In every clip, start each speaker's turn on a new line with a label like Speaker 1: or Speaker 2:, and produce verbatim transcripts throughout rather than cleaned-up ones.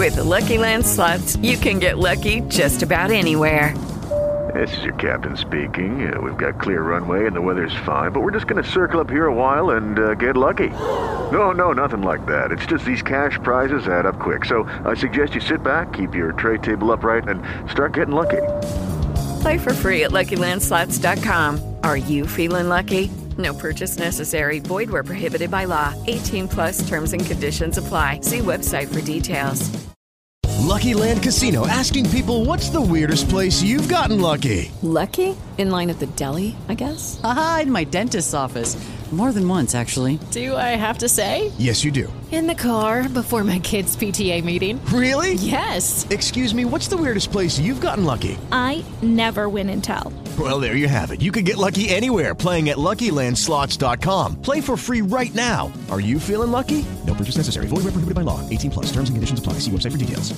Speaker 1: With the Lucky Land Slots, you can get lucky just about anywhere.
Speaker 2: This is your captain speaking. Uh, we've got clear runway and the weather's fine, but we're just going to circle up here a while and uh, get lucky. No, no, nothing like that. It's just these cash prizes add up quick. So I suggest you sit back, keep your tray table upright, and start getting lucky.
Speaker 1: Play for free at Lucky Land Slots dot com. Are you feeling lucky? No purchase necessary. Void where prohibited by law. eighteen plus terms and conditions apply. See website for details.
Speaker 3: Lucky Land Casino, asking people, what's the weirdest place you've gotten lucky?
Speaker 4: Lucky? In line at the deli, I guess?
Speaker 5: Aha, in my dentist's office. More than once, actually.
Speaker 4: Do I have to say?
Speaker 3: Yes, you do.
Speaker 4: In the car before my kids' P T A meeting.
Speaker 3: Really?
Speaker 4: Yes.
Speaker 3: Excuse me, what's the weirdest place you've gotten lucky?
Speaker 6: I never win and tell.
Speaker 3: Well, there you have it. You can get lucky anywhere, playing at Lucky Land Slots dot com. Play for free right now. Are you feeling lucky? No purchase necessary. Void where prohibited by law. eighteen plus. Terms and conditions apply. See website for details.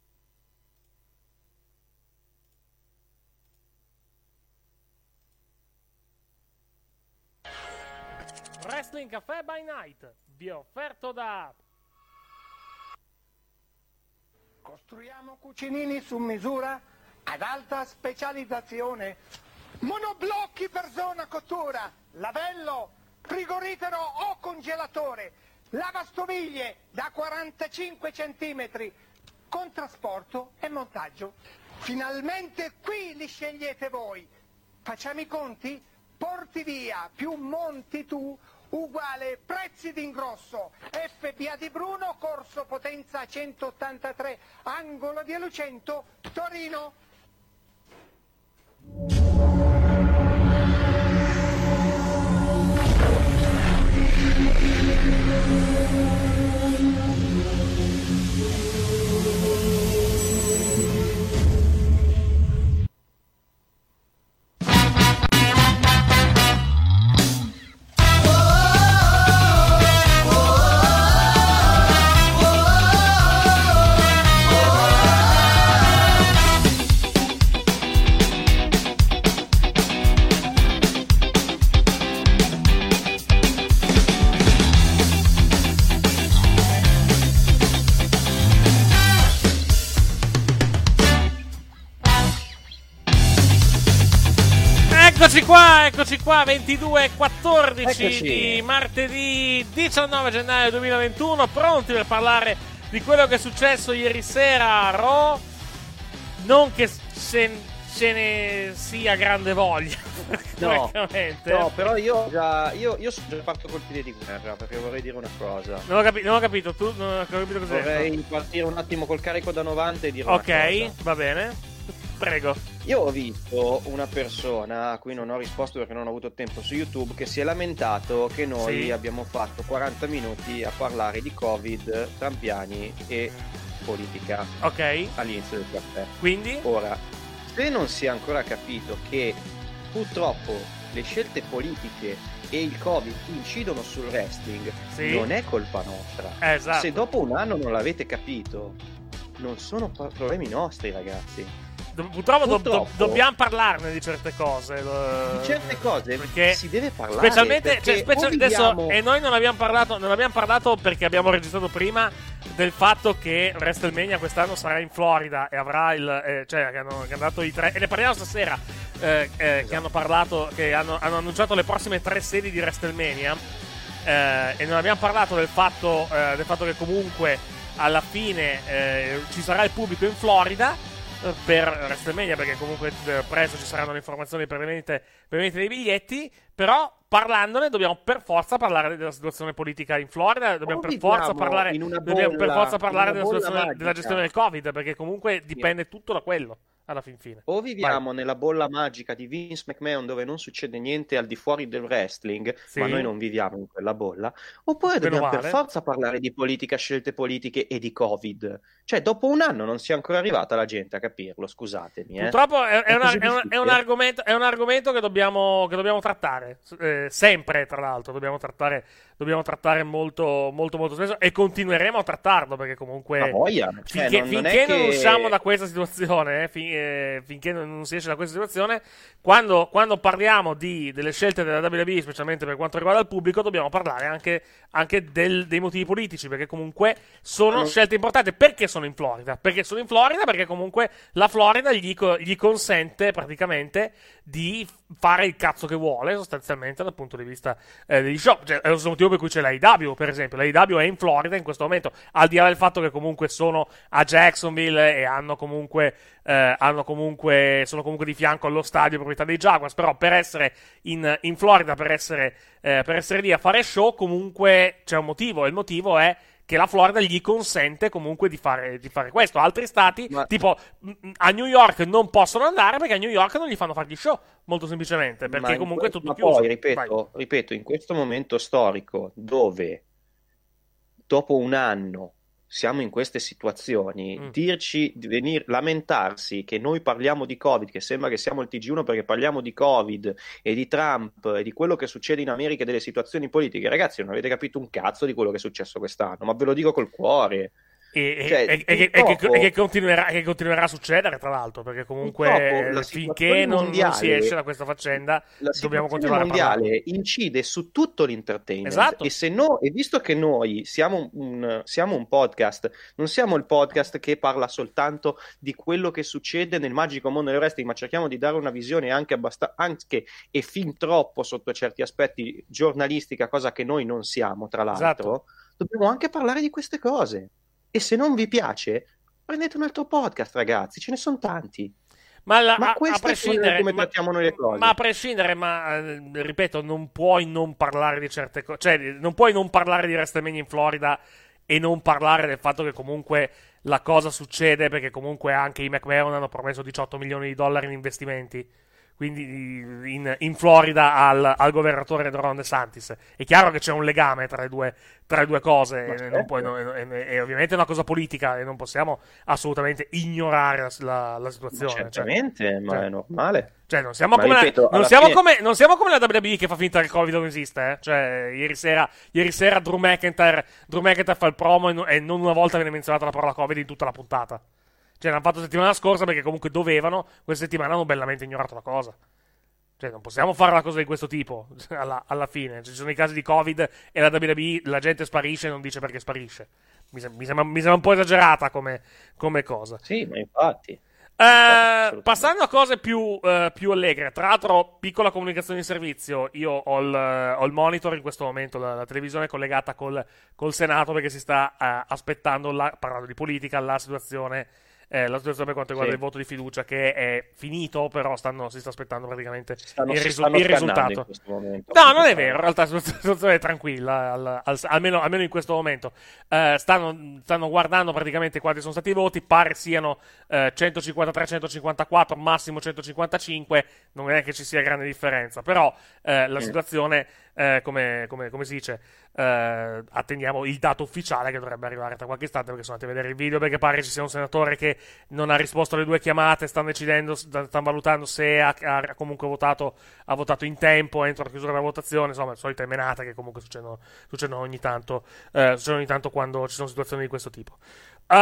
Speaker 7: Wrestling Caffè by Night vi è offerto da
Speaker 8: Costruiamo cucinini su misura ad alta specializzazione, monoblocchi per zona cottura, lavello, frigorifero o congelatore, lavastoviglie da quarantacinque centimetri, con trasporto e montaggio. Finalmente qui li scegliete voi. Facciamo i conti? Porti via più monti tu uguale prezzi d'ingrosso. F B A di Bruno, corso Potenza centottantatré, angolo di Lucento, Torino.
Speaker 7: Eccoci qua, eccoci qua, ventidue e quattordici
Speaker 9: Eccoci.
Speaker 7: di martedì diciannove gennaio duemilaventuno, pronti per parlare di quello che è successo ieri sera a Raw. Non che se, ce ne sia grande voglia,
Speaker 9: No,
Speaker 7: francamente.
Speaker 9: no, però io già io, io sono già parto col piede di guerra, perché vorrei dire una cosa.
Speaker 7: Non ho, capi- non ho capito, tu non ho capito cos'è.
Speaker 9: Vorrei partire un attimo col carico da novanta e dire una cosa.
Speaker 7: Ok, va bene. Prego.
Speaker 9: Io ho visto una persona a cui non ho risposto perché non ho avuto tempo su YouTube, che si è lamentato che noi
Speaker 7: Sì.
Speaker 9: abbiamo fatto quaranta minuti a parlare di Covid, trampiani e politica
Speaker 7: Ok,
Speaker 9: all'inizio del caffè.
Speaker 7: quindi?
Speaker 9: Ora, se non si è ancora capito che purtroppo le scelte politiche e il Covid incidono sul wrestling,
Speaker 7: Sì.
Speaker 9: non è colpa nostra.
Speaker 7: Eh, esatto.
Speaker 9: Se dopo un anno non l'avete capito, non sono pro- problemi nostri, ragazzi.
Speaker 7: Do- Purtroppo, do- do-
Speaker 9: Purtroppo-
Speaker 7: dobbiamo parlarne di certe cose. lo-
Speaker 9: Di certe cose
Speaker 7: perché
Speaker 9: si deve parlare.
Speaker 7: specialmente,
Speaker 9: perché
Speaker 7: cioè, specia-
Speaker 9: o viviamo-
Speaker 7: adesso, e noi non abbiamo parlato, non abbiamo parlato perché abbiamo registrato prima del fatto che WrestleMania quest'anno sarà in Florida e avrà il, eh, cioè che hanno, che hanno dato i tre, e ne parliamo stasera, eh, eh,
Speaker 9: Esatto.
Speaker 7: che hanno parlato, che hanno, hanno annunciato le prossime tre sedi di WrestleMania, eh, e non abbiamo parlato del fatto, eh, del fatto che comunque alla fine eh, ci sarà il pubblico in Florida per WrestleMania, perché comunque eh, presto ci saranno le informazioni per le vendite, per le vendite dei biglietti. Però parlandone dobbiamo per forza parlare della situazione politica in Florida, dobbiamo
Speaker 9: O
Speaker 7: per forza
Speaker 9: viviamo
Speaker 7: parlare
Speaker 9: in una
Speaker 7: dobbiamo per
Speaker 9: bolla-
Speaker 7: forza parlare
Speaker 9: in una
Speaker 7: della,
Speaker 9: bolla
Speaker 7: situazione,
Speaker 9: magica.
Speaker 7: della gestione del Covid, perché comunque dipende tutto da quello alla fin fine.
Speaker 9: O viviamo nella bolla magica di Vince McMahon dove non succede niente al di fuori del wrestling,
Speaker 7: Sì.
Speaker 9: ma noi non viviamo in quella bolla, oppure
Speaker 7: Meno
Speaker 9: dobbiamo per
Speaker 7: male.
Speaker 9: forza parlare di politica, scelte politiche e di Covid. Cioè, dopo un anno non sia ancora arrivata la gente a capirlo, scusatemi. Eh.
Speaker 7: Purtroppo è, è
Speaker 9: È
Speaker 7: una-
Speaker 9: così
Speaker 7: è un, è un
Speaker 9: difficile.
Speaker 7: argomento, è un argomento che dobbiamo, che dobbiamo trattare. trattare, eh, sempre tra l'altro, dobbiamo trattare, dobbiamo trattare molto, molto, molto spesso e continueremo a trattarlo perché comunque
Speaker 9: Ma voglia, cioè,
Speaker 7: finché,
Speaker 9: non, non,
Speaker 7: finché
Speaker 9: è
Speaker 7: non
Speaker 9: che...
Speaker 7: usciamo da questa situazione, eh, fin, eh, finché non, non si esce da questa situazione, quando, quando parliamo di, delle scelte della W W E, specialmente per quanto riguarda il pubblico, dobbiamo parlare anche, anche del, dei motivi politici, perché comunque sono scelte importanti. Perché sono in Florida? Perché sono in Florida perché comunque la Florida gli, gli consente praticamente di fare il cazzo che vuole sostanzialmente dal punto di vista eh, degli show. Cioè, è lo stesso motivo per cui c'è l'A E W, per esempio. L'A E W è in Florida in questo momento, al di là del fatto che comunque sono a Jacksonville e hanno comunque eh, hanno comunque sono comunque di fianco allo stadio proprietà dei Jaguars, però per essere in, in Florida, per essere eh, per essere lì a fare show, comunque c'è un motivo, e il motivo è che la Florida gli consente comunque di fare, di fare questo. Altri stati, ma... tipo a New York, non possono andare perché a New York non gli fanno fare gli show, molto semplicemente, perché comunque è tutto
Speaker 9: ma
Speaker 7: chiuso.
Speaker 9: Poi, ripeto, ripeto, in questo momento storico dove dopo un anno siamo in queste situazioni, mm. dirci, venir, lamentarsi che noi parliamo di Covid, che sembra che siamo il T G uno perché parliamo di Covid e di Trump e di quello che succede in America e delle situazioni politiche, ragazzi, non avete capito un cazzo di quello che è successo quest'anno, ma ve lo dico col cuore.
Speaker 7: E,
Speaker 9: cioè,
Speaker 7: e, e, e, che, e che, continuerà, che continuerà a succedere, tra l'altro, perché comunque finché non, mondiale, non si esce da questa faccenda dobbiamo continuare
Speaker 9: mondiale
Speaker 7: a parlare.
Speaker 9: Incide su tutto l'entertainment,
Speaker 7: esatto.
Speaker 9: E se no, e visto che noi siamo un, siamo un podcast, non siamo il podcast che parla soltanto di quello che succede nel magico mondo del wrestling, ma cerchiamo di dare una visione anche abbastanza, anche e fin troppo sotto certi aspetti giornalistica, cosa che noi non siamo, tra l'altro, esatto. Dobbiamo anche parlare di queste cose. E se non vi piace, prendete un altro podcast, ragazzi, ce ne sono tanti.
Speaker 7: Ma, la,
Speaker 9: ma
Speaker 7: a,
Speaker 9: questo
Speaker 7: a prescindere,
Speaker 9: è come
Speaker 7: ma,
Speaker 9: trattiamo noi le cose.
Speaker 7: Ma a prescindere, ma eh, ripeto, non puoi non parlare di certe cose. Cioè, non puoi non parlare di WrestleMania in Florida e non parlare del fatto che comunque la cosa succede, perché comunque anche i McMahon hanno promesso diciotto milioni di dollari in investimenti. Quindi in, in Florida al, al governatore Ron DeSantis. È chiaro che c'è un legame tra le due, tra le due cose, e, certo. non puoi, no, e, e, e ovviamente è una cosa politica e non possiamo assolutamente ignorare la, la, la situazione.
Speaker 9: Ma certamente, cioè, ma
Speaker 7: cioè,
Speaker 9: è normale.
Speaker 7: Cioè, non siamo, come, ripeto, la, non, siamo fine... come, non siamo come la W W E che fa finta che il Covid non esiste. Eh? Cioè, ieri sera, ieri sera Drew McIntyre, Drew McIntyre fa il promo e, no, e non una volta viene menzionata la parola Covid in tutta la puntata. Cioè, l'hanno fatto settimana scorsa perché comunque dovevano, questa settimana hanno bellamente ignorato la cosa. Cioè, non possiamo fare una cosa di questo tipo, alla, alla fine. Ci sono i casi di Covid e la W W E, la gente sparisce e non dice perché sparisce. Mi, sem- mi, sembra, mi sembra un po' esagerata come, come cosa.
Speaker 9: Sì, ma infatti.
Speaker 7: Eh, passando a cose più, uh, più allegre, tra l'altro, piccola comunicazione di servizio. Io ho il, uh, ho il monitor in questo momento, la, la televisione collegata col, col Senato perché si sta uh, aspettando, la, parlando di politica, la situazione... Eh, la situazione per quanto riguarda sì. il voto di fiducia, che è finito, però stanno, si sta aspettando praticamente
Speaker 9: stanno,
Speaker 7: il, risu- il risultato.
Speaker 9: Momento,
Speaker 7: no, non è vero, in realtà la situazione è tranquilla, al, al, almeno, almeno in questo momento. Uh, stanno, stanno guardando praticamente quanti sono stati i voti, pare siano uh, centocinquantatré centocinquantaquattro, massimo centocinquantacinque, non è che ci sia grande differenza, però uh, la mm. situazione, uh, come, come, come si dice, uh, attendiamo il dato ufficiale che dovrebbe arrivare tra qualche istante, perché sono andati a vedere il video, perché pare ci sia un senatore che non ha risposto alle due chiamate, stanno decidendo, stanno valutando se ha, ha comunque votato, ha votato in tempo entro la chiusura della votazione, insomma, le solite menate che comunque succedono, succedono ogni tanto, eh, succedono ogni tanto quando ci sono situazioni di questo tipo. Uh,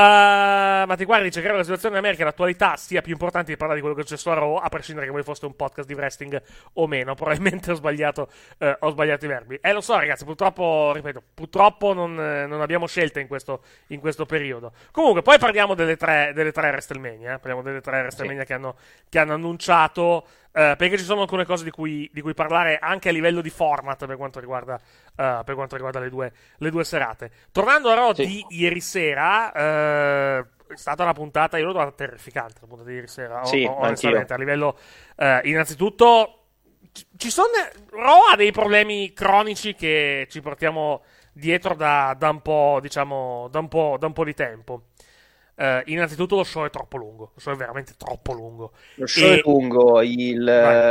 Speaker 7: ma ti guardi, dice, credo che la situazione in America l'attualità sia più importante di parlare di quello che è successo a Raw, a prescindere che voi foste un podcast di wrestling o meno. Probabilmente ho sbagliato, eh, ho sbagliato i verbi. Eh, lo so, ragazzi, purtroppo, ripeto, purtroppo non, eh, non abbiamo scelte in questo, in questo periodo. Comunque, poi parliamo delle tre, delle tre WrestleMania, eh? Parliamo delle tre WrestleMania sì. che, hanno, che hanno annunciato. Uh, perché ci sono alcune cose di cui, di cui parlare anche a livello di format per quanto riguarda, uh, per quanto riguarda le, due, le due serate. Tornando a Raw sì. di ieri sera, uh, è stata una puntata, io l'ho trovata terrificante, la puntata di ieri sera,
Speaker 9: sì,
Speaker 7: o, onestamente, a livello, uh, innanzitutto, ci sono, Raw ha dei problemi cronici che ci portiamo dietro da, da un po', diciamo, da un po', da un po' di tempo. Uh, innanzitutto lo show è troppo lungo, lo show è veramente troppo lungo.
Speaker 9: Lo show e... è lungo, il,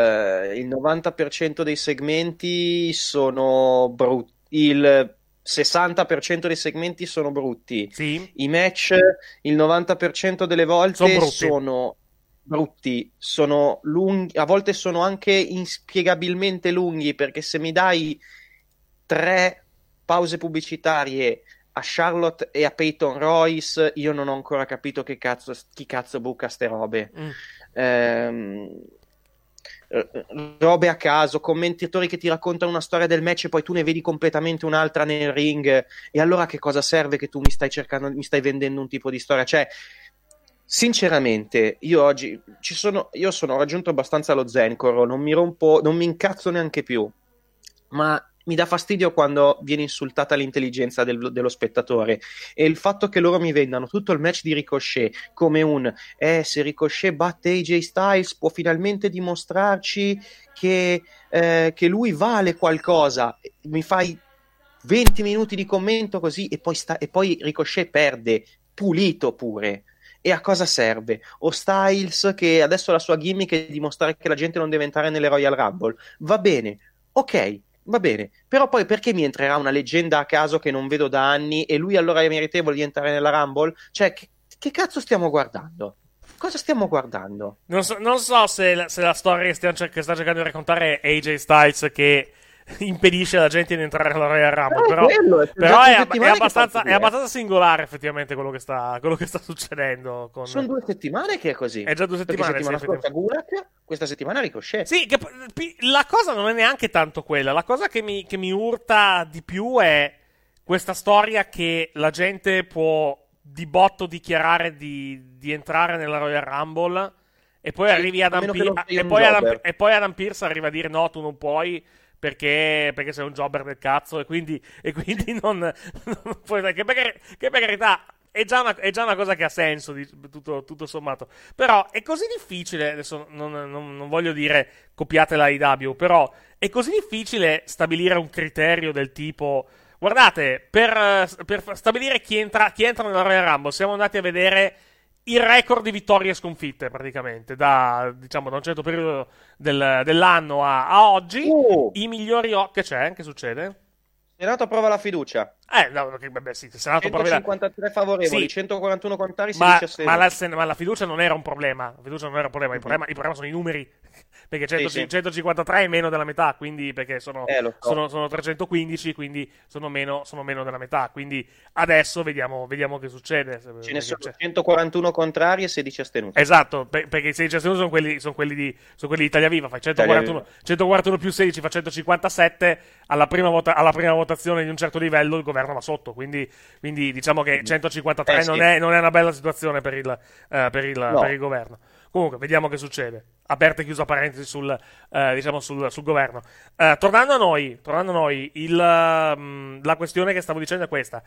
Speaker 9: uh, il novanta per cento dei segmenti sono brutti, il sessanta per cento dei segmenti sono brutti,
Speaker 7: sì.
Speaker 9: I match il novanta per cento delle volte sono, sono brutti, sono lunghi, a volte sono anche inspiegabilmente lunghi, perché se mi dai tre pause pubblicitarie a Charlotte e a Peyton Royce, io non ho ancora capito che cazzo, chi cazzo buca ste robe. Mm. Ehm, robe a caso, commentatori che ti raccontano una storia del match e poi tu ne vedi completamente un'altra nel ring, e allora che cosa serve che tu mi stai cercando, mi stai vendendo un tipo di storia? Cioè, sinceramente, io oggi ci sono, io sono raggiunto abbastanza lo Zencoro, non mi rompo, non mi incazzo neanche più, ma mi dà fastidio quando viene insultata l'intelligenza del, dello spettatore, e il fatto che loro mi vendano tutto il match di Ricochet come un eh, se Ricochet batte A J Styles può finalmente dimostrarci che, eh, che lui vale qualcosa. Mi fai venti minuti di commento così e poi, sta, e poi Ricochet perde, pulito pure. E a cosa serve? O Styles, che adesso la sua gimmick è dimostrare che la gente non deve entrare nelle Royal Rumble. Va bene, ok, va bene, però poi perché mi entrerà una leggenda a caso che non vedo da anni e lui allora è meritevole di entrare nella Rumble? Cioè, che, che cazzo stiamo guardando? Cosa stiamo guardando?
Speaker 7: Non so, non so se, la, se la storia che, stiamo, che sta cercando di raccontare è A J Styles che impedisce alla gente di entrare alla Royal Rumble,
Speaker 9: eh,
Speaker 7: però,
Speaker 9: quello, è,
Speaker 7: però è, è, abbastanza, è abbastanza singolare effettivamente quello che sta, quello che sta succedendo con...
Speaker 9: Sono due settimane che è così.
Speaker 7: È già due settimane.
Speaker 9: Perché settimana
Speaker 7: sì,
Speaker 9: scorsa Gulak, questa settimana Ricochet.
Speaker 7: Sì, che, la cosa non è neanche tanto quella, la cosa che mi, che mi urta di più è questa storia che la gente può di botto dichiarare di, di entrare nella Royal Rumble e poi, sì, arrivi Adam P- e, poi Adam, e poi Adam Pearce arriva a dire no, tu non puoi perché, perché sei un jobber del cazzo e quindi, e quindi non, non puoi, che, per, che per carità è già, una, è già una cosa che ha senso di, tutto, tutto sommato, però è così difficile, adesso non, non, non voglio dire copiate la I W, però è così difficile stabilire un criterio del tipo guardate, per, per stabilire chi entra, chi entra nella Royal Rumble siamo andati a vedere il record di vittorie e sconfitte praticamente da, diciamo, da un certo periodo del, dell'anno a, a oggi. Uh. I migliori o- che c'è? Che succede?
Speaker 9: Senato approva la fiducia.
Speaker 7: Eh, no, che, vabbè, sì, il Senato
Speaker 9: centocinquantatré favorevoli,
Speaker 7: sì.
Speaker 9: centoquarantuno contrari,
Speaker 7: ma,
Speaker 9: sedici astenuti.
Speaker 7: Ma la, ma la fiducia non era un problema. La fiducia non era un problema. Il, mm-hmm. problema, il problema sono i numeri. Perché cento, sì, sì. centocinquantatré è meno della metà, quindi perché sono,
Speaker 9: eh, so.
Speaker 7: sono, sono trecentoquindici, quindi sono meno, sono meno della metà. Quindi adesso vediamo, vediamo che succede.
Speaker 9: Ce ne sono centoquarantuno contrari e sedici astenuti.
Speaker 7: Esatto, per, perché i sedici astenuti sono quelli, sono quelli di sono quelli di Italia Viva. Fai centoquarantuno, centoquarantuno più sedici fa centocinquantasette. Alla prima, vota, alla prima votazione di un certo livello il governo va sotto. Quindi, quindi diciamo che centocinquantatré eh, sì. non, è, non è una bella situazione per il, uh, per il, no. per il governo. Comunque, vediamo che succede. Aperta e chiusa parentesi sul, uh, diciamo sul, sul governo. Uh, tornando a noi, tornando a noi il, uh, la questione che stavo dicendo è questa.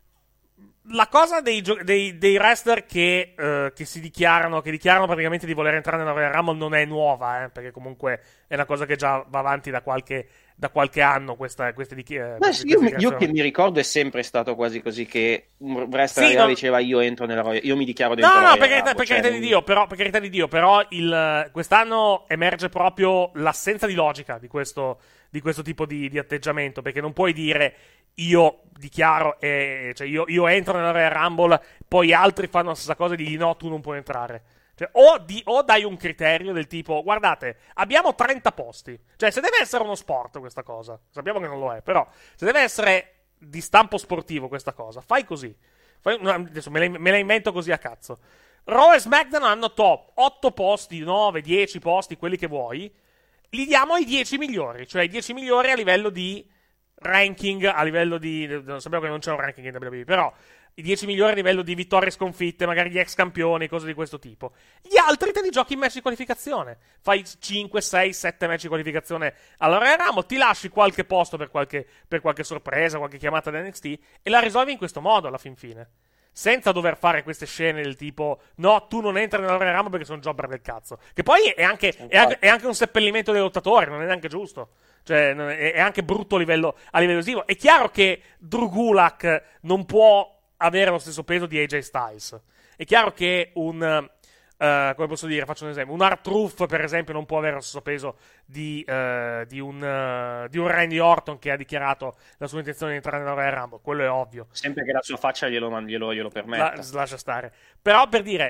Speaker 7: La cosa dei, dei, dei wrestler che, uh, che si dichiarano, che dichiarano praticamente di voler entrare nella Royal Rumble non è nuova, eh, perché comunque è una cosa che già va avanti da qualche, da qualche anno. Questa, queste dichi-
Speaker 9: Beh,
Speaker 7: queste
Speaker 9: io, io che mi ricordo è sempre stato quasi così che un wrestler sì, non... diceva io entro nella Royal, io mi dichiaro dentro
Speaker 7: no,
Speaker 9: la
Speaker 7: no,
Speaker 9: Royal
Speaker 7: per carità, per carità
Speaker 9: cioè,
Speaker 7: di Dio, però, per carità di Dio, però il, quest'anno emerge proprio l'assenza di logica di questo, di questo tipo di, di atteggiamento, perché non puoi dire io dichiaro, eh, cioè io, io entro nella Royal Rumble, poi altri fanno la stessa cosa e digli no, tu non puoi entrare. Cioè, o, di, o dai un criterio del tipo guardate, abbiamo trenta posti, cioè se deve essere uno sport questa cosa, sappiamo che non lo è, però se deve essere di stampo sportivo questa cosa, fai così. Fai, adesso me la, me la invento così a cazzo. Raw e SmackDown hanno top otto posti, nove, dieci posti, quelli che vuoi, li diamo ai dieci migliori, cioè ai dieci migliori a livello di ranking, a livello di... sappiamo che non c'è un ranking in W W E, però i dieci migliori a livello di vittorie e sconfitte, magari gli ex campioni, cose di questo tipo. Gli altri te li giochi in match di qualificazione. Fai cinque, sei, sette match di qualificazione alla Royal Rumble, ti lasci qualche posto per qualche, per qualche sorpresa, qualche chiamata da N X T e la risolvi in questo modo alla fin fine. Senza dover fare queste scene del tipo no, tu non entri nella Royal Rumble perché sono jobber del cazzo. Che poi è anche, è anche, è anche un seppellimento dei lottatori, non è neanche giusto. Cioè, è anche brutto a livello, a livello visivo. È chiaro che Drew Gulak non può avere lo stesso peso di A J Styles. È chiaro che un uh, come posso dire, faccio un esempio, un R-Truth per esempio non può avere lo stesso peso di, uh, di, un, uh, di un Randy Orton che ha dichiarato la sua intenzione di entrare nella Royal Rumble, quello è ovvio.
Speaker 9: Sempre che la sua faccia glielo, glielo, glielo permetta.
Speaker 7: La, lascia stare. Però per dire,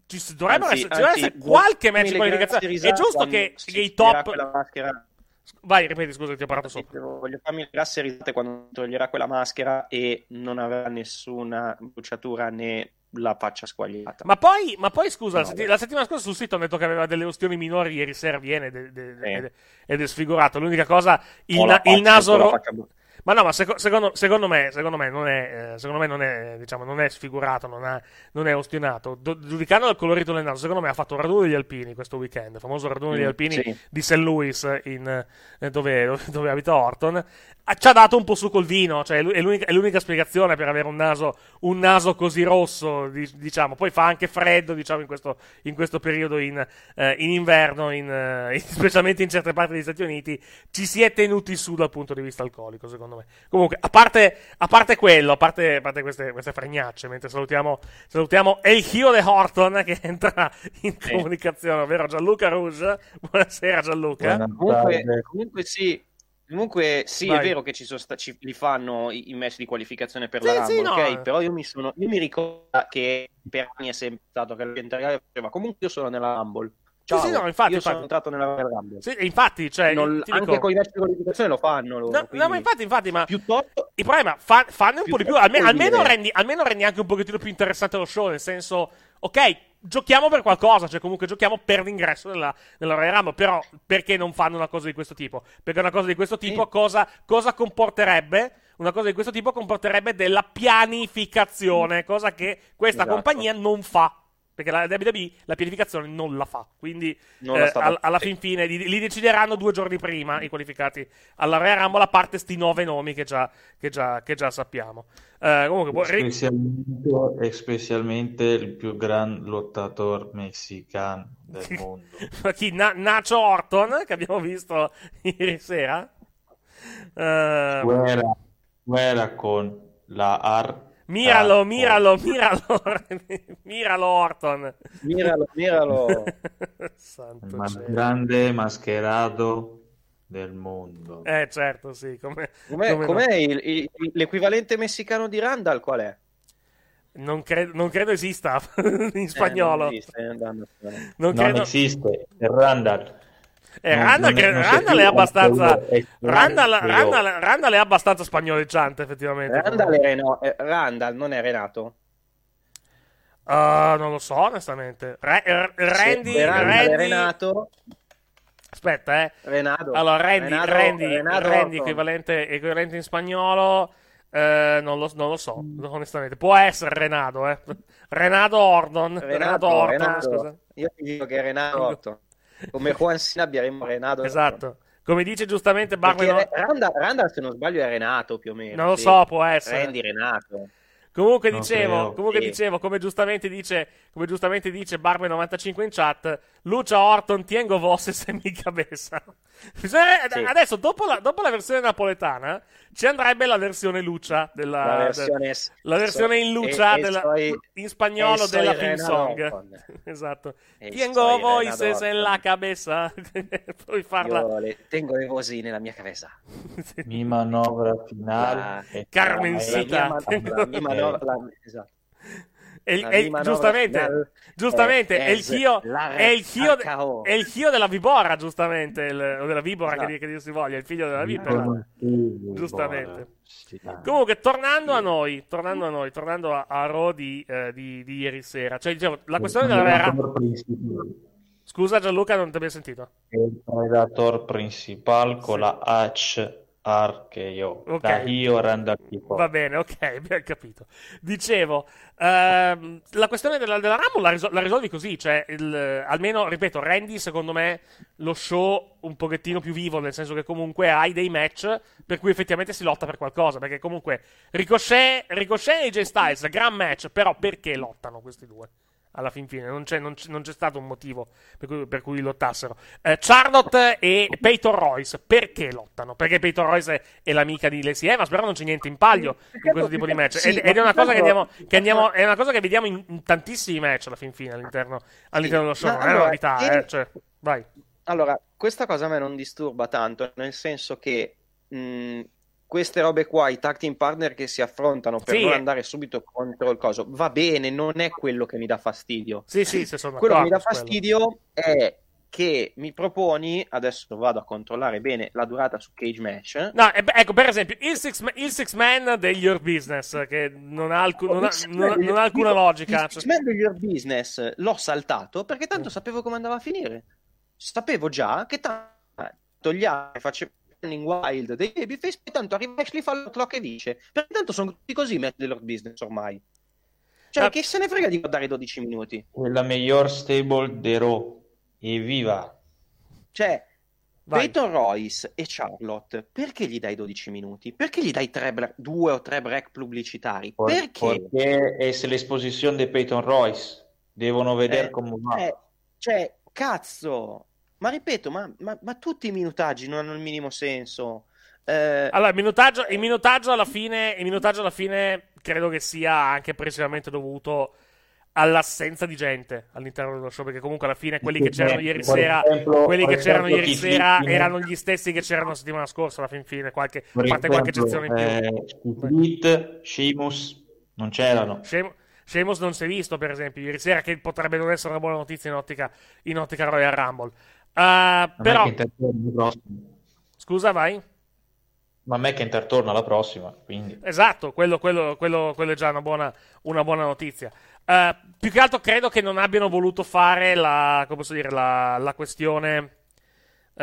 Speaker 7: ci dovrebbero
Speaker 9: Anzi,
Speaker 7: essere, ci deve
Speaker 9: anzi,
Speaker 7: essere qualche match di
Speaker 9: voglio-
Speaker 7: qualificazione. È giusto che,
Speaker 9: si
Speaker 7: che i
Speaker 9: toglierà
Speaker 7: top...
Speaker 9: quella maschera.
Speaker 7: Vai, ripeti, scusa, ti ho parlato sopra.
Speaker 9: Voglio farmi le grasse risate quando toglierà quella maschera e non avrà nessuna bruciatura né la faccia squagliata.
Speaker 7: Ma poi, ma poi scusa,
Speaker 9: No,
Speaker 7: la, setti- la settimana scorsa sul sito hanno detto che aveva delle ustioni minori, ieri sera viene de- de-
Speaker 9: Sì.
Speaker 7: ed, ed è sfigurato. L'unica cosa, il,
Speaker 9: Ho la
Speaker 7: na- il
Speaker 9: faccia-
Speaker 7: naso...
Speaker 9: ho la
Speaker 7: ro-
Speaker 9: faccia bu-
Speaker 7: Ma no, ma seco- secondo, secondo me, secondo me non è, eh, secondo me non è, diciamo, non è sfigurato, non, ha- non è ostionato. Do- giudicando dal colorito del naso, secondo me ha fatto un raduno degli alpini questo weekend, il famoso raduno degli
Speaker 9: Mm,
Speaker 7: alpini
Speaker 9: sì.
Speaker 7: di Saint Louis, in, eh, dove, dove, dove abita Orton. Ha- Ci ha dato un po' su col vino, cioè è l'u- è l'unica, è l'unica spiegazione per avere un naso, un naso così rosso, di- diciamo. Poi fa anche freddo, diciamo, in questo, in questo periodo in, eh, in inverno, in, eh, in- specialmente in certe parti degli Stati Uniti, ci si è tenuti su dal punto di vista alcolico, secondo me. Comunque, a parte, a parte quello, a parte, a parte queste, queste fregnacce, mentre salutiamo, salutiamo El Hio de Horton che entra in
Speaker 9: Sì.
Speaker 7: comunicazione, ovvero Gianluca Rouge. Buonasera Gianluca.
Speaker 10: Buona-
Speaker 9: Comunque,
Speaker 10: Salve.
Speaker 9: comunque sì. Comunque sì,
Speaker 7: Vai.
Speaker 9: è vero che ci sono sta- ci, li fanno i, i match di qualificazione per
Speaker 7: Sì,
Speaker 9: la
Speaker 7: sì,
Speaker 9: Rumble,
Speaker 7: no.
Speaker 9: ok? Però io mi sono io mi ricordo che per anni è sempre stato che la integrale faceva comunque io sono nella Rumble. Ciao,
Speaker 7: Sì, sì, no, infatti,
Speaker 9: io sono
Speaker 7: infatti.
Speaker 9: entrato nella Rumble.
Speaker 7: Sì, infatti, cioè,
Speaker 9: Non-
Speaker 7: ti
Speaker 9: anche
Speaker 7: dico-
Speaker 9: con i match di qualificazione lo fanno loro,
Speaker 7: No, no,
Speaker 9: quindi
Speaker 7: ma infatti, infatti, ma
Speaker 9: piuttosto
Speaker 7: il problema, fa, fanne un po' di più,
Speaker 9: piuttosto
Speaker 7: alme-
Speaker 9: vuol
Speaker 7: almeno,
Speaker 9: dire-
Speaker 7: rendi, almeno rendi anche un pochettino più interessante lo show, nel senso, ok, giochiamo per qualcosa, cioè comunque giochiamo per l'ingresso nella, nella Royal Rumble, però perché non fanno una cosa di questo tipo? Perché una cosa di questo tipo
Speaker 9: Sì.
Speaker 7: cosa, cosa comporterebbe? Una cosa di questo tipo comporterebbe della pianificazione, cosa che questa
Speaker 9: Esatto.
Speaker 7: compagnia non fa. Perché la W W E la pianificazione non la fa. Quindi
Speaker 9: Non
Speaker 7: eh,
Speaker 9: la sta
Speaker 7: al- alla
Speaker 9: facendo.
Speaker 7: fin fine li, li decideranno due giorni prima i qualificati alla Royal Rumble, a parte sti nove nomi che già, che già, che già sappiamo. Eh, comunque, boh, ri-
Speaker 10: Specialmente, e specialmente il più gran lottatore messicano del mondo.
Speaker 7: chi? Na- Nacho Orton, che abbiamo visto ieri sera. Eh,
Speaker 10: Guerra, guerra con la Ar.
Speaker 7: miralo,
Speaker 10: Ah,
Speaker 7: miralo, miralo, miralo Orton.
Speaker 9: miralo, miralo.
Speaker 7: Santo
Speaker 10: il más
Speaker 7: cielo.
Speaker 10: grande mascherado del mondo.
Speaker 7: Eh, certo, sì. Come,
Speaker 9: Com'è,
Speaker 7: come no.
Speaker 9: com'è il- il- l'equivalente messicano di Randall? Qual è?
Speaker 7: Non, credo, non credo esista in spagnolo.
Speaker 9: Eh, non esiste, eh, andando, eh.
Speaker 7: Non
Speaker 10: Non
Speaker 7: credo...
Speaker 10: esiste, è Randall.
Speaker 7: Eh,
Speaker 10: Non-
Speaker 7: Randall,
Speaker 10: non è-
Speaker 7: cre-
Speaker 10: non c'è
Speaker 7: Randall
Speaker 10: più
Speaker 7: è abbastanza.
Speaker 10: quello- è-
Speaker 7: Randall,
Speaker 10: quello-
Speaker 7: Randall, Randall è abbastanza spagnoleggiante, effettivamente.
Speaker 9: Randall, è Reno- eh, Randall, non è Renato?
Speaker 7: Ah, non lo so, onestamente. Re- R- Randy,
Speaker 9: Se Randall è
Speaker 7: Randy...
Speaker 9: Renato,
Speaker 7: Aspetta, eh.
Speaker 9: Renato.
Speaker 7: Allora, Randy,
Speaker 9: Renato-
Speaker 7: Randy,
Speaker 9: Renato
Speaker 7: Randy
Speaker 9: Orton.
Speaker 7: equivalente, equivalente in spagnolo. eh, non, lo, non lo so, onestamente. Può essere Renato, eh. Renato Orton. Renato,
Speaker 9: Renato,
Speaker 7: Orton,
Speaker 9: Renato.
Speaker 7: scusa.
Speaker 9: Io ti dico che è Renato Orton. Come Juan Cena abbiamo Renato Orton.
Speaker 7: Esatto. Come dice giustamente
Speaker 9: Perché
Speaker 7: Barbe.
Speaker 9: Re- Randall, Randall, se non sbaglio, è Renato più o meno.
Speaker 7: Non lo
Speaker 9: sì.
Speaker 7: so, può essere.
Speaker 9: Randy Renato.
Speaker 7: Comunque
Speaker 10: Non
Speaker 7: dicevo,
Speaker 10: credo.
Speaker 7: comunque
Speaker 9: Sì.
Speaker 7: dicevo, come giustamente dice, come giustamente dice Barbe novantacinque in chat, Lucia Orton tiengo voces en mi cabeza. Bisogna-
Speaker 9: Sì.
Speaker 7: Adesso, dopo la, dopo la versione napoletana, ci andrebbe la versione Lucia della,
Speaker 9: La versione,
Speaker 7: de- la versione in Lucia
Speaker 9: e- e
Speaker 7: della-
Speaker 9: soy-
Speaker 7: in spagnolo
Speaker 9: e soy
Speaker 7: della theme
Speaker 9: Renato
Speaker 7: song.
Speaker 9: Orton.
Speaker 7: Esatto.
Speaker 9: E
Speaker 7: Tiengo
Speaker 9: soy
Speaker 7: voces
Speaker 9: Renato
Speaker 7: en
Speaker 9: Orton.
Speaker 7: la cabeza. Puoi farla.
Speaker 9: Io le tengo le voci nella mia cabeza.
Speaker 10: Mi manovra finale.
Speaker 9: La-
Speaker 10: è-
Speaker 7: Carmencita.
Speaker 9: La mia, man- la mia manovra, la- esatto.
Speaker 7: E il-
Speaker 9: La
Speaker 7: e il-
Speaker 9: mia manovra
Speaker 7: giustamente,
Speaker 9: finale
Speaker 7: giustamente
Speaker 9: è-
Speaker 7: è il
Speaker 9: es
Speaker 7: chio,
Speaker 9: la
Speaker 7: è il chio,
Speaker 9: H O.
Speaker 7: è il chio della Vibora, giustamente, il- o della Vibora,
Speaker 9: Esatto.
Speaker 7: che, dir- che dir si voglia, il figlio della Vibora.
Speaker 10: Riconoscivo,
Speaker 7: Giustamente.
Speaker 10: guarda. Sì, dai.
Speaker 7: Comunque, tornando a noi, tornando a noi, tornando a, a Raw di, eh, di, di ieri sera, cioè, dicevo, la questione della vera...
Speaker 10: Predator principale.
Speaker 7: Scusa Gianluca, non ti abbiamo sentito.
Speaker 10: È il Predator principale con la H R K O.
Speaker 7: Ok.
Speaker 10: Da io Randall Tipo.
Speaker 7: Va bene, ok, abbiamo capito. Dicevo, ehm, la questione della, della Rumble la, risol- la risolvi così, cioè, il, eh, almeno, ripeto, rendi, secondo me, lo show un pochettino più vivo, nel senso che comunque hai dei match per cui effettivamente si lotta per qualcosa, perché comunque Ricochet, Ricochet e A J Styles, gran match, però perché lottano questi due? Alla fin fine, non c'è, non c'è, non c'è stato un motivo per cui, per cui lottassero. Eh, Charlotte e Peyton Royce, perché lottano? Perché Peyton Royce è, è l'amica di Lacey Evans, però non c'è niente in palio in questo tipo di match.
Speaker 9: Sì,
Speaker 7: ed, ed è
Speaker 9: ma
Speaker 7: una cosa che
Speaker 9: però-
Speaker 7: andiamo, che andiamo, è una cosa che vediamo in, in tantissimi match alla fin fine all'interno, all'interno dello show.
Speaker 9: ma
Speaker 7: Non è una
Speaker 9: allora,
Speaker 7: novità,
Speaker 9: ieri-
Speaker 7: eh, cioè, vai.
Speaker 9: Allora, questa cosa a me non disturba tanto, nel senso che mh, queste robe qua, i tag team partner che si affrontano per
Speaker 7: Sì.
Speaker 9: non andare subito contro il coso, va bene, non è quello che mi dà fastidio.
Speaker 7: Sì, sì, se sono
Speaker 9: Quello che mi dà
Speaker 7: d'accordo su
Speaker 9: fastidio è che mi proponi, adesso vado a controllare bene la durata su Cage Match.
Speaker 7: No, e beh, ecco, per esempio, il six, ma- il six man degli Your Business, che non ha, alcu- non ha, non ha- non ha alcuna logica.
Speaker 9: Il Six Man degli Your Business l'ho saltato perché tanto sapevo come andava a finire. Sapevo già che tanto gli altri facevano in Wild dei babyface, e tanto arriva Ashley, fa lo clock e vince. Perché tanto sono tutti così i match dei Lord Business ormai. Cioè,
Speaker 7: Ah.
Speaker 9: che se ne frega di guardare dodici minuti?
Speaker 10: È la miglior stable di Raw. Evviva!
Speaker 9: Cioè,
Speaker 7: Vai.
Speaker 9: Peyton Royce e Charlotte, perché gli dai dodici minuti? Perché gli dai tre bra- due o tre break pubblicitari?
Speaker 10: Por-
Speaker 9: Perché?
Speaker 10: Perché è l'esposizione di Peyton Royce. Devono vedere
Speaker 9: Eh,
Speaker 10: come va.
Speaker 9: cioè, cioè, cazzo! Ma ripeto, ma, ma- ma tutti i minutaggi non hanno il minimo senso. Eh,
Speaker 7: Allora, il minutaggio, il minutaggio alla fine, il minutaggio alla fine credo che sia anche precisamente dovuto all'assenza di gente all'interno dello show, perché comunque alla fine quelli che c'erano ieri
Speaker 10: Per
Speaker 7: sera,
Speaker 10: esempio-
Speaker 7: quelli
Speaker 10: per
Speaker 7: che c'erano
Speaker 10: esempio
Speaker 7: ieri
Speaker 10: Keith
Speaker 7: sera
Speaker 10: Lee-
Speaker 7: erano gli stessi che c'erano la settimana scorsa, alla fin fine, qualche, a
Speaker 10: Per
Speaker 7: parte qualche
Speaker 10: esempio,
Speaker 7: eccezione in più.
Speaker 10: eh, Heath, Sheamus non c'erano.
Speaker 7: Scemo- Sheamus non si è visto, per esempio, ieri sera, che potrebbe non essere una buona notizia in ottica, in ottica Royal Rumble. Uh, però,
Speaker 10: McIntyre torna la prossima.
Speaker 7: scusa, vai.
Speaker 10: Ma McIntyre torna la prossima, quindi.
Speaker 7: Esatto, quello, quello, quello, quello è già una buona, una buona notizia. Uh, più che altro credo che non abbiano voluto fare la, come posso dire, la, la questione. Uh,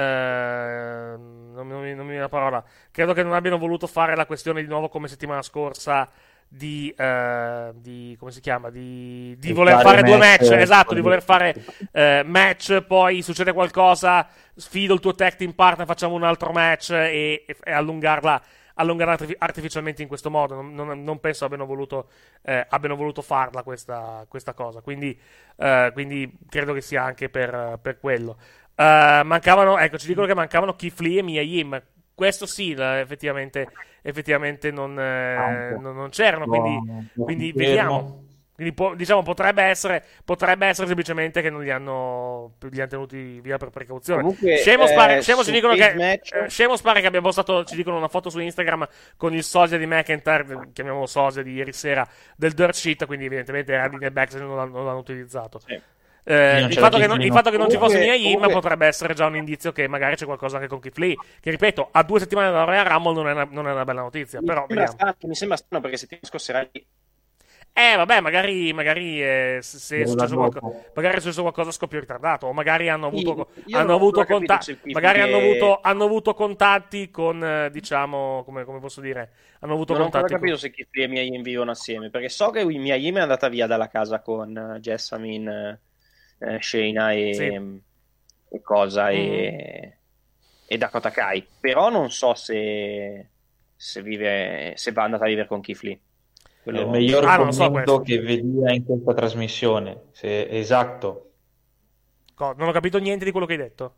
Speaker 7: non, non, mi- non mi viene la parola. Credo che non abbiano voluto fare la questione di nuovo come settimana scorsa. Di, uh, di come si chiama? Di, di
Speaker 10: Di
Speaker 7: voler
Speaker 10: fare
Speaker 7: fare due
Speaker 10: match,
Speaker 7: match.
Speaker 10: eh,
Speaker 7: Esatto, di
Speaker 10: con-
Speaker 7: voler fare eh, match. Poi succede qualcosa. Sfido il tuo tag team partner. Facciamo un altro match e, e, e allungarla. Allungare artifi- artificialmente in questo modo. Non, non- non penso abbiano voluto, eh, abbiano voluto farla questa, questa cosa. Quindi, eh, quindi credo che sia anche per, per quello. Eh, mancavano, ecco, ci dicono che mancavano Keith Lee e Mia Yim. Questo sì, la- effettivamente, effettivamente non, eh, non, non c'erano. Quindi,
Speaker 10: No,
Speaker 7: quindi
Speaker 10: confermo.
Speaker 7: vediamo. Quindi può- diciamo potrebbe essere, potrebbe essere semplicemente che non li hanno, li hanno tenuti via per precauzione.
Speaker 9: Comunque,
Speaker 7: Scemo
Speaker 9: eh,
Speaker 7: spara, Scemo ci
Speaker 9: su
Speaker 7: dicono
Speaker 9: Cage
Speaker 7: che
Speaker 9: Match-
Speaker 7: eh, Scemo spara che abbiamo postato, ci dicono una foto su Instagram con il sosia di McIntyre, chiamiamolo sosia di ieri sera, del dirt sheet, quindi evidentemente era lì nel backstage e non l'hanno, non l'hanno utilizzato.
Speaker 9: Sì.
Speaker 7: Eh,
Speaker 10: non
Speaker 7: il,
Speaker 10: c'era
Speaker 7: fatto che
Speaker 10: Keith
Speaker 7: non,
Speaker 10: Lee,
Speaker 7: il
Speaker 10: no.
Speaker 7: fatto che non ci fosse
Speaker 9: Comunque-
Speaker 7: Mia Yim
Speaker 9: comunque-
Speaker 7: potrebbe essere già un indizio che magari c'è qualcosa anche con Keith Lee, che ripeto, a due settimane dalla Royal Rumble non è una, non è una bella notizia,
Speaker 9: mi,
Speaker 7: però
Speaker 9: sembra
Speaker 7: vediamo.
Speaker 9: strano, mi sembra strano perché settimana scorsa era lì.
Speaker 7: Eh, vabbè, magari, magari eh, se se è
Speaker 10: Dove
Speaker 7: successo
Speaker 10: va
Speaker 7: qualcosa,
Speaker 10: dopo.
Speaker 7: magari è successo qualcosa a scoppio ritardato, o magari hanno avuto,
Speaker 9: Io- io
Speaker 7: hanno
Speaker 9: non-
Speaker 7: avuto
Speaker 9: non ho capito
Speaker 7: contatti,
Speaker 9: se il Keith
Speaker 7: magari
Speaker 9: Lee
Speaker 7: hanno
Speaker 9: è-
Speaker 7: avuto, hanno avuto contatti con, eh, diciamo, come, come posso dire, hanno avuto
Speaker 9: Non ho ancora
Speaker 7: contatti
Speaker 9: capito se Keith Lee e Mia Yim vivono assieme, perché so che Mia Yim è andata via dalla casa con eh, Jessamine, eh, Shayna e,
Speaker 7: Sì.
Speaker 9: e cosa e, e Dakota Kai, però non so se, se vive, se va andata a vivere con Keith Lee.
Speaker 10: È
Speaker 9: Quello-
Speaker 10: il miglior
Speaker 7: Ah, non lo so
Speaker 10: commento
Speaker 7: questo.
Speaker 10: che vedia in questa trasmissione. Se- esatto.
Speaker 7: con... Non ho capito niente di quello che hai detto.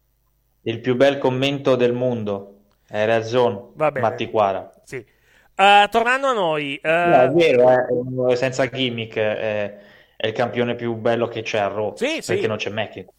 Speaker 10: Il più bel commento del mondo. Hai ragione,
Speaker 7: Va bene.
Speaker 10: Matti Quara.
Speaker 7: Sì. Eh, tornando a noi, eh,
Speaker 10: No, è vero, eh, senza gimmick, eh, è il campione più bello che c'è a Raw.
Speaker 7: Sì, sì.
Speaker 10: Perché non c'è McIntyre.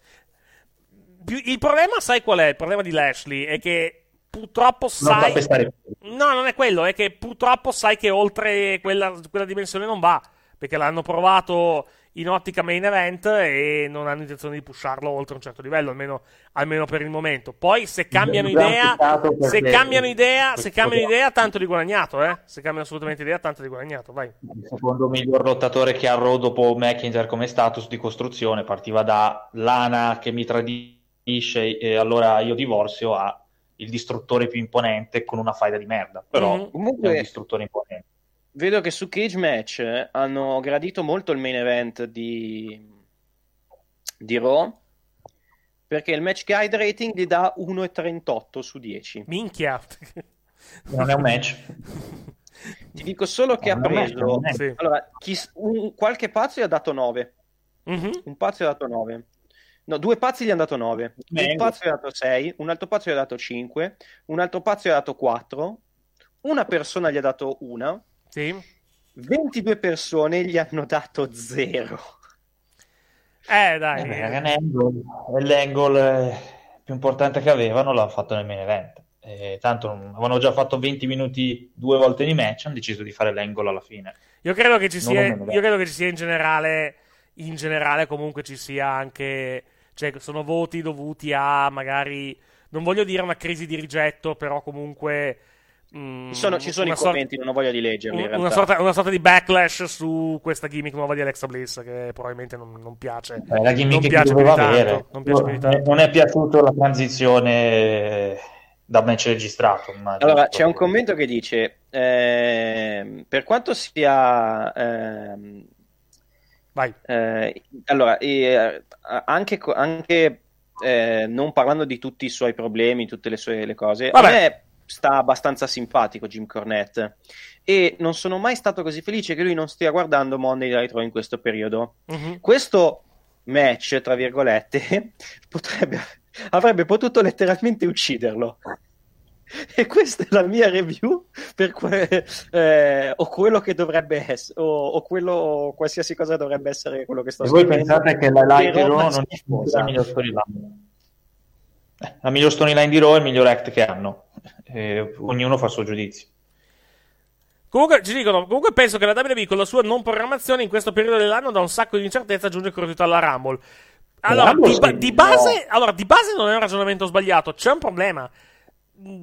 Speaker 7: più- il problema, sai qual è? Il problema di Lashley è che purtroppo
Speaker 10: Non fa
Speaker 7: sai...
Speaker 10: pestare.
Speaker 7: No, non è quello, è che purtroppo sai che oltre quella, quella dimensione non va, perché l'hanno provato in ottica main event e non hanno intenzione di pusharlo oltre un certo livello, almeno, almeno per il momento. Poi se cambiano
Speaker 10: Abbiamo
Speaker 7: idea,
Speaker 10: citato perché-
Speaker 7: se cambiano idea, se
Speaker 10: questo-
Speaker 7: cambiano idea, tanto di guadagnato, eh? Se cambiano assolutamente idea, tanto di guadagnato, vai.
Speaker 10: Il secondo miglior lottatore che ha Raw dopo McIntyre come status di costruzione partiva da Lana che mi tradisce e allora io divorzio a il distruttore più imponente con una faida di merda, però
Speaker 7: Mhm.
Speaker 10: è un
Speaker 9: Comunque,
Speaker 10: distruttore imponente.
Speaker 9: vedo che su Cage Match eh, hanno gradito molto il main event di, di Raw, perché il match guide rating gli dà uno virgola trentotto su dieci.
Speaker 7: Minchia.
Speaker 10: Non è un match.
Speaker 9: Ti dico solo che ha
Speaker 10: Non è un match,
Speaker 9: preso...
Speaker 10: non è.
Speaker 7: Sì.
Speaker 9: Allora, chi s- un- qualche pazzo gli ha dato nove.
Speaker 7: Mhm.
Speaker 9: Un pazzo gli ha dato nove. No, due pazzi gli hanno dato nove. Un
Speaker 10: Beh.
Speaker 9: pazzo gli ha dato sei, un altro pazzo gli ha dato cinque, un altro pazzo gli ha dato quattro, una persona gli ha dato una,
Speaker 7: Sì.
Speaker 9: ventidue persone gli hanno dato zero.
Speaker 7: Eh, dai.
Speaker 10: Eh beh, è un angle, è l'angle eh, più importante che avevano, l'ha fatto nel main event. Eh, tanto avevano già fatto venti minuti due volte di match, hanno deciso di fare l'angle alla fine.
Speaker 7: Io credo che ci
Speaker 10: Non
Speaker 7: sia,
Speaker 10: lo vedo.
Speaker 7: io credo che ci sia in generale, in generale comunque ci sia anche, cioè sono voti dovuti a magari, non voglio dire una crisi di rigetto, però comunque mh,
Speaker 9: Ci sono, ci sono i
Speaker 7: una sorta-
Speaker 9: commenti, non ho voglia di leggerli in
Speaker 7: un-
Speaker 9: realtà.
Speaker 7: una sorta, una sorta di backlash su questa gimmick nuova di Alexa Bliss che probabilmente non, non piace.
Speaker 10: Eh, la gimmick
Speaker 7: non
Speaker 10: che
Speaker 7: piace
Speaker 10: doveva
Speaker 7: più di tanto,
Speaker 10: avere.
Speaker 7: non piace più di tanto.
Speaker 10: Non è piaciuta la transizione da match registrato, immagino.
Speaker 9: Allora, c'è un commento che dice: ehm, per quanto sia. ehm,
Speaker 7: Vai.
Speaker 9: eh, allora, eh, anche, co- anche eh, non parlando di tutti i suoi problemi, tutte le sue le cose,
Speaker 7: Vabbè.
Speaker 9: a me sta abbastanza simpatico Jim Cornette. E non sono mai stato così felice che lui non stia guardando Monday Night Raw in questo periodo.
Speaker 7: Mhm.
Speaker 9: Questo match, tra virgolette, potrebbe, avrebbe potuto letteralmente ucciderlo. E questa è la mia review per que- eh, o quello che dovrebbe essere, o, o quello, o qualsiasi cosa dovrebbe essere quello che sto
Speaker 10: E voi
Speaker 9: scrivendo.
Speaker 10: pensate che la Light
Speaker 9: Però
Speaker 10: Raw
Speaker 9: una
Speaker 10: non è
Speaker 9: schifosa.
Speaker 10: la miglior storyline? Eh, La miglior storyline di Raw è il miglior act che hanno. Eh, ognuno fa il suo giudizio.
Speaker 7: Comunque, ci dicono, comunque penso che la W W E con la sua non programmazione in questo periodo dell'anno da un sacco di incertezza aggiunge curiosità alla Rumble. Allora,
Speaker 10: Rumble
Speaker 7: di, ba-
Speaker 10: sì,
Speaker 7: di base,
Speaker 10: no.
Speaker 7: allora, di base non è un ragionamento sbagliato, c'è un problema. Mm,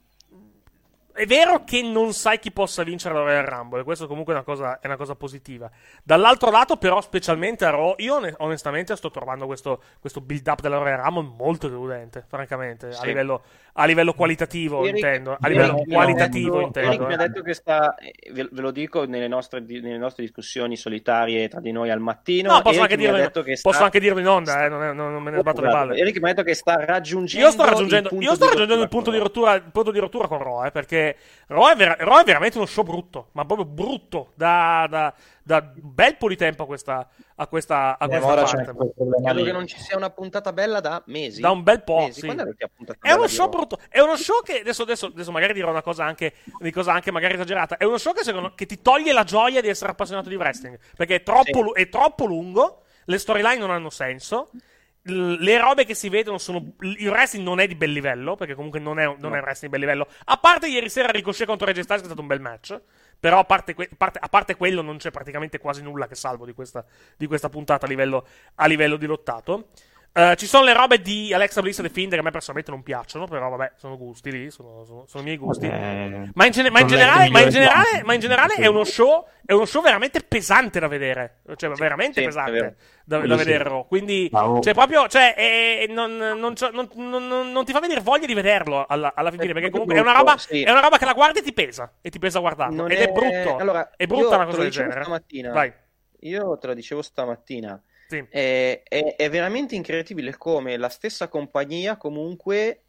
Speaker 7: È vero che non sai chi possa vincere la Royal Rumble, e questo comunque è una cosa, è una cosa positiva. Dall'altro lato, però, specialmente a Raw, io on- onestamente sto trovando questo, questo build-up della Royal Rumble molto deludente, francamente,
Speaker 9: Sì.
Speaker 7: a livello, a livello qualitativo,
Speaker 9: Eric-
Speaker 7: intendo. A
Speaker 9: Eric
Speaker 7: livello
Speaker 9: mi ha
Speaker 7: qualitativo,
Speaker 9: detto-
Speaker 7: intendo.
Speaker 9: Eric mi ha
Speaker 7: eh.
Speaker 9: detto che sta, eh, ve, ve lo dico nelle nostre, di- nelle nostre discussioni solitarie tra di noi al mattino.
Speaker 7: No, posso
Speaker 9: Eric
Speaker 7: anche,
Speaker 9: mi ha
Speaker 7: dirlo,
Speaker 9: detto che
Speaker 7: posso
Speaker 9: sta-
Speaker 7: anche dirlo in onda, eh, non, è- non- non me ne sbatto le
Speaker 9: Esatto.
Speaker 7: balle.
Speaker 9: Eric mi ha detto che sta raggiungendo
Speaker 7: Io sto raggiungendo,
Speaker 9: il punto
Speaker 7: io sto
Speaker 9: di
Speaker 7: raggiungendo il
Speaker 9: rottura
Speaker 7: punto di
Speaker 9: con
Speaker 7: rottura, il punto di rottura con Raw, eh, perché Raw è, vera- Raw è veramente uno show brutto, ma proprio brutto, da, da, da un bel po' di tempo a questa, a questa, a
Speaker 10: Eh,
Speaker 7: questa
Speaker 10: ora
Speaker 7: parte.
Speaker 10: c'è quel problema
Speaker 9: Credo
Speaker 10: lì.
Speaker 9: che non ci sia una puntata bella da mesi.
Speaker 7: Da un bel po',
Speaker 9: Mesi.
Speaker 7: sì.
Speaker 9: Quando è l'ultima puntata
Speaker 7: È
Speaker 9: bella
Speaker 7: uno
Speaker 9: di
Speaker 7: show
Speaker 9: Raw?
Speaker 7: brutto. È uno show che adesso, adesso, adesso magari dirò una cosa anche di cosa anche magari esagerata. È uno show che secondo che ti toglie la gioia di essere appassionato di wrestling. Perché è troppo,
Speaker 9: Sì.
Speaker 7: lu- è troppo lungo. Le storyline non hanno senso. l- Le robe che si vedono sono. Il wrestling non è di bel livello. Perché comunque non è, non
Speaker 9: No.
Speaker 7: è un wrestling di bel livello. A parte ieri sera Ricochet contro Reggie Styles, che è stato un bel match. Però a parte, que- parte- a parte quello non c'è praticamente quasi nulla che salvo di questa, di questa puntata a livello, a livello di lottato. Eh, ci sono le robe di Alexa Bliss e The Fiend che a me personalmente non piacciono, però vabbè, sono gusti lì, sono, sono, sono i miei gusti.
Speaker 10: Eh,
Speaker 7: Ma in, gene- ma in
Speaker 10: sono
Speaker 7: generale,
Speaker 10: le
Speaker 7: ma in
Speaker 10: migliori
Speaker 7: generale,
Speaker 10: quante.
Speaker 7: ma in generale è uno show, è uno show veramente pesante da vedere. Cioè, veramente
Speaker 9: sì, è
Speaker 7: pesante
Speaker 9: vero.
Speaker 7: da, da
Speaker 10: Quello sì.
Speaker 7: vederlo. Quindi,
Speaker 10: Bravo.
Speaker 7: cioè, proprio, cioè, è- non, non, c'ho- non- non- non- non ti fa venire voglia di vederlo alla, alla fine, perché comunque è una roba,
Speaker 9: Sì.
Speaker 7: è una roba che la guardi e ti pesa. E ti pesa guardarlo.
Speaker 9: Non
Speaker 7: Ed è, brutto.
Speaker 9: Allora,
Speaker 7: è brutta
Speaker 9: io
Speaker 7: una
Speaker 9: te
Speaker 7: cosa
Speaker 9: lo
Speaker 7: del
Speaker 9: dicevo
Speaker 7: genere.
Speaker 9: stamattina.
Speaker 7: Vai.
Speaker 9: Io te lo dicevo stamattina.
Speaker 7: Sì.
Speaker 9: È, è- è veramente incredibile come la stessa compagnia comunque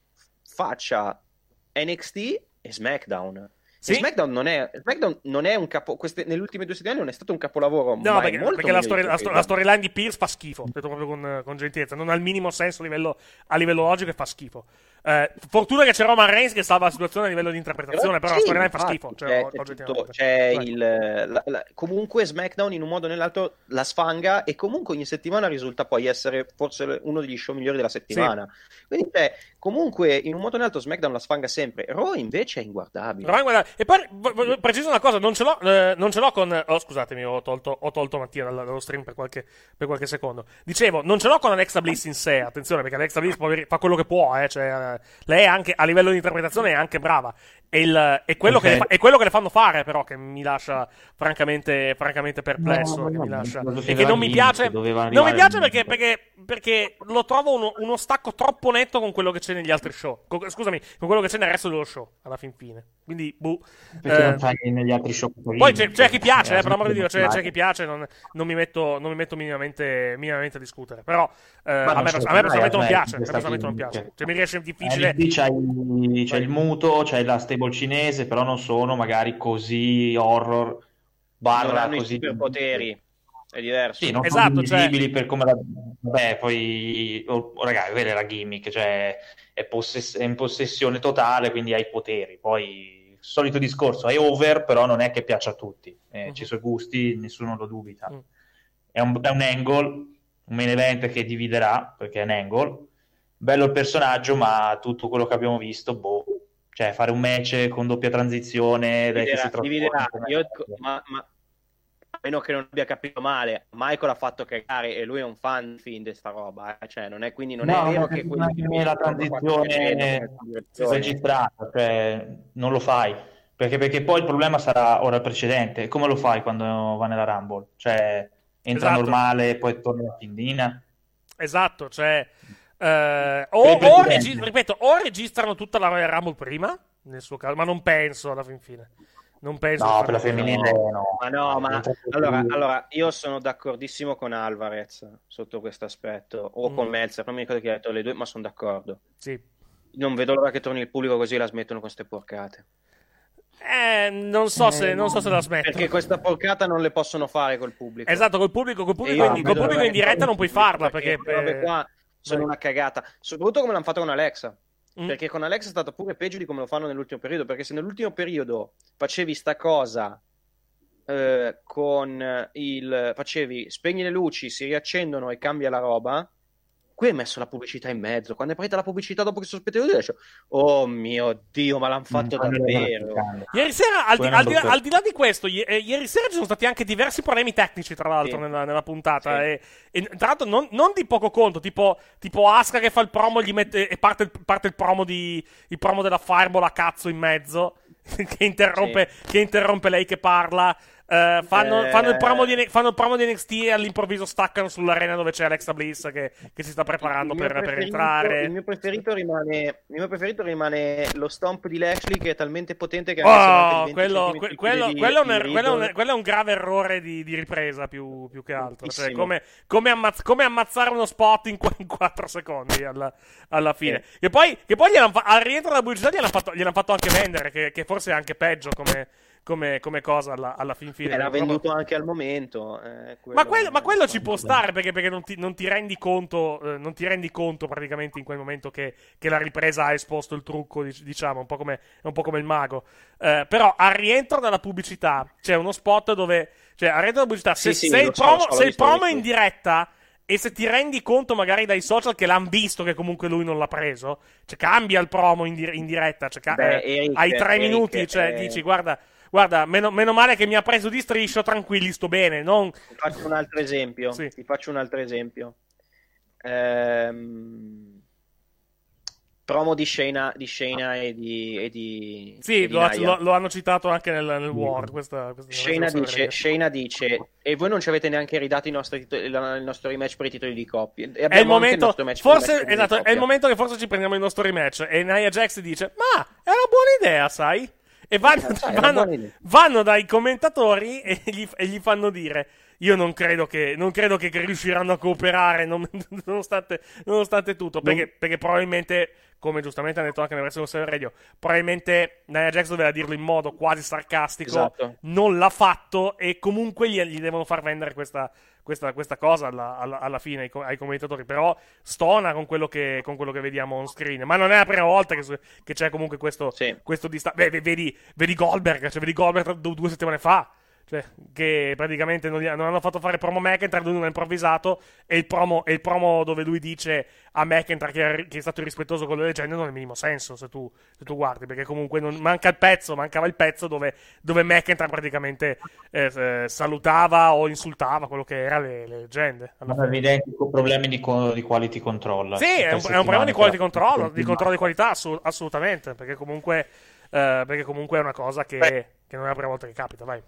Speaker 9: faccia N X T e SmackDown.
Speaker 7: Sì?
Speaker 9: E SmackDown non è, SmackDown non è un capo. Queste, nelle ultime due settimane non è stato un capolavoro.
Speaker 7: No,
Speaker 9: mai,
Speaker 7: perché,
Speaker 9: molto
Speaker 7: perché la,
Speaker 9: meglio
Speaker 7: story-
Speaker 9: di
Speaker 7: la, sto-
Speaker 9: quello.
Speaker 7: la storyline di Pierce fa schifo, detto proprio con, con gentilezza. Non ha il minimo senso a livello, a livello logico e fa schifo. Eh, fortuna che c'è Roman Reigns che salva la situazione a livello di interpretazione, però,
Speaker 9: sì,
Speaker 7: la storyline fa
Speaker 9: infatti,
Speaker 7: schifo. Cioè,
Speaker 9: c'è,
Speaker 7: o-
Speaker 9: c'è
Speaker 7: oggettivamente.
Speaker 9: tutto- c'è
Speaker 7: Vai.
Speaker 9: il, la- la- comunque SmackDown in un modo o nell'altro la sfanga e comunque ogni settimana risulta poi essere forse uno degli show migliori della settimana. Quindi cioè, comunque in un modo o nell'altro SmackDown la sfanga sempre. Raw invece è inguardabile.
Speaker 7: Però, guarda, e poi v- v- preciso una cosa: non ce l'ho, eh, non ce l'ho con. Oh, scusatemi, ho tolto, ho tolto Mattia dal- dallo stream per qualche, per qualche secondo. Dicevo, non ce l'ho con Alexa Bliss in sé. Attenzione, perché Alexa Bliss poveri- fa quello che può, eh, cioè, eh, lei è anche a livello di interpretazione è anche brava. È, il, è, quello
Speaker 10: Ok.
Speaker 7: che le fa- è quello che le fanno fare, però, che mi lascia francamente, francamente perplesso.
Speaker 10: No, no,
Speaker 7: che
Speaker 10: no,
Speaker 7: mi lascia,
Speaker 10: no, no,
Speaker 7: e che
Speaker 10: doveva
Speaker 7: non mi
Speaker 10: lì,
Speaker 7: piace.
Speaker 10: che doveva
Speaker 7: Non mi
Speaker 10: arrivare
Speaker 7: piace
Speaker 10: lì.
Speaker 7: perché, perché, perché lo trovo uno, uno stacco troppo netto con quello che c'è negli altri show. Con- scusami, con quello che c'è nel resto dello show, alla fin fine. Quindi, boh.
Speaker 10: Perché
Speaker 7: eh,
Speaker 10: non fai negli altri show.
Speaker 7: poi c'è, c'è chi piace, eh, per amor di Dio, c'è,
Speaker 10: Dai.
Speaker 7: c'è chi piace, non, non mi metto, non mi metto minimamente, minimamente a discutere. Però eh,
Speaker 10: Ma
Speaker 7: a,
Speaker 10: non
Speaker 7: me,
Speaker 10: c'è
Speaker 7: a me personalmente non
Speaker 10: mai,
Speaker 7: piace. A me
Speaker 10: questa
Speaker 7: personalmente non
Speaker 10: gimmick.
Speaker 7: piace. Cioè, mi riesce
Speaker 10: Eh,
Speaker 7: difficile.
Speaker 10: lì c'è, il, c'è il muto, c'è la stable cinese, però non sono magari così horror
Speaker 9: Non
Speaker 10: barra
Speaker 9: hanno i
Speaker 10: così
Speaker 9: superpoteri. È diverso.
Speaker 10: Sì, non
Speaker 7: Esatto,
Speaker 10: sono
Speaker 7: cioè-
Speaker 10: visibili per come la... Beh, poi... Oh, ragazzi, vedi la gimmick, cioè è, possess- è in possessione totale, quindi hai poteri. Poi, solito discorso, è over, però non è che piaccia a tutti. Eh,
Speaker 7: Mhm.
Speaker 10: Ci sono gusti, nessuno lo dubita.
Speaker 7: Mm.
Speaker 10: È un, è un angle, un main event che dividerà, perché è un angle. Bello il personaggio, ma tutto quello che abbiamo visto, boh, Cioè, fare un match con doppia transizione, lei che si
Speaker 9: dividerà,
Speaker 10: trasforma.
Speaker 9: dividerà. Io, ma, ma a meno che non abbia capito male, Michael ha fatto cagare e lui è un fan fin di sta roba, eh? Cioè non è quindi non
Speaker 10: No,
Speaker 9: è vero
Speaker 10: perché
Speaker 9: che quelli
Speaker 10: anche me la transizione registrata, cioè non lo fai, perché, perché poi il problema sarà ora il precedente. Come lo fai quando va nella Rumble? Cioè entra
Speaker 7: Esatto.
Speaker 10: normale e poi torna la findina?
Speaker 7: Esatto, cioè eh, o, o regi- ripeto, o registrano tutta la Royal Rumble prima, nel suo caso, ma non penso alla fin fine. Non penso
Speaker 10: No,
Speaker 7: che
Speaker 10: per la
Speaker 7: fanno-
Speaker 10: femminile no.
Speaker 9: Ma no, ma
Speaker 10: Non troppo
Speaker 9: allora,
Speaker 10: più.
Speaker 9: allora io sono d'accordissimo con Alvarez sotto questo aspetto, o
Speaker 7: Mm.
Speaker 9: con Meltzer, non mi ricordo chi ha detto le due, ma sono d'accordo.
Speaker 7: Sì.
Speaker 9: Non vedo l'ora che torni il pubblico così la smettono con queste porcate.
Speaker 7: Eh, non so se, non so se la smetto.
Speaker 9: Perché questa porcata non le possono fare col pubblico.
Speaker 7: Esatto, col pubblico, col pubblico,
Speaker 9: E
Speaker 7: in,
Speaker 9: io
Speaker 7: col
Speaker 9: vedo
Speaker 7: pubblico in
Speaker 9: l'ora-
Speaker 7: diretta non puoi farla perché
Speaker 9: queste robe
Speaker 7: eh,
Speaker 9: qua sono
Speaker 7: vai.
Speaker 9: una cagata, soprattutto come l'hanno fatto con Alexa.
Speaker 7: Mm.
Speaker 9: Perché con Alexa è stato pure peggio di come lo fanno nell'ultimo periodo, perché se nell'ultimo periodo facevi sta cosa eh, con il facevi spegni le luci, si riaccendono e cambia la roba, qui hai messo la pubblicità in mezzo. Quando è partita la pubblicità dopo che sospettevo io dicevo, oh mio Dio, ma l'hanno fatto
Speaker 10: Mm,
Speaker 9: davvero.
Speaker 7: Ieri sera, al di,
Speaker 10: Poi
Speaker 7: al di-
Speaker 10: non lo-
Speaker 7: al di là di questo, i- eh, ieri sera ci sono stati anche diversi problemi tecnici, tra l'altro,
Speaker 9: Sì.
Speaker 7: nella, nella puntata.
Speaker 9: Sì.
Speaker 7: E, e tra l'altro, non, non di poco conto, tipo, tipo Asuka che fa il promo gli mette, e parte, il- parte il, promo di, il promo della Fireball a cazzo in mezzo, che, interrompe, che interrompe lei che parla. Eh, fanno,
Speaker 9: Eh.
Speaker 7: fanno, il promo di, fanno il promo di N X T e all'improvviso staccano sull'arena dove c'è Alexa Bliss che, che si sta preparando
Speaker 9: Il mio
Speaker 7: per, per
Speaker 9: preferito-
Speaker 7: entrare.
Speaker 9: Il mio preferito rimane, il mio preferito rimane lo stomp di Lashley, che è talmente potente che anche se
Speaker 7: Oh,
Speaker 9: manca di venti
Speaker 7: quello,
Speaker 9: centimetri
Speaker 7: que- quello,
Speaker 9: di-
Speaker 7: quello, è un,
Speaker 9: di
Speaker 7: er- quello è un-
Speaker 9: Riddle.
Speaker 7: quello è un grave errore di, di ripresa più, più che altro. Cioè,
Speaker 9: Bruttissimo.
Speaker 7: come, come, ammazz- come ammazzare uno spot in, qu- in quattro secondi alla, alla fine.
Speaker 9: Sì.
Speaker 7: E poi, che poi gliel'han fa- al rientro della pubblicità gliel'hanno fatto, gliel'hanno fatto anche vendere, che, che forse è anche peggio come, come, come cosa alla, alla fin fine.
Speaker 9: Eh, l'ha
Speaker 7: Proprio-
Speaker 9: venduto anche al momento. eh,
Speaker 7: Ma quello, ma quello ci può stare perché, perché non, ti, non ti rendi conto, eh, non ti rendi conto praticamente in quel momento che, che la ripresa ha esposto il trucco, dic- diciamo, un po' come, è un po' come il mago. Eh, però al rientro dalla pubblicità c'è uno spot dove, cioè al rientro dalla pubblicità, se,
Speaker 9: Sì, sì,
Speaker 7: se il
Speaker 9: lo so,
Speaker 7: promo,
Speaker 9: lo so, l'ho
Speaker 7: se il
Speaker 9: visto,
Speaker 7: promo
Speaker 9: l'ho
Speaker 7: è in
Speaker 9: visto.
Speaker 7: diretta e se ti rendi conto magari dai social che l'hanno visto che comunque lui non l'ha preso, cioè cambia il promo in, dir- in diretta, cioè, ca-
Speaker 9: Beh,
Speaker 7: eh,
Speaker 9: Eric,
Speaker 7: hai tre
Speaker 9: Eric,
Speaker 7: minuti, cioè
Speaker 9: eh,
Speaker 7: dici guarda, guarda meno, meno male che mi ha preso di striscio, tranquilli, sto bene, non...
Speaker 9: Ti faccio un altro esempio.
Speaker 7: Sì.
Speaker 9: Ti faccio un altro esempio. Ehm, Promo di Shayna, di Shayna e di, e di,
Speaker 7: Sì,
Speaker 9: e di
Speaker 7: lo,
Speaker 9: Nia.
Speaker 7: lo- lo hanno citato anche nel, nel War. Questa, questa
Speaker 9: Shayna
Speaker 7: questa
Speaker 9: dice,
Speaker 7: storia.
Speaker 9: Shayna dice, e voi non ci avete neanche ridato i nostri titoli- la- il nostro rematch per i titoli di coppia. E
Speaker 7: È il
Speaker 9: abbiamo anche
Speaker 7: momento,
Speaker 9: nostro match per i
Speaker 7: forse,
Speaker 9: titoli di
Speaker 7: esatto, è
Speaker 9: coppia.
Speaker 7: il momento che forse ci prendiamo il nostro rematch. E Nia Jax dice: Ma è una buona idea, sai? E vanno,
Speaker 9: Eh, sai, è una
Speaker 7: vanno-
Speaker 9: buona idea.
Speaker 7: vanno dai commentatori e gli, e gli fanno dire: Io non credo che, non credo che riusciranno a cooperare, non- nonostante, nonostante tutto. Perché, perché probabilmente, come giustamente hanno detto anche nel Wrestling Observer Radio, probabilmente Nia Jax doveva dirlo in modo quasi sarcastico.
Speaker 9: Esatto.
Speaker 7: Non l'ha fatto e comunque gli, gli devono far vendere questa, questa, questa cosa alla, alla- alla fine ai, co- ai commentatori. Però stona con quello che, con quello che vediamo on screen. Ma non è la prima volta che, su- che c'è comunque questo,
Speaker 9: Sì.
Speaker 7: questo distacco. Vedi, vedi Goldberg, cioè vedi Goldberg due, due settimane fa. Cioè, che praticamente non, gli, non hanno fatto fare promo McIntyre, lui non ha improvvisato. E il promo, e il promo dove lui dice a McIntyre che, è- che è stato irrispettoso con le leggende non ha il minimo senso se tu, se tu guardi. Perché comunque non, manca il pezzo, mancava il pezzo dove, dove McIntyre praticamente eh, eh, salutava o insultava quello che era le, le leggende. alla
Speaker 10: Sono
Speaker 7: fine.
Speaker 10: evidenti problemi di, co- di quality control.
Speaker 7: Sì, è un, è un problema di quality control, di controllo di qualità, assu- assolutamente. Perché comunque, eh, perché comunque è una cosa che, che non è la prima volta che capita, vai.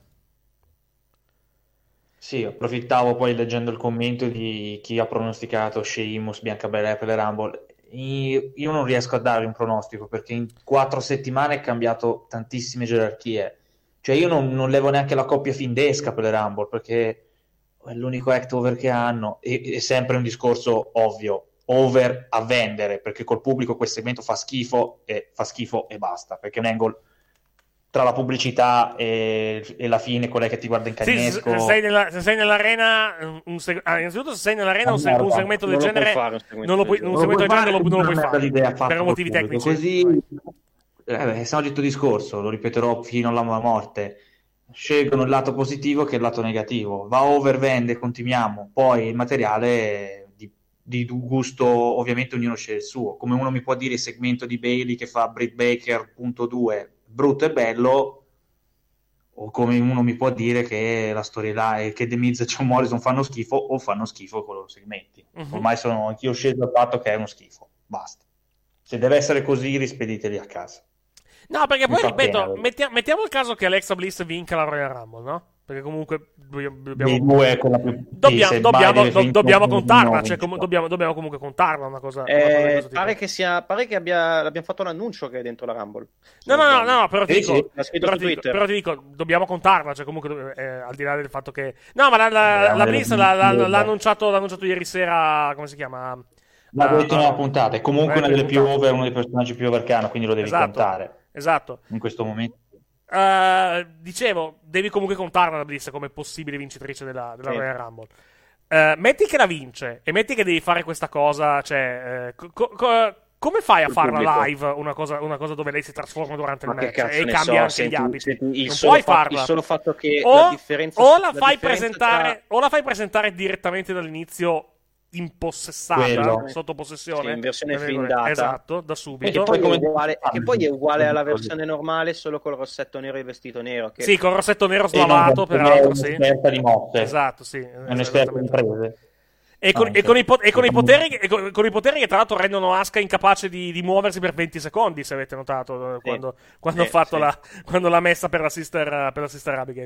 Speaker 10: Sì, approfittavo poi leggendo il commento di chi ha pronosticato Sheamus, Bianca Belair per le Rumble. Io io non riesco a dare un pronostico perché in quattro settimane è cambiato tantissime gerarchie. Cioè io non, non levo neanche la coppia findesca per le Rumble perché è l'unico act over che hanno. E è sempre un discorso ovvio, over a vendere, perché col pubblico quel segmento fa schifo e fa schifo e basta, perché è un angle tra la pubblicità e, e la fine, quella che ti guarda in
Speaker 7: Sì,
Speaker 10: cagnesco.
Speaker 7: se, se sei nella- se sei nell'arena, un- un seg- ah, innanzitutto, se sei nell'arena, un, seg- un segmento del
Speaker 9: Non lo puoi
Speaker 7: genere,
Speaker 9: fare un segmento
Speaker 7: non lo puoi,
Speaker 9: del
Speaker 7: un
Speaker 9: genere.
Speaker 7: segmento del genere non lo, non lo puoi
Speaker 10: Una
Speaker 7: fare
Speaker 10: l'idea fatta
Speaker 7: per
Speaker 10: col
Speaker 7: motivi
Speaker 10: pubblico.
Speaker 7: tecnici.
Speaker 10: Così eh, beh, è solito discorso, lo ripeterò fino alla morte. Scelgono il lato positivo che il lato negativo. Va over, vende, continuiamo. Poi il materiale di- di gusto, ovviamente ognuno sceglie il suo. Come uno mi può dire il segmento di Bailey che fa Britt Baker punto due brutto e bello, o come uno mi può dire che la storia è che The Miz e John Morrison fanno schifo, o fanno schifo con i loro segmenti. Uh-huh. Ormai sono anch'io sceso dal fatto che è uno schifo, basta. Se deve essere così, rispediteli a casa.
Speaker 7: No, perché poi, ripeto, mettiamo, mettiamo il caso che Alexa Bliss vinca la Royal Rumble, no? Perché comunque dobbiamo,
Speaker 10: due, più,
Speaker 7: dobbiamo,
Speaker 10: sì,
Speaker 7: dobbiamo, do, dobbiamo contarla, cioè com- dobbiamo, dobbiamo comunque contarla una cosa,
Speaker 9: eh,
Speaker 7: una cosa
Speaker 9: pare che sia pare che abbia l'abbiamo fatto l'annuncio che è dentro la Rumble.
Speaker 7: No, no, no, no, però ti dico,
Speaker 9: sì, sì,
Speaker 7: però, ti dico però ti dico, dobbiamo contarla, cioè comunque eh, al di là del fatto che no, ma la, la, la Bliss l'ha, l'ha, l'ha, annunciato, l'ha annunciato ieri sera, come si chiama?
Speaker 10: L'ha detto in una puntata, è comunque una delle più over, uno dei personaggi più over che hanno, quindi lo devi
Speaker 7: esatto,
Speaker 10: contare.
Speaker 7: Esatto.
Speaker 10: In questo momento.
Speaker 7: Uh, dicevo, devi comunque contarla la Bliss come possibile vincitrice della, della sì. Royal Rumble. Uh, metti che la vince e metti che devi fare questa cosa, cioè, uh, co- co- come fai a il farla pubblico. live una cosa, una cosa dove lei si trasforma durante
Speaker 9: Ma
Speaker 7: il match
Speaker 9: e
Speaker 7: cambia
Speaker 9: so,
Speaker 7: anche
Speaker 9: senti,
Speaker 7: gli abiti?
Speaker 9: Senti, il
Speaker 7: non
Speaker 9: solo
Speaker 7: puoi
Speaker 9: fatto,
Speaker 7: farla.
Speaker 9: Il solo fatto che
Speaker 7: o
Speaker 9: la differenza,
Speaker 7: o la
Speaker 9: la
Speaker 7: fai
Speaker 9: differenza
Speaker 7: presentare
Speaker 9: tra...
Speaker 7: o la fai presentare direttamente dall'inizio impossessata,
Speaker 10: Quello.
Speaker 7: sotto possessione,
Speaker 9: sì, in versione flindata,
Speaker 7: esatto, da subito.
Speaker 9: Che poi, come uguale, che poi è uguale alla versione normale, solo col rossetto nero e il vestito nero. Che...
Speaker 7: Sì, col rossetto nero slavato, peraltro. Sì.
Speaker 10: È un'esperta di mosse.
Speaker 7: Esatto, sì.
Speaker 10: È un'esperta di prese.
Speaker 7: E con, e, con i, e, con i poteri, e con, con i poteri che tra l'altro rendono Asuka incapace di, di muoversi per venti secondi, se avete notato,
Speaker 9: sì.
Speaker 7: quando, quando
Speaker 9: sì,
Speaker 7: ho fatto
Speaker 9: sì.
Speaker 7: la quando l'ha messa per la sister, per la sister Abigail.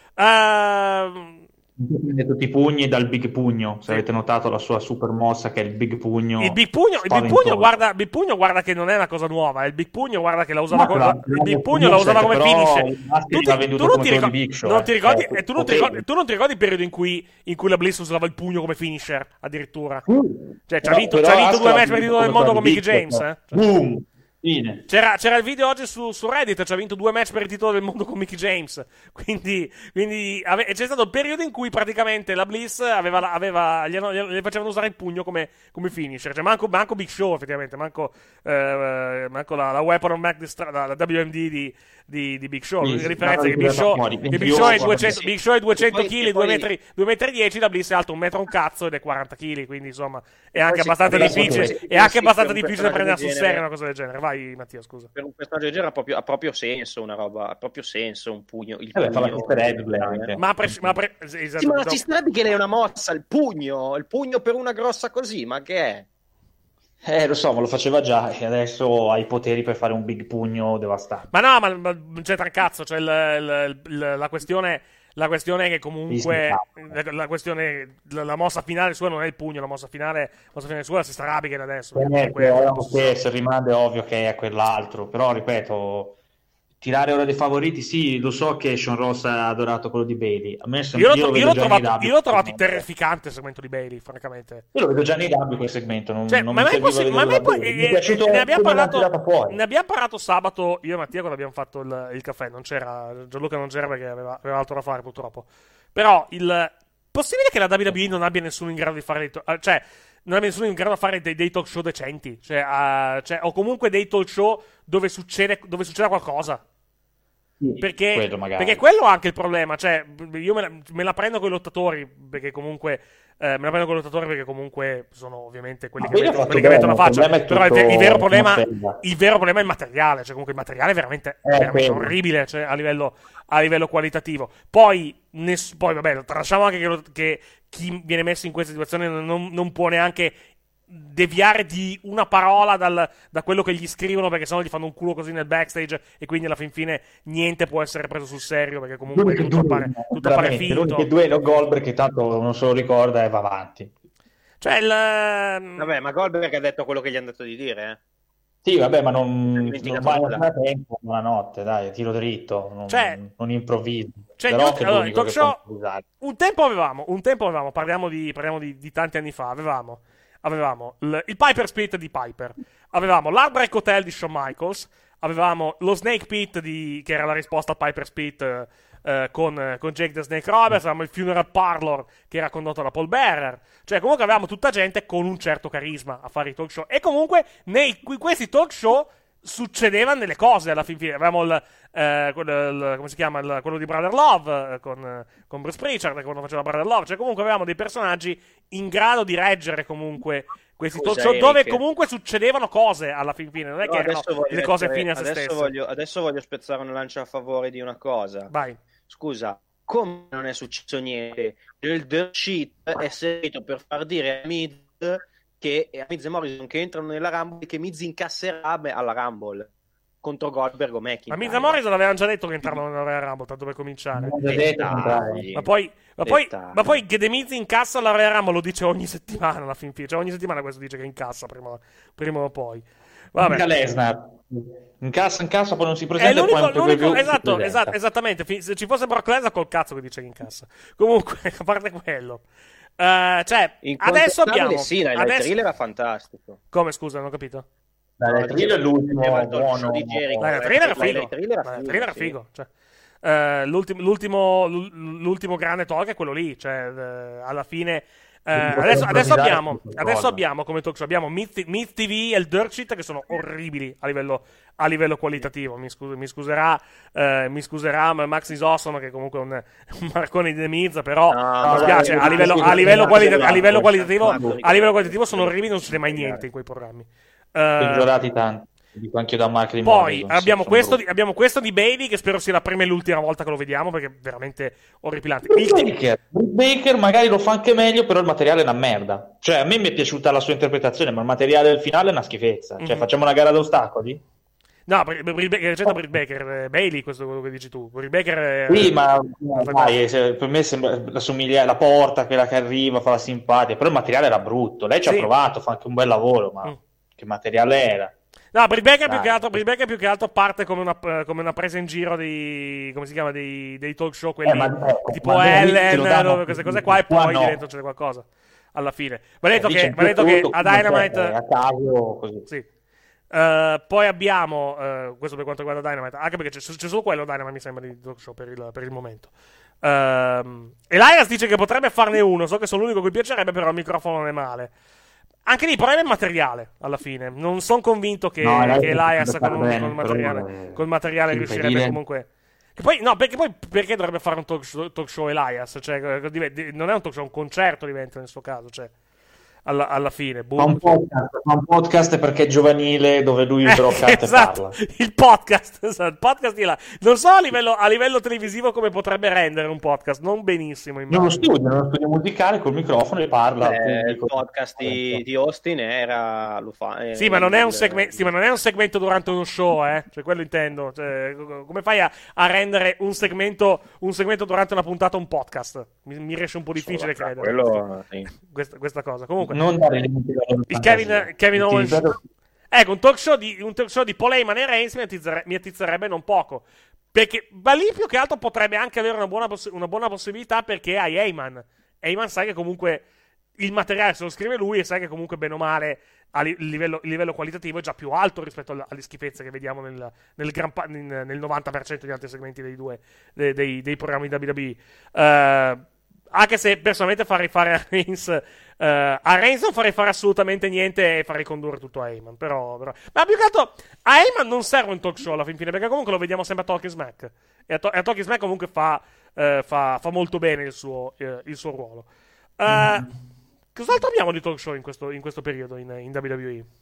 Speaker 7: Uh,
Speaker 10: Prende tutti i pugni dal big pugno, se sì. avete notato la sua super mossa che è il big pugno.
Speaker 7: Il big pugno, il big pugno, guarda, big pugno guarda che non è una cosa nuova, il big pugno guarda che la usava come la, il big pugno la usava come finisher. Tu, ti, tu non ti ricordi, Show, non ti ricordi eh, tu, non ti ricordi tu non ti ricordi il periodo in cui in cui la Bliss usava il pugno come finisher addirittura. Mm. Cioè ci ha vinto, vinto due match per il titolo del mondo con Mickey James, eh?
Speaker 10: Boom.
Speaker 7: C'era, c'era il video oggi su, su Reddit, ci ha vinto due match per il titolo del mondo con Mickey James. Quindi, quindi ave, c'è stato il periodo in cui praticamente la Bliss aveva, aveva gli, gli facevano usare il pugno come, come finisher. Cioè, manco, manco Big Show, effettivamente, manco, eh, manco la, la Weapon of Mac, la, la W M D di, di, di Big Show. L'unica differenza è che Big Show, che Big Show è duecento, Big Show è duecento chili, due metri, due metri dieci, la Bliss è alto un metro un cazzo ed è quaranta chili. Quindi, insomma, è anche abbastanza difficile. È anche abbastanza difficile prendere sul serio una cosa del genere. Vai, Mattia, scusa.
Speaker 9: Per un personaggio del genere ha proprio, ha proprio senso una roba, ha proprio senso un pugno. Il
Speaker 10: eh
Speaker 9: pugno
Speaker 10: beh,
Speaker 7: ma, pre- ma pre- esatto,
Speaker 9: sì, ma ci starebbe che lei è una mossa, il pugno, il pugno per una grossa così, ma che è?
Speaker 10: Eh, lo so, ma lo faceva già e adesso ha i poteri per fare un big pugno devastante.
Speaker 7: Ma no, ma, ma non c'entra un cazzo, cioè il, il, il, la questione... La questione è che comunque la, la questione la, la mossa finale sua non è il pugno, la mossa finale, la mossa finale sua è la Sister Abigail adesso.
Speaker 10: Eh, però, che se rimane ovvio che è quell'altro, però ripeto, tirare ora dei favoriti, sì, lo so che Sean Ross ha adorato quello di Bailey. A me
Speaker 7: io, io, io l'ho trovato, io l'ho trovato terrificante il segmento di Bailey, francamente.
Speaker 10: Io lo vedo già nei W quel segmento, non,
Speaker 7: cioè,
Speaker 10: non
Speaker 7: ma
Speaker 10: mi
Speaker 7: possi- ma me poi,
Speaker 10: mi è piaciuto,
Speaker 7: ne abbiamo parlato ne abbiamo parlato sabato io e Mattia quando abbiamo fatto il, il caffè, non c'era Gianluca, non c'era perché aveva, aveva altro da fare purtroppo. Però il possibile che la W W E non abbia nessuno in grado di fare dei to- cioè non abbia nessuno in grado di fare dei, dei talk show decenti, cioè, uh, cioè o comunque dei talk show dove succede dove succede qualcosa. Perché quello, perché quello è anche il problema, cioè io me la, me la prendo con i lottatori perché comunque eh, me la prendo con i lottatori perché comunque sono ovviamente quelli, che, met- quelli che mettono la faccia, però il, il vero problema il vero problema è il materiale, cioè comunque il materiale è veramente,
Speaker 10: eh,
Speaker 7: veramente orribile, cioè, a livello a livello qualitativo. Poi ness- poi vabbè, trasciamo anche che, che chi viene messo in questa situazione non, non può neanche deviare di una parola dal, da quello che gli scrivono, perché sennò gli fanno un culo così nel backstage e quindi alla fin fine niente può essere preso sul serio perché comunque tutto appare, tutto appare finto.
Speaker 10: L'unico due è Goldberg che tanto non se lo ricorda e va avanti.
Speaker 7: Cioè il...
Speaker 9: Vabbè, ma Goldberg ha detto quello che gli hanno detto di dire, eh?
Speaker 10: Sì, vabbè, ma non, non vai a tempo una notte, dai, tiro dritto, non,
Speaker 7: cioè,
Speaker 10: non improvviso.
Speaker 7: Cioè,
Speaker 10: però
Speaker 7: io, allora, il talk show, un tempo avevamo, un tempo avevamo, parliamo di, parliamo di, di tanti anni fa, avevamo Avevamo l- il Piper Split di Piper, avevamo l'Heartbreak Hotel di Shawn Michaels, avevamo lo Snake Pit di, che era la risposta al Piper Split eh, eh, con, con Jake the Snake Roberts, avevamo il Funeral Parlor che era condotto da Paul Bearer, cioè comunque avevamo tutta gente con un certo carisma a fare i talk show e comunque nei questi talk show succedevano delle cose alla fin fine. Avevamo il, eh, quello, il come si chiama il, quello di Brother Love eh, con, con Bruce Pritchard quando faceva Brother Love, cioè comunque avevamo dei personaggi in grado di reggere comunque questi
Speaker 9: Scusa,
Speaker 7: talk show dove
Speaker 9: Eric.
Speaker 7: comunque succedevano cose alla fin fine, non è
Speaker 9: No,
Speaker 7: che erano
Speaker 9: adesso voglio
Speaker 7: le cose
Speaker 9: mettere-
Speaker 7: fine a se
Speaker 9: adesso
Speaker 7: stesse.
Speaker 9: voglio, adesso voglio spezzare una lancia a favore di una cosa.
Speaker 7: Vai.
Speaker 9: Scusa, come non è successo niente? Il dirt sheet è servito per far dire a Miz che a Miz e Morrison che entrano nella Rumble che Miz incasserà beh, alla Rumble contro Goldberg o
Speaker 7: Ma
Speaker 9: McIntyre.
Speaker 7: Miz e Morrison avevano già detto che entravano nella Royal Rumble, tanto per cominciare.
Speaker 9: Dettagli.
Speaker 7: Ma poi, ma poi,
Speaker 9: Dettagli.
Speaker 7: ma poi che The Miz incassa la Royal Rumble lo dice ogni settimana alla fin fine. Cioè ogni settimana questo dice che incassa prima, prima o poi. Vabbè.
Speaker 10: Mica Lesnar. Incassa, incassa, poi non si
Speaker 7: È
Speaker 10: presenta.
Speaker 7: l'unico,
Speaker 10: e poi
Speaker 7: l'unico
Speaker 10: più si
Speaker 7: esatto,
Speaker 10: presenta.
Speaker 7: esatto, esattamente. Fin- Se ci fosse Brock Lesnar col cazzo che dice che incassa. Comunque, a parte quello. Eh, cioè, adesso abbiamo.
Speaker 9: Sì, dai,
Speaker 7: adesso...
Speaker 9: Light Reel era fantastico.
Speaker 7: Come scusa, non ho capito?
Speaker 10: Dai, Light Reel è l'ultimo
Speaker 9: Diceva il talk
Speaker 10: buono.
Speaker 9: show di Jericho.
Speaker 7: Dai, la trailer era
Speaker 9: Dai,
Speaker 7: figo.
Speaker 9: Light Reel era
Speaker 7: Dai, la
Speaker 9: figo,
Speaker 7: trailer era
Speaker 9: sì.
Speaker 7: figo. Cioè, eh, l'ultimo, l'ultimo, l'ultimo grande talk è quello lì. Cioè, eh, alla fine. eh, adesso, adesso abbiamo, adesso abbiamo come talk show abbiamo Myth, Myth T V e il Dirt Sheet che sono orribili a livello, a livello qualitativo. Mi, scu- mi scuserà, eh, mi scuserà Max Isosono che comunque è un, un marcone di The Miz, però
Speaker 9: No,
Speaker 7: mi spiace.
Speaker 9: dai,
Speaker 7: A livello,
Speaker 9: sì,
Speaker 7: a livello,
Speaker 9: sì,
Speaker 7: qualita-
Speaker 9: sì,
Speaker 7: a livello
Speaker 9: sì,
Speaker 7: qualitativo,
Speaker 9: sì,
Speaker 7: a livello qualitativo sono orribili. Non succede mai niente in quei programmi. Eh,
Speaker 10: Peggiorati tanti. Dico anche da Mark di
Speaker 7: poi
Speaker 10: Morrison,
Speaker 7: abbiamo
Speaker 10: sì,
Speaker 7: questo,
Speaker 10: sono
Speaker 7: di, abbiamo questo di Bailey che spero sia la prima e l'ultima volta che lo vediamo perché è veramente orripilante.
Speaker 10: brutti.
Speaker 7: Il
Speaker 10: Britt Baker. Britt Baker magari lo fa anche meglio, però il materiale è una merda. Cioè, a me mi è piaciuta la sua interpretazione, ma il materiale del finale è una schifezza. Cioè,
Speaker 7: Mhm.
Speaker 10: facciamo una gara ad ostacoli?
Speaker 7: No, Br- Br- Br- receta Britt Baker, eh, Bailey, questo è quello che dici tu. Britt Baker è...
Speaker 10: Sì, ma
Speaker 7: non fa
Speaker 10: dai, se- per me sembra la somiglia la porta, quella che arriva, fa la simpatia, però il materiale era brutto. Lei ci
Speaker 7: Sì.
Speaker 10: ha provato, fa anche un bel lavoro, ma
Speaker 7: Mm.
Speaker 10: che materiale era?
Speaker 7: No, Britt Baker più
Speaker 10: Dai.
Speaker 7: che altro, Britt Baker più che altro parte come una, eh, come una presa in giro di, come si chiama, dei, dei talk show, quelli
Speaker 10: Eh, ma ecco,
Speaker 7: tipo
Speaker 10: ma dove te lo
Speaker 7: Ellen,
Speaker 10: danno
Speaker 7: dove queste cose qua, e
Speaker 10: qua
Speaker 7: poi
Speaker 10: no.
Speaker 7: dentro c'è qualcosa. Alla fine. Va detto
Speaker 10: Lì
Speaker 7: che,
Speaker 10: c'è
Speaker 7: va detto che
Speaker 10: tutto,
Speaker 7: a
Speaker 10: come
Speaker 7: Dynamite...
Speaker 10: c'è, a caso, così.
Speaker 7: Sì. Eh, poi abbiamo, eh, questo per quanto riguarda Dynamite, anche perché c'è, c'è solo quello Dynamite mi sembra di talk show per il, per il momento. Ehm, Elias dice che potrebbe farne uno, so che sono l'unico a cui piacerebbe, però il microfono non è male. Anche lì il problema è il materiale, alla fine. Non sono convinto che,
Speaker 10: No, Elias
Speaker 7: che Elias
Speaker 10: potrebbe
Speaker 7: con,
Speaker 10: fare
Speaker 7: con il
Speaker 10: bene,
Speaker 7: materiale,
Speaker 10: però, eh,
Speaker 7: col materiale
Speaker 10: sì,
Speaker 7: riuscirebbe
Speaker 10: dire-
Speaker 7: comunque... Che poi, no, perché poi perché dovrebbe fare un talk show, talk show Elias? Cioè, eh, div- non è un talk show, è un concerto diventa nel suo caso, cioè, alla, alla fine.
Speaker 10: Fa un
Speaker 7: boom.
Speaker 10: podcast, fa un podcast perché è giovanile dove lui però
Speaker 7: Eh,
Speaker 10: canta
Speaker 7: esatto,
Speaker 10: e parla.
Speaker 7: il podcast, esatto, il podcast di là. Non so a livello, a livello televisivo come potrebbe rendere un podcast, non benissimo
Speaker 10: Nello
Speaker 7: immagino.
Speaker 10: studio, nello studio musicale col microfono e parla. al
Speaker 9: Eh, il
Speaker 10: pubblico.
Speaker 9: podcast di, di Austin era lo fa eh,
Speaker 7: Sì, ma non è un
Speaker 9: il-
Speaker 7: segmento, sì, ma non è un segmento durante uno show, eh. Cioè, quello intendo. Cioè, co- come fai a, a rendere un segmento, un segmento durante una puntata un podcast? Mi, mi riesce un po' difficile
Speaker 9: Solo,
Speaker 7: credere.
Speaker 9: quello, sì.
Speaker 7: Questa, questa cosa. Comunque,
Speaker 10: Non dare limiti alla
Speaker 7: il
Speaker 10: fantasia.
Speaker 7: Kevin, Kevin
Speaker 10: Ti
Speaker 7: Owens.
Speaker 10: ripeto-
Speaker 7: Ecco, un talk show di, un talk show di Paul Heyman e Reigns mi, attizzere- mi attizzerebbe non poco. Perché, ma lì più che altro potrebbe anche avere una buona, poss- una buona possibilità perché hai Heyman. Heyman sai che comunque il materiale se lo scrive lui e sai che comunque bene o male a li- il, livello, il livello qualitativo è già più alto rispetto alle, alle schifezze che vediamo nel, nel, gran pa- in- nel novanta per cento di altri segmenti dei due dei, dei- dei programmi W W E. Eh, anche se personalmente farei fare a Reigns eh, a Reigns non farei fare assolutamente niente e farei condurre tutto a Heyman, però, però. Ma più che altro a Heyman non serve un talk show alla fin fine perché comunque lo vediamo sempre a Talking Smack e a, to- e a Talking Smack comunque fa, eh, fa, fa molto bene il suo, eh, il suo ruolo. Eh, Cos'altro abbiamo di talk show in questo, in questo periodo in, in W W E?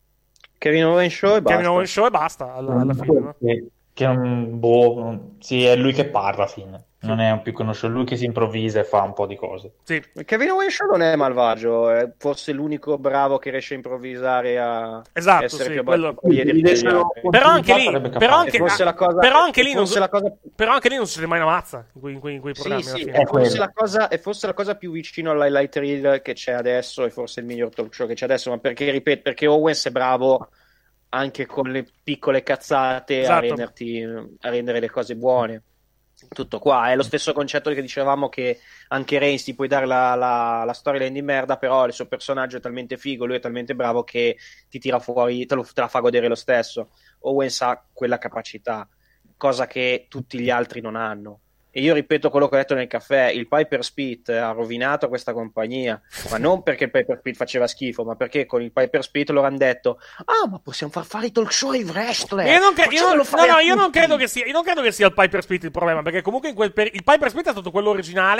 Speaker 9: Kevin Owens Show e basta.
Speaker 7: Kevin Owens Show e basta alla, alla fine, no?
Speaker 10: Che, che è un boh, non- sì, è lui che parla alla fine. Non è un più conosciuto, è lui che si improvvisa e fa un po' di cose.
Speaker 7: Sì.
Speaker 9: Kevin Owens Show non è malvagio, è forse l'unico bravo che riesce a improvvisare a
Speaker 7: Esatto,
Speaker 9: essere
Speaker 7: sì,
Speaker 9: più
Speaker 7: quello-
Speaker 9: abbastanza piedi degli altri.
Speaker 7: Però anche lì,
Speaker 10: sarebbe
Speaker 7: però
Speaker 10: capace.
Speaker 7: anche,
Speaker 9: E fosse
Speaker 7: ah,
Speaker 9: la cosa-
Speaker 7: però anche lì
Speaker 9: e
Speaker 7: non,
Speaker 9: fosse la cosa-
Speaker 7: però anche lì non succede mai una mazza in quei, in quei, in quei
Speaker 9: Sì,
Speaker 7: programmi alla
Speaker 9: sì,
Speaker 7: fine.
Speaker 9: e forse,
Speaker 10: quello.
Speaker 9: la cosa, e forse la cosa più vicino all'highlight reel che c'è adesso e forse il miglior talk show che c'è adesso, ma perché, ripeto, perché Owens è bravo anche con le piccole cazzate
Speaker 7: Esatto.
Speaker 9: a, renderti, a rendere le cose buone. Tutto qua, è lo stesso concetto che dicevamo che anche Reigns ti puoi dare la, la, la storyline di merda, però il suo personaggio è talmente figo, lui è talmente bravo che ti tira fuori, te, lo, te la fa godere lo stesso. Owens ha quella capacità, cosa che tutti gli altri non hanno. E io ripeto quello che ho detto nel caffè, il Piper Spit ha rovinato questa compagnia, ma non perché il Piper Spit faceva schifo, ma perché con il Piper Spit loro hanno detto ah, ma possiamo far fare i talk show ai wrestler.
Speaker 7: Io non, cre- io
Speaker 9: Facciamolo
Speaker 7: non-
Speaker 9: fare
Speaker 7: no, no,
Speaker 9: a
Speaker 7: io non
Speaker 9: tutti."
Speaker 7: credo che sia, io non credo che sia il Piper Split il problema, perché comunque in quel per- il Piper Split è stato quello originale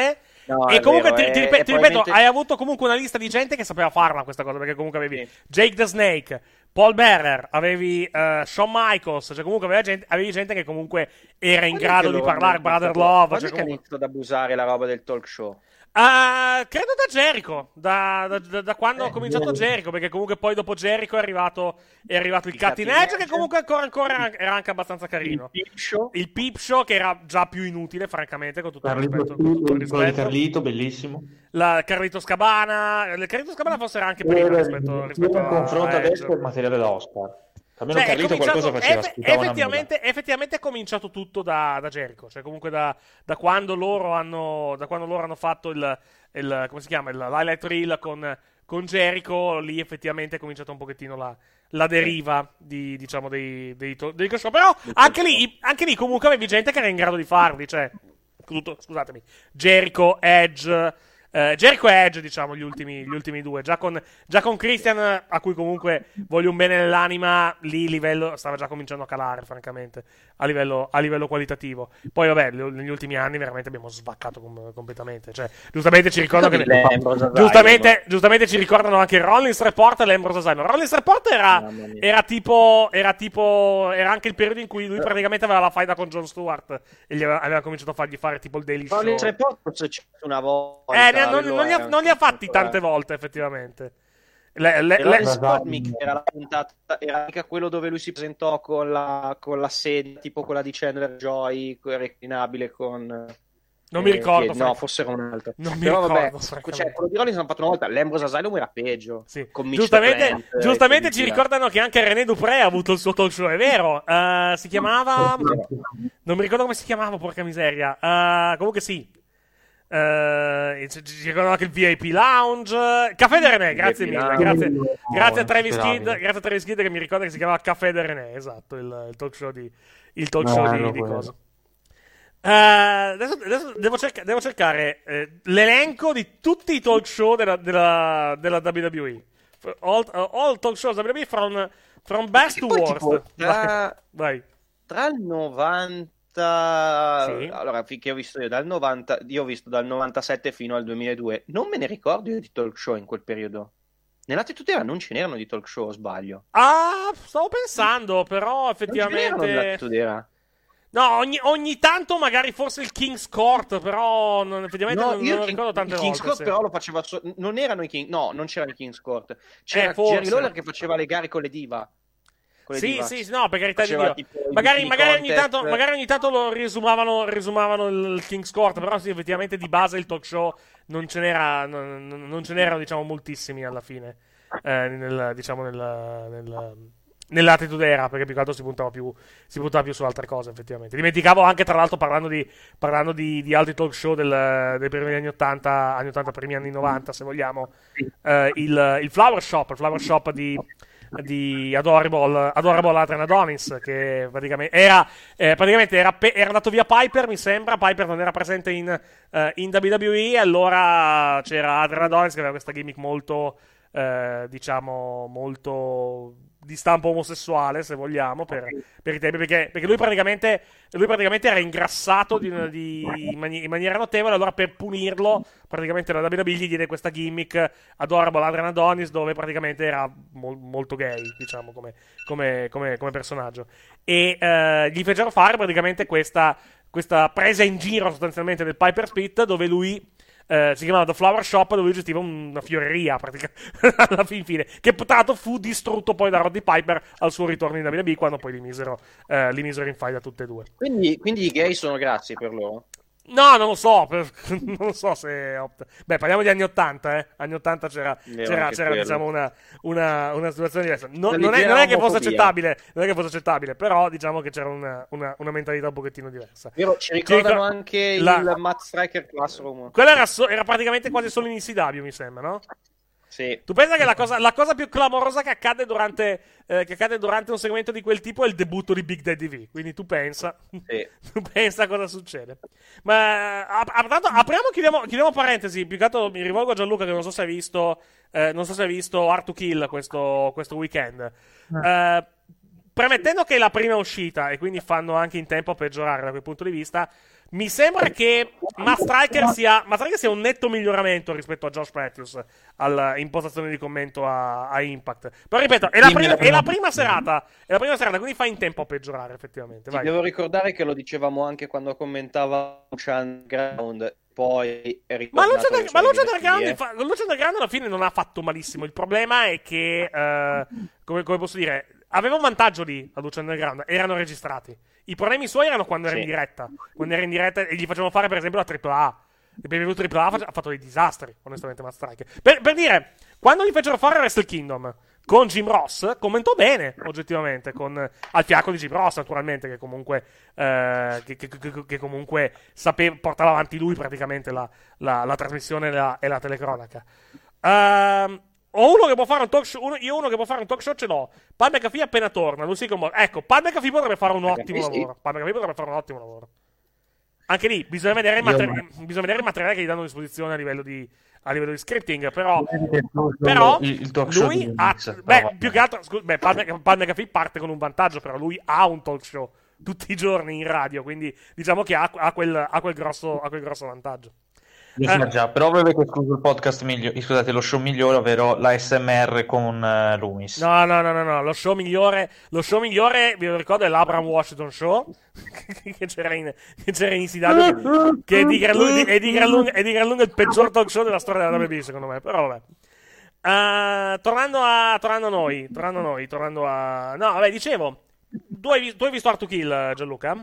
Speaker 9: No,
Speaker 7: e comunque
Speaker 9: vero,
Speaker 7: ti, ti,
Speaker 9: è,
Speaker 7: ripeto,
Speaker 9: è
Speaker 7: ti ripeto,
Speaker 9: probabilmente...
Speaker 7: hai avuto comunque una lista di gente che sapeva farla questa cosa, perché comunque avevi sì. Jake the Snake, Paul Bearer, avevi uh, Shawn Michaels, cioè comunque avevi gente, avevi gente che comunque era in
Speaker 9: Quando
Speaker 7: grado di parlare, Brother Love.
Speaker 9: Quando
Speaker 7: cioè,
Speaker 9: è che ha iniziato ad abusare la roba del talk show?
Speaker 7: Uh, credo da Jericho, da, da, da, da quando eh, ha cominciato Jericho, perché comunque poi dopo Jericho è arrivato, è arrivato il, il Cutting Edge, che comunque ancora, ancora era anche abbastanza carino.
Speaker 10: Il Peep Show,
Speaker 7: il Peep Show che era già più inutile, francamente, con tutto
Speaker 10: Carlito,
Speaker 7: il rispetto. Con tutto il rispetto.
Speaker 10: Di Carlito, bellissimo.
Speaker 7: La Carlito Scabana, il Carlito Scabana forse era anche prima eh, rispetto, rispetto
Speaker 10: a confronto
Speaker 7: a
Speaker 10: adesso il materiale da Oscar. Almeno
Speaker 7: cioè,
Speaker 10: Carlito qualcosa faceva,
Speaker 7: eff- effettivamente, effettivamente è cominciato tutto da, da Jericho, cioè comunque da, da quando loro hanno da quando loro hanno fatto il, il come si chiama, il highlight reel con, con Jericho, lì effettivamente è cominciata un pochettino la, la deriva di, diciamo, dei, dei, dei, dei show, però anche lì, anche lì comunque avevi gente che era in grado di farli, cioè tutto, scusatemi, Jericho, Edge, Uh, Jericho e Edge, diciamo, gli ultimi, gli ultimi due. Già con, già con Christian, a cui comunque voglio un bene nell'anima, lì il livello stava già cominciando a calare, francamente, a livello, a livello qualitativo. Poi, vabbè, negli ultimi anni veramente abbiamo svaccato com- completamente. Cioè, giustamente ci ricordano che... Giustamente, giustamente ci ricordano anche il Rollins Report e l'Ambrose Asylum. Rollins Report era, era tipo... Era tipo... Era anche il periodo in cui lui praticamente aveva la faida con Jon Stewart e gli aveva, aveva cominciato a fargli fare tipo il Daily Show.
Speaker 9: Rollins Report forse c'è una volta...
Speaker 7: Eh, Non, non, li ha, non li ha fatti tante volte, effettivamente. Le, le, le...
Speaker 9: Spot mica era la puntata, era mica quello dove lui si presentò con la, con la sedia, tipo quella di Chandler Joy, reclinabile con...
Speaker 7: Non eh, mi ricordo.
Speaker 9: Che, no, forse era un altro.
Speaker 7: Non mi
Speaker 9: Però
Speaker 7: ricordo.
Speaker 9: Vabbè, cioè, quello di Rollins l'hanno fatto una volta, l'Ambrose Asylum era peggio.
Speaker 7: Sì.
Speaker 9: Con
Speaker 7: giustamente
Speaker 9: Trent,
Speaker 7: giustamente ci ricordano che anche René Dupré ha avuto il suo talk show, è vero. Uh, si chiamava... Non mi ricordo come si chiamava, porca miseria. Uh, comunque sì. Uh, ci ricordano anche il V I P Lounge, Caffè de René, grazie mille, grazie, grazie a Travis Kidd, grazie a Travis Kidd che mi ricorda che si chiamava Caffè de René, esatto, il, il talk show di il talk show no, di, di cosa. Uh, adesso, adesso devo, cerca, devo cercare eh, l'elenco di tutti i talk show della, della, della W W E, all, uh, all talk shows W W E from, from best to worst.
Speaker 9: Tra,
Speaker 7: vai.
Speaker 9: Tra il novanta sì. Allora, finché ho visto io dal novanta, io ho visto dal novantasette fino al duemiladue. Non me ne ricordo io di talk show in quel periodo. Nell'Attitude Era non ce n'erano di talk show, o sbaglio?
Speaker 7: Ah, stavo pensando, però effettivamente
Speaker 9: non ce n'erano nell'Attitude Era.
Speaker 7: No, ogni, ogni tanto magari forse il King's Court, però non, effettivamente
Speaker 9: no,
Speaker 7: non,
Speaker 9: io
Speaker 7: non lo ricordo tante
Speaker 9: il
Speaker 7: volte.
Speaker 9: King's Court
Speaker 7: sì.
Speaker 9: però lo faceva so- non erano i King, no, non c'era il King's Court. C'era
Speaker 7: eh,
Speaker 9: Jerry Lawler che faceva le gare con le diva.
Speaker 7: Sì, sì, no, per carità di Dio. Magari, magari, ogni tanto, magari ogni tanto lo riesumavano, riesumavano il King's Court, però sì, effettivamente di base il talk show non ce n'era, non, non ce n'erano, diciamo, moltissimi alla fine, eh, nel, diciamo, nel, nel, nell'Attitude Era, perché più che altro si puntava più, si puntava più su altre cose, effettivamente. Dimenticavo anche, tra l'altro, parlando di, parlando di, di altri talk show del, dei primi anni ottanta, anni ottanta, primi anni novanta, se vogliamo, eh, il, il Flower Shop, il Flower Shop di... di Adorable, Adorable Adrian Adonis, che praticamente era, eh, praticamente era, pe- era andato via Piper, mi sembra. Piper non era presente in, uh, in W W E, allora c'era Adrian Adonis che aveva questa gimmick molto, eh, diciamo, molto di stampo omosessuale, se vogliamo, per, per i tempi, perché, perché lui praticamente lui praticamente era ingrassato di, di, in, mani- in maniera notevole, allora per punirlo praticamente la W W E gli diede questa gimmick Adorable Adrian Adonis, dove praticamente era mo- molto gay, diciamo, come, come, come, come personaggio, e eh, gli fecero fare praticamente questa, questa presa in giro sostanzialmente del Piper's Pit, dove lui Uh, si chiamava The Flower Shop, dove lui gestiva una fioreria praticamente alla fin fine, che tra l'altro fu distrutto poi da Roddy Piper al suo ritorno in W W E, quando poi li misero, uh, li misero in faida tutte e due.
Speaker 9: Quindi, quindi i gay sono grassi per loro?
Speaker 7: No, non lo so, per, non so se... Opt- Beh, parliamo di anni ottanta, eh. Anni ottanta c'era, c'era, c'era diciamo, una, una, una situazione diversa. No, non, è, non è che fosse accettabile, non è che fosse accettabile, però diciamo che c'era una, una, una mentalità un pochettino diversa.
Speaker 9: Vero, ci ricordano
Speaker 7: Ci ricor-
Speaker 9: anche
Speaker 7: la...
Speaker 9: il Matt Striker Classroom.
Speaker 7: Quello era, so- era praticamente quasi solo in E C W, mi sembra, no?
Speaker 9: Sì.
Speaker 7: Tu pensa che la cosa, la cosa più clamorosa che accade durante eh, che accade durante un segmento di quel tipo è il debutto di Big Daddy V. Quindi tu pensa,
Speaker 9: sì.
Speaker 7: tu pensa a cosa succede. Ma a, a, tanto, apriamo, chiudiamo, chiudiamo parentesi. Più che altro mi rivolgo a Gianluca, che non so se hai visto, eh, non so se hai visto Hard to Kill questo, questo weekend. Eh, premettendo che è la prima uscita e quindi fanno anche in tempo a peggiorare da quel punto di vista, Mi sembra che Matt Striker sia, Matt Striker sia un netto miglioramento rispetto a Josh Matthews all'impostazione di commento a, a Impact. Però ripeto, è la, prima, è la prima serata, è la prima serata, quindi fa in tempo a peggiorare effettivamente. Vai.
Speaker 9: Ti devo ricordare che lo dicevamo anche quando commentava Lucha Underground. Poi è
Speaker 7: ma Lucha Underground alla fine non ha fatto malissimo. Il problema è che, eh, come, come posso dire, aveva un vantaggio lì a Lucha Underground, erano registrati. I problemi suoi erano quando era
Speaker 9: sì.
Speaker 7: in diretta. Quando era in diretta e gli facevano fare, per esempio, la tripla A. Il benvenuto tripla A ha fatto dei disastri, onestamente, Matt Striker. Per, per dire, quando gli fecero fare Wrestle Kingdom con Jim Ross, commentò bene, oggettivamente, con, al fianco di Jim Ross, naturalmente, che comunque, eh, che, che, che, che comunque sapeva, portava avanti lui praticamente la, la, la trasmissione e la, e la telecronaca. Ehm... Ho uno che può fare un talk show. Uno, io uno che può fare un talk show ce l'ho. Pat McAfee appena torna. Lui si commo- ecco, Pat McAfee potrebbe fare un ottimo
Speaker 9: sì.
Speaker 7: lavoro. Pat McAfee potrebbe fare un ottimo lavoro. Anche lì bisogna vedere il, materi- bisogna vedere il materiale che gli danno a disposizione a livello di, a livello di scripting. Però, però
Speaker 10: il, il talk show
Speaker 7: lui ha.
Speaker 10: Mix,
Speaker 7: beh,
Speaker 10: però,
Speaker 7: più che altro. Scu- beh, Pat, Mc- Pat McAfee parte con un vantaggio. Però lui ha un talk show tutti i giorni in radio. Quindi diciamo che ha, ha, quel, ha, quel, grosso, ha quel grosso vantaggio.
Speaker 10: Lo so già, però voi avete escluso il podcast migliore, scusate, lo show migliore, ovvero l'A S M R con uh, Loomis.
Speaker 7: No, no, no, no, no, lo show migliore, lo show migliore, vi ricordo, è l'Abraham Washington Show, che c'era in, che c'era in C W, che è di gran lunga, è di gran lunga, è di gran lunga il peggior talk show della storia della W W E, secondo me, però vabbè. Uh, tornando a, tornando a noi, tornando a noi, tornando a... No, vabbè, dicevo, tu hai, tu hai visto Hard to Kill, Gianluca?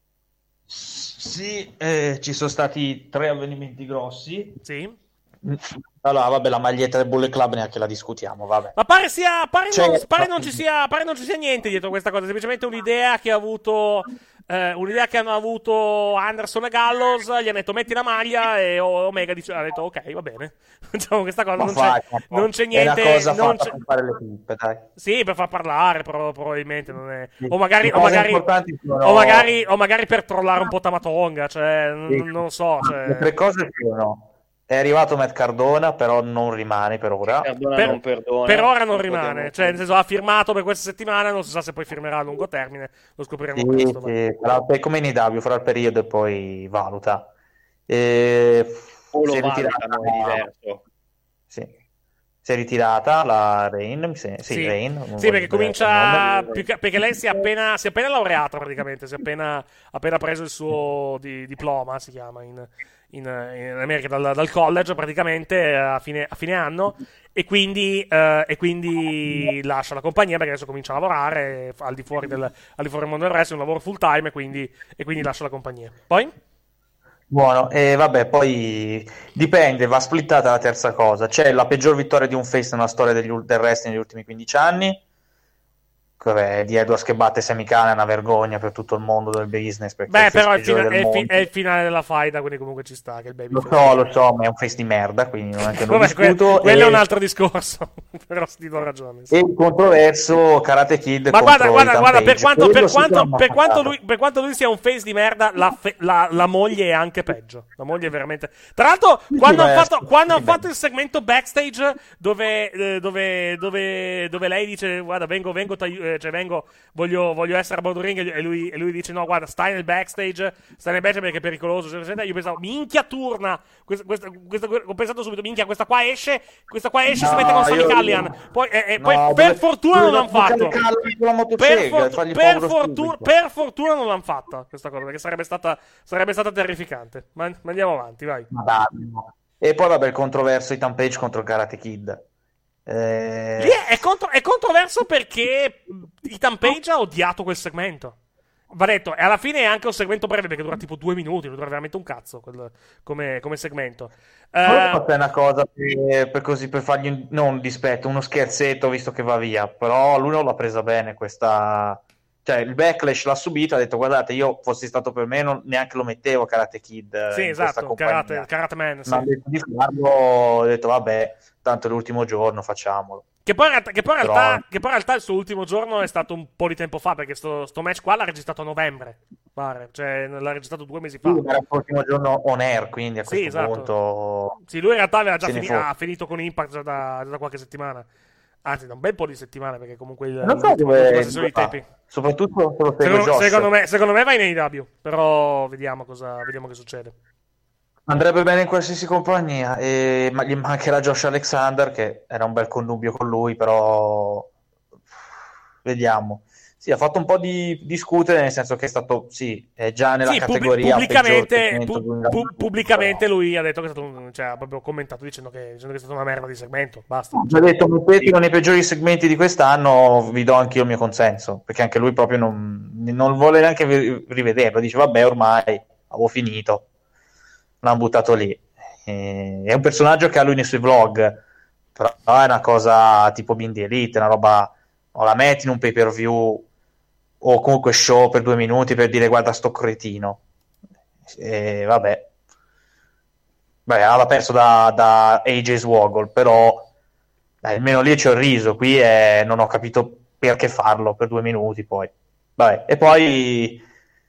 Speaker 10: Sì, eh, ci sono stati tre avvenimenti grossi.
Speaker 7: Sì.
Speaker 10: Allora, vabbè, la maglietta del Bullet Club neanche la discutiamo, vabbè.
Speaker 7: Ma pare sia, pare,
Speaker 10: cioè,
Speaker 7: non, pare non ci sia, pare non ci sia niente dietro questa cosa, semplicemente un'idea che ha avuto, eh, un'idea che hanno avuto Anderson e Gallows, gli hanno detto metti la maglia e Omega dice, ha detto ok, va bene. Facciamo questa cosa, non c'è, non c'è niente.
Speaker 10: È una cosa
Speaker 7: non
Speaker 10: fatta
Speaker 7: c'è...
Speaker 10: per fare le pippe, dai.
Speaker 7: Sì, per far parlare, però probabilmente non è.
Speaker 10: Sì.
Speaker 7: O magari, o magari,
Speaker 10: sono...
Speaker 7: o magari, o magari per trollare un po' Tamatonga, cioè,
Speaker 10: sì.
Speaker 7: non, non lo so. Cioè...
Speaker 10: Le tre cose sono. È arrivato Matt Cardona, però non rimane per ora.
Speaker 9: Cardona
Speaker 7: per,
Speaker 9: non perdona,
Speaker 7: per ora non
Speaker 9: non
Speaker 7: rimane,
Speaker 9: potevo...
Speaker 7: cioè nel senso ha firmato per questa settimana, non si sa se poi firmerà a lungo termine, lo scopriremo
Speaker 10: sì,
Speaker 7: presto.
Speaker 10: Sì. Ma... come in A W, farà il periodo e poi valuta. E...
Speaker 9: O lo
Speaker 10: si è
Speaker 9: valuta,
Speaker 10: ritirata...
Speaker 9: no, è diverso.
Speaker 10: Sì. Si è ritirata la Rain, sì, sì,
Speaker 7: sì.
Speaker 10: Rain,
Speaker 7: sì perché comincia più che, perché lei si è appena si è appena laureata praticamente, si è appena, appena preso il suo di, diploma, si chiama in, in, in America dal, dal college praticamente a fine, a fine anno e quindi, eh, e quindi lascia la compagnia perché adesso comincia a lavorare al di fuori del, al di fuori del mondo del wrestling, un lavoro full time e quindi, e quindi lascia la compagnia. Poi?
Speaker 10: Buono, e vabbè, poi dipende, va splittata la terza cosa. C'è la peggior vittoria di un face nella storia degli, del wrestling negli ultimi quindici anni, che di Edwards che batte Sami Callihan, è una vergogna per tutto il mondo del business.
Speaker 7: Beh, è però è il, fina- è, il fi- è il finale della faida, quindi comunque ci sta che il baby
Speaker 10: lo so, lo so, ma è un face di merda, quindi non è che lo
Speaker 7: Vabbè,
Speaker 10: discuto.
Speaker 7: Que- quello
Speaker 10: e...
Speaker 7: è un altro discorso, però ti do ragione. Sì.
Speaker 10: E il controverso Karate Kid.
Speaker 7: Ma guarda, guarda, guarda, per quanto, per, quanto, per,
Speaker 10: quanto
Speaker 7: quanto lui, per quanto lui sia un face di merda, la, fe- la, la moglie è anche peggio. La moglie è veramente. Tra l'altro, quando hanno fatto, quando han fatto il segmento backstage dove, eh, dove, dove, dove lei dice, guarda, vengo, vengo, eh, cioè vengo, voglio, voglio essere a bordo ring, e lui, e lui dice, no, guarda, stai nel backstage, stai nel backstage perché è pericoloso. Io pensavo, minchia, turna. Questa, questa, questa, ho pensato subito, minchia, questa qua esce, questa qua esce, no, si mette con Sami Callihan. Poi, eh, eh, no, poi per dove, fortuna non l'hanno fatto. Per, for- per, fortuna, per fortuna non l'hanno fatta questa cosa, perché sarebbe stata, sarebbe stata terrificante. Ma, ma andiamo avanti, vai.
Speaker 10: Madonna. E poi vabbè, il controverso Ethan Page contro il Karate Kid. Eh...
Speaker 7: Lì è, è, contro- è controverso perché Ethan Page ha odiato quel segmento. Va detto, e alla fine è anche un segmento breve perché dura tipo due minuti, non dura veramente un cazzo quel, come, come segmento.
Speaker 10: Uh, è una cosa per, per così per fargli un, non un dispetto, uno scherzetto visto che va via, però lui non l'ha presa bene questa, cioè il backlash l'ha subito, ha detto guardate, io fossi stato per me non, neanche lo mettevo Karate Kid.
Speaker 7: Sì,
Speaker 10: in
Speaker 7: esatto, Karate, Karate Man, sì.
Speaker 10: Ma ha detto di farlo, ho detto vabbè, tanto è l'ultimo giorno, facciamolo.
Speaker 7: Che poi, in realtà, che, poi in realtà, che poi in realtà il suo ultimo giorno è stato un po' di tempo fa, perché sto, sto match qua l'ha registrato a novembre, pare. Cioè l'ha registrato due mesi fa.
Speaker 10: Sì, era l'ultimo giorno on air, quindi a questo
Speaker 7: sì, esatto.
Speaker 10: punto...
Speaker 7: Sì, lui in realtà aveva già fini- ha finito con Impact già da, già da qualche settimana. Anzi, da un bel po' di settimane, perché comunque il,
Speaker 10: non so dove
Speaker 7: la sessione di
Speaker 10: ah,
Speaker 7: tape.
Speaker 10: soprattutto se lo segue
Speaker 7: Secondo,
Speaker 10: Josh.
Speaker 7: secondo me, secondo me va in A E W, però vediamo cosa vediamo che succede.
Speaker 10: Andrebbe bene in qualsiasi compagnia, e ma gli mancherà Josh Alexander, che era un bel connubio con lui, però vediamo. Sì, ha fatto un po' di discutere, nel senso che è stato, sì, è già nella
Speaker 7: sì,
Speaker 10: categoria
Speaker 7: pubblicamente,
Speaker 10: peggior
Speaker 7: pu- pu- pubblicamente lui ha detto che è stato un, cioè, ha proprio commentato dicendo che, dicendo che è stata una merda di segmento, basta.
Speaker 10: Ho già detto, mettetelo nei peggiori segmenti di quest'anno, vi do anche io il mio consenso, perché anche lui proprio non, non vuole neanche rivederlo, dice vabbè ormai avevo finito, l'hanno buttato lì. E, è un personaggio che ha lui nei suoi vlog, però è una cosa tipo Bindi Elite, una roba, o la metti in un pay per view o comunque show per due minuti per dire guarda sto cretino, e vabbè. Beh, aveva perso da, da A J Swoggle, però dai, almeno lì c'ho il riso, qui è, non ho capito perché farlo per due minuti poi. Vabbè, e poi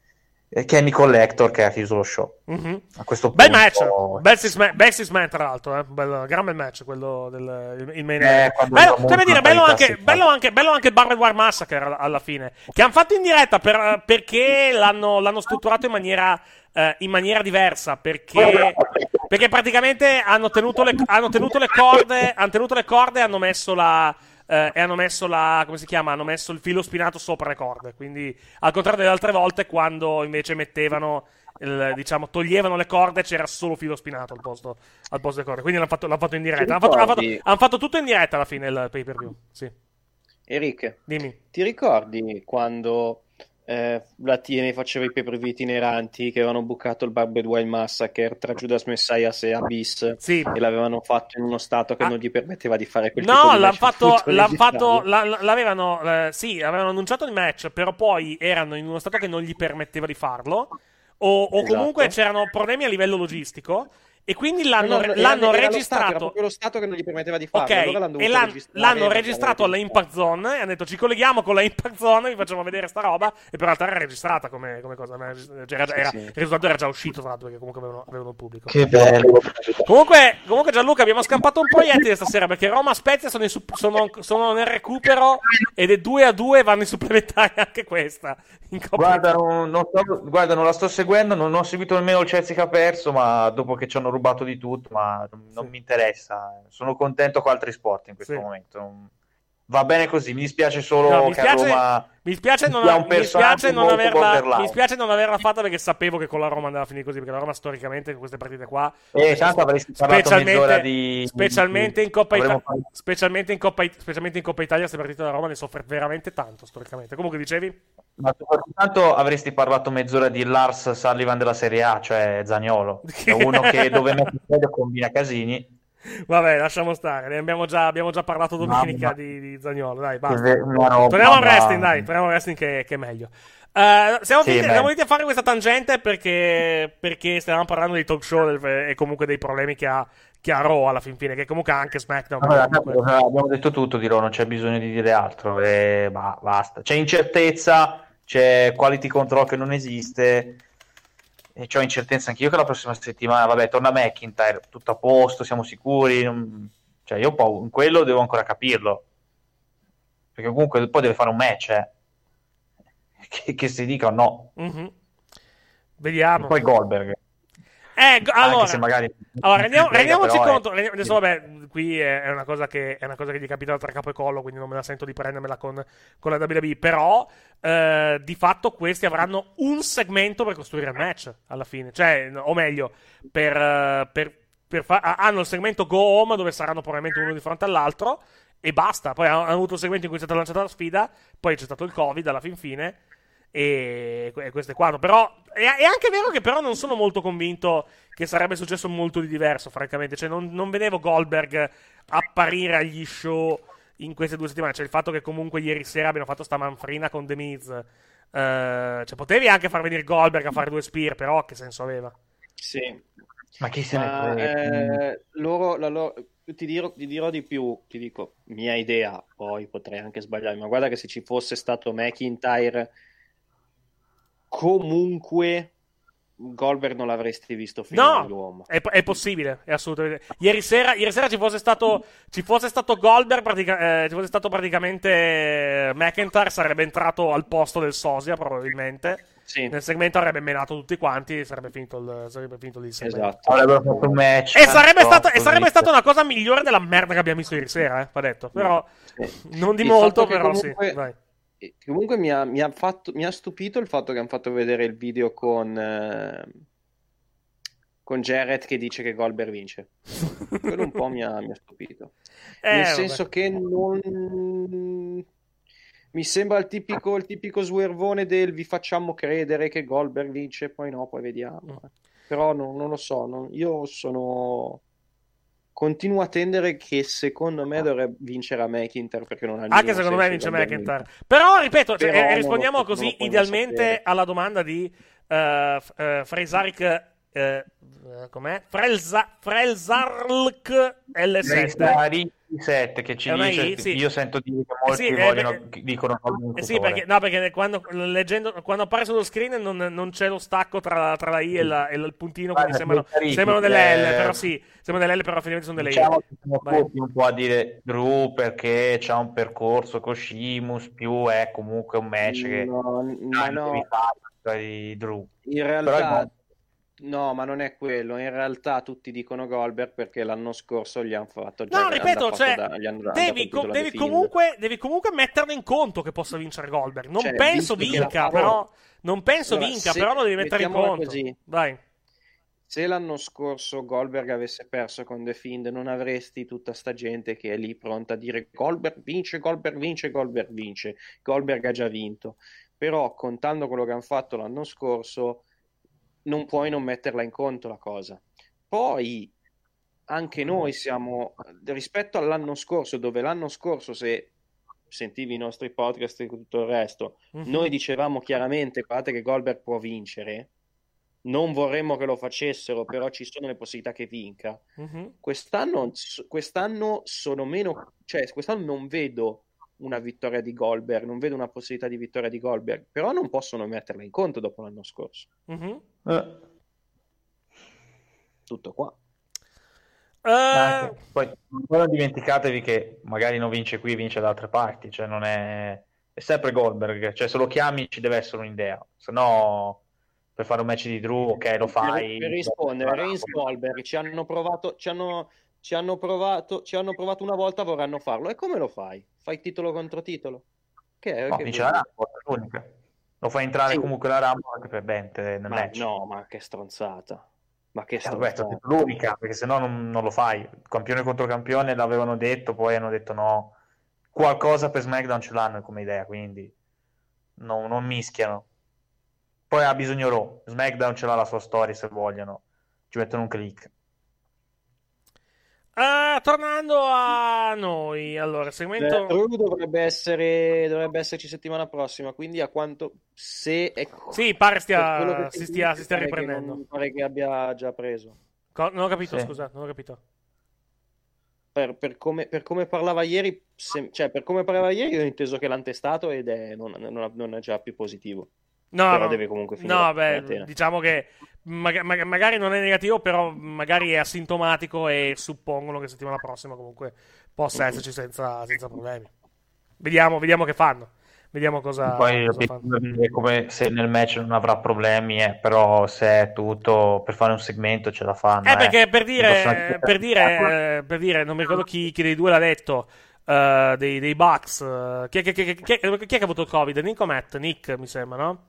Speaker 10: eh, Kenny Collector che ha chiuso lo show.
Speaker 7: Mm-hmm.
Speaker 10: A questo
Speaker 7: bel
Speaker 10: punto,
Speaker 7: match, bel six man, bel six man tra l'altro, eh? bel, gran bel match quello del il, il main
Speaker 10: eh,
Speaker 7: event. Bello, come dire, bello anche, bello anche, bello anche Barbed Wire Massacre alla fine, che hanno fatto in diretta per, perché l'hanno, l'hanno strutturato in maniera eh, in maniera diversa, perché perché praticamente hanno tenuto le, hanno tenuto le corde, hanno tenuto le corde e hanno messo la eh, e hanno messo la, come si chiama? Hanno messo il filo spinato sopra le corde. Quindi, al contrario delle altre volte, quando invece mettevano, il, diciamo, toglievano le corde, c'era solo filo spinato al posto, al posto delle corde. Quindi l'hanno fatto, l'hanno fatto in diretta. Hanno fatto, hanno, fatto, hanno fatto tutto in diretta alla fine il pay per view. Sì.
Speaker 9: Eric,
Speaker 7: dimmi.
Speaker 9: Ti ricordi quando eh, la T N A faceva i pay per view itineranti che avevano bucato il Barbed Wire Massacre tra Judas Messiah e Abyss,
Speaker 7: sì,
Speaker 9: e l'avevano fatto in uno stato che ah. non gli permetteva di fare quel
Speaker 7: no,
Speaker 9: tipo di
Speaker 7: l'hanno fatto, l'hanno fatto,
Speaker 9: la,
Speaker 7: l'avevano, eh, sì, avevano annunciato il match, però poi erano in uno stato che non gli permetteva di farlo, o, o
Speaker 9: esatto.
Speaker 7: comunque c'erano problemi a livello logistico. E quindi l'hanno,
Speaker 9: no, no,
Speaker 7: l'hanno
Speaker 9: era, era
Speaker 7: registrato.
Speaker 9: Lo stato, era proprio lo stato che non gli permetteva di farlo.
Speaker 7: Ok,
Speaker 9: allora l'hanno
Speaker 7: e l'hanno, l'hanno registrato alla Impact Zone. E hanno detto: ci colleghiamo con la Impact Zone, vi facciamo vedere sta roba. E per realtà era registrata come, come cosa. Era, era,
Speaker 9: sì, sì.
Speaker 7: Il risultato era già uscito, tra l'altro, perché comunque avevano, avevano il pubblico.
Speaker 10: Che bello.
Speaker 7: Comunque, comunque, Gianluca, abbiamo scampato un proiettile stasera, perché Roma Spezia sono, in, sono, sono nel recupero. Ed è due a due, vanno in supplementare anche questa.
Speaker 10: Guarda, non, non so, guarda, non la sto seguendo, non ho seguito nemmeno il Chelsea che ha perso, ma dopo che ci hanno rubato di tutto, ma non, non
Speaker 7: sì.
Speaker 10: mi interessa. Sono contento con altri sport in questo sì. momento. Va bene così, mi dispiace solo
Speaker 7: no, mi
Speaker 10: che
Speaker 7: spiace,
Speaker 10: a Roma
Speaker 7: mi spiace non, ha, mi spiace non averla mi spiace non averla fatta, perché sapevo che con la Roma andava a finire così, perché la Roma storicamente con queste partite qua
Speaker 10: eh, tanto avresti parlato mezz'ora di
Speaker 7: specialmente in Coppa Italia, specialmente in Coppa specialmente in Coppa Italia, queste partite della Roma ne soffre veramente tanto storicamente. Comunque dicevi?
Speaker 10: Ma tanto avresti parlato mezz'ora di Lars Sullivan della Serie A, cioè Zaniolo, uno che dove mette il piede combina casini.
Speaker 7: Vabbè, lasciamo stare. Ne abbiamo già, abbiamo già parlato domenica no, di, di Zaniolo. Dai, basta.
Speaker 10: Roba,
Speaker 7: torniamo al wrestling, dai. Torniamo al wrestling che, che è meglio. Uh, siamo,
Speaker 10: sì,
Speaker 7: finiti, siamo venuti a fare questa tangente perché, perché stavamo parlando dei talk show del, e comunque dei problemi che ha, che ha Raw alla fin fine, che comunque ha anche SmackDown.
Speaker 10: Allora,
Speaker 7: comunque...
Speaker 10: abbiamo detto tutto di Raw, non c'è bisogno di dire altro. E bah, basta. C'è incertezza, c'è quality control che non esiste. E c'ho incertezza anch'io che la prossima settimana, vabbè, torna McIntyre, tutto a posto, siamo sicuri, non... cioè io poi in quello devo ancora capirlo, perché comunque poi deve fare un match, eh. che, che si dica o no.
Speaker 7: Mm-hmm. Vediamo.
Speaker 10: E poi Goldberg.
Speaker 7: Eh, allora,
Speaker 10: anche se magari
Speaker 7: allora rendiamo, rendiamoci
Speaker 10: però
Speaker 7: conto.
Speaker 10: È...
Speaker 7: Adesso, vabbè, qui è una cosa che è una cosa che gli capita tra capo e collo, quindi non me la sento di prendermela con, con la W W E. Però, eh, di fatto, questi avranno un segmento per costruire il match alla fine. Cioè, o meglio, per, per, per fa- hanno il segmento Go Home, dove saranno probabilmente uno di fronte all'altro, e basta. Poi hanno, hanno avuto il segmento in cui è stata lanciata la sfida. Poi c'è stato il Covid alla fin fine. E, e questo è quanto. Però è, è anche vero che però non sono molto convinto che sarebbe successo molto di diverso, francamente. Cioè non, non vedevo Goldberg apparire agli show in queste due settimane. Cioè il fatto che comunque ieri sera abbiano fatto sta manfrina con The Miz, uh, cioè potevi anche far venire Goldberg a fare due spear, però che senso aveva?
Speaker 9: Sì,
Speaker 10: ma chi se
Speaker 9: ma,
Speaker 10: ne
Speaker 9: eh, loro, la loro ti dirò, ti dirò di più, ti dico mia idea, poi potrei anche sbagliare, ma guarda che se ci fosse stato McIntyre comunque Goldberg non l'avresti visto fino
Speaker 7: no,
Speaker 9: all'uomo.
Speaker 7: È, è possibile, è assolutamente. Ieri sera, ieri sera ci fosse stato ci fosse stato Goldberg, pratica, eh, ci fosse stato praticamente McIntyre, sarebbe entrato al posto del Sosia probabilmente.
Speaker 9: Sì.
Speaker 7: Nel segmento avrebbe menato tutti quanti e sarebbe finito il, sarebbe finito lì il segmento.
Speaker 9: Esatto.
Speaker 10: Avrebbero fatto un match.
Speaker 7: E sarebbe, stato, e sarebbe stata una cosa migliore della merda che abbiamo visto ieri sera, eh, va detto. Però
Speaker 9: sì.
Speaker 7: non di
Speaker 9: Il
Speaker 7: molto,
Speaker 9: fatto che
Speaker 7: però
Speaker 9: comunque...
Speaker 7: sì. Vai.
Speaker 9: Comunque mi ha, mi, ha fatto, mi ha stupito il fatto che hanno fatto vedere il video con, eh, con Jarrett che dice che Goldberg vince. Quello un po' mi ha, mi ha stupito.
Speaker 7: Eh,
Speaker 9: Nel
Speaker 7: vabbè.
Speaker 9: senso che non... Mi sembra il tipico, il tipico swervone del vi facciamo credere che Goldberg vince, poi no, poi vediamo.
Speaker 7: Mm.
Speaker 9: Però no, non lo so, non- io sono... Continuo a tendere che secondo me dovrebbe vincere a McIntyre perché non ha il
Speaker 7: Anche
Speaker 9: minimo
Speaker 7: secondo me
Speaker 9: senso
Speaker 7: vince
Speaker 9: Goldberg
Speaker 7: McIntyre. Però, ripeto, cioè,
Speaker 9: Però
Speaker 7: eh,
Speaker 9: non
Speaker 7: rispondiamo
Speaker 9: lo- non
Speaker 7: così
Speaker 9: lo puoi
Speaker 7: idealmente
Speaker 9: sapere.
Speaker 7: alla domanda di uh, f- uh, Fresarik. eh, eh, com'è? Frelza- Frelzarlk L sette.
Speaker 10: sette che ci
Speaker 7: È una
Speaker 10: dice,
Speaker 7: I, sì.
Speaker 10: io sento dire che
Speaker 7: Eh
Speaker 10: molti
Speaker 7: sì, eh,
Speaker 10: vogliono,
Speaker 7: perché-
Speaker 10: dicono no,
Speaker 7: Eh
Speaker 10: vincitore.
Speaker 7: sì, perché, no, perché quando, leggendo, quando appare sullo screen non, non c'è lo stacco tra, tra la I e, la- e il puntino, quindi
Speaker 10: Guarda,
Speaker 7: sembrano,
Speaker 10: chiariti,
Speaker 7: sembrano delle L,
Speaker 10: eh,
Speaker 7: però sì, sembrano delle L, però effettivamente sono delle
Speaker 10: Diciamo
Speaker 7: I.
Speaker 10: che siamo
Speaker 7: Vai.
Speaker 10: tutti un po' a dire Drew perché c'ha un percorso con Sheamus, più è comunque un match che
Speaker 9: No, ma
Speaker 10: non
Speaker 9: no,
Speaker 10: devi fare di Drew.
Speaker 9: in
Speaker 10: Però
Speaker 9: realtà
Speaker 10: è-
Speaker 9: no, ma non è quello. In realtà tutti dicono Goldberg perché l'anno scorso gli hanno fatto già
Speaker 7: No,
Speaker 9: hanno
Speaker 7: ripeto,
Speaker 9: fatto
Speaker 7: cioè,
Speaker 9: da- gli hanno già
Speaker 7: devi,
Speaker 9: colpito
Speaker 7: co-
Speaker 9: la
Speaker 7: devi
Speaker 9: The Fiend.
Speaker 7: comunque, devi comunque metterlo in conto che possa vincere Goldberg. Non
Speaker 9: Cioè,
Speaker 7: penso
Speaker 9: visto che la
Speaker 7: vinca,
Speaker 9: farò-
Speaker 7: però. Non penso
Speaker 9: Allora,
Speaker 7: vinca,
Speaker 9: se-
Speaker 7: però lo devi mettere in
Speaker 9: mettiamola
Speaker 7: conto.
Speaker 9: così.
Speaker 7: Vai.
Speaker 9: Se l'anno scorso Goldberg avesse perso con The Fiend, non avresti tutta sta gente che è lì pronta a dire Goldberg vince, Goldberg vince, Goldberg vince. Goldberg ha già vinto. Però, contando quello che hanno fatto l'anno scorso, non puoi non metterla in conto la cosa. Poi, anche noi siamo, rispetto all'anno scorso, dove l'anno scorso, se sentivi i nostri podcast e tutto il resto,
Speaker 7: Mhm.
Speaker 9: noi dicevamo chiaramente, guardate che Goldberg può vincere, non vorremmo che lo facessero, però ci sono le possibilità che vinca.
Speaker 7: Mhm.
Speaker 9: Quest'anno, quest'anno sono meno, cioè quest'anno non vedo una vittoria di Goldberg, non vedo una possibilità di vittoria di Goldberg, però non possono metterla in conto dopo l'anno scorso.
Speaker 7: Mhm.
Speaker 10: eh,
Speaker 9: Tutto qua.
Speaker 7: Eh,
Speaker 10: anche- poi, poi non dimenticatevi che magari non vince qui, vince da altre parti, cioè non è, è sempre Goldberg, cioè se lo chiami ci deve essere un'idea, se no per fare un match di Drew, ok, lo fai.
Speaker 9: Per, per rispondere, Reigns Goldberg ci hanno provato, ci hanno, ci hanno provato, ci hanno provato una volta, vorranno farlo. E come lo fai? Fai titolo contro titolo? Che è?
Speaker 10: No,
Speaker 9: che
Speaker 10: vince
Speaker 9: vuol
Speaker 10: la
Speaker 9: dire?
Speaker 10: Rumble, è l'unica. Lo fa entrare
Speaker 9: Sì.
Speaker 10: comunque la Rumble anche per Bente nel
Speaker 9: Ma
Speaker 10: match.
Speaker 9: no, ma che stronzata. Ma che
Speaker 10: Eh, vabbè,
Speaker 9: stronzata.
Speaker 10: ho detto l'unica, perché sennò non, non lo fai. Campione contro campione l'avevano detto, poi hanno detto no. Qualcosa per SmackDown ce l'hanno come idea, quindi no, non mischiano. Poi ha bisogno Raw. SmackDown ce l'ha la sua storia se vogliono. Ci mettono un click.
Speaker 7: eh, tornando a noi, allora,
Speaker 9: Eh,
Speaker 7: segmento.
Speaker 9: Drew dovrebbe essere, dovrebbe esserci settimana prossima, quindi a quanto se è
Speaker 7: Sì, pare
Speaker 9: per quello
Speaker 7: stia,
Speaker 9: che
Speaker 7: si stia, si stia
Speaker 9: pare che
Speaker 7: riprendendo.
Speaker 9: non- pare che abbia già preso.
Speaker 7: Co- non ho capito,
Speaker 10: Sì.
Speaker 7: scusa, non ho capito.
Speaker 9: Per, per come, per come parlava ieri, se- cioè per come parlava ieri, io ho inteso che l'hanno testato ed è, non, non- non è già più positivo.
Speaker 7: No,
Speaker 9: Però
Speaker 7: no,
Speaker 9: deve comunque finire
Speaker 7: no,
Speaker 9: la
Speaker 7: beh,
Speaker 9: quarantena.
Speaker 7: diciamo che maga- maga- magari non è negativo, però magari è asintomatico e suppongono che settimana prossima comunque possa esserci senza, senza problemi. Vediamo, vediamo che fanno. Vediamo cosa,
Speaker 10: Poi
Speaker 7: cosa fanno.
Speaker 10: è come se nel match non avrà problemi, eh, però se è tutto per fare un segmento ce la fanno.
Speaker 7: Eh, perché per
Speaker 10: Non possono
Speaker 7: dire,
Speaker 10: anche-
Speaker 7: per dire, eh, per dire, non mi ricordo chi, chi dei due l'ha detto, eh, dei, dei Bucks. eh, chi, è che- chi, è che- chi è- chi è che ha avuto il Covid? Nick o Matt? Nick, mi sembra, no?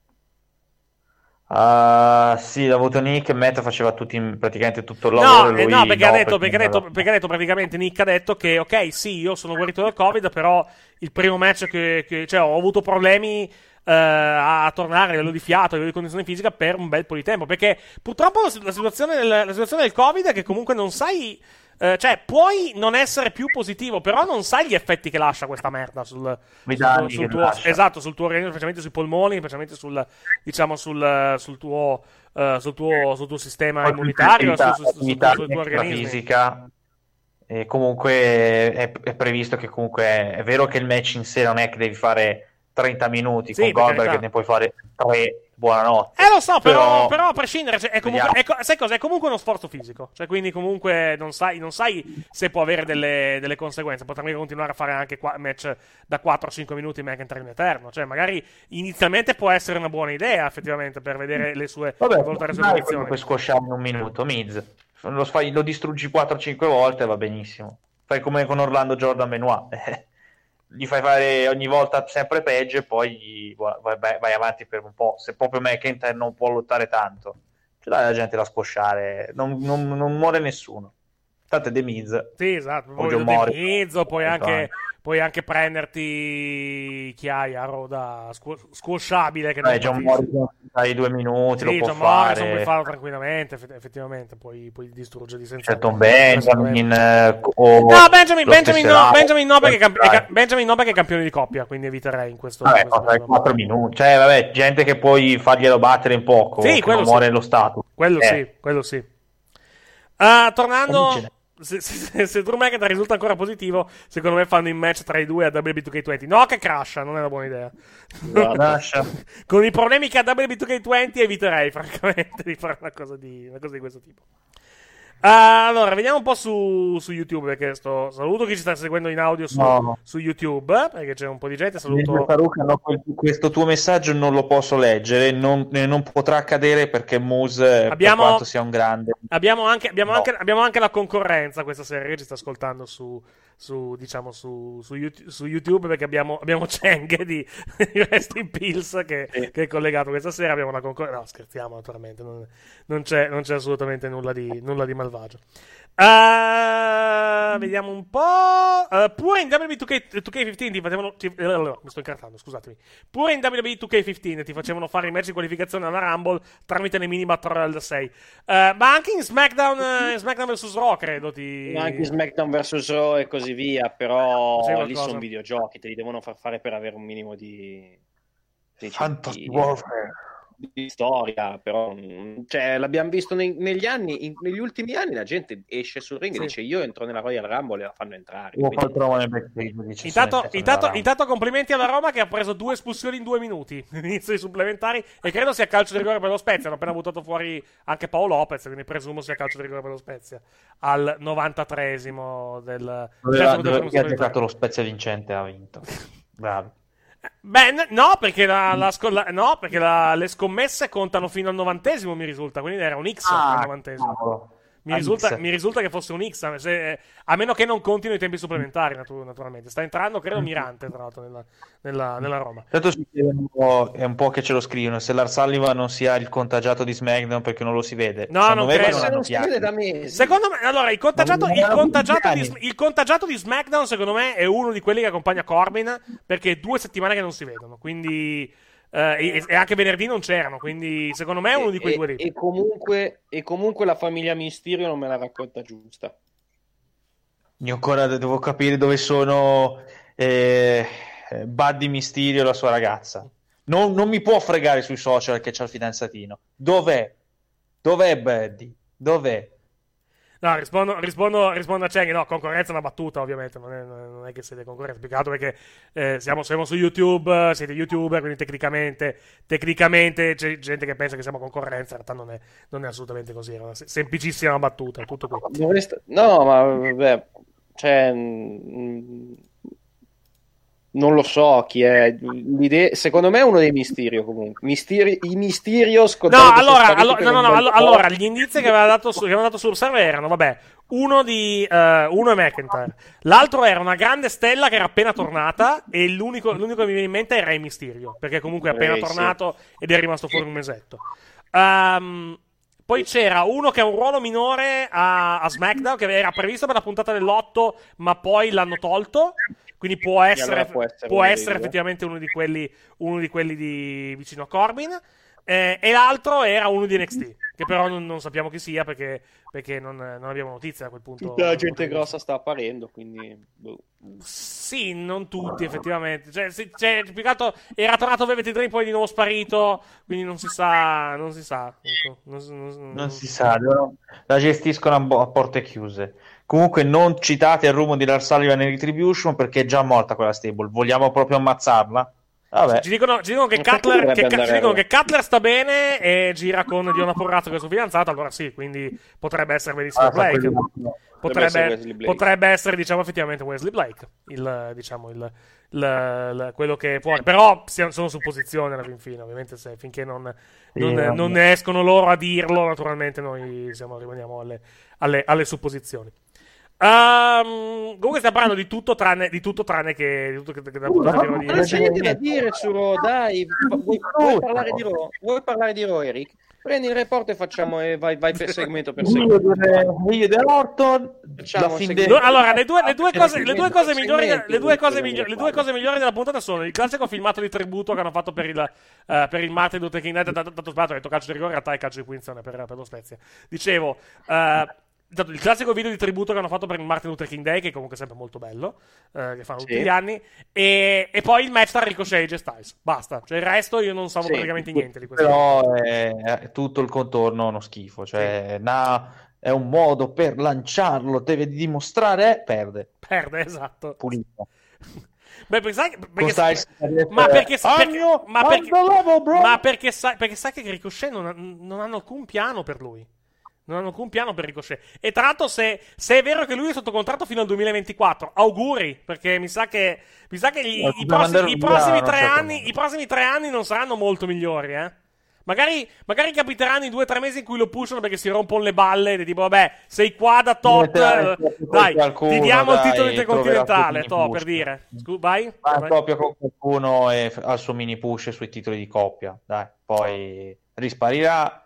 Speaker 10: Ah, sì, l'ha avuto Nick e Matt faceva tutti, praticamente tutto il
Speaker 7: No,
Speaker 10: lavoro.
Speaker 7: eh,
Speaker 10: lui
Speaker 7: no, perché ha
Speaker 10: no,
Speaker 7: detto, perché ha
Speaker 10: non
Speaker 7: detto,
Speaker 10: aveva-
Speaker 7: perché ha detto praticamente Nick ha detto che, ok, sì, io sono guarito dal Covid, però il primo match che, che- cioè, ho avuto problemi eh, a, a tornare a livello di fiato, a livello di condizione fisica per un bel po' di tempo, perché purtroppo la, la situazione del, la situazione del Covid è che comunque non sai, eh, cioè, puoi non essere più positivo, però non sai gli effetti che lascia questa merda sul,
Speaker 10: I
Speaker 7: sul,
Speaker 10: danni
Speaker 7: sul
Speaker 10: che
Speaker 7: tuo,
Speaker 10: lascia.
Speaker 7: esatto, sul tuo organismo, specialmente sui polmoni, specialmente sul, diciamo, sul, sul tuo, eh, sul tuo, sul tuo sistema
Speaker 10: Poi
Speaker 7: immunitario,
Speaker 10: attività-
Speaker 7: sul, sul- sul-
Speaker 10: attività
Speaker 7: sul tuo organismo.
Speaker 10: fisica. E comunque è, è previsto che comunque è, è vero che il match in sé non è che devi fare trenta minuti
Speaker 7: Sì,
Speaker 10: con
Speaker 7: per
Speaker 10: Goldberg,
Speaker 7: carità.
Speaker 10: che ne puoi fare tre buonanotte.
Speaker 7: Eh lo so, però,
Speaker 10: però,
Speaker 7: però a prescindere, cioè, è comunque, è, sai cosa? È comunque uno sforzo fisico, cioè quindi comunque non sai, non sai se può avere delle, delle conseguenze, potremmo continuare a fare anche qua, match da quattro a cinque minuti McIntyre in eterno, cioè magari inizialmente può essere una buona idea effettivamente per vedere le sue,
Speaker 10: vabbè,
Speaker 7: le sue posizioni.
Speaker 10: Puoi squasciare in un minuto, Miz, lo, fai, lo distruggi quattro cinque volte, va benissimo, fai come con Orlando Jordan Benoit. Gli fai fare ogni volta sempre peggio e poi vai, vai avanti per un po'. Se proprio McIntyre non può lottare tanto, ce dai la gente da squasciare, non, non, non muore nessuno. Tanto è The Miz.
Speaker 7: Sì, esatto,
Speaker 10: o
Speaker 7: The Miz, puoi anche, puoi anche prenderti Chiaiaro da squ- squasciabile che
Speaker 10: eh, John Morrison dai due minuti, sì, lo può
Speaker 7: John
Speaker 10: fare.
Speaker 7: Morrison puoi farlo tranquillamente, effettivamente puoi, puoi distruggerli senza
Speaker 10: Shelton Benjamin eh, o
Speaker 7: no, Benjamin, Benjamin no, Benjamin no, perché camp- ca- Benjamin no perché è campione di coppia, quindi eviterei in questo
Speaker 10: vabbè,
Speaker 7: questo
Speaker 10: quattro minuti, cioè vabbè, gente che puoi farglielo battere in poco,
Speaker 7: sì,
Speaker 10: che
Speaker 7: quello
Speaker 10: non
Speaker 7: sì.
Speaker 10: muore lo status.
Speaker 7: Quello
Speaker 10: eh.
Speaker 7: sì, quello sì. Uh, tornando Se, se, se Drew McIntyre risulta ancora positivo, secondo me fanno in match tra i due a W W E due K venti. No, che crasha, non è una buona idea.
Speaker 10: No,
Speaker 7: con i problemi che ha W W E due K venti eviterei, francamente, di fare una cosa di, una cosa di questo tipo. Uh, allora, vediamo un po' su, su YouTube, perché sto, saluto chi ci sta seguendo in audio su, no. su YouTube, perché c'è un po' di gente. Saluto
Speaker 10: Faruca, no, questo tuo messaggio non lo posso leggere, non, non potrà accadere perché Moose, abbiamo, per quanto sia un grande,
Speaker 7: abbiamo anche, abbiamo,
Speaker 10: no.
Speaker 7: anche, abbiamo anche la concorrenza questa sera che ci sta ascoltando su, su diciamo su, su, YouTube, su YouTube, perché abbiamo, abbiamo Cheng di Rest in Pills che, sì. che è collegato questa sera. Abbiamo la concorrenza, no, scherziamo naturalmente, non, non, c'è, non c'è assolutamente nulla di, nulla di malvagio. Uh, vediamo un po'. Uh, pure in W W E due K quindici ti facevano. Ti, uh, mi sto incartando, scusatemi. Pure in W W E due K quindici ti facevano fare i match di qualificazione alla Rumble tramite le mini Battle Royale da sei. Uh, ma anche in SmackDown, uh, in SmackDown versus Raw, credo. Ti...
Speaker 9: Anche in SmackDown versus Raw e così via. Però lì sono videogiochi, te li devono far fare per avere un minimo di. di
Speaker 10: Fantasy Warfare.
Speaker 9: Di storia, però cioè l'abbiamo visto nei, negli anni in, negli ultimi anni la gente esce sul ring sì. e dice io entro nella Royal Rumble e la fanno entrare, quindi...
Speaker 7: intanto, intanto, intanto complimenti alla Roma che ha preso due espulsioni in due minuti inizio dei supplementari e credo sia calcio di rigore per lo Spezia. Hanno appena buttato fuori anche Paolo Lopez, quindi presumo sia calcio di rigore per lo Spezia al novantatreesimo del
Speaker 10: dove ha giocato lo Spezia vincente, ha vinto. Bravo.
Speaker 7: Beh, no, perché, la, la, la, no, perché la, le scommesse contano fino al novantesimo, mi risulta. Quindi era un X
Speaker 10: ah,
Speaker 7: al novantesimo. Mi risulta, mi risulta che fosse un X, se, a meno che non continui i tempi supplementari, natur- naturalmente. Sta entrando, credo, Mirante, tra l'altro, nella, nella, nella Roma.
Speaker 10: Certo, è un po' che ce lo scrivono. Se Lars Sullivan non sia il contagiato di SmackDown perché non lo si vede.
Speaker 7: No, non
Speaker 10: me
Speaker 7: credo.
Speaker 10: Non
Speaker 9: non si vede da mesi.
Speaker 7: Secondo me, allora, il contagiato, il, contagiato di, il contagiato di SmackDown, secondo me, è uno di quelli che accompagna Corbin, perché è due settimane che non si vedono. Quindi... Uh, e, e anche venerdì non c'erano, quindi secondo me è uno di quei
Speaker 9: e,
Speaker 7: due lì.
Speaker 9: E comunque, e comunque la famiglia Mysterio non me la racconta giusta.
Speaker 10: Io ancora devo capire dove sono eh, Buddy Mysterio e la sua ragazza. Non, non mi può fregare sui social che c'ha il fidanzatino. Dov'è? Dov'è Buddy? Dov'è?
Speaker 7: No, rispondo, rispondo, rispondo a Cheng. No, concorrenza è una battuta, ovviamente. Non è, non è che siete concorrenza. Più che altro perché eh, siamo, siamo su YouTube, siete YouTuber, quindi tecnicamente, tecnicamente c'è gente che pensa che siamo concorrenza. In realtà non è, non è assolutamente così. È una semplicissima battuta. È tutto qui.
Speaker 9: Dovreste... No, ma vabbè, cioè. Mh... Non lo so chi è. L'idea... Secondo me è uno dei Mysterio comunque. Misteri... I Mysterios.
Speaker 7: No, allora, allora, no, no, no, allo- allora, gli indizi che aveva dato su, che avevano dato sul server erano, vabbè, uno di uh, uno è McIntyre, l'altro era una grande stella che era appena tornata e l'unico, l'unico che mi viene in mente è Re Mysterio, perché comunque è appena
Speaker 9: Ray,
Speaker 7: tornato
Speaker 9: sì.
Speaker 7: ed è rimasto fuori un mesetto. Um, poi c'era uno che ha un ruolo minore a, a SmackDown, che era previsto per la puntata dell'otto, ma poi l'hanno tolto. Quindi può essere,
Speaker 9: allora può essere,
Speaker 7: può essere effettivamente uno di quelli, uno di quelli di vicino a Corbin. Eh, e l'altro era uno di N X T, che però non, non sappiamo chi sia perché, perché non, non abbiamo notizie a quel punto.
Speaker 9: Tutta la gente grossa sta apparendo, quindi boh.
Speaker 7: Sì, non tutti effettivamente. Cioè, se, cioè, più che altro era tornato Velvet Dream, poi di nuovo sparito, quindi non si sa, non si sa. Ecco. Non, non, non,
Speaker 10: non si sa, no? La gestiscono a, bo- a porte chiuse. Comunque non citate il rumore di Lars Sullivan e Retribution perché è già morta quella stable. Vogliamo proprio ammazzarla? Vabbè.
Speaker 7: Ci dicono, ci dicono, che, Cutler, che, ci dicono che Cutler sta bene e gira con Diona Porrazzo che è sua fidanzata, allora sì, quindi potrebbe essere benissimo ah, Blake. Potrebbe, potrebbe, essere Blake. potrebbe essere, diciamo, effettivamente Wesley Blake, il, diciamo, il, il, il, quello che può. Però sono supposizioni alla fin fine, ovviamente, se, finché non, non, sì, non ne escono loro a dirlo, naturalmente noi siamo, rimaniamo alle, alle, alle supposizioni. Um, comunque stiamo parlando di tutto tranne di tutto tranne che, di tutto che, che da
Speaker 9: uh, no, dire. Non c'è niente da dire su Raw, dai. Vuoi, vuoi parlare di Raw? Vuoi parlare di Raw, Eric? Prendi il report e facciamo e vai, vai per segmento per segmento.
Speaker 10: Io de Orton
Speaker 7: de... no, allora le due, le due cose le due cose migliori le due cose migliori le due cose migliori della puntata sono il classico filmato di tributo che hanno fatto per il uh, per il Martin Luther King Night. Tanto sbagliato, ho detto calcio di rigore, in realtà è calcio di punizione per, per lo Spezia. Dicevo uh, il classico video di tributo che hanno fatto per il Martin Luther King Day, che comunque è sempre molto bello, eh, che fanno sì. tutti gli anni, e, e poi il match tra Ricochet e A J Styles. Basta, cioè il resto io non so sì. praticamente niente di questo.
Speaker 10: Però è, è tutto il contorno uno schifo, cioè sì. na, è un modo per lanciarlo, deve dimostrare, perde.
Speaker 7: Perde, esatto.
Speaker 10: Pulito.
Speaker 7: Beh, perché sai, perché sai, ma perché sai, perché, ma perché, ma perché sai, perché sai che Ricochet non, ha, non hanno alcun piano per lui. Non hanno alcun piano per Ricochet. E tra l'altro, se, se è vero che lui è sotto contratto fino al duemilaventiquattro, auguri, perché mi sa che mi sa che gli, i, prossimi, i, prossimi tre anni, i prossimi tre anni non saranno molto migliori, eh. Magari, magari capiteranno i due o tre mesi in cui lo pushano perché si rompono le balle e tipo, vabbè, sei qua da tot, dai, qualcuno, ti diamo dai, il titolo intercontinentale, to, per dire. Scu- vai?
Speaker 10: Va in coppia con qualcuno e al suo mini push sui titoli di coppia, dai, poi risparirà.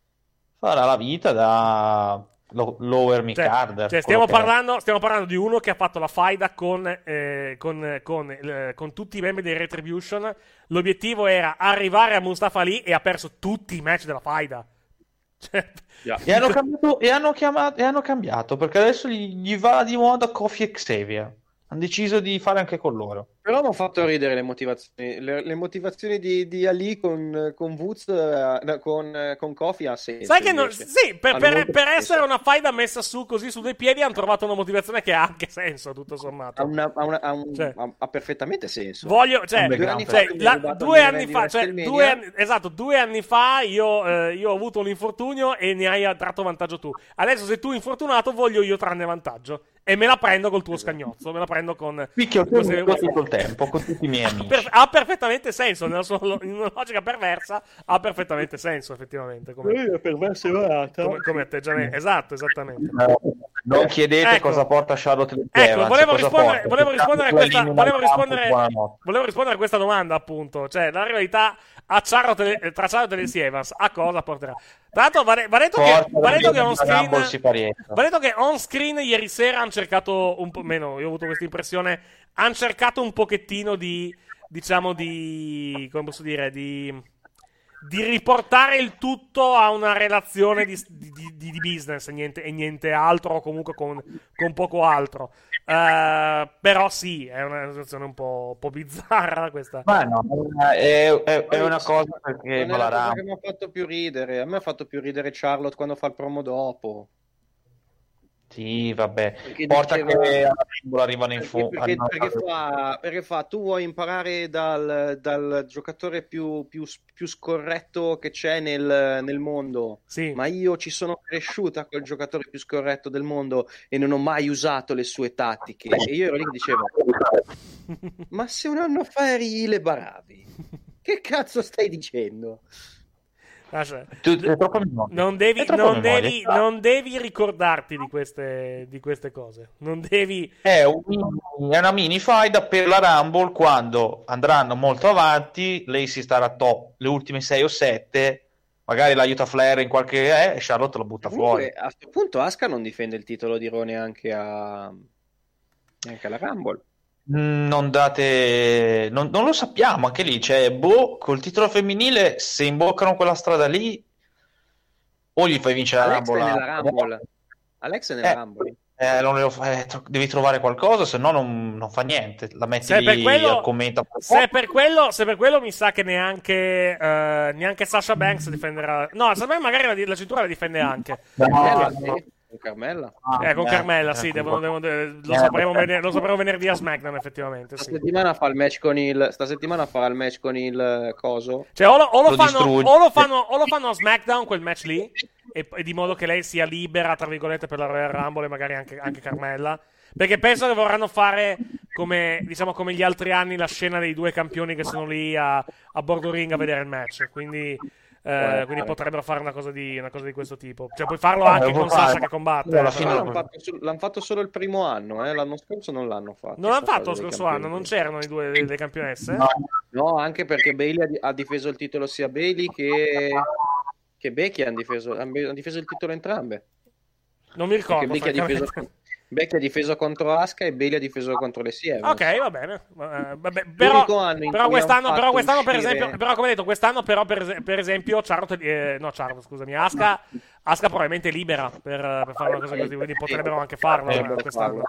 Speaker 10: Farà la vita da lower mid card.
Speaker 7: Cioè, cioè stiamo, parlando, stiamo parlando di uno che ha fatto la faida con, eh, con, con, eh, con tutti i membri dei Retribution. L'obiettivo era arrivare a Mustafa Ali e ha perso tutti i match della faida. Cioè,
Speaker 10: yeah. e, hanno cambiato, e, hanno chiamato, e hanno cambiato perché adesso gli, gli va di moda Kofi e Xavier. Hanno deciso di fare anche con loro.
Speaker 9: Però mi hanno fatto ridere le motivazioni. Le, le motivazioni di, di Ali con, con Woods, uh, con, con Kofi ha senso.
Speaker 7: Sai che non, sì, per, per, per essere una faida messa su così su due piedi hanno trovato una motivazione che ha anche senso, tutto sommato.
Speaker 9: Ha, una, ha, una, ha, un, cioè, ha, ha perfettamente senso.
Speaker 7: Voglio, cioè, due anni cioè, fa, la, due anni fa cioè, due anni, esatto, due anni fa io, eh, io ho avuto un infortunio e ne hai tratto vantaggio tu. Adesso sei tu infortunato, voglio io trarne vantaggio. E me la prendo col tuo scagnozzo, me la prendo con...
Speaker 10: Picchio queste... tutto il tempo, con tutti i miei amici.
Speaker 7: Per... Ha perfettamente senso, nella sua in una logica perversa, ha perfettamente senso, effettivamente. Come,
Speaker 9: perverso
Speaker 7: come, come atteggiamento. Esatto, esattamente.
Speaker 10: No, non chiedete ecco. cosa porta Charlotte Evans.
Speaker 7: Ecco, volevo rispondere, volevo rispondere a questa... Volevo rispondere, volevo rispondere a questa domanda, appunto. Cioè, la rivalità a Charlotte, tra Charlotte e Lacey Evans, a cosa porterà? Tra l'altro, va detto che, va detto che on screen, va detto che on screen ieri sera hanno cercato un po' meno. Io ho avuto questa impressione. Hanno cercato un pochettino di, diciamo, di, come posso dire, di, di riportare il tutto a una relazione di, di, di, di business e niente, e niente altro, o comunque con, con poco altro. Uh, però sì, è una situazione un po', un po' bizzarra questa.
Speaker 10: Ma no, è, è, è una cosa perché
Speaker 9: non è la cosa che mi ha fatto più ridere. A me ha fatto più ridere Charlotte quando fa il promo dopo.
Speaker 10: Sì, vabbè. Perché porta diceva, che alla arrivano in fondo.
Speaker 9: Perché, perché, perché, fa, perché fa, tu vuoi imparare dal, dal giocatore più, più, più scorretto che c'è nel, nel mondo.
Speaker 7: Sì.
Speaker 9: Ma io ci sono cresciuta col giocatore più scorretto del mondo e non ho mai usato le sue tattiche. E io ero lì che dicevo, ma se un anno fa eri le Baravi, che cazzo stai dicendo?
Speaker 7: Ah, cioè, tu, non, devi, non, devi, non devi ricordarti di queste, di queste cose. Non devi.
Speaker 10: È, un, è una mini faida per la Rumble quando andranno molto avanti. Lei si starà top le ultime sei o sette. Magari l'aiuta Flair in qualche. Eh, e Charlotte lo butta
Speaker 9: Comunque,
Speaker 10: fuori.
Speaker 9: A questo punto Asuka non difende il titolo di Raw neanche a neanche alla Rumble.
Speaker 10: Non date, non, non lo sappiamo anche lì. Cioè, boh, col titolo femminile, se imboccano quella strada lì, o gli fai vincere
Speaker 9: Alexa
Speaker 10: la Rumble.
Speaker 9: È nella Rumble. Alexa è nella
Speaker 10: eh,
Speaker 9: Rumble.
Speaker 10: Eh, non lo, eh, devi trovare qualcosa, se no non, non fa niente. La metti se lì per quello, commenta.
Speaker 7: Se per, quello, se per quello mi sa che neanche, uh, neanche Sasha Banks difenderà. No, Sasha Banks magari la, la cintura la difende anche.
Speaker 10: No,
Speaker 9: Con Carmella?
Speaker 7: Ah, eh, con Carmella, sì, devono, devono, devono, lo, sapremo venerdì, lo sapremo venerdì a SmackDown, effettivamente. Sì.
Speaker 9: Sta settimana fa il match con il. Sta settimana farà il match con il coso.
Speaker 7: Cioè, o lo, o lo,
Speaker 9: lo
Speaker 7: fanno, o lo fanno, o lo fanno a SmackDown quel match lì, e, e di modo che lei sia libera, tra virgolette, per la Royal Rumble e magari anche, anche Carmella. Perché penso che vorranno fare come, diciamo, come gli altri anni la scena dei due campioni che sono lì a, a bordo ring a vedere il match. Quindi. Eh, quindi potrebbero fare una cosa di una cosa di questo tipo. Cioè, puoi farlo anche con Sasha che combatte.
Speaker 9: Alla fine l'hanno fatto, l'hanno fatto solo il primo anno, eh? L'anno scorso non l'hanno fatto.
Speaker 7: Non l'hanno fatto lo scorso anno, non c'erano i due le campionesse?
Speaker 9: No, no, anche perché Bayley ha difeso il titolo sia Bayley che, che Becky hanno difeso, hanno difeso il titolo entrambe.
Speaker 7: Non mi ricordo.
Speaker 9: Becky ha difeso, Becky ha difeso contro Asuka e Bayley ha difeso contro le Sieves.
Speaker 7: Ok, va bene. Uh, vabbè, però, però quest'anno, però quest'anno per
Speaker 9: uscire...
Speaker 7: esempio, però come detto, quest'anno però per, per esempio Charlotte, eh, no Charlotte, scusami, Asuka, Asuka probabilmente è libera per, per fare una cosa così, quindi potrebbero anche farlo eh, quest'anno.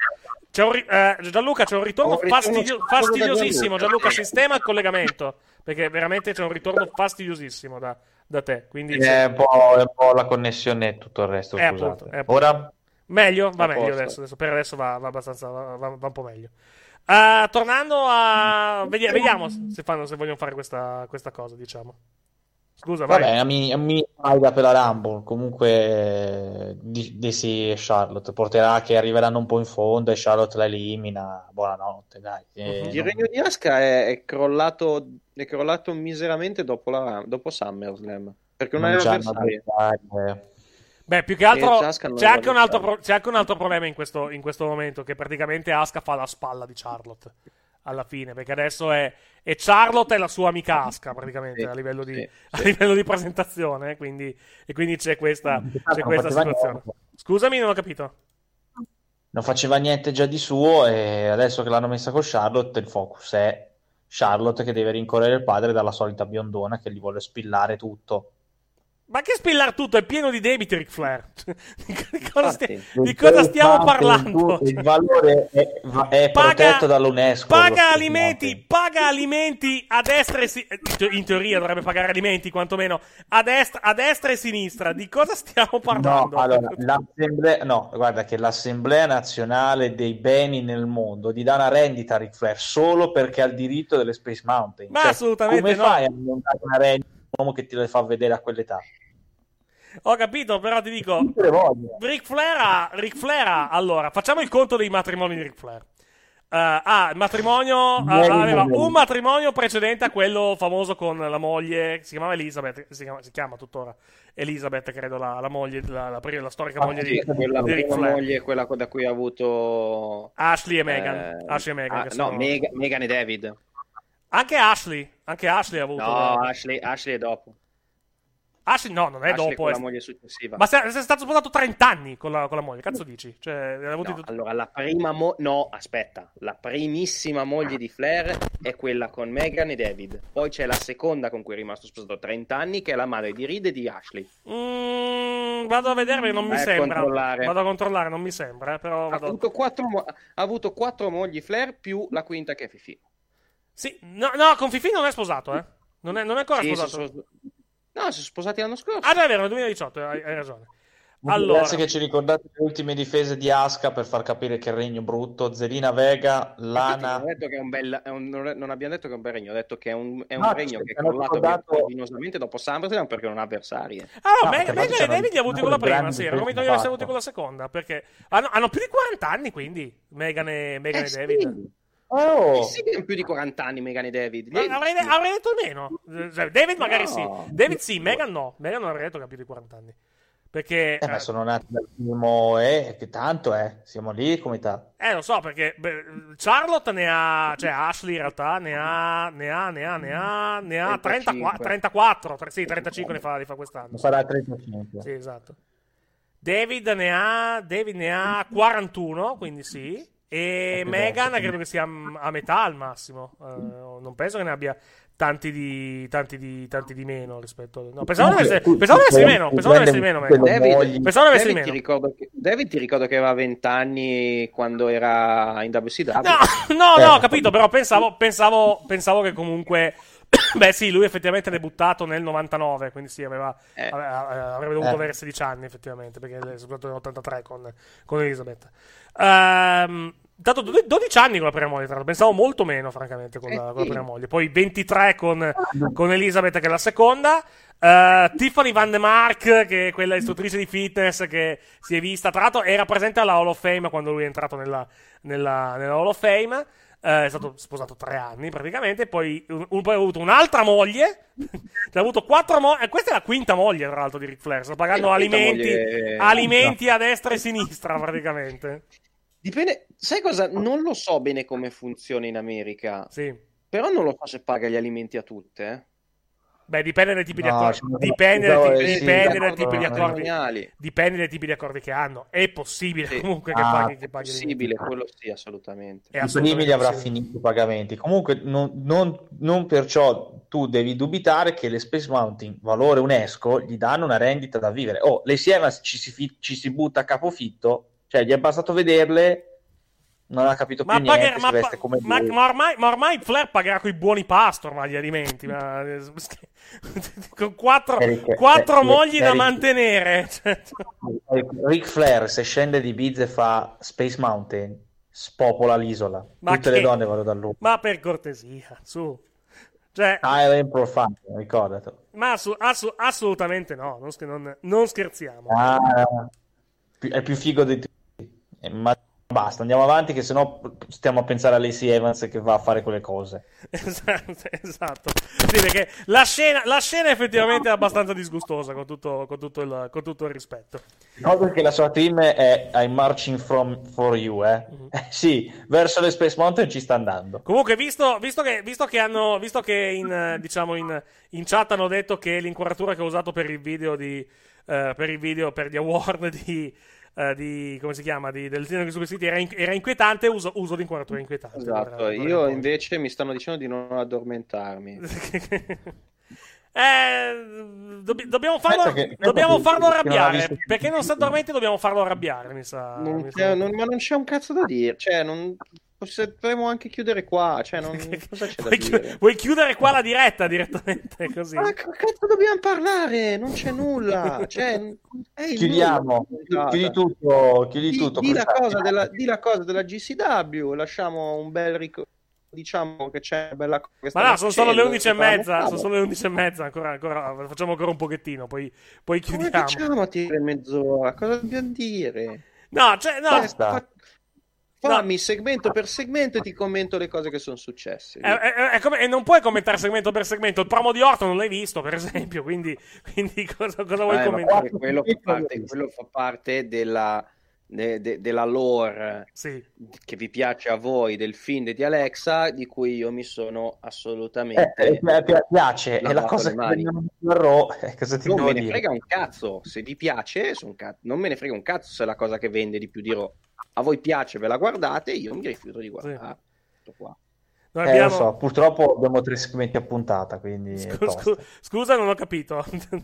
Speaker 7: C'è un, eh, Gianluca, c'è un ritorno, un ritorno fastidio, fastidiosissimo. Gianluca, sistema il collegamento, perché veramente c'è un ritorno fastidiosissimo da, da te. Quindi
Speaker 10: è, un po', è un po' la connessione e tutto il resto.
Speaker 7: È
Speaker 10: scusate.
Speaker 7: Appunto, è appunto. Ora? Meglio? Va meglio adesso, adesso. Per adesso va, va abbastanza, va, va un po' meglio. Uh, tornando a... Vediamo, vediamo se, fanno, se vogliono fare questa, questa cosa, diciamo. Scusa, vai.
Speaker 10: Vabbè, a mini, a mini per la Rumble. Comunque, Daisy e Charlotte porterà che arriveranno un po' in fondo e Charlotte la elimina. Buonanotte, dai.
Speaker 9: Uh-huh. Il regno di Asuka è, è, crollato, è crollato miseramente dopo, la, dopo SummerSlam. Perché non, non aveva avversario.
Speaker 7: Beh, più che altro c'è anche, un altro pro- c'è anche un altro problema in questo, in questo momento, che praticamente Asuka fa la spalla di Charlotte alla fine, perché adesso è, è Charlotte e la sua amica Asuka praticamente, sì, a, livello di, sì, a sì. livello di presentazione, quindi, e quindi c'è questa, c'è questa situazione. Scusami, non ho capito.
Speaker 10: Non faceva niente già di suo e adesso che l'hanno messa con Charlotte il focus è Charlotte che deve rincorrere il padre dalla solita biondona che gli vuole spillare tutto.
Speaker 7: Ma che spillar tutto? È pieno di debiti Ric Flair. Di cosa, stia- di cosa stiamo parlando?
Speaker 10: Il valore è, è
Speaker 7: paga,
Speaker 10: protetto dall'UNESCO.
Speaker 7: Paga alimenti, paga alimenti a destra e sinistra. In teoria dovrebbe pagare alimenti, quantomeno a destra, a destra e sinistra. Di cosa stiamo parlando?
Speaker 10: No, allora, l'assemblea, no, guarda che l'Assemblea Nazionale dei Beni nel Mondo gli dà una rendita a Ric Flair solo perché ha il diritto delle Space Mountain.
Speaker 7: Ma
Speaker 10: cioè,
Speaker 7: assolutamente
Speaker 10: come
Speaker 7: no.
Speaker 10: fai a non dare una rendita a un uomo che ti le fa vedere a quell'età?
Speaker 7: Ho capito, però ti dico, Ric Flair ha, Ric Flair ha, allora, facciamo il conto dei matrimoni di Ric Flair. Uh, ah, il matrimonio, uh, aveva un matrimonio precedente a quello famoso con la moglie, si chiamava Elizabeth, si chiama, si chiama tuttora Elizabeth, credo, la, la moglie, la, la, la, la storica moglie ah, di,
Speaker 9: sì, quella,
Speaker 7: di Ric Flair.
Speaker 9: Moglie, quella da cui ha avuto
Speaker 7: Ashley e Meghan. Eh, Ashley e Meghan
Speaker 9: ah,
Speaker 7: che
Speaker 9: no,
Speaker 7: sono...
Speaker 9: Meg- Meghan e David.
Speaker 7: Anche Ashley, anche Ashley ha avuto.
Speaker 9: No, Ashley, Ashley è dopo.
Speaker 7: Ashley, no, non è
Speaker 9: Ashley
Speaker 7: dopo.
Speaker 9: Con
Speaker 7: è...
Speaker 9: la moglie successiva.
Speaker 7: Ma sei, sei stato sposato trenta anni con la, con la moglie, cazzo dici? Cioè,
Speaker 9: no,
Speaker 7: tutto...
Speaker 9: allora, la prima mo- no, aspetta, la primissima moglie di Flair è quella con Meghan e David. Poi c'è la seconda con cui è rimasto sposato trenta anni, che è la madre di Reed e di Ashley.
Speaker 7: Mm, vado a vedere, non mi
Speaker 9: Vai
Speaker 7: sembra.
Speaker 9: A
Speaker 7: vado a controllare, non mi sembra. Però vado...
Speaker 9: ha, avuto quattro mo- ha avuto quattro mogli Flair più la quinta che è Fifi.
Speaker 7: Sì, no, no, con Fifi non è sposato, eh. Non è, non è ancora
Speaker 9: sì,
Speaker 7: sposato.
Speaker 9: Sono... No, sono sposati l'anno scorso.
Speaker 7: Ah, beh, è vero, nel duemiladiciotto, hai, hai ragione. Allora...
Speaker 10: Grazie che ci ricordate le ultime difese di Asuka per far capire che il regno brutto. Zelina Vega, Lana.
Speaker 9: Non, detto che è un bel, è un, non abbiamo detto che è un bel regno, ho detto che è un, è un
Speaker 10: no,
Speaker 9: regno che è
Speaker 10: crollato
Speaker 9: crollato vertiginosamente dopo SummerSlam perché non ha avversarie.
Speaker 7: Ah, no, no Meghan e David li ha avuti con la prima, sì, era convinto di aversi avuti con la seconda, perché hanno, hanno più di quaranta anni, quindi, Meghan e, Meghan
Speaker 9: eh,
Speaker 7: e David.
Speaker 9: Sì. Oh. Sì, che hanno più di quaranta anni Meghan e David.
Speaker 7: Gli... Avrei, avrei detto meno. David magari no. sì. David sì, Meghan no. Meghan non avrei detto che ha più di quaranta anni. Perché...
Speaker 10: Eh, ma sono nati dal primo... Eh, che tanto, eh. Siamo lì come età.
Speaker 7: Eh, lo so, perché beh, Charlotte ne ha... Cioè, Ashley in realtà ne ha... Ne ha, ne ha, ne ha... Ne ha trentaquattro. trentaquattro sì, trentacinque ne fa, ne fa quest'anno.
Speaker 10: Ne farà trentacinque.
Speaker 7: Sì, esatto. David ne ha... David ne ha quarantuno, quindi sì. E Meghan credo che sia a metà al massimo. Uh, non penso che ne abbia tanti di tanti di tanti di meno rispetto. No, pensavo di essere pensavo di meno. Pensavo di essere meno.
Speaker 9: David,
Speaker 7: pensavo di essere
Speaker 9: David,
Speaker 7: meno.
Speaker 9: Ti ricordo che, David ti ricordo che aveva venti anni quando era in W C W.
Speaker 7: No, no, no, ho capito, però pensavo pensavo pensavo che comunque Beh sì, lui effettivamente è debuttato nel novantanove, quindi sì, aveva,
Speaker 9: Eh.
Speaker 7: aveva- avrebbe dovuto
Speaker 9: Eh.
Speaker 7: avere sedici anni effettivamente, perché è debuttato nell'ottantatré con, con Elizabeth. Ehm, Dato dodici anni con la prima moglie, tra l'altro. Pensavo molto meno, francamente, con,
Speaker 9: Eh,
Speaker 7: la, con la
Speaker 9: sì.
Speaker 7: prima moglie. Poi ventitré con, con Elizabeth, che è la seconda. Eh, Tiffany Van de Mark, che è quella istruttrice di fitness che si è vista. Tra l'altro, era presente alla Hall of Fame quando lui è entrato nella, nella, nella Hall of Fame. Eh, è stato sposato tre anni praticamente. Poi, un, un- poi ha avuto un'altra moglie. ha avuto quattro mogli. Questa è la quinta moglie, tra l'altro, di Ric Flair. Sta pagando
Speaker 9: È la quinta
Speaker 7: alimenti,
Speaker 9: moglie-
Speaker 7: alimenti a destra e a sinistra, praticamente.
Speaker 9: Dipende, sai cosa? Non lo so bene come funziona in America,
Speaker 7: Sì.
Speaker 9: però non lo so se paga gli alimenti a tutte. Eh.
Speaker 7: Beh, dipende dai tipi di
Speaker 10: No,
Speaker 7: accordi.
Speaker 10: sono-
Speaker 7: Dipende,
Speaker 10: no,
Speaker 7: dai
Speaker 10: eh,
Speaker 7: tipi,
Speaker 10: sì,
Speaker 7: dipende
Speaker 10: sì,
Speaker 7: dai tipi di
Speaker 10: no,
Speaker 7: accordi.
Speaker 9: matrimoniali.
Speaker 7: Dipende dai tipi di accordi che hanno. È possibile
Speaker 9: Sì.
Speaker 7: comunque che
Speaker 10: Ah,
Speaker 7: paghi, che
Speaker 9: È
Speaker 7: paghi
Speaker 9: possibile, quello sì, assolutamente.
Speaker 7: È
Speaker 10: I primi
Speaker 7: assolutamente
Speaker 10: li avrà
Speaker 7: possibile.
Speaker 10: finiti i pagamenti. Comunque, non, non- non perciò tu devi dubitare che le Space Mountain, valore UNESCO, gli danno una rendita da vivere. Oh, le Evans ci si, fi- ci si butta a capofitto, cioè gli è bastato vederle, non ha capito più
Speaker 7: Ma,
Speaker 10: niente,
Speaker 7: pagherà-
Speaker 10: si
Speaker 7: ma,
Speaker 10: veste
Speaker 7: pa-
Speaker 10: come
Speaker 7: ma-
Speaker 10: lui.
Speaker 7: ma ormai, ma ormai Flair pagherà con i buoni pasto ormai gli alimenti. Ma, con quattro,
Speaker 10: Eric,
Speaker 7: quattro
Speaker 10: eh,
Speaker 7: mogli da
Speaker 10: Eric-
Speaker 7: mantenere. Cioè,
Speaker 10: Ric Flair, se scende di Ibiza e fa Space Mountain, spopola l'isola.
Speaker 7: Ma
Speaker 10: Tutte
Speaker 7: che-
Speaker 10: le donne vanno da lui.
Speaker 7: ma per cortesia, su. Cioè,
Speaker 10: Island Profile, ricordati.
Speaker 7: ma assu- assu- assolutamente no. Non, sch- non- non scherziamo.
Speaker 10: Ah, pi- è più figo di tutti. Eh, Ma basta, andiamo avanti, che sennò stiamo a pensare a Lacey Evans che va a fare quelle cose.
Speaker 7: Esatto, esatto. Sì, perché la scena, la scena effettivamente è abbastanza disgustosa, con tutto, con tutto, il, con tutto il rispetto.
Speaker 10: Ricordo che la sua team è I'm marching from for you, eh.
Speaker 7: Mhm.
Speaker 10: Eh, sì, verso le Space Mountain ci sta andando.
Speaker 7: Comunque, visto, visto che, visto che hanno, visto che in, eh, diciamo in, in chat hanno detto che l'inquadratura che ho usato per il video di, eh, per il video, per gli award di, eh, di come si chiama, di, del Tino Super City era, in- era inquietante, uso, uso l'inquadratura inquietante.
Speaker 9: Esatto,
Speaker 7: Vorrei- vorrei
Speaker 9: io
Speaker 7: poi-
Speaker 9: invece mi stanno dicendo di non addormentarmi.
Speaker 7: Eh, dobb- dobbiamo farlo,
Speaker 10: Aspetta che-
Speaker 7: dobbiamo
Speaker 10: aspetta
Speaker 7: farlo
Speaker 10: che- che non ha
Speaker 7: arrabbiare.
Speaker 10: visto-
Speaker 7: Perché non si addormenti, dobbiamo farlo arrabbiare. Mi sa.
Speaker 9: Non
Speaker 7: mi
Speaker 9: c'è-
Speaker 7: sa.
Speaker 9: non- ma non c'è un cazzo da dire, cioè, non, potremmo anche chiudere qua, cioè, non, cosa c'è da
Speaker 7: Vuoi, chi-
Speaker 9: dire?
Speaker 7: vuoi chiudere qua la diretta direttamente così?
Speaker 9: Ma che cazzo dobbiamo parlare? Non c'è nulla, cioè, è il
Speaker 10: Chiudiamo,
Speaker 9: nulla.
Speaker 10: chiudi tutto, chiudi
Speaker 9: Di,
Speaker 10: tutto.
Speaker 9: di la
Speaker 10: questa-
Speaker 9: cosa della, di la cosa della G C W, lasciamo un bel ricordo, diciamo che c'è una bella cosa che
Speaker 7: Ma
Speaker 9: stanno
Speaker 7: no, sono solo le
Speaker 9: facendo,
Speaker 7: undici e
Speaker 9: facciamo
Speaker 7: mezza.
Speaker 9: cavolo.
Speaker 7: Sono solo le undici e mezza. Ancora, ancora, facciamo ancora un pochettino. Poi, poi
Speaker 9: Come
Speaker 7: chiudiamo.
Speaker 9: facciamo a tirare mezz'ora? Cosa dobbiamo dire?
Speaker 7: No, cioè, no.
Speaker 10: Basta.
Speaker 9: Fa- Fammi segmento per segmento e ti commento le cose che sono successe.
Speaker 7: È, è- è come- e non puoi commentare segmento per segmento. Il promo di Orton non l'hai visto, per esempio. Quindi, quindi cosa, cosa vuoi
Speaker 9: Eh, ma
Speaker 7: commentare?
Speaker 9: quello, fa parte, quello fa parte della, de- de- della lore
Speaker 7: Sì.
Speaker 9: che vi piace a voi del film di Alexa, di cui io mi sono
Speaker 10: Eh,
Speaker 9: assolutamente
Speaker 10: eh, pi- pi- piace, è la
Speaker 9: lavato
Speaker 10: cosa
Speaker 9: le
Speaker 10: che
Speaker 9: mani.
Speaker 10: vengono a Raw, eh, cosa ti
Speaker 9: Non
Speaker 10: devo
Speaker 9: me ne
Speaker 10: dire?
Speaker 9: frega un cazzo se vi piace, son ca- non me ne frega un cazzo se è la cosa che vende di più di Raw. A voi piace, ve la guardate, io mi rifiuto di guardare. Tutto qua.
Speaker 7: Noi
Speaker 10: Eh,
Speaker 7: abbiamo-
Speaker 10: lo so, purtroppo abbiamo tre segmenti a puntata, quindi è
Speaker 7: Scu-
Speaker 10: tosta.
Speaker 7: scu- scusa, non ho capito.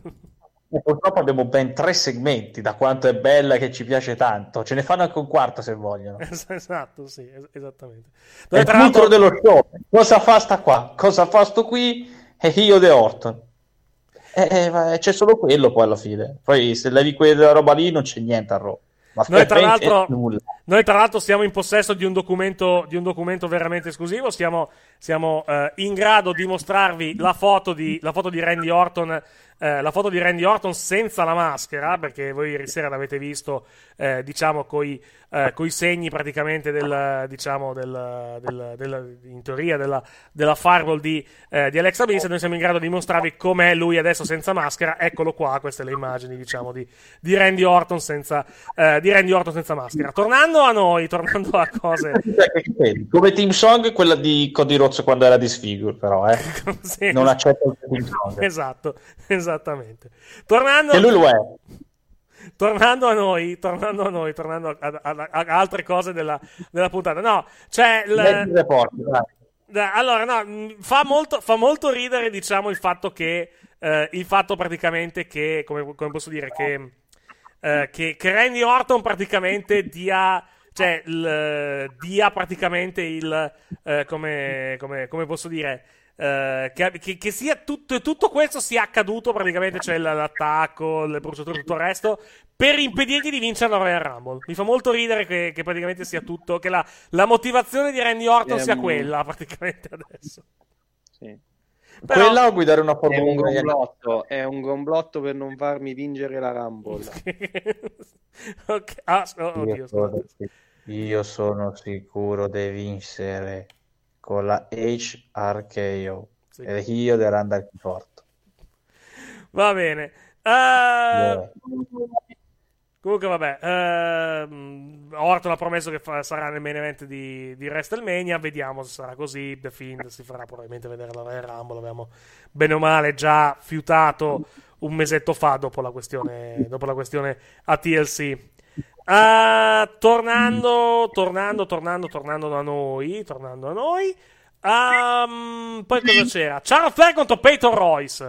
Speaker 10: E purtroppo abbiamo ben tre segmenti, da quanto è bella che ci piace tanto. Ce ne fanno anche un quarto se vogliono.
Speaker 7: Es- esatto, sì, es- esattamente.
Speaker 10: È
Speaker 7: Dove,
Speaker 10: il
Speaker 7: tra
Speaker 10: fulcro
Speaker 7: l'altro,
Speaker 10: dello show. Cosa fa sta qua? Cosa fa sto qui? E io De Orton. Eh, eh, ma c'è solo quello poi alla fine. Poi se levi quella roba lì non c'è niente a Raw. Ma
Speaker 7: Noi tra,
Speaker 10: francamente
Speaker 7: l'altro,
Speaker 10: nulla.
Speaker 7: noi tra l'altro siamo in possesso di un documento, di un documento veramente esclusivo. Siamo, siamo eh, in grado di mostrarvi la foto di, la foto di Randy Orton, eh, la foto di Randy Orton senza la maschera, perché voi ieri sera l'avete visto, eh, diciamo, coi, eh, coi segni praticamente del, diciamo, del, del, del- in teoria della, della firewall di, eh, di Alexa Bliss. E noi siamo in grado di mostrarvi com'è lui adesso senza maschera. Eccolo qua, queste le immagini, diciamo, di, di Randy Orton senza, eh, di Randy Orton senza maschera. Tornando a noi, tornando a cose.
Speaker 10: Come Team Song, quella di Cody Rhodes quando era di Sfigure, però, eh.
Speaker 7: Sì,
Speaker 10: Non accetta il Team Song.
Speaker 7: esatto, esattamente. Tornando,
Speaker 10: E lui lo è.
Speaker 7: tornando a noi, tornando a noi, tornando a, a- a- a altre cose della, della puntata. No, c'è il,
Speaker 10: Leggi il report, dai.
Speaker 7: Da- Allora, no, mh, fa molto, fa molto ridere, diciamo, il fatto che, eh, il fatto praticamente che, come, come posso dire, che, eh, che, che Randy Orton praticamente dia, cioè, il, dia praticamente il, eh, come, come, come posso dire, Uh, che, che, che sia tutto, tutto questo sia accaduto praticamente, cioè l'attacco, le bruciature, tutto il resto, per impedirgli di vincere la Royal Rumble. Mi fa molto ridere che, che praticamente sia tutto, che la, la motivazione di Randy Orton
Speaker 9: Ehm,
Speaker 7: sia quella praticamente adesso.
Speaker 9: Sì.
Speaker 7: Però-
Speaker 10: Quella o guidare una
Speaker 9: È
Speaker 10: Formula
Speaker 9: un
Speaker 10: uno negli anni-
Speaker 9: complotto, è un complotto per non farmi vincere la Rumble.
Speaker 7: Ok. Ah, oh, oddio,
Speaker 10: Io sono,
Speaker 7: scusate.
Speaker 10: io sono sicuro di vincere con la H R K O.
Speaker 7: Sì.
Speaker 10: E io devo andare più forte.
Speaker 7: Va bene. Uh,
Speaker 10: Yeah.
Speaker 7: Comunque, vabbè. ehm, Orton ha promesso che fa- sarà nel main event di, di WrestleMania. Vediamo se sarà così. The Fiend si farà probabilmente vedere la Royal Rumble. Abbiamo bene o male già fiutato un mesetto fa dopo la questione, dopo la questione A T L C. Uh, tornando, tornando, tornando, tornando da noi, tornando a noi. Um, poi cosa c'era? Charles Flair contro Peyton Royce.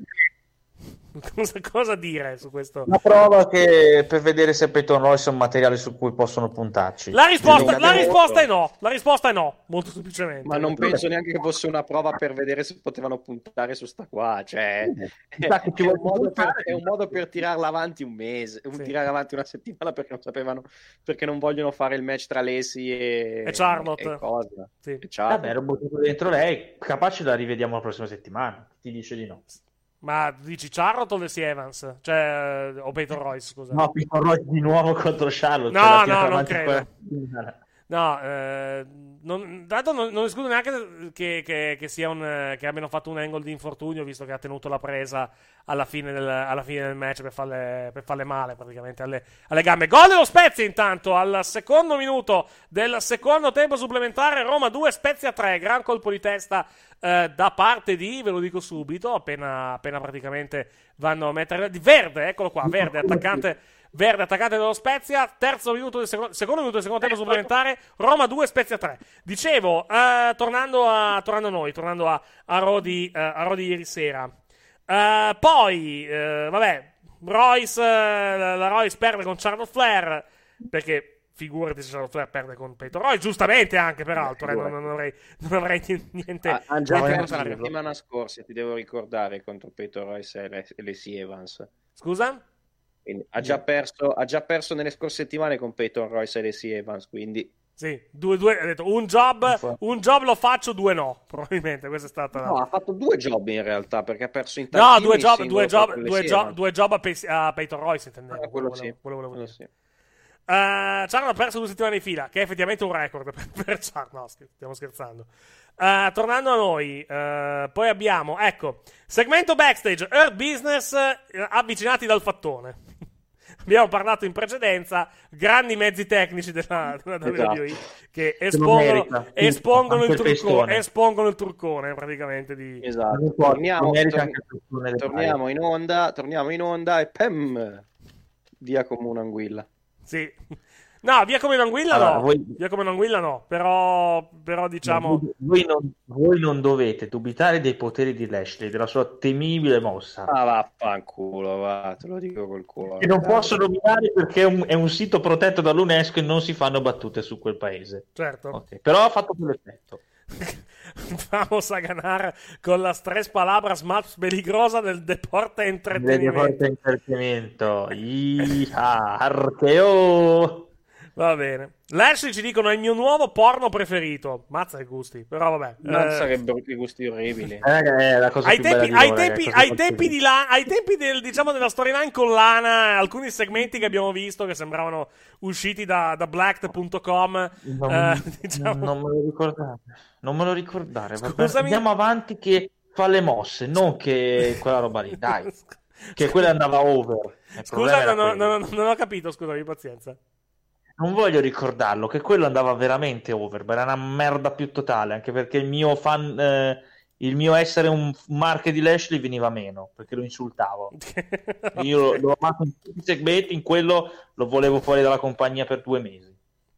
Speaker 7: Cosa, cosa dire su questo?
Speaker 10: Una prova che per vedere se Peyton Royce è un materiale su cui possono puntarci.
Speaker 7: La risposta,
Speaker 9: Non
Speaker 7: la
Speaker 9: capisco.
Speaker 7: risposta è no. La risposta è no, molto semplicemente.
Speaker 9: Ma non penso neanche che fosse una prova per vedere se potevano puntare su sta qua. Cioè, è,
Speaker 10: Sa che ci
Speaker 9: è un
Speaker 10: vuole
Speaker 9: modo per,
Speaker 10: puntare.
Speaker 9: è un modo per tirarla avanti un mese, un
Speaker 7: Sì.
Speaker 9: tirare avanti una settimana perché non sapevano, perché non vogliono fare il match tra Lacey e,
Speaker 7: E Charlotte.
Speaker 9: e cosa.
Speaker 7: Sì.
Speaker 9: E Charlotte.
Speaker 10: Vabbè, ero buttato dentro lei. Capace la rivediamo la prossima settimana. Ti dice di no.
Speaker 7: Ma dici Charlotte o Lacey Evans? Cioè, eh, o Peyton Royce, scusa.
Speaker 10: No, Peyton Royce di nuovo contro Charlotte.
Speaker 7: No,
Speaker 10: Cioè, la
Speaker 7: no,
Speaker 10: tirano
Speaker 7: non
Speaker 10: avanti
Speaker 7: credo.
Speaker 10: quella settimana.
Speaker 7: No, eh, non, dato non, non escludo neanche che, che, che, sia un, eh, che abbiano fatto un angle di infortunio, visto che ha tenuto la presa alla fine del, alla fine del match per farle, per farle male praticamente alle, alle gambe. Gol dello Spezia intanto al secondo minuto del secondo tempo supplementare. Roma due, Spezia tre. Gran colpo di testa eh, da parte di, ve lo dico subito, appena, appena praticamente vanno a mettere di Verde, eccolo qua, Verde, attaccante. Verde, attaccante dello Spezia, terzo minuto del secondo, secondo minuto del secondo tempo supplementare, Roma due, Spezia tre. Dicevo, eh, tornando, a, tornando a noi, tornando a, a Rodi, eh, a Rodi ieri sera. Eh, poi, eh, vabbè, Royce, eh, la Royce perde con Charlotte Flair, perché figurati se Charlotte Flair perde con Peyton Royce, giustamente anche peraltro, eh, non, non avrei, non avrei niente,
Speaker 9: Ah, hanno già
Speaker 7: niente
Speaker 9: perso la
Speaker 7: contrario.
Speaker 9: settimana scorsa, ti devo ricordare, contro Peyton Royce e Le- e Lacey Evans.
Speaker 7: Scusa?
Speaker 9: Quindi ha, già perso, ha già perso nelle scorse settimane con Peyton Royce e Lacey Evans, quindi
Speaker 7: Sì, due, due, ha detto un job, un job lo faccio, due no, probabilmente, questa è stata la...
Speaker 9: no, ha fatto due job in realtà perché ha perso in
Speaker 7: No,
Speaker 9: tantini
Speaker 7: due job,
Speaker 9: singolo
Speaker 7: due job,
Speaker 9: contro
Speaker 7: due
Speaker 9: Lacey
Speaker 7: job,
Speaker 9: Evans.
Speaker 7: due job a, Pe- a Peyton Royce, intendevo.
Speaker 9: Ah, quello
Speaker 7: Volevo-
Speaker 9: sì,
Speaker 7: volevo- volevo
Speaker 9: quello
Speaker 7: dire.
Speaker 9: sì.
Speaker 7: Uh, Charlo ha perso due settimane di fila, che è effettivamente un record per, per Charlo. No, scher- stiamo scherzando. Uh, tornando a noi, uh, poi abbiamo, ecco, segmento backstage, Earth Business eh, avvicinati dal fattone. Abbiamo parlato in precedenza, grandi mezzi tecnici della, della
Speaker 9: Esatto.
Speaker 7: W W E che espongono,
Speaker 10: merita.
Speaker 7: espongono, il
Speaker 10: Anche il
Speaker 7: truccone,
Speaker 10: pestone.
Speaker 7: espongono il truccone praticamente di...
Speaker 9: Esatto.
Speaker 10: Non può-
Speaker 9: Torniamo,
Speaker 10: non merita
Speaker 9: tor-
Speaker 10: anche il pestone del
Speaker 9: torniamo in onda, torniamo in onda e pem, via come un'anguilla.
Speaker 7: Sì. No, via come un'anguilla
Speaker 10: Allora,
Speaker 7: no.
Speaker 10: voi-
Speaker 7: Via come un'anguilla no. Però, però diciamo...
Speaker 10: Voi, voi non, voi non dovete dubitare dei poteri di Lashley, della sua temibile mossa.
Speaker 9: Ah, vaffanculo, va, te lo dico col cuore.
Speaker 10: Che non
Speaker 9: Dai.
Speaker 10: posso nominare perché è un, è un sito protetto dall'UNESCO e non si fanno battute su quel paese.
Speaker 7: Certo.
Speaker 10: Ok, però ha fatto quell'effetto.
Speaker 7: Vamos a ganar con las tres palabras más peligrosas del deporte
Speaker 10: Vede
Speaker 7: entretenimiento.
Speaker 10: forte intrattenimento. Iha, archeo.
Speaker 7: Va bene. Lashley ci dicono è il mio nuovo porno preferito. Mazza i gusti. Però vabbè.
Speaker 9: Non
Speaker 7: Eh,
Speaker 9: sarebbero che gusti orribili.
Speaker 10: Eh, raga, è la cosa
Speaker 7: ai
Speaker 10: più bella
Speaker 7: tempi,
Speaker 10: di
Speaker 7: ai
Speaker 10: loro,
Speaker 7: tempi,
Speaker 10: raga,
Speaker 7: ai
Speaker 10: cosa
Speaker 7: tempi
Speaker 10: faccio
Speaker 7: di là, ai tempi del, diciamo, della storyline con Lana, alcuni segmenti che abbiamo visto che sembravano usciti da, da blacked punto com.
Speaker 10: Non,
Speaker 7: eh, diciamo.
Speaker 10: non me lo ricordare. Non me lo ricordare. Vabbè,
Speaker 7: Scusami.
Speaker 10: andiamo avanti che fa le mosse, non che quella roba lì. Dai, che quella andava over. Il problema
Speaker 7: Scusa,
Speaker 10: era
Speaker 7: non, ho-
Speaker 10: quello.
Speaker 7: non ho- non ho capito, scusami, pazienza.
Speaker 10: Non voglio ricordarlo, che quello andava veramente over, ma era una merda più totale, anche perché il mio fan, eh, il mio essere un marche di Lashley veniva meno, perché lo insultavo. Io lo- l'ho amato in tutti i segmenti, in quello lo volevo fuori dalla compagnia per due mesi.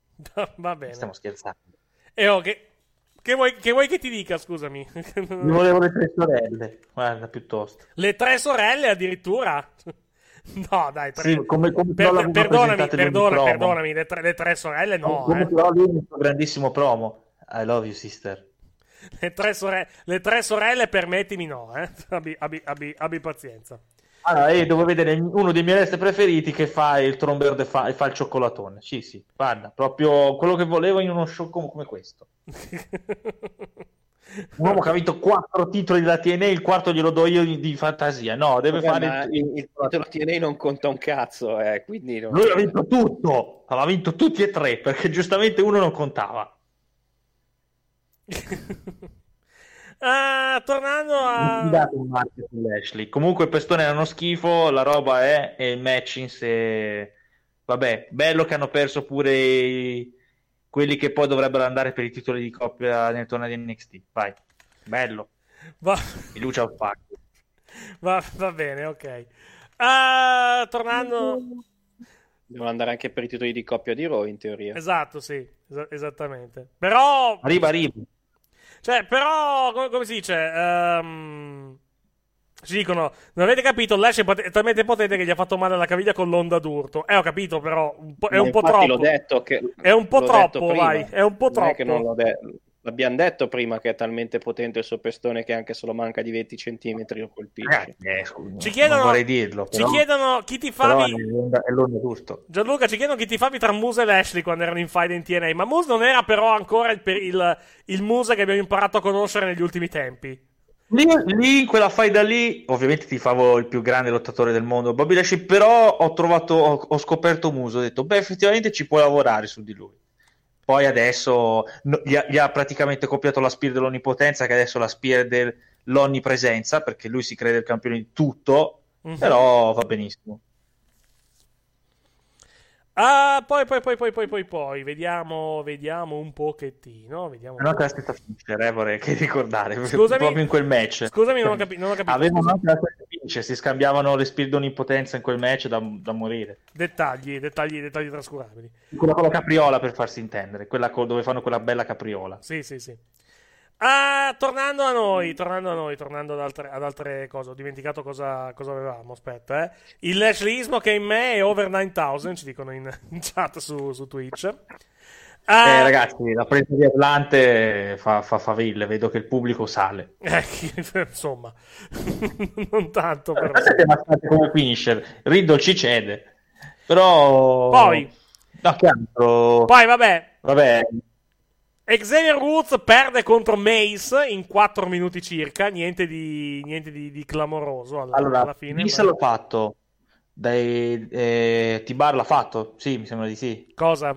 Speaker 7: Va bene.
Speaker 10: Stiamo scherzando.
Speaker 7: E oh, che, che, vuoi, che vuoi che ti dica, scusami?
Speaker 10: Io volevo le tre sorelle, guarda, piuttosto.
Speaker 7: Le tre sorelle addirittura? No, dai, tre...
Speaker 10: Sì, come, come
Speaker 7: Per-
Speaker 10: però l'avevo
Speaker 7: perdonami,
Speaker 10: presentato in ogni
Speaker 7: perdona,
Speaker 10: promo.
Speaker 7: perdonami, le tre, le tre sorelle no,
Speaker 10: come
Speaker 7: eh.
Speaker 10: però lui nel suo grandissimo promo. I love you, sister.
Speaker 7: Le tre, sore- le tre sorelle, permettimi, no, eh? abbi, abbi, abbi, abbi pazienza.
Speaker 10: Allora, io devo vedere uno dei miei resti preferiti che fa il trombero e fa, fa il cioccolatone. Sì, sì, guarda, proprio quello che volevo in uno show come, come questo. Un uomo che ha vinto quattro titoli della T N A, il quarto glielo do io di, di fantasia. No, deve
Speaker 9: Vabbè,
Speaker 10: fare
Speaker 9: il, il titolo T N A non conta un cazzo, eh, quindi non...
Speaker 10: Lui ha vinto tutto, aveva vinto tutti e tre, perché giustamente uno non contava.
Speaker 7: Ah, tornando a
Speaker 10: comunque i pestoni erano schifo, la roba è e il match in sé, vabbè, bello che hanno perso pure i... quelli che poi dovrebbero andare per i titoli di coppia nel torneo di N X T. Vai, bello.
Speaker 7: Va,
Speaker 10: I Lucha Pack.
Speaker 7: va, va bene, ok. Uh, tornando,
Speaker 9: devono andare anche per i titoli di coppia di Raw in teoria.
Speaker 7: Esatto, sì, es- esattamente. Però
Speaker 10: arriva, arriva.
Speaker 7: Cioè, però, come, come si dice, um, ci dicono, non avete capito, Lash è, pot- è talmente potente che gli ha fatto male alla caviglia con l'onda d'urto. Eh, ho capito, però, un po', è un po' troppo.
Speaker 9: L'ho detto che,
Speaker 7: è un po'
Speaker 9: l'ho
Speaker 7: troppo,
Speaker 9: prima.
Speaker 7: vai, è un po'
Speaker 9: non
Speaker 7: troppo.
Speaker 9: È che non l'ho de- L'abbiamo detto prima che è talmente potente il suo pestone che anche se lo manca di venti centimetri lo colpisce.
Speaker 10: Eh, eh, scusa,
Speaker 7: ci chiedono,
Speaker 10: non vorrei dirlo, però,
Speaker 7: ci chiedono chi ti favi...
Speaker 10: È l'onda, è l'onda giusto.
Speaker 7: Gianluca, ci chiedono chi ti favi tra Moose e Lashley quando erano in fight in T N A. Ma Moose non era però ancora il, il, il Moose che abbiamo imparato a conoscere negli ultimi tempi.
Speaker 10: Lì, lì in quella fight da lì, ovviamente ti favo il più grande lottatore del mondo, Bobby Lashley, però ho trovato, ho, ho scoperto Moose, ho detto, beh, effettivamente ci puoi lavorare su di lui. Poi adesso no, gli, ha, gli ha praticamente copiato la spear dell'onnipotenza, che adesso è la spear dell'onnipresenza, perché lui si crede il campione di tutto, mm-hmm. Però va benissimo.
Speaker 7: Ah, poi, poi, poi, poi, poi, poi, poi, vediamo, vediamo un pochettino. Vediamo
Speaker 10: non ho la stessa finisher, eh, vorrei che ricordare,
Speaker 7: scusami,
Speaker 10: proprio in quel match.
Speaker 7: Scusami, non ho, capi- non ho capito.
Speaker 10: Avevano anche la stessa finisher, si scambiavano le spear d'onnipotenza in quel match da, da morire.
Speaker 7: Dettagli, dettagli, dettagli trascurabili.
Speaker 10: Quella con la capriola, per farsi intendere, quella co- dove fanno quella bella capriola.
Speaker 7: Sì, sì, sì. Ah, tornando a noi, tornando a noi, tornando ad altre, ad altre cose, ho dimenticato cosa, cosa avevamo, aspetta, eh. Il Lashleyismo che in me è over novemila, ci dicono in, in chat su, su Twitch. Ah,
Speaker 10: eh, ragazzi, la presa di Atlante fa, fa faville, vedo che il pubblico sale.
Speaker 7: Eh, insomma, non tanto però.
Speaker 10: Siete bastante come finisher, Riddle ci cede, però...
Speaker 7: Poi...
Speaker 10: No, che altro?
Speaker 7: Poi, vabbè...
Speaker 10: Vabbè...
Speaker 7: Xavier Woods perde contro Mace in quattro minuti circa, niente di, niente di, di clamoroso alla,
Speaker 10: allora,
Speaker 7: alla fine.
Speaker 10: Mace
Speaker 7: ma...
Speaker 10: l'ho fatto, dai, eh, T-Bar l'ha fatto, sì, mi sembra di sì.
Speaker 7: Cosa?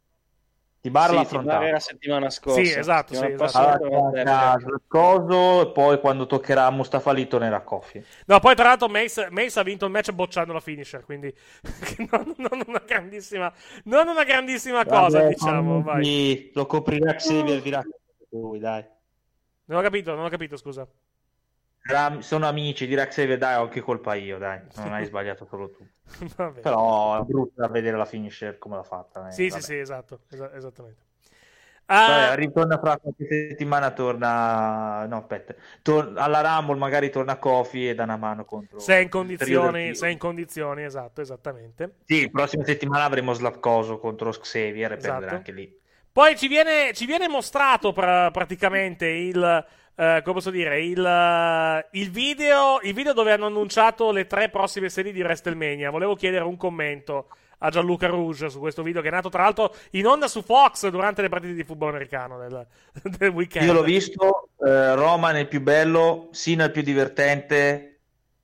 Speaker 10: T-Bar
Speaker 9: sì,
Speaker 10: l'ha affrontato.
Speaker 9: T-Bar era settimana scorsa.
Speaker 7: Sì, esatto, sì, esatto.
Speaker 10: Allora, coso, e poi quando toccherà a Mustafa Ali tornerà a Kofi.
Speaker 7: No, poi tra l'altro Mace, Mace ha vinto il match bocciando la finisher, quindi non, non una grandissima non una grandissima cosa, vabbè, diciamo, vai.
Speaker 10: Lo coprirà Xavier, dirà lui, dai.
Speaker 7: Non ho capito, non ho capito, scusa.
Speaker 10: Sono amici, dirà Xavier, dai, ho anche colpa io, dai, non hai sbagliato solo tu.
Speaker 7: Vabbè.
Speaker 10: Però è brutto da vedere la finisher come l'ha fatta. Eh.
Speaker 7: Sì,
Speaker 10: vabbè.
Speaker 7: sì, sì, esatto, es- esattamente.
Speaker 10: Ah, vabbè, ritorna fra qualche settimana, torna no aspetta tor- alla Rumble magari torna Kofi e dà una mano contro
Speaker 7: se è in condizioni se è in condizioni esatto, esattamente.
Speaker 10: Sì, la prossima settimana avremo Slavkoso contro Xavier e
Speaker 7: esatto.
Speaker 10: perderà anche lì.
Speaker 7: Poi ci viene, ci viene mostrato pra- praticamente il Uh, come posso dire, il, uh, il video il video dove hanno annunciato le tre prossime serie di WrestleMania. Volevo chiedere un commento a Gianluca Rouge su questo video che è nato tra l'altro in onda su Fox durante le partite di football americano del, del weekend.
Speaker 10: Io l'ho visto, eh, Roman è il più bello, Cena è il più divertente,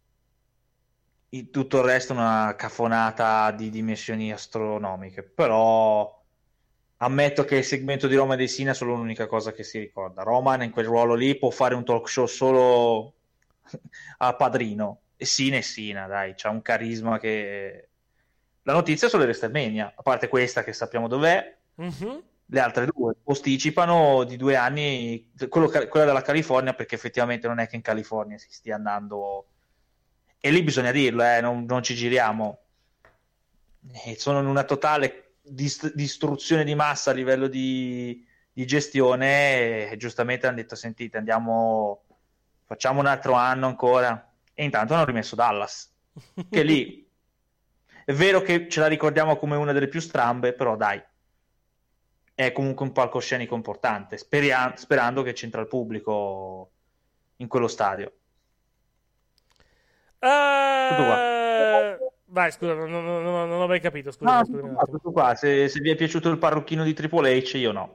Speaker 10: tutto il resto è una cafonata di dimensioni astronomiche, però ammetto che il segmento di Roman e di Cena è solo l'unica cosa che si ricorda. Roman in quel ruolo lì può fare un talk show solo a padrino, e Cena è Cena, dai, c'ha un carisma che... La notizia sulle WrestleMania, a parte questa che sappiamo dov'è, mm-hmm. Le altre due posticipano di due anni, quello, quella della California, perché effettivamente non è che in California si stia andando, e lì bisogna dirlo, eh, non, non ci giriamo, e sono in una totale dist- distruzione di massa a livello di, di gestione, e giustamente hanno detto, sentite, andiamo, facciamo un altro anno ancora, e intanto hanno rimesso Dallas, che lì è vero che ce la ricordiamo come una delle più strambe, però dai, è è comunque un palcoscenico importante, speria- sperando che c'entra il pubblico in quello stadio.
Speaker 7: Uh,
Speaker 10: Tutto qua.
Speaker 7: Vai, scusa, non, non, non, non ho mai capito. Scusa,
Speaker 10: No,
Speaker 7: scusa,
Speaker 10: tutto qua, tutto qua. Se, se vi è piaciuto il parrucchino di Triple H, io no.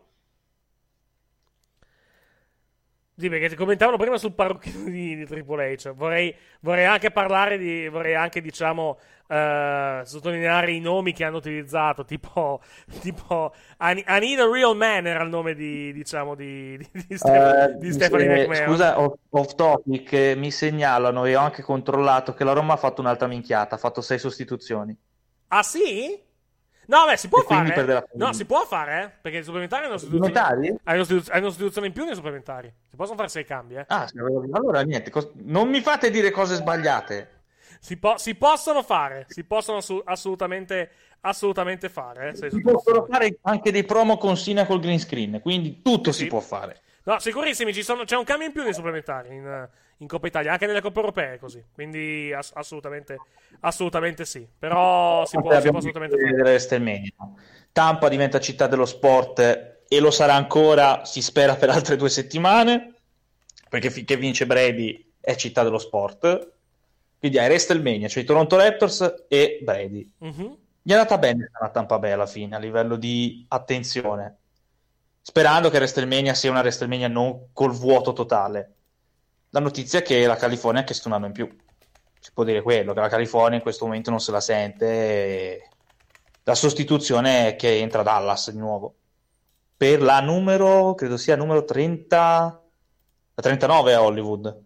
Speaker 7: Sì, perché ti commentavano prima sul parrucchino di, di Triple H. Vorrei, vorrei anche parlare di. Vorrei anche, diciamo, uh, sottolineare i nomi che hanno utilizzato. Tipo, tipo I, I Need a Real Man era il nome di, diciamo, di, di, di, Steph-
Speaker 10: Uh,
Speaker 7: di Stephanie
Speaker 10: eh,
Speaker 7: McMahon.
Speaker 10: Scusa, off, off topic, eh, mi segnalano e ho anche controllato che la Roma ha fatto un'altra minchiata, ha fatto sei sostituzioni.
Speaker 7: Ah, sì? No, beh, si può
Speaker 10: E quindi
Speaker 7: fare.
Speaker 10: perde la
Speaker 7: No,
Speaker 10: famiglia.
Speaker 7: si può fare, eh? Perché i supplementari hanno
Speaker 10: Supplementari?
Speaker 7: sostituzione. Hai una sostitu- hai una sostituzione in più nei supplementari. Si possono fare sei cambi, eh?
Speaker 10: Ah, sì, allora niente, cos- non mi fate dire cose sbagliate.
Speaker 7: Si, po- si possono fare, si possono assu- assolutamente, assolutamente fare. Eh, sei
Speaker 10: Si
Speaker 7: sostituzioni.
Speaker 10: possono fare anche dei promo con Sina col green screen, quindi tutto
Speaker 7: Sì.
Speaker 10: si può fare.
Speaker 7: No, sicurissimi, ci sono, c'è un cambio in più nei supplementari in, in Coppa Italia, anche nelle Coppe Europee è così. Quindi ass- assolutamente, assolutamente sì. Però si può, si può assolutamente fare.
Speaker 10: Vedere WrestleMania. Tampa diventa città dello sport e lo sarà ancora, si spera, per altre due settimane, perché finché vince Brady è città dello sport. Quindi hai WrestleMania, cioè i Toronto Raptors e Brady.
Speaker 7: Mhm.
Speaker 10: Gli è andata bene a Tampa Bay alla fine, a livello di attenzione. Sperando che WrestleMania sia una WrestleMania non col vuoto totale. La notizia è che la California ha chiesto un anno in più. Si può dire quello, che la California in questo momento non se la sente. E la sostituzione è che entra Dallas di nuovo. Per la numero, credo sia numero trenta... La trentanove a Hollywood.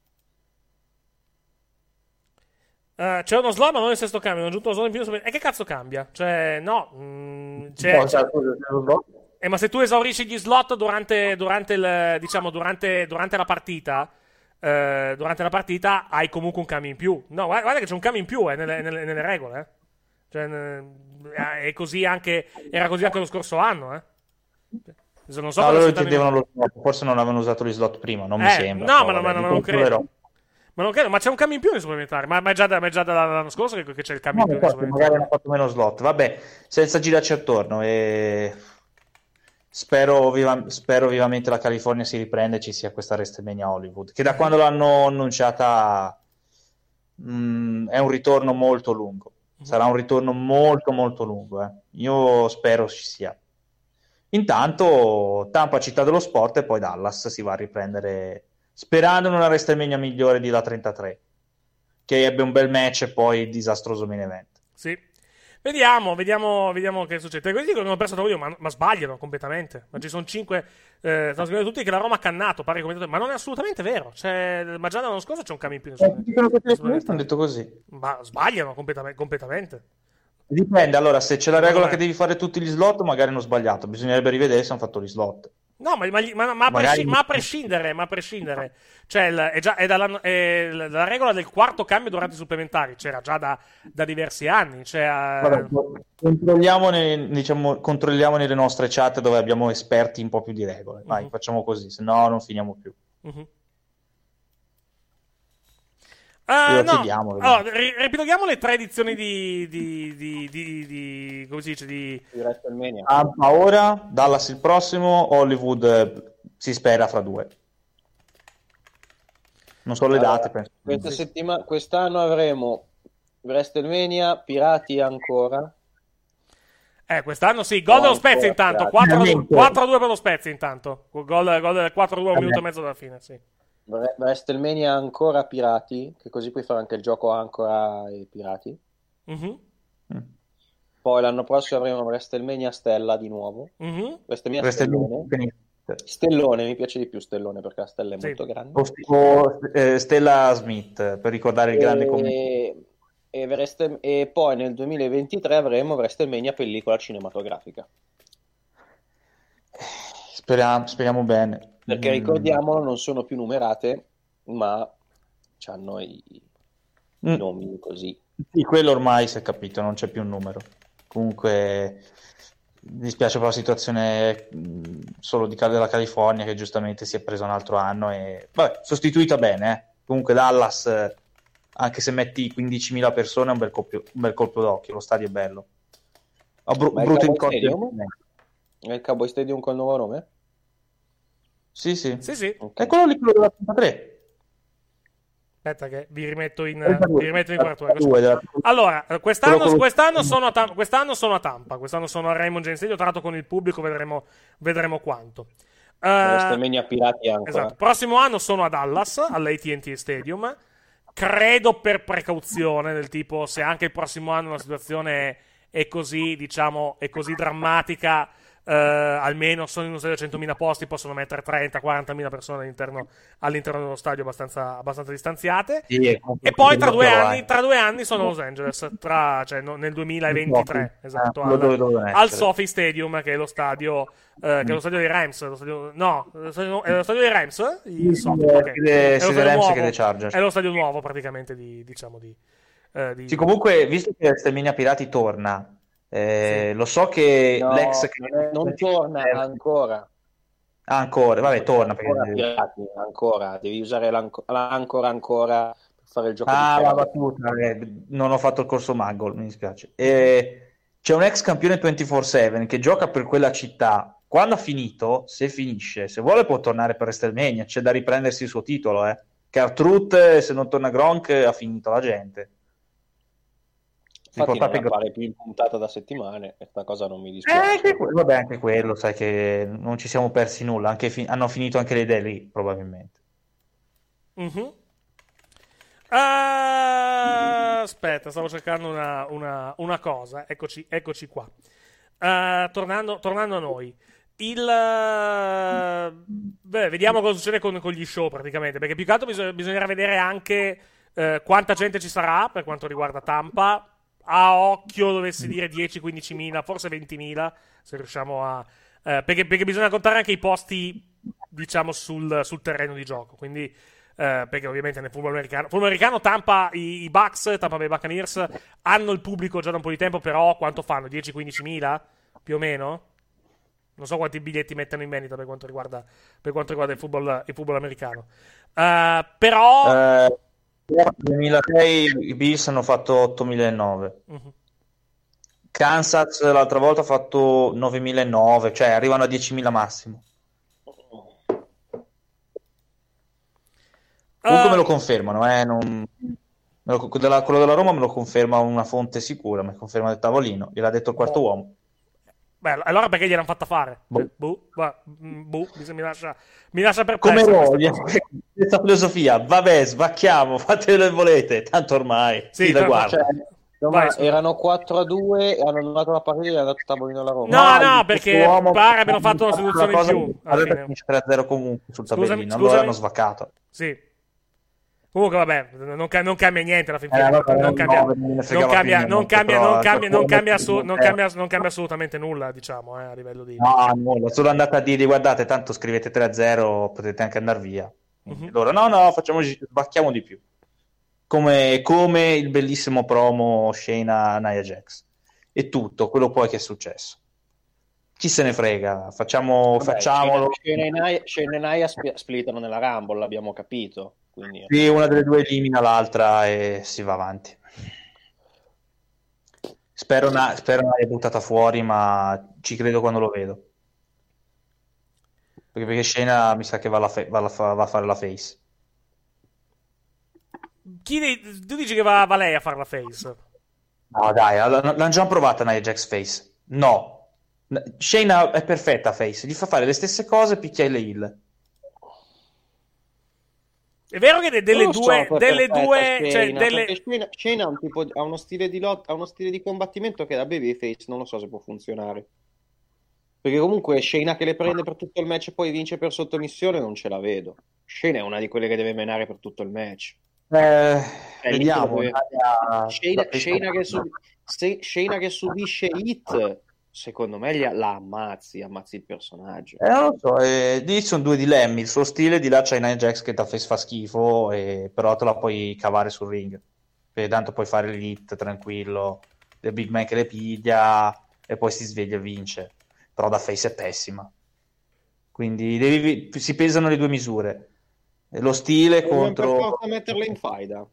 Speaker 7: Uh, c'è uno slot, ma non nel sesto cambio. Hanno aggiunto uno slot in più. nel supplementare. E che cazzo cambia? Cioè, no. mh, c'è,
Speaker 10: No,
Speaker 7: c'è-
Speaker 10: cioè, scusa, c'è lo slot?
Speaker 7: Eh, ma se tu esaurisci gli slot durante, durante il, diciamo, durante, durante la partita, eh, durante la partita hai comunque un cambio in più. No, guarda, guarda che c'è un cambio in più eh, nelle, nelle- nelle regole. Eh. Cioè, eh, è così anche, era così anche lo scorso anno. Eh. Non so
Speaker 10: No,
Speaker 7: cosa
Speaker 10: loro
Speaker 7: si sta
Speaker 10: chiedevano lo slot, forse non avevano usato gli slot prima, non mi
Speaker 7: Eh,
Speaker 10: sembra.
Speaker 7: no,
Speaker 10: però,
Speaker 7: ma, no, ma,
Speaker 10: vabbè,
Speaker 7: no, ma
Speaker 10: li
Speaker 7: non
Speaker 10: controllerò.
Speaker 7: credo. Ma non credo, ma c'è un cambio in più nei supplementari. Ma, ma è già, da- ma è già dall'anno scorso che, che c'è il cambio
Speaker 10: No,
Speaker 7: in più nei
Speaker 10: infatti,
Speaker 7: supplementari.
Speaker 10: magari hanno fatto meno slot. Vabbè, senza girarci attorno. E... Spero, viva- spero vivamente la California si riprende e ci sia questa WrestleMania Hollywood. Che da quando l'hanno annunciata mh, è un ritorno molto lungo. Sarà un ritorno molto, molto lungo. eh. Io spero ci sia. Intanto, Tampa, città dello sport, e poi Dallas si va a riprendere. Sperando in una WrestleMania migliore di la trentatré, che ebbe un bel match e poi disastroso main event.
Speaker 7: Sì. Vediamo, vediamo, vediamo che succede. Quelli dicono che hanno perso Tavolino, ma, ma sbagliano completamente. Ma ci sono cinque. Eh, stanno scrivendo tutti che la Roma ha cannato, pare commentatori, ma non è assolutamente vero. Cioè, ma già l'anno scorso c'è un cambio in più.
Speaker 10: Hanno detto così.
Speaker 7: Ma sbagliano completamente. completamente.
Speaker 10: Dipende, allora, se c'è la
Speaker 7: Secondo
Speaker 10: regola
Speaker 7: me.
Speaker 10: che devi fare tutti gli slot, magari hanno sbagliato. Bisognerebbe rivedere se hanno fatto gli slot.
Speaker 7: No, ma, ma- ma- ma a,
Speaker 10: Magari-
Speaker 7: presci- ma a prescindere, ma a prescindere, cioè, il- è già è dalla, è la la regola del quarto cambio durante i supplementari c'era già da, da diversi anni. Cioè, eh,
Speaker 10: Vabbè, controlliamo, ne- diciamo, controlliamo nelle nostre chat dove abbiamo esperti un po' più di regole. Vai,
Speaker 7: Mhm.
Speaker 10: facciamo così, se no non finiamo più.
Speaker 7: mhm. Ah,
Speaker 10: Lo
Speaker 7: no.
Speaker 10: chiediamo, vediamo.
Speaker 7: Allora, ri- riepiloghiamo le tre edizioni di, di, di, di, di- come si dice, di,
Speaker 9: Di WrestleMania.
Speaker 10: Tampa ora, Dallas il prossimo, Hollywood eh, si spera fra due. Non so le
Speaker 9: Allora,
Speaker 10: date, penso.
Speaker 9: Questa settimana, quest'anno avremo WrestleMania, Pirati ancora.
Speaker 7: Eh, quest'anno sì, gol dello
Speaker 9: ancora,
Speaker 7: Spezia intanto,
Speaker 9: grazie.
Speaker 7: quattro a due per lo Spezia intanto, gol, gol del quattro a due, un
Speaker 10: Vabbè.
Speaker 7: minuto e mezzo dalla fine, sì.
Speaker 9: Wre- WrestleMania ancora Pirati, che così puoi fare anche il gioco ancora e Pirati.
Speaker 7: Mhm,
Speaker 9: Poi l'anno prossimo avremo WrestleMania Stella di nuovo.
Speaker 7: mhm.
Speaker 9: WrestleMania
Speaker 10: WrestleMania,
Speaker 9: Stellone. Stellone, mi piace di più Stellone perché la stella è
Speaker 7: Sì.
Speaker 9: molto grande.
Speaker 10: o, o, eh, Stella Smith, per ricordare il grande commento.
Speaker 9: E, e, Wrestle- e poi nel duemilaventitré avremo WrestleMania pellicola cinematografica.
Speaker 10: Speriamo, speriamo bene.
Speaker 9: Perché
Speaker 10: Mm.
Speaker 9: ricordiamolo, non sono più numerate, ma hanno i, i
Speaker 10: Mm.
Speaker 9: nomi così.
Speaker 10: Sì, quello ormai si è capito, non c'è più un numero. Comunque, mi dispiace per la situazione mh, solo di della California, che giustamente si è preso un altro anno e vabbè, sostituita bene. eh. Comunque Dallas, eh, anche se metti quindicimila persone, è un bel, colpo, un bel colpo d'occhio, lo stadio è bello. Ha bru-
Speaker 9: Ma è
Speaker 10: brutto
Speaker 9: Cabo
Speaker 10: ricordo.
Speaker 9: Stadium? È il Cowboy Stadium col nuovo nome?
Speaker 10: Sì, sì.
Speaker 7: Sì, sì.
Speaker 10: Okay. È quello lì, quello della trentatré.
Speaker 7: Aspetta che vi rimetto in, vi rimetto in inquadratura. Allora, quest'anno, quest'anno, sono a Tampa, quest'anno sono a Tampa, quest'anno sono a Raymond James Stadium, tra l'altro con il pubblico vedremo, vedremo quanto. Uh,
Speaker 9: WrestleMania Pirati ancora.
Speaker 7: Esatto. Prossimo anno sono a Dallas, all'A T and T Stadium. Credo per precauzione, del tipo se anche il prossimo anno la situazione è, è così, diciamo, è così drammatica, Uh, almeno sono in uno stadio a centomila posti, possono mettere trenta quarantamila persone all'interno, all'interno dello stadio abbastanza, abbastanza distanziate.
Speaker 10: Sì,
Speaker 7: e poi tra due, anni, tra due anni sono a Los Angeles, tra, cioè, no, nel duemilaventitré, esatto, al, al SoFi Stadium, che è lo stadio, uh, che è lo stadio dei Rams. Lo stadio, no, lo stadio, è lo stadio dei Rams? Il SoFi, okay.
Speaker 10: È, è, lo Rams che dei Chargers.
Speaker 7: È lo stadio nuovo praticamente di, diciamo, di, uh, di...
Speaker 10: Sì, comunque, visto che WrestleMania Pirati torna, Eh, sì. Lo so che
Speaker 9: no,
Speaker 10: l'ex
Speaker 9: non, non torna ancora.
Speaker 10: Ah, ancora, vabbè, torna
Speaker 9: ancora,
Speaker 10: perché...
Speaker 9: pirati, ancora, devi usare l'ancora ancora per fare il gioco.
Speaker 10: Ah,
Speaker 9: di
Speaker 10: la battuta, eh, non ho fatto il corso Muggle, mi dispiace. E c'è un ex campione ventiquattro sette che gioca per quella città. Quando ha finito, se finisce, se vuole può tornare per WrestleMania, c'è da riprendersi il suo titolo, eh. Car-Truth, se non torna Gronk, ha finito la gente.
Speaker 9: Infatti non fare più in puntata da settimane, questa cosa non mi dispiace.
Speaker 10: Eh, anche quello, vabbè, anche quello, sai che non ci siamo persi nulla, anche fi- hanno finito anche le idee lì, probabilmente.
Speaker 7: Mm-hmm. Uh, aspetta, stavo cercando una, una, una cosa, eccoci, eccoci qua. Uh, tornando, tornando a noi. Il uh, beh, vediamo cosa succede con, con gli show praticamente, perché più che altro bisog- bisognerà vedere anche uh, quanta gente ci sarà per quanto riguarda Tampa. A occhio dovessi dire dieci quindici mila, forse ventimila, se riusciamo a... Eh, perché, perché bisogna contare anche i posti, diciamo, sul, sul terreno di gioco. Quindi, eh, perché ovviamente nel football americano... football americano Tampa, i, i Bucks, Tampa Bay Buccaneers, hanno il pubblico già da un po' di tempo, però quanto fanno? dieci quindici mila? Più o meno? Non so quanti biglietti mettono in vendita per quanto riguarda, per quanto riguarda il football, il football americano. Uh, però...
Speaker 10: Uh... Nel duemilasei i Bills hanno fatto ottomilanovecento. Uh-huh. Kansas l'altra volta ha fatto novemilanovecento, cioè arrivano a diecimila massimo. Comunque uh... me lo confermano, eh, non... me lo... della... quello della Roma me lo conferma una fonte sicura, me lo conferma del tavolino, gliel'ha detto il quarto oh. uomo.
Speaker 7: Beh, allora perché gliel'hanno fatta fare? Boh, boh, boh mi, lascia, mi lascia
Speaker 10: come
Speaker 7: perplesso.
Speaker 10: voglia, questa filosofia, vabbè, sbacchiamo, fate quello che volete, tanto ormai
Speaker 7: sì,
Speaker 10: chi la guarda.
Speaker 9: Cioè, no, Vai, erano quattro a due e hanno dato la partita e hanno dato tavolino alla Roma.
Speaker 7: No, no, no perché pare abbiano fatto una seduzione in più.
Speaker 10: Allora finisce tre a zero comunque sul tabellino, allora hanno svaccato.
Speaker 7: Sì. Comunque vabbè, non, ca- non cambia niente alla fine, eh, non, non cambia non cambia non cambia non cambia non cambia assu- non cambia non cambia assolutamente nulla, diciamo, eh, a livello di
Speaker 10: no, nulla, solo andate a dire guardate, tanto scrivete tre a zero, potete anche andare via. Mm-hmm. Allora no, no, facciamoci, sbacchiamo di più. Come, come il bellissimo promo Shayna Nia Jax. E tutto, quello poi che è successo. Chi se ne frega, facciamo vabbè, facciamolo.
Speaker 9: Shayna e Nia splittano nella Rumble, l'abbiamo capito. Quindi...
Speaker 10: sì, una delle due elimina l'altra e si va avanti. Spero una, spero una buttata fuori, ma ci credo quando lo vedo. Perché, perché Shayna mi sa che va, la fe- va, la fa- va a fare la face.
Speaker 7: Chi ne- tu dici che va, va lei a fare la face?
Speaker 10: No, dai, l'hanno già provata Nia Jax face. No. Shayna è perfetta face, gli fa fare le stesse cose, picchia le heel.
Speaker 7: È vero che de- delle due, so, delle due, Shayna, cioè delle...
Speaker 9: Shayna, Shayna ha, un tipo, ha uno stile di lotta, ha uno stile di combattimento che da babyface non lo so se può funzionare. Perché comunque Shayna che le prende per tutto il match e poi vince per sottomissione non ce la vedo. Shayna è una di quelle che deve menare per tutto il match.
Speaker 10: Eh, vediamo.
Speaker 9: Dove... Shayna, Shayna, che sub... Shayna che subisce hit, secondo me la ammazzi, ammazzi il personaggio.
Speaker 10: Eh, non lo so, eh, lì sono due dilemmi. Il suo stile, di là c'è Nia Jax che da face fa schifo, e... però te la puoi cavare sul ring. Perché tanto puoi fare l'hit tranquillo, il big man che le piglia e poi si sveglia e vince. Però da face è pessima. Quindi devi... si pesano le due misure. Lo stile
Speaker 9: Dobbiamo
Speaker 10: contro...
Speaker 9: per forza metterla in faida.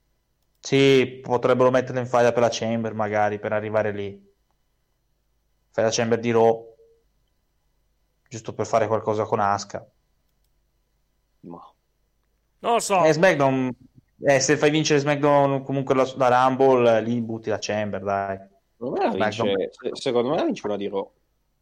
Speaker 10: Sì, potrebbero metterla in faida per la Chamber magari, per arrivare lì. fai la Chamber di Raw giusto per fare qualcosa con Asuka.
Speaker 9: No.
Speaker 7: Non lo so.
Speaker 10: Eh, SmackDown, eh, se fai vincere SmackDown comunque la, la Rumble, lì butti la Chamber, dai.
Speaker 9: Secondo me, vince, secondo me vince una di Raw.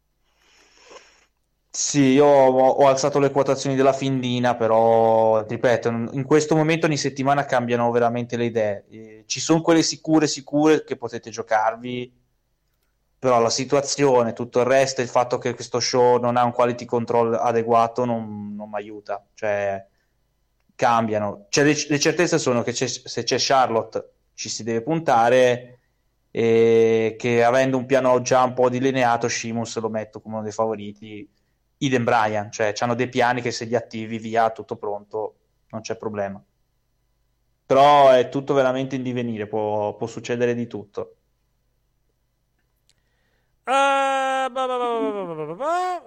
Speaker 10: Sì, io ho, ho alzato le quotazioni della Findina, però ripeto, in questo momento ogni settimana cambiano veramente le idee. Eh, ci sono quelle sicure sicure che potete giocarvi, però la situazione, tutto il resto, il fatto che questo show non ha un quality control adeguato non, non mi aiuta. Cioè, cambiano. Cioè, le, le certezze sono che c'è, se c'è Charlotte ci si deve puntare, e che avendo un piano già un po' delineato, Sheamus lo metto come uno dei favoriti. Idem Bryan, cioè hanno dei piani che se li attivi via tutto pronto non c'è problema, però è tutto veramente in divenire, può, può succedere di tutto.
Speaker 7: Uh, bah, bah, bah, bah, bah, bah,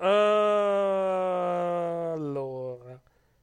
Speaker 7: uh, allora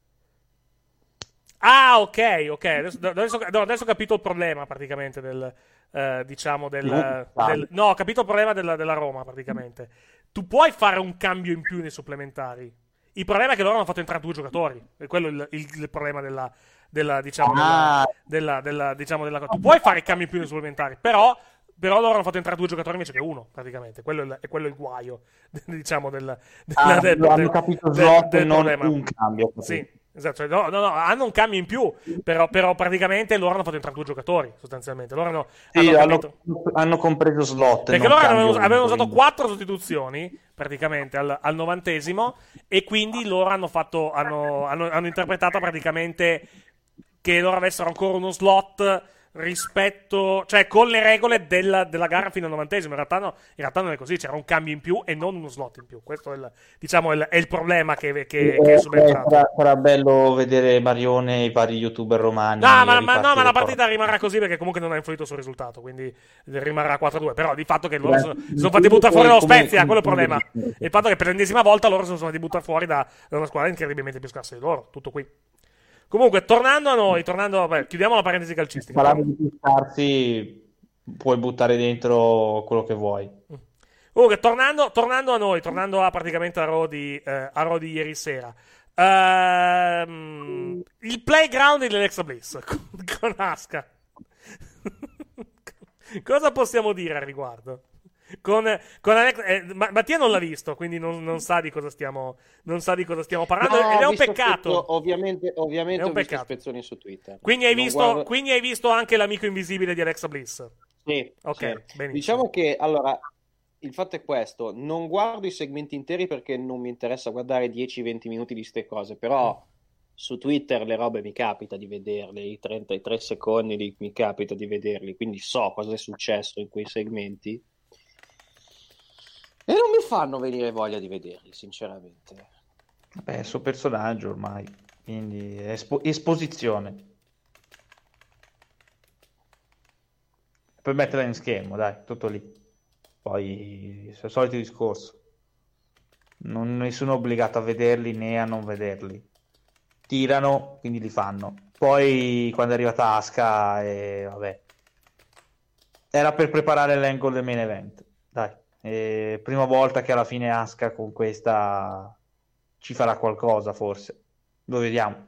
Speaker 7: ah ok ok adesso, adesso, no, adesso ho capito il problema praticamente del uh, diciamo del, del no ho capito il problema della, della Roma praticamente. Tu puoi fare un cambio in più nei supplementari. Il problema è che loro hanno fatto entrare due giocatori. E quello è il, il, il problema della, della diciamo,
Speaker 10: ah.
Speaker 7: della, della, della, diciamo, della cosa. Tu puoi fare cambi in più nei supplementari, però, però loro hanno fatto entrare due giocatori invece che uno, praticamente. Quello è il, è quello il guaio, diciamo, del, della,
Speaker 10: ah,
Speaker 7: del,
Speaker 10: hanno
Speaker 7: del,
Speaker 10: capito
Speaker 7: del,
Speaker 10: slot
Speaker 7: del
Speaker 10: non
Speaker 7: problema.
Speaker 10: Un cambio.
Speaker 7: Sì. Esatto, no, no, no, hanno un cambio in più, però, però praticamente loro hanno fatto entrare due giocatori, sostanzialmente. Loro hanno,
Speaker 10: sì,
Speaker 7: hanno,
Speaker 10: hanno, hanno compreso slot.
Speaker 7: Perché loro avevano, avevano usato quattro sostituzioni, praticamente, al, al novantesimo, e quindi loro hanno fatto, hanno, hanno, hanno interpretato praticamente che loro avessero ancora uno slot rispetto, cioè con le regole della, della gara fino al novantesimo. In realtà, no, in realtà non è così, c'era un cambio in più e non uno slot in più. Questo è il, diciamo, il, è il problema che, che,
Speaker 10: eh,
Speaker 7: che è subentrato.
Speaker 10: Sarà, sarà bello vedere Marione e i vari youtuber romani.
Speaker 7: No, ma, ma, no, ma la partita rimarrà così perché comunque non ha influito sul risultato, quindi rimarrà quattro a due. Però di fatto che loro sono, si sono fatti buttare fuori dallo Spezia, quello è il problema. Il fatto che per l'ennesima volta loro sono stati buttati fuori da, da una squadra incredibilmente più scarsa di loro. Tutto qui. Comunque, tornando a noi, tornando, beh, chiudiamo la parentesi calcistica.
Speaker 10: Parlando di scarsi, puoi buttare dentro quello che vuoi.
Speaker 7: Comunque, tornando, tornando a noi, tornando a praticamente a Raw di, eh, a Raw di ieri sera. Ehm, il playground di Alexa Bliss con, con Asuka. Cosa possiamo dire al riguardo? Con, con Alex, eh, Mattia non l'ha visto, quindi non, non sa di cosa stiamo non sa di cosa stiamo parlando,
Speaker 9: no,
Speaker 7: ed è un peccato.
Speaker 9: Tutto, ovviamente ovviamente
Speaker 7: è un
Speaker 9: ho visto
Speaker 7: peccato.
Speaker 9: spezzoni su Twitter.
Speaker 7: Quindi hai, visto,
Speaker 9: guardo...
Speaker 7: quindi hai visto anche l'amico invisibile di Alexa Bliss?
Speaker 9: Sì,
Speaker 7: ok,
Speaker 9: sì.
Speaker 7: Benissimo.
Speaker 9: Diciamo che allora il fatto è questo: non guardo i segmenti interi perché non mi interessa guardare dieci venti minuti di ste cose, però su Twitter le robe mi capita di vederle, i trentatré secondi li, mi capita di vederli, quindi so cosa è successo in quei segmenti. E non mi fanno venire voglia di vederli, sinceramente.
Speaker 10: Beh, è il suo personaggio ormai, quindi è espo- esposizione. Per metterla in schermo, dai, tutto lì. Poi, è il solito discorso. Non nessuno è obbligato a vederli né a non vederli. Tirano, quindi li fanno. Poi, quando è arrivata Asuka, eh, vabbè. Era per preparare l'angle del main event, dai. E prima volta che alla fine Asuka con questa ci farà qualcosa, forse lo vediamo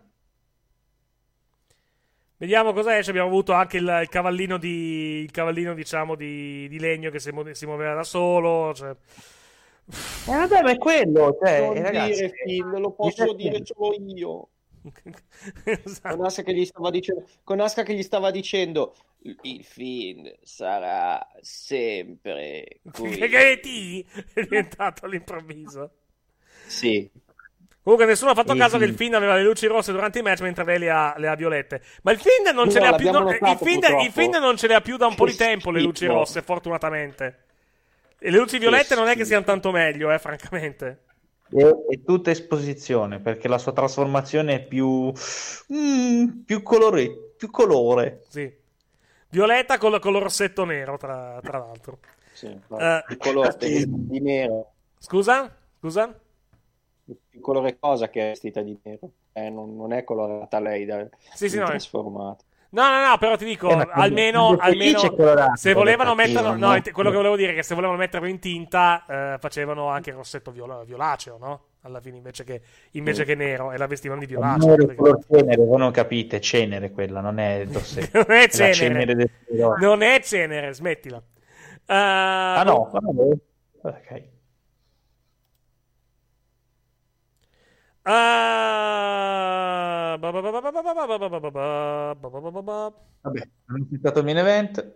Speaker 7: vediamo cosa esce. Abbiamo avuto anche il, il cavallino di il cavallino diciamo di, di legno che si, si muoveva da solo, cioè...
Speaker 10: eh vabbè, ma è quello, cioè,
Speaker 9: non
Speaker 10: ragazzi,
Speaker 9: dire film, lo posso dire solo io.
Speaker 7: Esatto.
Speaker 9: Con Asuka che gli stava dicendo con Asuka che gli stava dicendo il film sarà sempre qui.
Speaker 7: Che ti è diventato all'improvviso.
Speaker 9: Sì.
Speaker 7: Comunque nessuno ha fatto
Speaker 9: Sì,
Speaker 7: caso
Speaker 9: sì.
Speaker 7: che il Finn aveva le luci rosse durante i match mentre lei le ha, le ha violette. Ma il Finn non
Speaker 9: No,
Speaker 7: ce le ha più
Speaker 9: l'abbiamo
Speaker 7: no, il,
Speaker 9: notato,
Speaker 7: Finn,
Speaker 9: purtroppo.
Speaker 7: il Finn non ce le ha più da un po' di
Speaker 9: Che
Speaker 7: tempo le luci
Speaker 9: schifo.
Speaker 7: rosse, fortunatamente. E le luci violette
Speaker 9: Che
Speaker 7: non è che
Speaker 9: schifo.
Speaker 7: siano tanto meglio, eh, francamente.
Speaker 10: è, è tutta esposizione, perché la sua trasformazione è più mm, più colore, più colore.
Speaker 7: Sì. Violetta con, con l'orsetto nero, tra, tra l'altro.
Speaker 9: Sì,
Speaker 7: Eh,
Speaker 9: il colore di nero.
Speaker 7: Scusa? Scusa?
Speaker 9: Il colore cosa che è vestita di nero? Eh, non, non è colorata lei da
Speaker 7: Sì, sì, no,
Speaker 9: trasformata.
Speaker 7: No, no, no, però ti dico,
Speaker 10: Eh, ma
Speaker 7: almeno,
Speaker 10: quando felice
Speaker 7: almeno
Speaker 10: colorato,
Speaker 7: se volevano
Speaker 10: cattivo,
Speaker 7: metterlo,
Speaker 10: no?
Speaker 7: no, int- quello che volevo dire è che se volevano metterlo in tinta, eh, facevano anche il rossetto viola- violaceo, no? Alla fine, invece che, invece che nero, e la vestivano di violaceo.
Speaker 10: Nero color cenere, voi non capite, cenere quella, non è dosse.
Speaker 7: Non è
Speaker 10: la
Speaker 7: cenere.
Speaker 10: cenere del Tirolo.
Speaker 7: Non è cenere, smettila. Uh,
Speaker 10: Ah no, vabbè. Ok.
Speaker 7: Uh, ba- ba- ba- ba- ba- ba- ba- ba- ba- ba- ba- ba- ba- ba- ba- ba- ba.
Speaker 10: Vabbè, non è stato il main event.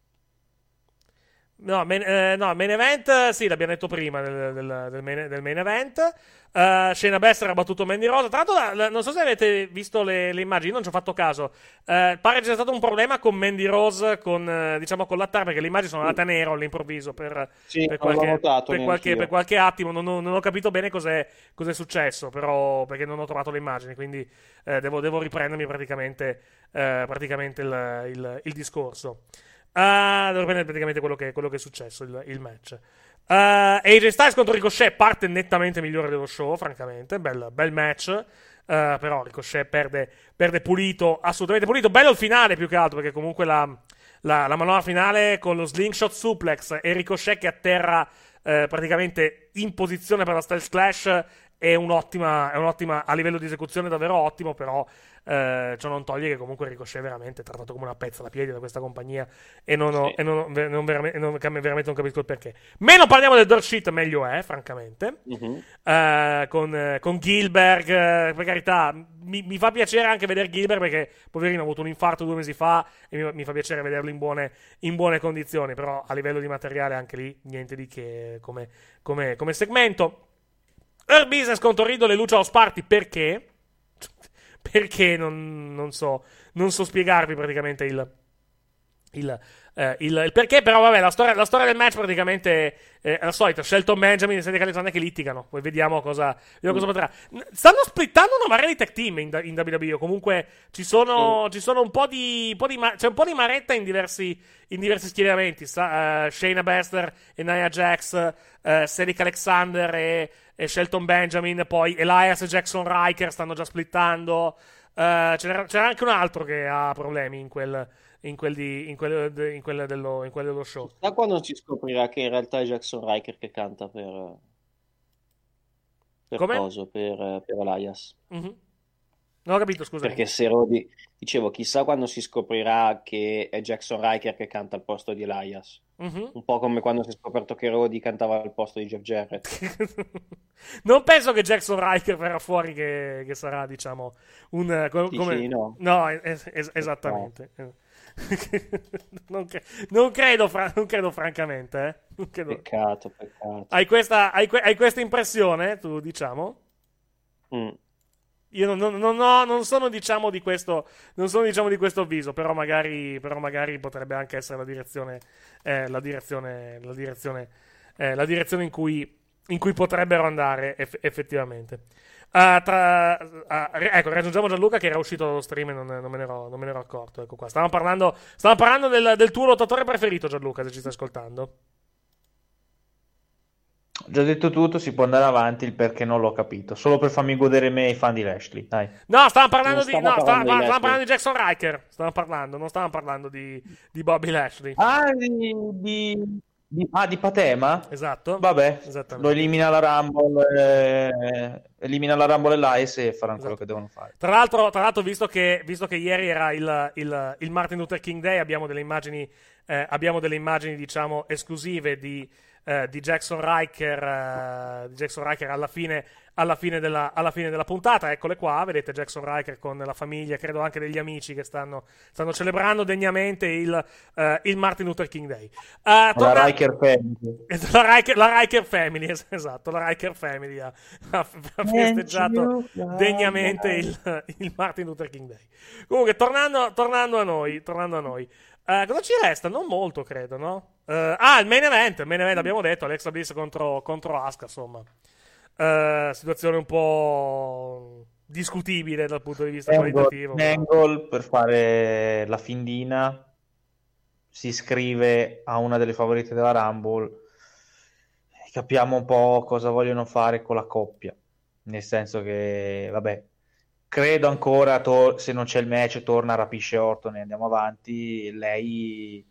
Speaker 7: No, main, eh, no, main event, sì, l'abbiamo detto prima del, del, del, main, del main event. Uh, Shayna Baszler ha battuto Mandy Rose. Tra l'altro, la, la, non so se avete visto le, le immagini, io non ci ho fatto caso. Uh, pare ci sia stato un problema con Mandy Rose, con, uh, diciamo, con l'attacco, perché le immagini sono andate a nero all'improvviso per,
Speaker 9: Sì,
Speaker 7: per,
Speaker 9: non l'ho
Speaker 7: qualche,
Speaker 9: notato
Speaker 7: per, qualche,
Speaker 9: neanch'io.
Speaker 7: per qualche attimo. Non ho, non ho capito bene cos'è, cos'è successo, però, perché non ho trovato le immagini, quindi eh, devo, devo riprendermi praticamente, eh, praticamente il, il, il discorso. Uh, devo prendere praticamente quello che, quello che è successo, il, il match. Uh, A J Styles contro Ricochet parte nettamente migliore dello show, francamente. Bel, bel match. Uh, però Ricochet perde, perde pulito, assolutamente pulito. Bello il finale più che altro, perché comunque la, la, la manovra finale con lo slingshot suplex e Ricochet che atterra uh, praticamente in posizione per la Styles Clash è un'ottima, è un'ottima, a livello di esecuzione davvero ottimo, però eh, ciò non toglie che comunque Ricochet è veramente trattato come una pezza da piedi da questa compagnia e non, ho,
Speaker 9: Sì.
Speaker 7: e non, non veramente, non, veramente non capisco il perché. Meno parliamo del dirt sheet meglio è, francamente.
Speaker 9: Mhm.
Speaker 7: Eh, con, con Gilbert, eh, per carità, mi, mi fa piacere anche vedere Gilbert, perché poverino ha avuto un infarto due mesi fa e mi, mi fa piacere vederlo in buone, in buone condizioni, però a livello di materiale anche lì niente di che come, come, come segmento. Her Business contro Riddle e Lucha House Party, perché? Perché non, non so, non so spiegarvi praticamente il, il, eh, il, il perché, però vabbè, la storia, la storia del match praticamente eh, è la solita. Shelton Benjamin e Cedric Alexander che litigano, poi vediamo cosa, vediamo cosa potrà. Stanno splittando una marea di tag team in, in W W E, comunque ci sono, mm. ci sono un po' di, un po' di c'è un po' di maretta in diversi, in diversi schieramenti. Sa, uh, Shayna Baszler e Nia Jax, uh, Cedric Alexander e e Shelton Benjamin, poi Elias e Jackson Riker stanno già splittando. Uh, c'era, c'era anche un altro che ha problemi in quel, in quel, di, in quel, in quel, dello, in quel dello show.
Speaker 9: Da quando si scoprirà che in realtà è Jackson Riker che canta per per
Speaker 7: Come?
Speaker 9: coso, per, per Elias.
Speaker 7: Mm-hmm. Non ho capito, scusa.
Speaker 9: Perché se Rodi, dicevo, chissà quando si scoprirà che è Jackson Riker che canta al posto di Elias.
Speaker 7: Mm-hmm.
Speaker 9: Un po' come quando si è scoperto che Rodi cantava al posto di Jeff Jarrett.
Speaker 7: Non penso che Jackson Riker verrà fuori che, che sarà, diciamo, un... Come,
Speaker 9: Dici no?
Speaker 7: No, es- es- esattamente. No. non, cre- non, credo, fra- non credo francamente. Eh? Non credo.
Speaker 9: Peccato, peccato.
Speaker 7: Hai questa, hai que- hai questa impressione, tu, diciamo?
Speaker 9: Mm.
Speaker 7: Io non, non, non, ho, non sono, diciamo, di questo, non sono, diciamo, di questo avviso, però magari, però magari potrebbe anche essere la direzione, eh, la direzione, la direzione, eh, la direzione in cui, in cui potrebbero andare eff- effettivamente. Uh, tra, uh, ecco, raggiungiamo Gianluca che era uscito dallo stream e non, non, me, ne ero, non me ne ero accorto. Ecco qua. Stavamo parlando, stavamo parlando del, del tuo lottatore preferito, Gianluca, se ci stai ascoltando.
Speaker 10: Ho già detto tutto, si può andare avanti, il perché non l'ho capito. Solo per farmi godere me e i fan di Lashley, dai.
Speaker 7: No, stavamo parlando,
Speaker 9: Non
Speaker 7: di,
Speaker 9: stavo
Speaker 7: no,
Speaker 9: parlando
Speaker 7: stavamo,
Speaker 9: di
Speaker 7: stavamo
Speaker 9: Lashley.
Speaker 7: parlando di Jackson Riker. Stavamo parlando, non stavamo parlando di, di Bobby Lashley.
Speaker 10: Ah, di, di, di, ah, di Patema?
Speaker 7: Esatto.
Speaker 10: Vabbè,
Speaker 7: Esattamente.
Speaker 10: lo elimina la Rumble, eh, elimina la Rumble e l'Ice e faranno
Speaker 7: Esatto.
Speaker 10: quello che devono fare.
Speaker 7: Tra l'altro, tra l'altro visto, che, visto che ieri era il, il, il Martin Luther King Day, abbiamo delle immagini, eh, abbiamo delle immagini diciamo, esclusive di, eh, di Jackson Riker, eh, di Jackson Riker alla fine, alla, fine della, alla fine della puntata. Eccole qua, vedete Jackson Riker con la famiglia, credo anche degli amici che stanno, stanno celebrando degnamente il, eh, il Martin Luther King Day. Eh, torna-
Speaker 10: La Riker Family.
Speaker 7: La Riker, la Riker Family, es- esatto, la Riker Family ha, ha- ha festeggiato degnamente il, il Martin Luther King Day. Comunque, tornando, tornando a noi, tornando a noi, eh, cosa ci resta? Non molto, credo, no? Eh, ah, il main event, il main event abbiamo detto, Alexa Bliss contro, contro Asuka, insomma. Eh, situazione un po' discutibile dal punto di vista qualitativo.
Speaker 10: Angle, Angle per fare la findina si iscrive a una delle favorite della Rumble. Capiamo un po' cosa vogliono fare con la coppia, nel senso che vabbè, credo ancora, to- se non c'è il match, torna, rapisce Orton e andiamo avanti. Lei,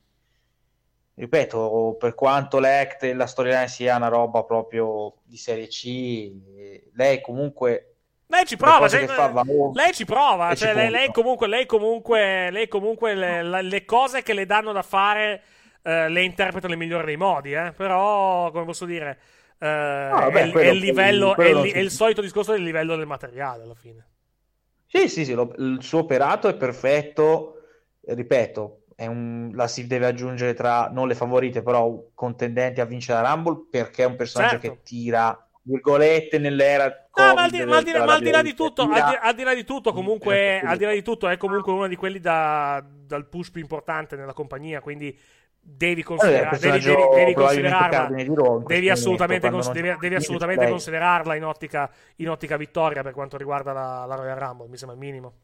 Speaker 10: ripeto, per quanto l'Act e la storyline sia una roba proprio di serie C, lei comunque...
Speaker 7: Lei ci prova, cioè,
Speaker 10: fa, va,
Speaker 7: lei ci prova, cioè,
Speaker 10: ci
Speaker 7: lei, lei comunque, lei comunque, lei comunque le, le, le cose che le danno da fare eh, le interpreta nel migliore dei modi, eh? Però, come posso dire, eh, no, vabbè, è, quello, è, il livello, quello, quello è, il, è il solito discorso del livello del materiale alla fine.
Speaker 10: Sì, sì, sì, lo, il suo operato è perfetto, ripeto, è un, la si deve aggiungere tra, non le favorite, però contendenti a vincere la Rumble, perché è un personaggio certo. che tira... virgolette nell'era
Speaker 7: no, ma al di, ma al di, ma al di là di tutto al di, al di là di tutto comunque al di là di tutto è comunque uno di quelli da, dal push più importante nella compagnia, quindi devi considerare devi, devi, devi considerarla devi assolutamente, cons- devi, devi assolutamente considerarla in ottica, in ottica vittoria per quanto riguarda la, la Royal Rumble, mi sembra il minimo.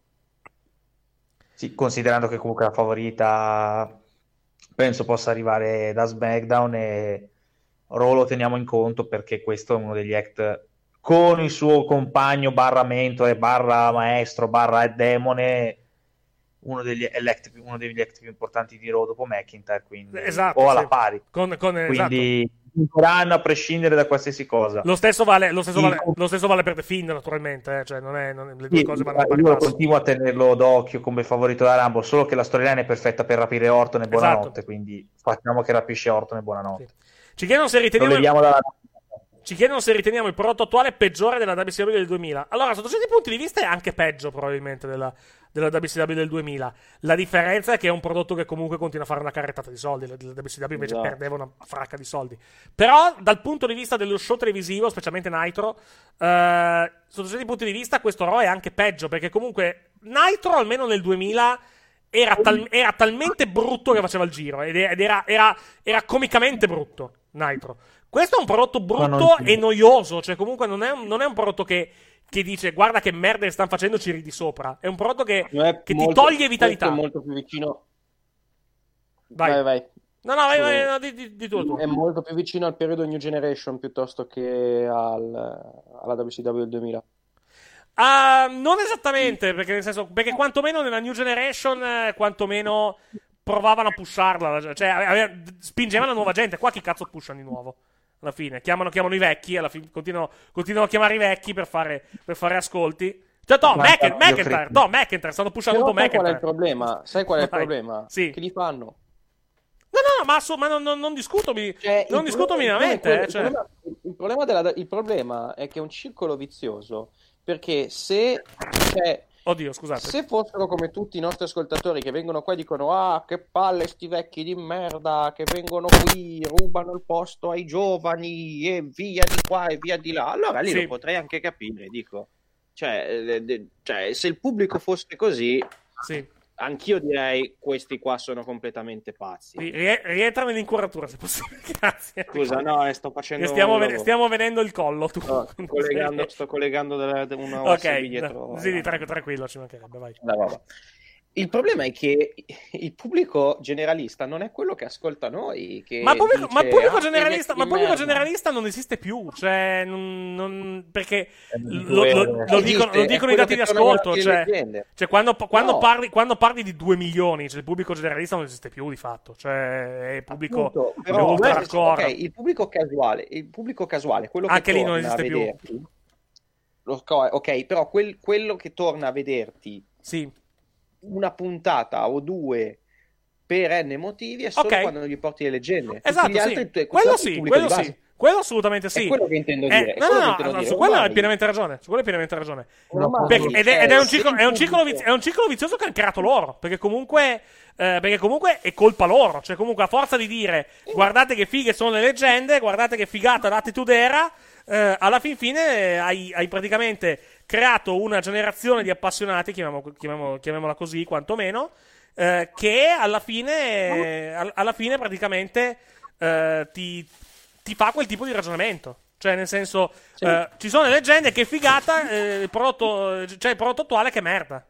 Speaker 10: Sì, considerando che comunque la favorita penso possa arrivare da SmackDown e Raw lo teniamo in conto perché questo è uno degli act con il suo compagno barra mentore barra maestro barra demone, uno degli, act, uno degli act più importanti di Raw dopo McIntyre, quindi
Speaker 7: esatto,
Speaker 10: o alla
Speaker 7: sì.
Speaker 10: pari
Speaker 7: con, con,
Speaker 10: quindi
Speaker 7: esatto.
Speaker 10: vinceranno a prescindere da qualsiasi cosa.
Speaker 7: Lo stesso vale, lo stesso vale, lo stesso vale per The Fiend naturalmente, eh? Cioè non è, non, le due
Speaker 10: sì,
Speaker 7: cose vanno a pari
Speaker 10: io
Speaker 7: passo.
Speaker 10: continuo a tenerlo d'occhio come favorito da Rumble, solo che la storyline è perfetta per rapire Orton e buonanotte,
Speaker 7: esatto.
Speaker 10: Quindi facciamo che rapisce Orton e buonanotte.
Speaker 7: Sì. Ci chiedono se riteniamo il...
Speaker 10: dalla...
Speaker 7: Ci chiedono se riteniamo il prodotto attuale peggiore della W C W del duemila. Allora, sotto certi punti di vista è anche peggio probabilmente della, della W C W del duemila. La differenza è che è un prodotto che comunque continua a fare una carrettata di soldi. La, la W C W invece esatto. perdeva una fracca di soldi. Però dal punto di vista dello show televisivo, specialmente Nitro, eh, sotto certi punti di vista questo Raw è anche peggio, perché comunque Nitro almeno nel duemila era, tal- era talmente brutto che faceva il giro ed era, era, era comicamente brutto Nitro. Questo è un prodotto brutto e noioso, cioè comunque non è un, non è un prodotto che, che dice guarda che merda che stanno facendo, ci ridi sopra. È un prodotto che, che molto, ti toglie vitalità.
Speaker 9: È molto più vicino.
Speaker 7: Vai,
Speaker 9: vai. vai.
Speaker 7: No, no, vai, vai, no, di, di, di tu, tu.
Speaker 9: È molto più vicino al periodo New Generation piuttosto che al, alla W C W del duemila.
Speaker 7: Uh, non esattamente, perché nel senso, perché quantomeno nella New Generation, eh, quantomeno provavano a pusharla, cioè aveva, spingevano la nuova gente. Qua chi cazzo pushano di nuovo? Alla fine chiamano, chiamano i vecchi, alla fine continuano, continuano a chiamare i vecchi per fare, per fare ascolti. Cioè, no, Mac- McIntyre, no, McIntyre, stanno pushando un po' McIntyre.
Speaker 9: Qual è il problema? Sai qual è il
Speaker 7: Vai.
Speaker 9: problema?
Speaker 7: Sì.
Speaker 9: Che li fanno?
Speaker 7: No, no, ma, assu- ma non, non, non discuto, mi,
Speaker 9: cioè,
Speaker 7: non discuto minimamente.
Speaker 9: Il,
Speaker 7: cioè.
Speaker 9: problema, il, problema della, il problema è che è un circolo vizioso, perché se... Cioè,
Speaker 7: Oddio, scusate.
Speaker 9: Se fossero come tutti i nostri ascoltatori che vengono qua e dicono ah, che palle sti vecchi di merda che vengono qui, rubano il posto ai giovani e via di qua e via di là, allora lì sì. Lo potrei anche capire, dico. Cioè, eh, de, cioè se il pubblico fosse così,
Speaker 7: sì.
Speaker 9: Anch'io direi questi qua sono completamente pazzi.
Speaker 7: Rie- rientra nell'inquadratura se possibile. Grazie.
Speaker 9: Scusa, no, eh, sto facendo.
Speaker 7: Stiamo, ven- stiamo venendo il collo. Tu.
Speaker 9: No, sto, collegando, sto collegando della, una
Speaker 7: ok,
Speaker 9: dietro.
Speaker 7: Sì, no. tra- tranquillo, ci mancherebbe. Vai.
Speaker 9: La roba. Il problema è che il pubblico generalista non è quello che ascolta noi. Che
Speaker 7: ma il pubblico,
Speaker 9: dice,
Speaker 7: ma pubblico
Speaker 9: ah,
Speaker 7: generalista, ma pubblico generalista non esiste più. Cioè, non, non, perché lo, lo, lo, lo, dicono, lo dicono i dati di ascolto. Cioè, cioè quando, quando, no. parli, quando parli di due milioni, cioè, il pubblico generalista non esiste più di fatto. Cioè, è il pubblico
Speaker 9: Appunto, però, ultra okay, il pubblico casuale, il pubblico casuale, quello che
Speaker 7: anche lì non esiste
Speaker 9: vederti,
Speaker 7: più.
Speaker 9: Lo, ok, però quel, quello che torna a vederti.
Speaker 7: Sì.
Speaker 9: Una puntata o due per n motivi è solo okay. Quando gli porti le leggende.
Speaker 7: Esatto,
Speaker 9: Tutti gli
Speaker 7: sì.
Speaker 9: altri,
Speaker 7: quello sì, quello sì. Quello assolutamente sì.
Speaker 9: È quello che intendo
Speaker 7: eh,
Speaker 9: dire.
Speaker 7: No, no, no, no, no su quello hai pienamente ragione. Su quello hai pienamente ragione. Perché, ed, è, ed è, un ciclo, è, un ciclo viz- è un ciclo vizioso che hanno creato loro. Perché comunque, eh, perché comunque è colpa loro. Cioè, comunque, a forza di dire guardate che fighe sono le leggende, guardate che figata l'attitude era, eh, alla fin fine hai, hai praticamente creato una generazione di appassionati, chiamiamo, chiamiamo, chiamiamola così, quantomeno, eh, che alla fine, eh, alla fine praticamente eh, ti, ti fa quel tipo di ragionamento. Cioè, nel senso, sì. eh, ci sono le leggende, che figata, eh, il prodotto, cioè il prodotto attuale che merda.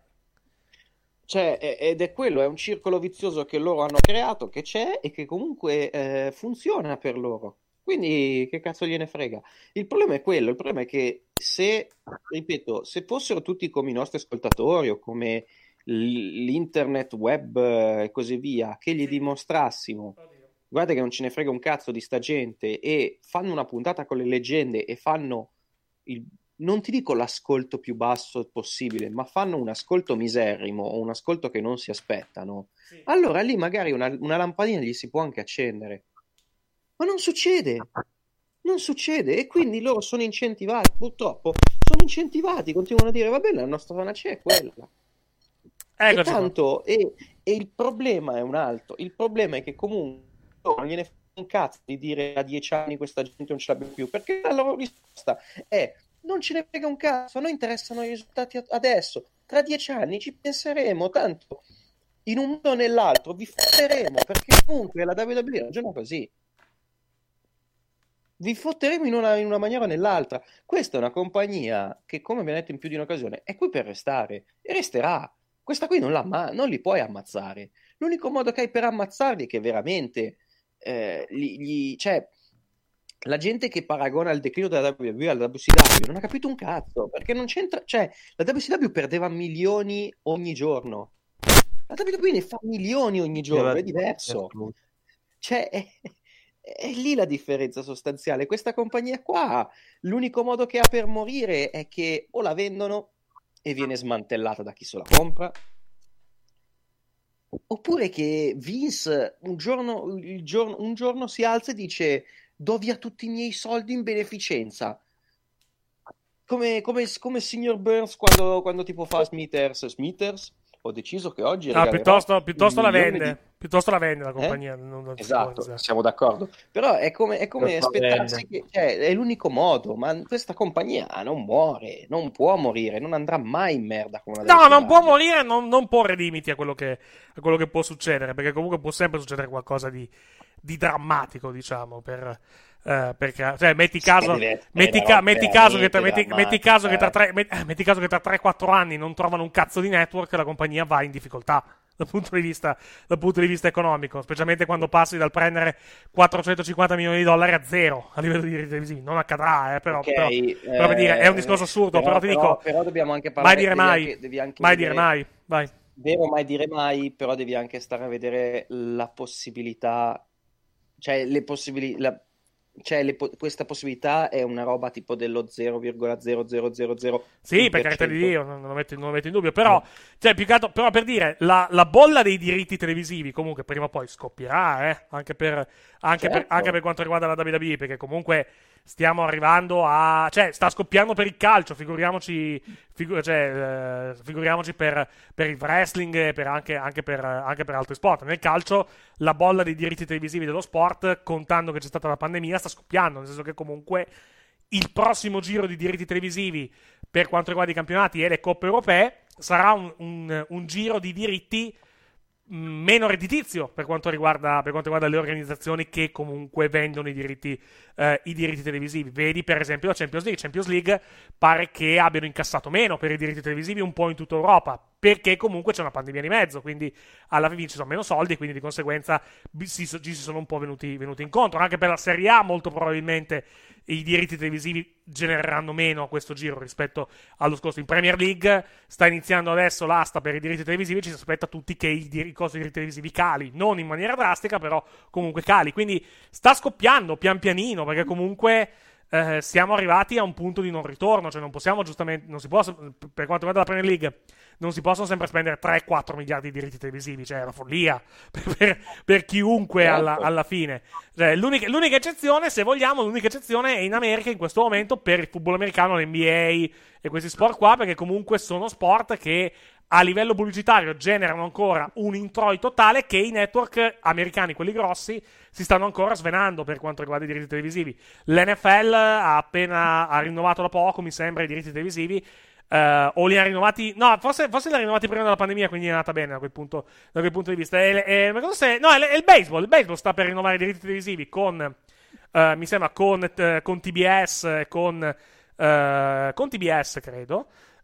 Speaker 9: Cioè, ed è quello, è un circolo vizioso che loro hanno creato, che c'è e che comunque eh, funziona per loro. Quindi che cazzo gliene frega? Il problema è quello, il problema è che se, ripeto, se fossero tutti come i nostri ascoltatori o come l'internet web e così via, che gli dimostrassimo guarda che non ce ne frega un cazzo di sta gente e fanno una puntata con le leggende e fanno il, non ti dico l'ascolto più basso possibile, ma fanno un ascolto miserrimo o un ascolto che non si aspettano, sì. Allora lì magari una, una lampadina gli si può anche accendere, ma non succede non succede e quindi loro sono incentivati, purtroppo sono incentivati, continuano a dire va bene, la nostra zona c'è, è quella. E tanto, e, e il problema è un altro, il problema è che comunque non gliene fa un cazzo di dire a dieci anni questa gente non ce l'abbiamo più, perché la loro risposta è non ce ne frega un cazzo, a noi interessano i risultati adesso, tra dieci anni ci penseremo, tanto in un modo o nell'altro vi fotteremo, perché comunque la W W E ragiona così, vi fotteremo in una, in una maniera o nell'altra. Questa è una compagnia che, come abbiamo detto in più di un'occasione, è qui per restare e resterà. Questa qui non, la, non li puoi ammazzare. L'unico modo che hai per ammazzarli è che veramente eh, gli, gli, cioè, la gente che paragona il declino della W W E alla W C W non ha capito un cazzo, perché non c'entra, cioè la W C W perdeva milioni ogni giorno, la W W E ne fa milioni ogni giorno, è diverso, cioè è, è lì la differenza sostanziale. Questa compagnia qua l'unico modo che ha per morire è che o la vendono e viene smantellata da chi se la compra, oppure che Vince un giorno, il giorno, un giorno si alza e dice do via tutti i miei soldi in beneficenza, come, come, come il signor Burns quando, quando tipo fa Smithers Smithers ho deciso che oggi
Speaker 7: no, piuttosto, piuttosto la vende
Speaker 9: di...
Speaker 7: piuttosto la vende la compagnia,
Speaker 9: eh?
Speaker 7: non, non
Speaker 9: esatto, siamo d'accordo, però è come, è come aspettarsi che, cioè, è l'unico modo, ma questa compagnia non muore, non può morire, non andrà mai in merda come una
Speaker 7: no, non può morire, non, non porre limiti a quello, che, a quello che può succedere, perché comunque può sempre succedere qualcosa di, di drammatico, diciamo, per... Uh, perché, cioè, metti caso, metti, ca- metti caso che tra, metti, metti caso che tra tre, metti, metti caso che tra tre quattro anni non trovano un cazzo di network, la compagnia va in difficoltà dal punto di vista, dal punto di vista economico, specialmente quando passi dal prendere quattrocentocinquanta milioni di dollari a zero a livello di diritti televisivi. Non accadrà, eh, però,
Speaker 9: okay,
Speaker 7: però,
Speaker 9: eh,
Speaker 7: però per dire, è un discorso assurdo, però, però ti
Speaker 9: però,
Speaker 7: dico,
Speaker 9: però dobbiamo anche parlare,
Speaker 7: mai dire mai,
Speaker 9: devi anche, devi anche
Speaker 7: mai
Speaker 9: vedere,
Speaker 7: dire mai, vai.
Speaker 9: Vero, mai dire mai, però devi anche stare a vedere la possibilità, cioè le possibilità, cioè le po- questa possibilità è una roba tipo dello zero virgola zero zero zero zero
Speaker 7: sì, per carità di Dio, non lo metto, non lo metto in dubbio, però, cioè, più che altro, però per dire, la, la bolla dei diritti televisivi comunque prima o poi scoppierà, eh, anche per, anche, certo. per, anche per quanto riguarda la W W E, perché comunque stiamo arrivando a, cioè, sta scoppiando per il calcio, figuriamoci, figu- cioè, eh, figuriamoci per, per il wrestling e per anche, anche, per, anche per altri sport. Nel calcio la bolla dei diritti televisivi dello sport, contando che c'è stata la pandemia, sta scoppiando, nel senso che comunque il prossimo giro di diritti televisivi per quanto riguarda i campionati e le coppe europee sarà un, un, un giro di diritti meno redditizio per quanto riguarda per quanto riguarda le organizzazioni che comunque vendono i diritti eh, i diritti televisivi. Vedi per esempio la Champions League. Champions League pare che abbiano incassato meno per i diritti televisivi un po' in tutta Europa, perché comunque c'è una pandemia di mezzo, quindi alla fine ci sono meno soldi, quindi di conseguenza ci si sono un po' venuti, venuti incontro. Anche per la Serie A molto probabilmente i diritti televisivi genereranno meno a questo giro rispetto allo scorso. In Premier League sta iniziando adesso l'asta per i diritti televisivi, ci si aspetta tutti che i, dir- i costi dei diritti televisivi cali, non in maniera drastica, però comunque cali, quindi sta scoppiando pian pianino, perché comunque eh, siamo arrivati a un punto di non ritorno, cioè non possiamo giustamente, non si può, per quanto riguarda la Premier League, non si possono sempre spendere tre quattro miliardi di diritti televisivi, cioè è una follia per, per, per chiunque alla, alla fine. Cioè, l'unica, l'unica eccezione, se vogliamo, l'unica eccezione è in America in questo momento per il football americano, l'N B A e questi sport qua, perché comunque sono sport che a livello pubblicitario generano ancora un introito tale che i network americani, quelli grossi, si stanno ancora svenando per quanto riguarda i diritti televisivi. L'N F L ha appena ha rinnovato da poco, mi sembra, i diritti televisivi. Uh, o li ha rinnovati, no, forse, forse li ha rinnovati prima della pandemia, quindi è andata bene da quel punto, da quel punto di vista. E, e, ma cosa sei? No, è, è il baseball. Il baseball sta per rinnovare i diritti televisivi con, uh, mi sembra, con, uh, con T B S, con, uh, con T B S, credo.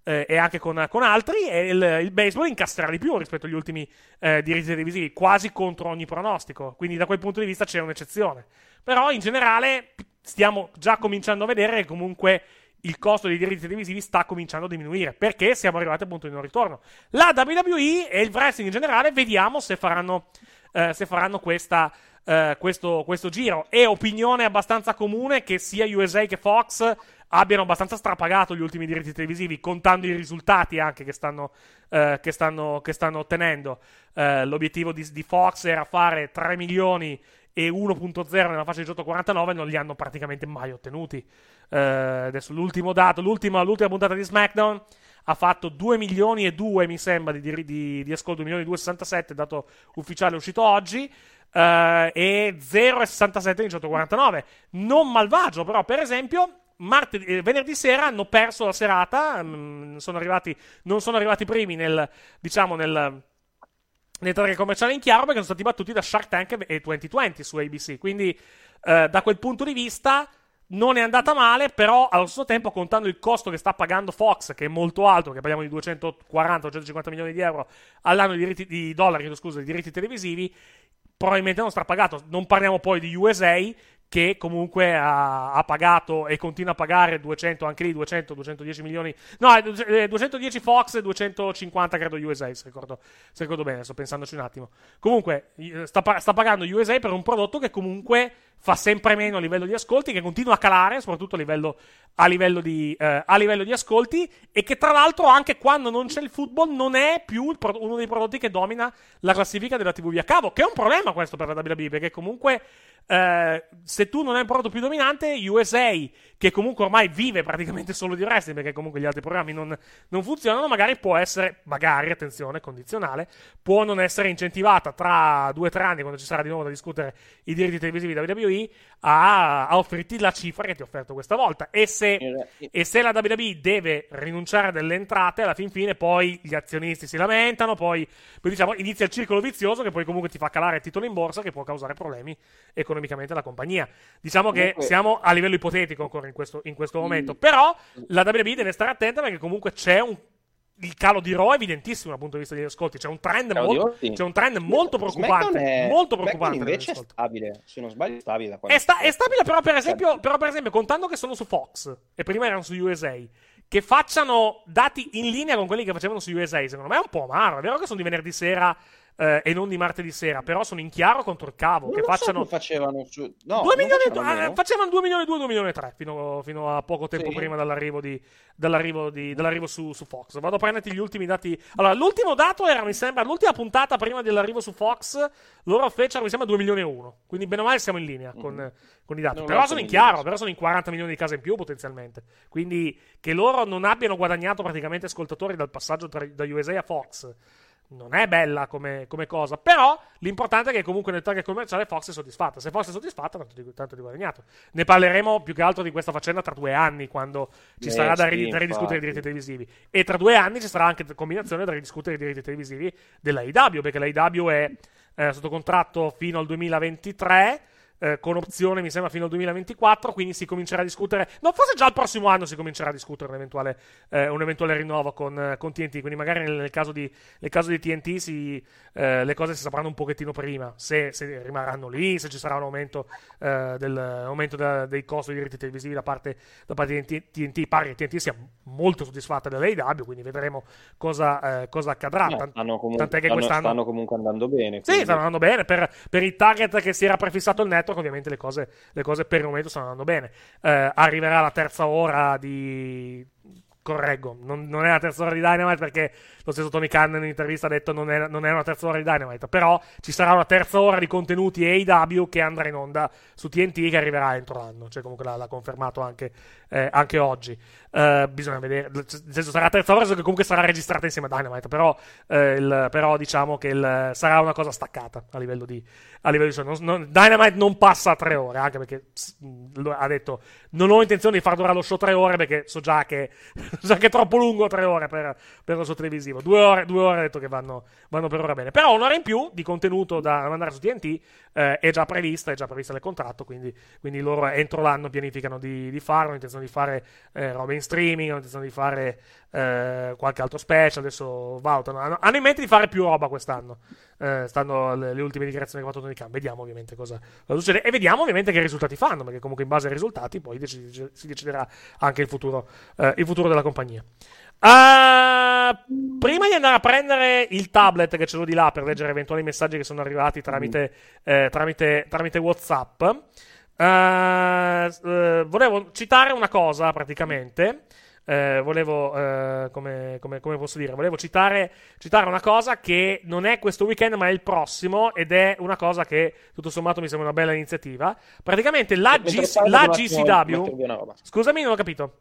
Speaker 7: eh, e anche con, con altri, e il, il baseball incasserà di più rispetto agli ultimi eh, diritti televisivi, quasi contro ogni pronostico, quindi da quel punto di vista c'è un'eccezione. Però in generale stiamo già cominciando a vedere che comunque il costo dei diritti televisivi sta cominciando a diminuire, perché siamo arrivati al punto di non ritorno. La W W E e il wrestling in generale vediamo se faranno, eh, se faranno questa, eh, questo, questo giro. È opinione abbastanza comune che sia U S A che Fox abbiano abbastanza strapagato gli ultimi diritti televisivi, contando i risultati anche che stanno, eh, che stanno, che stanno ottenendo. Eh, l'obiettivo di, di Fox era fare tre milioni e uno virgola zero nella fascia diciotto quarantanove, non li hanno praticamente mai ottenuti. Uh, adesso l'ultimo dato, l'ultima, l'ultima puntata di SmackDown ha fatto due milioni e due, mi sembra, di, di, di ascolto, due milioni e duecentosessantasette, dato ufficiale uscito oggi, uh, e zero virgola sessantasette in diciotto quarantanove. Non malvagio, però, per esempio, martedì, eh, venerdì sera hanno perso la serata, mh, sono arrivati, non sono arrivati primi nel, diciamo, nel... nei target commerciali in chiaro, perché sono stati battuti da Shark Tank e duemilaventi su A B C. Quindi eh, da quel punto di vista non è andata male, però allo stesso tempo, contando il costo che sta pagando Fox, che è molto alto, che parliamo di duecentoquaranta duecentocinquanta milioni di euro all'anno di, diritti, di dollari, scusa, di diritti televisivi, probabilmente non sta pagato. Non parliamo poi di U S A, che comunque ha, ha pagato e continua a pagare duecento, anche lì duecento duecentodieci milioni, no, duecentodieci Fox e duecentocinquanta credo U S A, se ricordo, se ricordo bene, sto pensandoci un attimo. Comunque sta, sta pagando U S A per un prodotto che comunque fa sempre meno a livello di ascolti, che continua a calare, soprattutto a livello, a livello, di, eh, a livello di ascolti, e che tra l'altro anche quando non c'è il football non è più il pro- uno dei prodotti che domina la classifica della tivù via cavo, che è un problema questo per la W W E, perché comunque eh, se tu non hai un prodotto più dominante, U S A, che comunque ormai vive praticamente solo di wrestling, perché comunque gli altri programmi non, non funzionano, magari può essere, magari, attenzione, condizionale, può non essere incentivata tra due o tre anni, quando ci sarà di nuovo da discutere i diritti televisivi W W E, a, a offrirti la cifra che ti ha offerto questa volta. E se, e se la W W E deve rinunciare a delle entrate, alla fin fine poi gli azionisti si lamentano, poi, poi diciamo inizia il circolo vizioso che poi comunque ti fa calare il titolo in borsa, che può causare problemi economicamente alla compagnia. Diciamo che comunque siamo a livello ipotetico ancora in questo, in questo momento, mm. però la W W E deve stare attenta, perché comunque c'è un il calo di Raw è evidentissimo dal punto di vista degli ascolti. C'è un trend, molto, c'è un trend molto preoccupante. È, molto preoccupante.
Speaker 9: Invece è stabile. Se non sbaglio, è stabile. Da quando...
Speaker 7: è, sta, è stabile, però per, esempio, però, per esempio, contando che sono su Fox e prima erano su U S A, che facciano dati in linea con quelli che facevano su U S A, secondo me è un po' amaro. È vero che sono di venerdì sera eh, e non di martedì sera, però sono in chiaro contro il cavo.
Speaker 9: Non
Speaker 7: che facciano.
Speaker 9: So facevano su... no,
Speaker 7: due milioni, facevano, facevano due milioni e due, due milioni e tre fino, fino a poco tempo sì. prima dall'arrivo, di, dall'arrivo, di, dall'arrivo su, su Fox. Vado a prenderti gli ultimi dati. Allora, l'ultimo dato era, mi sembra, l'ultima puntata prima dell'arrivo su Fox, loro fecero, mi sembra, due milioni e uno. Quindi bene o male siamo in linea mm-hmm. con, con i dati. Non però sono in chiaro, però sono in quaranta milioni di case in più potenzialmente. Quindi che loro non abbiano guadagnato praticamente ascoltatori dal passaggio tra, da U S A a Fox non è bella come, come cosa, però l'importante è che comunque nel target commerciale Fox è soddisfatta. Se Fox è soddisfatta, tanto di, tanto di guadagnato. Ne parleremo più che altro di questa faccenda tra due anni, quando ci eh, sarà da, ri- da ridiscutere i diritti televisivi, e tra due anni ci sarà anche combinazione da ridiscutere i diritti televisivi della A E W, perché la A E W è eh, sotto contratto fino al duemilaventitré, Eh, con opzione mi sembra fino al duemilaventiquattro, quindi si comincerà a discutere, no, forse già il prossimo anno si comincerà a discutere un eventuale, eh, un eventuale rinnovo con, eh, con T N T, quindi magari nel, nel, caso, di, nel caso di T N T si, eh, le cose si sapranno un pochettino prima, se, se rimarranno lì, se ci sarà un aumento, eh, del, aumento da, dei costi dei diritti televisivi da parte, da parte di T N T. Pare che T N T sia molto soddisfatta dell'A E W, quindi vedremo cosa, eh, cosa accadrà.
Speaker 9: No, stanno, comunque,
Speaker 7: Tant'è che
Speaker 9: stanno,
Speaker 7: quest'anno
Speaker 9: stanno comunque andando bene.
Speaker 7: Sì, stanno andando bene per, per il target che si era prefissato il network. Ovviamente le cose, le cose per il momento stanno andando bene. Eh, arriverà la terza ora di... correggo, non, non è la terza ora di Dynamite, perché lo stesso Tony Khan in un'intervista ha detto non è, non è una terza ora di Dynamite, però ci sarà una terza ora di contenuti A E W che andrà in onda su T N T, che arriverà entro l'anno, cioè comunque l'ha, l'ha confermato anche, eh, anche oggi. Uh, bisogna vedere, nel senso sarà la terza ora che comunque sarà registrata insieme a Dynamite, però, eh, il, però diciamo che il, sarà una cosa staccata a livello di, a livello di non, non, Dynamite non passa a tre ore, anche perché ha detto non ho intenzione di far durare lo show tre ore, perché so già che anche troppo lungo tre ore per, per lo show televisivo. Due ore, due ore ho detto che vanno, vanno per ora bene. Però un'ora in più di contenuto da mandare su T N T eh, è già prevista, è già prevista nel contratto, quindi, quindi loro entro l'anno pianificano di, di farlo, hanno intenzione di fare eh, roba in streaming, hanno intenzione di fare eh, qualche altro special, adesso valutano, hanno, hanno in mente di fare più roba quest'anno. Eh, stanno le, le ultime dichiarazioni che ha fatto Tony Khan. Vediamo ovviamente cosa, cosa succede e vediamo ovviamente che risultati fanno, perché comunque in base ai risultati poi decide, si deciderà anche il futuro, eh, il futuro della compagnia. Uh, prima di andare a prendere il tablet che ce l'ho di là per leggere eventuali messaggi che sono arrivati tramite, eh, tramite, tramite WhatsApp, uh, uh, volevo citare una cosa praticamente. Eh, volevo, eh, come, come, come posso dire, volevo citare, citare una cosa che non è questo weekend ma è il prossimo, ed è una cosa che tutto sommato mi sembra una bella iniziativa. Praticamente la, G- la G C W, scusami, non ho capito.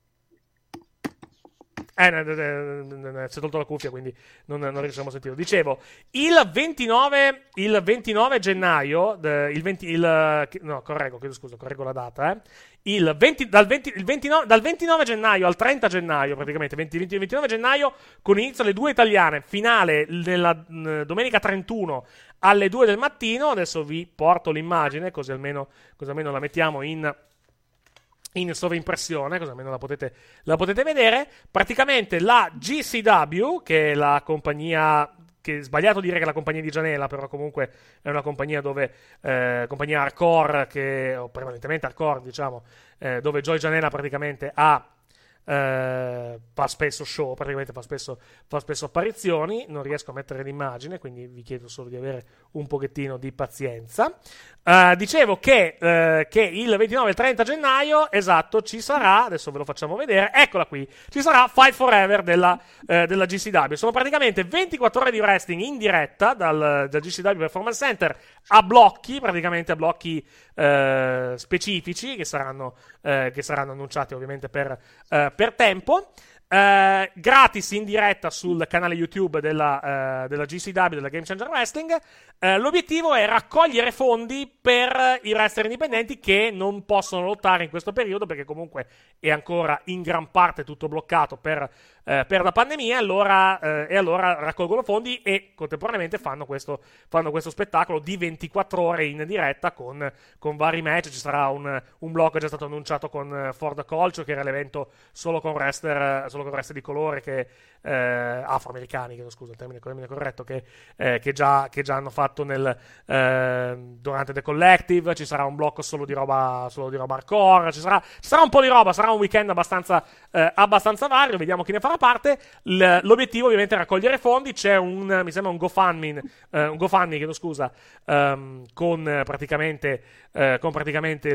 Speaker 7: Eh, si è tolto la cuffia, quindi non, non riusciamo a sentirlo. Dicevo, il ventinove, il ventinove gennaio, il venti, il, no, correggo, chiedo scusa, correggo la data, eh. Il, venti, dal, venti, il ventinove, dal ventinove gennaio al trenta gennaio, praticamente, venti, venti, ventinove gennaio, con inizio alle due italiane, finale nella mh, domenica trentuno alle due del mattino. Adesso vi porto l'immagine, così almeno, così almeno la mettiamo in... in sovraimpressione, così almeno la potete, la potete vedere. Praticamente la G C W, che è la compagnia, che è sbagliato dire che è la compagnia di Gianella, però comunque è una compagnia dove, eh, compagnia hardcore, che, o prevalentemente hardcore, diciamo, eh, dove Joey Gianella praticamente ha, eh, fa spesso show, praticamente fa spesso, fa spesso apparizioni. Non riesco a mettere l'immagine, quindi vi chiedo solo di avere un pochettino di pazienza. Uh, dicevo che, uh, che il ventinove e il trenta gennaio, esatto, ci sarà, adesso ve lo facciamo vedere, eccola qui, ci sarà Fight Forever della, uh, della G C W. Sono praticamente ventiquattro ore di wrestling in diretta dal, dal G C W Performance Center a blocchi, praticamente a blocchi uh, specifici che saranno, uh, che saranno annunciati ovviamente per, uh, per tempo. Uh, gratis in diretta sul canale YouTube della, uh, della G C W, della Game Changer Wrestling. Uh, l'obiettivo è raccogliere fondi per i wrestler indipendenti che non possono lottare in questo periodo, perché comunque è ancora in gran parte tutto bloccato per, uh, per la pandemia. Allora, uh, e allora raccolgono fondi e contemporaneamente fanno questo, fanno questo spettacolo di ventiquattro ore in diretta con, con vari match. Ci sarà un, un blocco già stato annunciato con For the Culture, che era l'evento solo con wrestler solo con wrestler di colore, che eh, afroamericani, chiedo scusa, il termine, il termine corretto, che, eh, che, già, che già hanno fatto nel, eh, durante The Collective. Ci sarà un blocco solo di roba, solo di roba hardcore, ci sarà, ci sarà un po' di roba, sarà un weekend abbastanza, eh, abbastanza vario, vediamo chi ne farà parte. L- l'obiettivo ovviamente è raccogliere fondi. C'è un, mi sembra un GoFundMe, eh, un GoFundMe, chiedo scusa, ehm, con praticamente, eh, con praticamente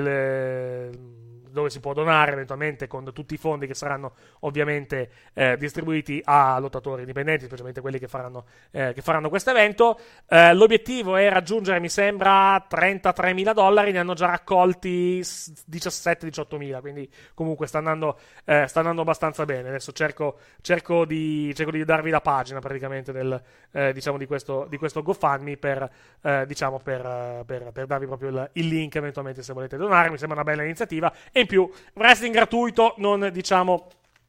Speaker 7: il... dove si può donare eventualmente, con tutti i fondi che saranno ovviamente eh, distribuiti a lottatori indipendenti, specialmente quelli che faranno, eh, che faranno questo evento. Eh, l'obiettivo è raggiungere, mi sembra, trentatremila dollari, ne hanno già raccolti diciassette diciottomila, quindi comunque sta andando, eh, sta andando abbastanza bene. Adesso cerco, cerco, di, cerco di darvi la pagina praticamente del, eh, diciamo di questo, di questo GoFundMe per, eh, diciamo per, per, per darvi proprio il, il link eventualmente se volete donare. Mi sembra una bella iniziativa. E in più, wrestling gratuito non, diciamo,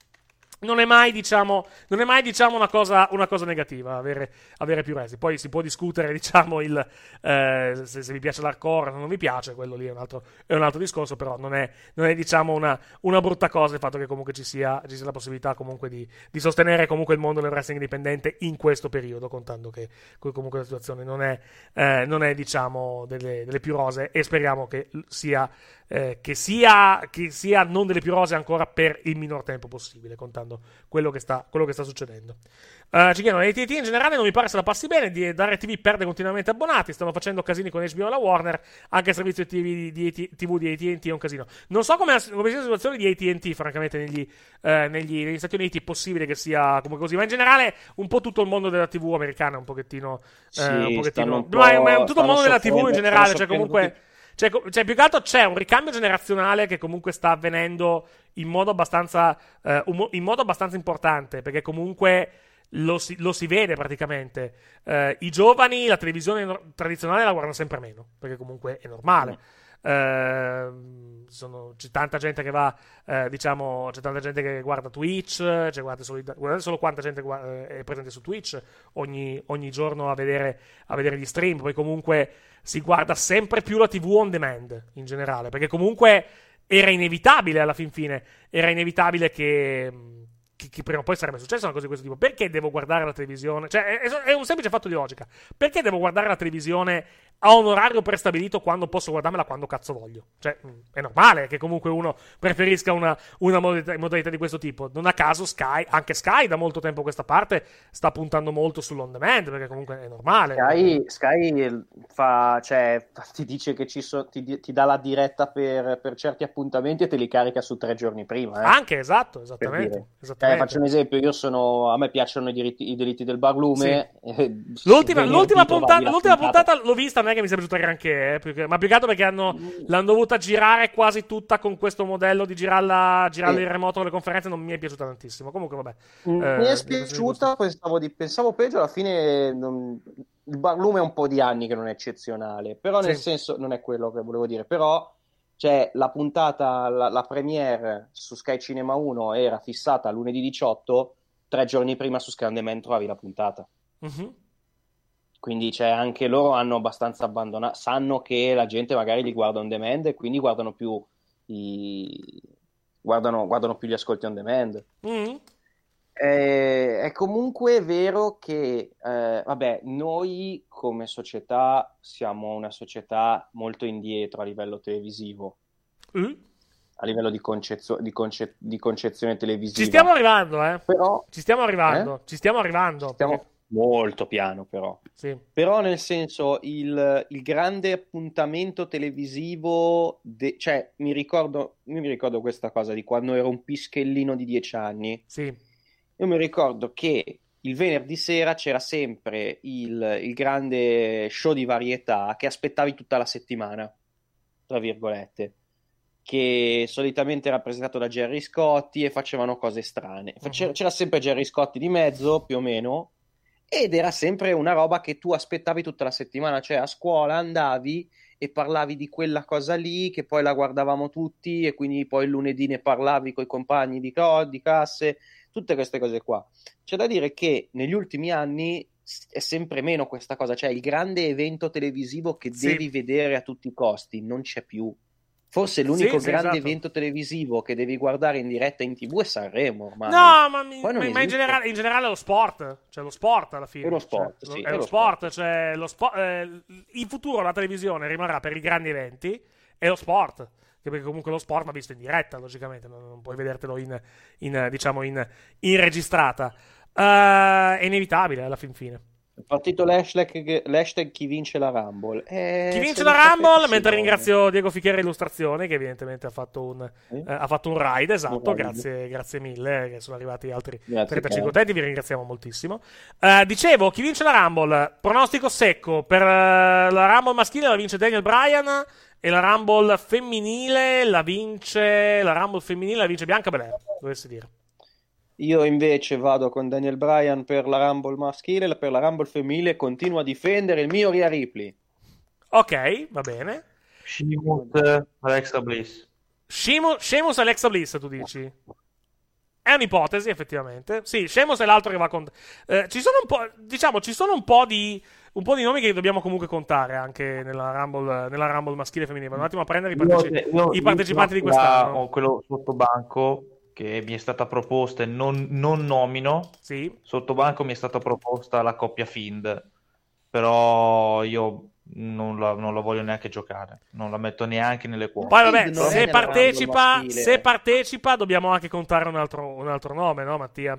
Speaker 7: non è mai, diciamo, non è mai, diciamo, una cosa, una cosa negativa avere, avere più wrestling. Poi si può discutere, diciamo, il, eh, se, se vi piace l'hardcore o non vi piace, quello lì è un altro, è un altro discorso, però non è, non è diciamo, una, una brutta cosa il fatto che comunque ci sia, ci sia la possibilità comunque di, di sostenere comunque il mondo del wrestling indipendente in questo periodo, contando che comunque la situazione non è, eh, non è diciamo, delle, delle più rose, e speriamo che sia... Eh, che sia che sia non delle più rose ancora per il minor tempo possibile, contando quello che sta, quello che sta succedendo. Uh, ci chiedono, A T and T in generale non mi pare se la passi bene, di, da R T V perde continuamente abbonati, stanno facendo casini con H B O e la Warner, anche il servizio T V di, di, TV di A T and T è un casino. Non so come, come sia la situazione di A T and T, francamente, negli, eh, negli, negli Stati Uniti. È possibile che sia comunque così, ma in generale un po' tutto il mondo della T V americana è un pochettino...
Speaker 9: Sì,
Speaker 7: eh, un pochettino
Speaker 9: un po',
Speaker 7: ma, ma tutto il mondo della T V in generale, cioè
Speaker 9: soffrendo
Speaker 7: comunque...
Speaker 9: tutti.
Speaker 7: Cioè, cioè, più che altro c'è un ricambio generazionale che comunque sta avvenendo in modo abbastanza, eh, in modo abbastanza importante, perché comunque lo si, lo si vede praticamente. Eh, I giovani la televisione no- tradizionale la guardano sempre meno, perché comunque è normale. eh, sono, c'è tanta gente che va, eh, diciamo, c'è tanta gente che guarda Twitch, cioè guardate solo, guardate solo quanta gente guarda, è presente su Twitch ogni, ogni giorno a vedere, a vedere gli stream. Poi comunque si guarda sempre più la tivù on demand in generale, perché comunque era inevitabile alla fin fine, era inevitabile che, che, che prima o poi sarebbe successa una cosa di questo tipo. Perché devo guardare la televisione? Cioè, è, è un semplice fatto di logica. Perché devo guardare la televisione a un orario prestabilito quando posso guardarmela quando cazzo voglio? Cioè, è normale che comunque uno preferisca una, una modalità, modalità di questo tipo. Non a caso Sky, anche Sky da molto tempo a questa parte sta puntando molto sull'on demand, perché comunque è normale.
Speaker 9: Sky, Sky fa, cioè, ti dice che ci so, ti, ti dà la diretta per, per certi appuntamenti e te li carica su tre giorni prima. Eh?
Speaker 7: Anche, esatto, esattamente. esattamente.
Speaker 9: Eh, faccio un esempio, io sono, a me piacciono i diritti, i diritti del barlume.
Speaker 7: Sì.
Speaker 9: Eh,
Speaker 7: l'ultima, l'ultima, puntata, l'ultima puntata l'ho vista, non è che mi sia piaciuta granché, eh, perché, ma più che altro perché hanno, l'hanno dovuta girare quasi tutta con questo modello di girarla, girarla
Speaker 9: sì.
Speaker 7: in remoto alle conferenze, non mi è piaciuta tantissimo. Comunque vabbè.
Speaker 9: Mi
Speaker 7: eh,
Speaker 9: è piaciuta, pensavo, di, pensavo peggio, alla fine non, il barlume è un po' di anni che non è eccezionale, però nel
Speaker 7: Sì.
Speaker 9: senso non è quello che volevo dire, però cioè, la puntata, la, la premiere su Sky Cinema uno era fissata lunedì diciotto, tre giorni prima su Sky On Demand trovavi la puntata.
Speaker 7: Mm-hmm.
Speaker 9: Quindi cioè, anche loro hanno abbastanza abbandonato, sanno che la gente magari li guarda on demand e quindi guardano più i... guardano, guardano più gli ascolti on demand.
Speaker 7: Mm-hmm.
Speaker 9: Eh, è comunque vero che eh, vabbè, noi come società siamo una società molto indietro a livello televisivo,
Speaker 7: Mm.
Speaker 9: a livello di, concezio- di, conce- di concezione televisiva.
Speaker 7: Ci stiamo arrivando, eh.
Speaker 9: Però,
Speaker 7: Ci stiamo arrivando,
Speaker 9: eh?
Speaker 7: ci stiamo arrivando.
Speaker 9: Stiamo
Speaker 7: perché-
Speaker 9: molto piano, però.
Speaker 7: Sì.
Speaker 9: Però nel senso, il, il grande appuntamento televisivo, de- cioè mi ricordo, io mi ricordo questa cosa di quando ero un pischellino di dieci anni.
Speaker 7: Sì.
Speaker 9: Io mi ricordo che il venerdì sera c'era sempre il, il grande show di varietà che aspettavi tutta la settimana, tra virgolette, che solitamente era presentato da Gerry Scotti e facevano cose strane. C'era,
Speaker 7: Mhm.
Speaker 9: c'era sempre Gerry Scotti di mezzo, più o meno, ed era sempre una roba che tu aspettavi tutta la settimana, cioè a scuola andavi e parlavi di quella cosa lì, che poi la guardavamo tutti e quindi poi il lunedì ne parlavi coi compagni di, co- di classe, tutte queste cose qua. C'è da dire che negli ultimi anni è sempre meno questa cosa, cioè il grande evento televisivo che
Speaker 7: Sì.
Speaker 9: devi vedere a tutti i costi non c'è più. Forse l'unico
Speaker 7: Sì, sì,
Speaker 9: grande
Speaker 7: esatto.
Speaker 9: evento televisivo che devi guardare in diretta in tivù è Sanremo ormai.
Speaker 7: No, ma, mi-
Speaker 9: Poi non
Speaker 7: ma- ma in,
Speaker 9: esiste.
Speaker 7: generale, in generale lo sport, cioè lo sport alla fine.
Speaker 9: È lo sport,
Speaker 7: Cioè,
Speaker 9: sì,
Speaker 7: è,
Speaker 9: è
Speaker 7: lo
Speaker 9: lo
Speaker 7: sport,
Speaker 9: sport.
Speaker 7: cioè lo spo- eh, in futuro la televisione rimarrà per i grandi eventi e lo sport, che perché comunque lo sport va visto in diretta, logicamente, non, non puoi vedertelo in, in, diciamo in, in registrata. Eh, è inevitabile alla fin fine.
Speaker 9: È partito l'hashtag, l'hashtag chi vince la Rumble. Eh,
Speaker 7: Chi vince
Speaker 9: se
Speaker 7: la
Speaker 9: lo sapete,
Speaker 7: Rumble,
Speaker 9: sì,
Speaker 7: mentre
Speaker 9: no.
Speaker 7: ringrazio Diego Fichiera Illustrazione, che evidentemente ha fatto un,
Speaker 9: Sì.
Speaker 7: eh, ha fatto un ride, esatto,
Speaker 9: Un ride.
Speaker 7: grazie, grazie mille, che sono arrivati altri
Speaker 9: Grazie,
Speaker 7: trentacinque
Speaker 9: caro.
Speaker 7: utenti, vi ringraziamo moltissimo. Eh, dicevo, chi vince la Rumble? Pronostico secco, per eh, la Rumble maschile la vince Daniel Bryan e la Rumble femminile la vince, la Rumble femminile la vince Bianca Belair, dovessi dire.
Speaker 9: Io invece vado con Daniel Bryan per la Rumble maschile, per la Rumble femminile continuo a difendere il mio Rhea Ripley.
Speaker 7: Ok, va bene.
Speaker 10: Sheamus, Alexa Bliss.
Speaker 7: Sheamus, Sheamus e Alexa Bliss, tu dici? È un'ipotesi, effettivamente. Sì, Sheamus è l'altro che va con... Eh, ci sono un po'... Diciamo, ci sono un po' di... Un po' di nomi che dobbiamo comunque contare anche nella Rumble, nella Rumble maschile e femminile. Vado un attimo a prendere i, parteci-
Speaker 10: Io- io-
Speaker 7: i partecipanti
Speaker 10: io
Speaker 7: di quest'anno.
Speaker 10: Ho quello sottobanco che mi è stata proposta e non, non nomino.
Speaker 7: Sì.
Speaker 10: Sottobanco mi è stata proposta la coppia Fiend, però io non la, non la voglio neanche giocare, non la metto neanche nelle quote.
Speaker 7: Poi vabbè,
Speaker 9: non è
Speaker 7: se
Speaker 9: nella
Speaker 7: partecipa,
Speaker 9: Rumble maschile.
Speaker 7: se partecipa dobbiamo anche contare un altro, un altro nome, no Mattia?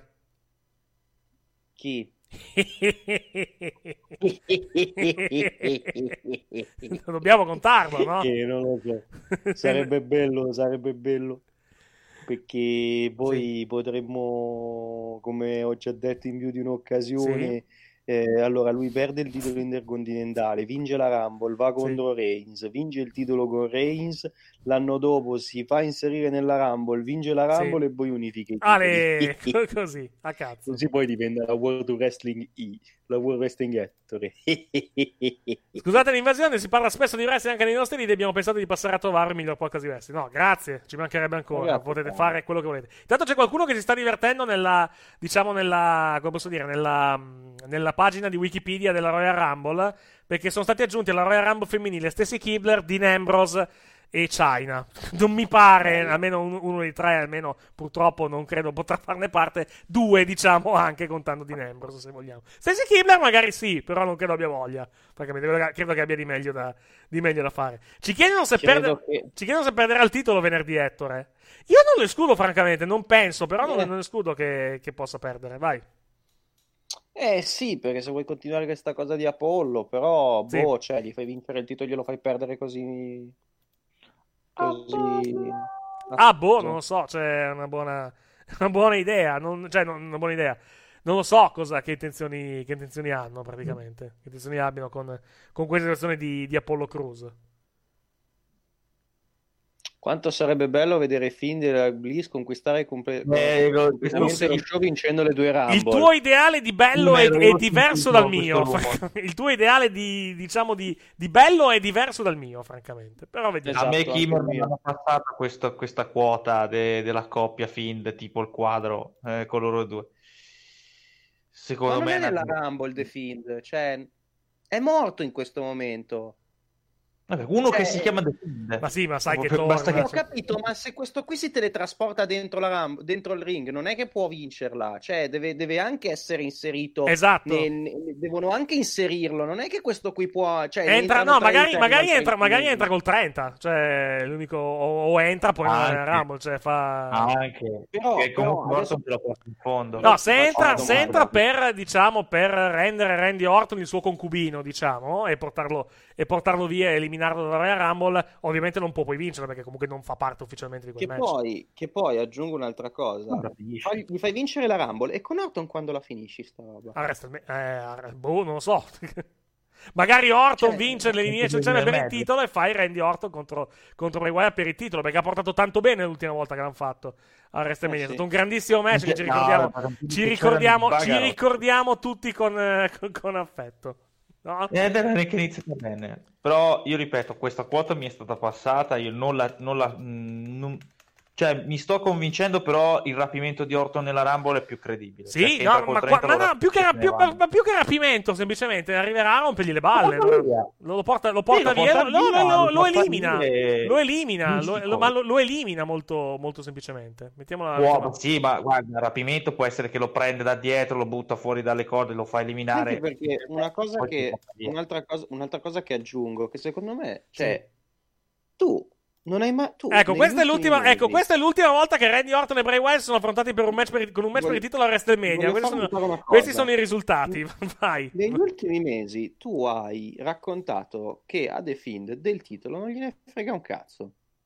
Speaker 9: Chi?
Speaker 7: Dobbiamo contarlo, no?
Speaker 9: Che non lo so. Sarebbe bello, sarebbe bello. Perché poi potremmo, come ho già detto in più di un'occasione, Eh, allora lui perde il titolo intercontinentale, vince la Rumble, va contro sì. Reigns, vince il titolo con Reigns, l'anno dopo si fa inserire nella Rumble, vince la Rumble sì. e poi unifica i
Speaker 7: Ale, così, a cazzo.
Speaker 9: Così poi diventa la World Wrestling E, la World Wrestling Ettore.
Speaker 7: Scusate l'invasione, si parla spesso di wrestling anche nei nostri video, abbiamo pensato di passare a trovare il miglior podcast di wrestling. No, grazie, ci mancherebbe ancora, grazie, potete grazie. fare quello che volete. Intanto c'è qualcuno che si sta divertendo nella, diciamo nella, come posso dire, nella, nella pagina di Wikipedia della Royal Rumble, perché sono stati aggiunti alla Royal Rumble femminile Stacy Keibler, Dean Ambrose e China. Non mi pare, almeno uno, uno dei tre, almeno purtroppo non credo potrà farne parte, due diciamo anche contando Dean Ambrose se vogliamo. Stacy Keibler magari sì, però non credo abbia voglia, perché credo che abbia di meglio da, di meglio da fare. Ci chiedono se, perde, che... ci chiedono se perderà il titolo venerdì Ettore. Io non lo escludo francamente, non penso, però eh. non, non escludo che, che possa perdere, vai.
Speaker 9: Eh sì, perché se vuoi continuare questa cosa di Apollo, però
Speaker 7: sì.
Speaker 9: boh, cioè gli fai vincere il titolo e glielo fai perdere così... Così...
Speaker 7: Ah, boh, non lo so, cioè, una buona, una buona idea, non, cioè, non, una buona idea. Non lo so cosa, che intenzioni, che intenzioni hanno, praticamente. Che intenzioni abbiano con, con questa situazione di, di Apollo Crews.
Speaker 9: Quanto sarebbe bello vedere Finn della Bliss conquistare comple- eh, completamente lo show vincendo le due Rumble.
Speaker 7: Il tuo ideale di bello è, è diverso dal mio. Il tuo ideale di, diciamo, di, di bello è diverso dal mio, francamente. Però vediamo.
Speaker 10: Esatto, a me Kimmer mi hanno passato questo, questa quota de, della coppia Finn, tipo il quadro eh, con loro due. Secondo
Speaker 9: Ma
Speaker 10: me
Speaker 9: non è nella Rumble The Finn, cioè è morto in questo momento.
Speaker 10: Uno
Speaker 9: cioè,
Speaker 10: che si chiama The Fiend.
Speaker 7: Ma sì, ma sai che
Speaker 10: torna.
Speaker 7: basta che...
Speaker 9: Ho capito, ma se questo qui si teletrasporta dentro la ram- dentro il ring, non è che può vincerla, cioè deve, deve anche essere inserito.
Speaker 7: Esatto.
Speaker 9: Ne, ne, devono anche inserirlo, non è che questo qui può, cioè
Speaker 7: entra, no, magari, magari entra, magari entra col trenta, cioè l'unico o, o entra poi nel Rumble, cioè fa
Speaker 10: anche. Però, che comunque adesso te lo porta in fondo.
Speaker 7: No, se entra, se entra per, diciamo, per rendere Randy Orton il suo concubino, diciamo, e portarlo e portarlo via e eliminarlo dalla Royal Rumble, ovviamente non può poi vincere perché comunque non fa parte ufficialmente di quel
Speaker 9: che
Speaker 7: match.
Speaker 9: Poi, che poi aggiungo un'altra cosa, fai, gli fai vincere la Rumble e con Orton quando la finisci sta roba?
Speaker 7: A WrestleMania, eh, boh, non lo so. Magari Orton cioè, vince l'Elimination Chamber per il titolo e fai Randy Orton contro, contro Bray Wyatt per il titolo, perché ha portato tanto bene l'ultima volta che l'hanno fatto a WrestleMania. Eh sì. È stato un grandissimo match che ci ricordiamo, no, ci, ricordiamo ci ricordiamo tutti con, eh, con, con affetto. No?
Speaker 10: Eh, non è che inizia bene. Però io ripeto, questa quota mi è stata passata, io non la, non la non, cioè mi sto convincendo, però il rapimento di Orton nella Rumble è più credibile.
Speaker 7: Sì,
Speaker 10: cioè,
Speaker 7: no, ma, qua, ma no, più, che, più, ma, ma più che rapimento, semplicemente arriverà a rompergli le balle, lo, lo porta, lo porta sì, via, lo, via, lo, lo, lo elimina, dire... lo elimina, lo, lo, ma lo, lo elimina molto, molto semplicemente. Mettiamola.
Speaker 10: Wow, sì, ma guarda, il rapimento può essere che lo prende da dietro, lo butta fuori dalle corde, lo fa eliminare.
Speaker 9: Anche perché una cosa che un'altra cosa, un'altra cosa che aggiungo, che secondo me, cioè sì. tu non hai mai tu
Speaker 7: ecco questa è l'ultima mesi. Ecco questa è l'ultima volta che Randy Orton e Bray Wyatt sono affrontati per un match per, con un match Voglio, per il titolo a WrestleMania. Questi sono, questi sono i risultati. Vai.
Speaker 9: Negli ultimi mesi tu hai raccontato che a The Fiend del titolo non gliene frega un cazzo.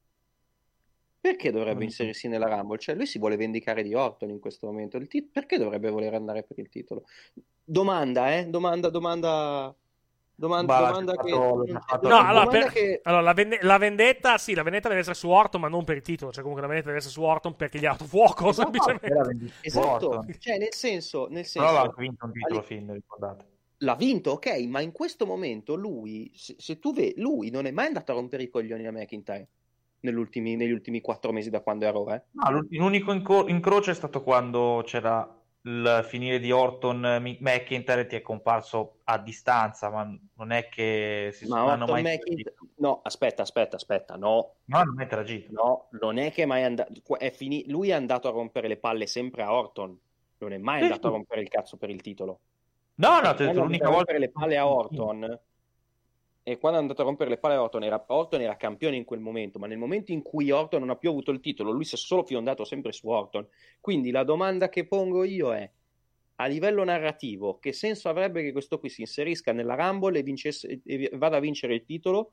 Speaker 9: Perché dovrebbe mm. inserirsi nella Rumble? Cioè lui si vuole vendicare di Orton in questo momento. Il tit- perché dovrebbe voler andare per il titolo? Domanda, eh? Domanda, domanda Domanda, bah, domanda che fatto,
Speaker 7: no, domanda allora, per, che... allora la, vende, la vendetta sì, la vendetta deve essere su Orton, ma non per il titolo, cioè comunque la vendetta deve essere su Orton perché gli ha dato fuoco, no, semplicemente.
Speaker 9: Esatto, cioè nel senso, nel senso
Speaker 10: però l'ha vinto un titolo all... fin, ricordate.
Speaker 9: L'ha vinto, ok, ma in questo momento lui, se, se tu vedi, lui non è mai andato a rompere i coglioni a McIntyre negli ultimi, negli ultimi quattro mesi da quando ero, eh?
Speaker 10: No, l'unico inco- incrocio è stato quando c'era il finire di Orton McIntyre, ti è comparso a distanza, ma non è che si
Speaker 9: ma
Speaker 10: sono mai
Speaker 9: McIntyre... no aspetta aspetta aspetta no
Speaker 10: no non è interagito,
Speaker 9: no non è che mai andato è fini... lui è andato a rompere le palle sempre a Orton, non è mai andato a rompere il cazzo per il titolo.
Speaker 10: No no, cioè, l'unica volta
Speaker 9: rompere le palle a Orton e quando è andato a rompere le palle a Orton era... Orton era campione in quel momento, ma nel momento in cui Orton non ha più avuto il titolo lui si è solo fiondato sempre su Orton. Quindi la domanda che pongo io è: a livello narrativo, che senso avrebbe che questo qui si inserisca nella Rumble e, vincesse, e vada a vincere il titolo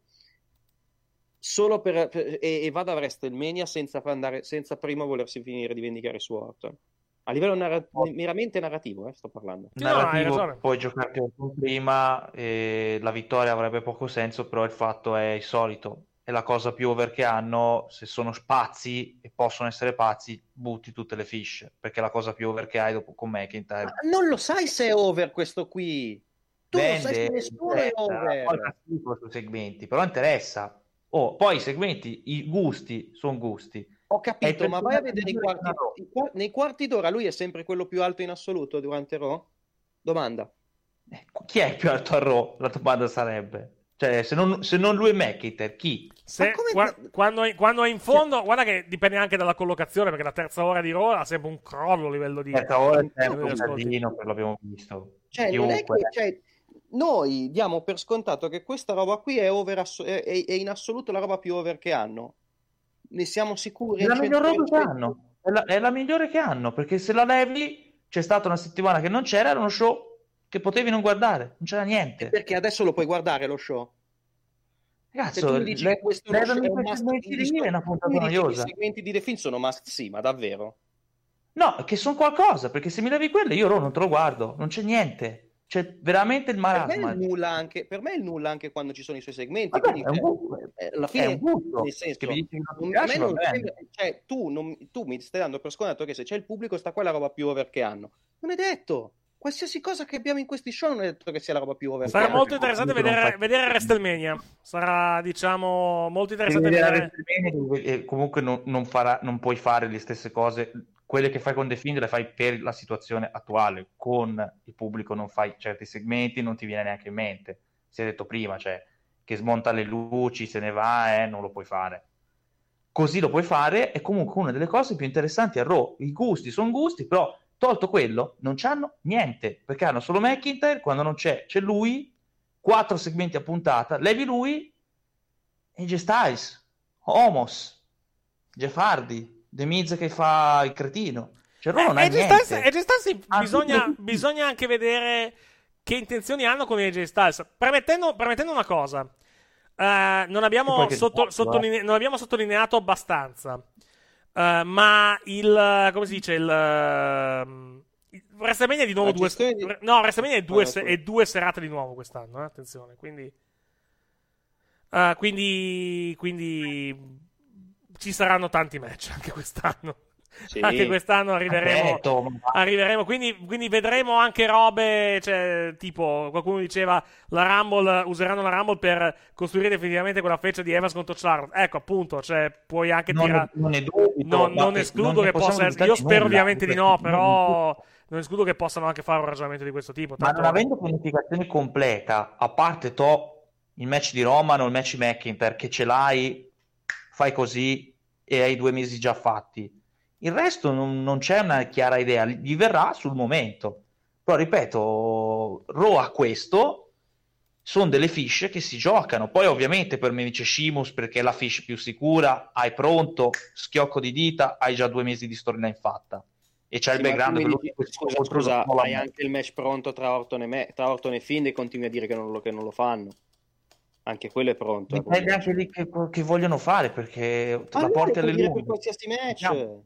Speaker 9: solo per, per, e, e vada a WrestleMania senza, andare, senza prima volersi finire di vendicare su Orton? A livello narra- meramente narrativo, eh, sto parlando.
Speaker 7: No, hai
Speaker 10: Narrativo,
Speaker 7: ragione.
Speaker 10: puoi giocarti con prima e la vittoria avrebbe poco senso, però il fatto è il solito. È la cosa più over che hanno, se sono pazzi e possono essere pazzi, butti tutte le fish, perché è la cosa più over che hai dopo con McIntyre.
Speaker 9: Ma non lo sai se è over questo qui. Tu non sai se nessuno è over.
Speaker 10: Poi fa schifo sui segmenti, però interessa. Oh, poi i segmenti, i gusti sono gusti.
Speaker 9: Ho capito,
Speaker 10: È
Speaker 9: ma
Speaker 10: per-
Speaker 9: vai a vedere i quarti, i qua- nei quarti d'ora lui è sempre quello più alto in assoluto durante Raw? Domanda.
Speaker 10: Chi è il più alto a Raw? La domanda sarebbe. Cioè, se non, se non lui e McIntyre, chi?
Speaker 7: Se, qua- quando, è- quando è in fondo, guarda che dipende anche dalla collocazione, perché la terza ora di Raw ha sempre un crollo a livello di...
Speaker 10: Terza ora è sempre
Speaker 7: livello
Speaker 10: un
Speaker 7: di ascolti.
Speaker 10: casino, che l'abbiamo visto.
Speaker 9: Cioè, non è
Speaker 10: Chiunque.
Speaker 9: che, cioè, noi diamo per scontato che questa roba qui è, over asso- è, è- è in assoluto la roba più over che hanno. Ne siamo sicuri?
Speaker 10: È la
Speaker 9: al
Speaker 10: miglior roba
Speaker 9: cento
Speaker 10: che
Speaker 9: per cento?
Speaker 10: hanno. È la, è la migliore che hanno, perché se la levi, c'è stata una settimana che non c'era, era uno show che potevi non guardare, non c'era niente.
Speaker 9: Perché adesso lo puoi guardare lo show? Se tu
Speaker 10: Ragazzo,
Speaker 9: mi dici
Speaker 10: le-
Speaker 9: che questo è uno
Speaker 10: levami
Speaker 9: show- è un
Speaker 10: quei
Speaker 9: must
Speaker 10: segmenti
Speaker 9: see,
Speaker 10: lì,
Speaker 9: dico-
Speaker 10: è una
Speaker 9: tu
Speaker 10: puntata
Speaker 9: mi dici che i
Speaker 10: noiosa.
Speaker 9: segmenti di The Fiend sono must see, ma davvero?
Speaker 10: No, che sono qualcosa, perché se mi levi quelle io Raw non te lo guardo, non c'è niente. C'è veramente il
Speaker 9: Per me è
Speaker 10: marasma.
Speaker 9: il nulla anche, per me è il nulla anche quando ci sono i suoi segmenti.
Speaker 10: Vabbè,
Speaker 9: quindi,
Speaker 10: è un
Speaker 9: cioè,
Speaker 10: gusto.
Speaker 9: eh, alla
Speaker 10: È
Speaker 9: fine,
Speaker 10: un gusto.
Speaker 9: nel senso,
Speaker 10: Che mi dici che non ti
Speaker 9: non-
Speaker 10: piace,
Speaker 9: a me non
Speaker 10: va bene.
Speaker 9: sembra- cioè, tu, non- tu mi stai dando per scontato che se c'è il pubblico sta qua è la roba più over che hanno. Non è detto. Qualsiasi cosa che abbiamo in questi show non è detto che sia la roba più over.
Speaker 7: Sarà
Speaker 9: che hanno.
Speaker 7: molto interessante
Speaker 10: comunque non
Speaker 7: vedere,
Speaker 10: fai-
Speaker 7: vedere WrestleMania. Sarà, diciamo, molto interessante
Speaker 10: Devi
Speaker 7: vedere...
Speaker 10: vedere bene e comunque non, non farà- non puoi fare le stesse cose. Quelle che fai con The Fiend le fai per la situazione attuale. Con il pubblico non fai certi segmenti, non ti viene neanche in mente. Si è detto prima, cioè, che smonta le luci, se ne va, eh, non lo puoi fare. Così lo puoi fare, è comunque una delle cose più interessanti a Raw. I gusti sono gusti, però tolto quello, non c'hanno niente, perché hanno solo McIntyre, quando non c'è, c'è lui, quattro segmenti a puntata, levi lui, e J Styles, Homos, Jeff Hardy, The Miz che fa il cretino. Cioè, Raw non ha
Speaker 7: E J
Speaker 10: niente.
Speaker 7: Styles, A J Styles
Speaker 10: Ah,
Speaker 7: bisogna,
Speaker 10: sì.
Speaker 7: bisogna anche vedere che intenzioni hanno con A J Styles. Premettendo, premettendo una cosa, eh, non,
Speaker 10: E
Speaker 7: abbiamo
Speaker 10: poi che
Speaker 7: sotto-
Speaker 10: cazzo,
Speaker 7: sottoline- non abbiamo sottolineato abbastanza. Eh, ma il come si dice il, ehm, il WrestleMania è di nuovo
Speaker 9: La
Speaker 7: due
Speaker 9: gestione di-
Speaker 7: no WrestleMania è due,
Speaker 9: Ah,
Speaker 7: se-
Speaker 9: scusa.
Speaker 7: è due serate di nuovo quest'anno, eh, attenzione, quindi eh, quindi quindi ci saranno tanti match anche quest'anno.
Speaker 9: Sì.
Speaker 7: Anche quest'anno arriveremo,
Speaker 10: Detto, ma-
Speaker 7: arriveremo quindi, quindi vedremo anche robe, cioè, tipo, qualcuno diceva la Rumble, useranno la Rumble per costruire definitivamente quella feccia di Evans contro Charlotte. Ecco, appunto, cioè, puoi anche
Speaker 10: Non,
Speaker 7: tirare...
Speaker 10: non ne dubito,
Speaker 7: Non,
Speaker 10: ma
Speaker 7: non
Speaker 10: che-
Speaker 7: escludo
Speaker 10: non ne
Speaker 7: che
Speaker 10: possiamo
Speaker 7: possa essere...
Speaker 10: dubitare
Speaker 7: Io spero
Speaker 10: nulla,
Speaker 7: ovviamente di no,
Speaker 10: non-
Speaker 7: però non escludo che possano anche fare un ragionamento di questo tipo.
Speaker 10: Ma
Speaker 7: Tanto...
Speaker 10: non avendo pianificazione completa, a parte to il match di Roman o il match di McIntyre, che ce l'hai, fai così e hai due mesi già fatti. Il resto non, non c'è una chiara idea, gli verrà sul momento. Però ripeto, Raw ha questo, sono delle fish che si giocano. Poi ovviamente per me dice Sheamus perché è la fish più sicura, hai pronto, schiocco di dita, hai già due mesi di storyline fatta. E c'è
Speaker 9: Sì,
Speaker 10: il
Speaker 9: ma
Speaker 10: background
Speaker 9: tu mi
Speaker 10: per
Speaker 9: dici-
Speaker 10: lui,
Speaker 9: scusa,
Speaker 10: contro
Speaker 9: scusa,
Speaker 10: lo-
Speaker 9: hai anche il match pronto tra Orton e, me, tra Orton e Fiend e continui a dire che non lo, che non lo fanno. Anche quello è pronto. eh, come
Speaker 10: Dipende
Speaker 9: match.
Speaker 10: anche lì che, che vogliono fare, perché te la
Speaker 9: Allora,
Speaker 10: porti
Speaker 9: puoi
Speaker 10: alle
Speaker 9: dire
Speaker 10: lunghe.
Speaker 9: per qualsiasi match.
Speaker 10: Andiamo.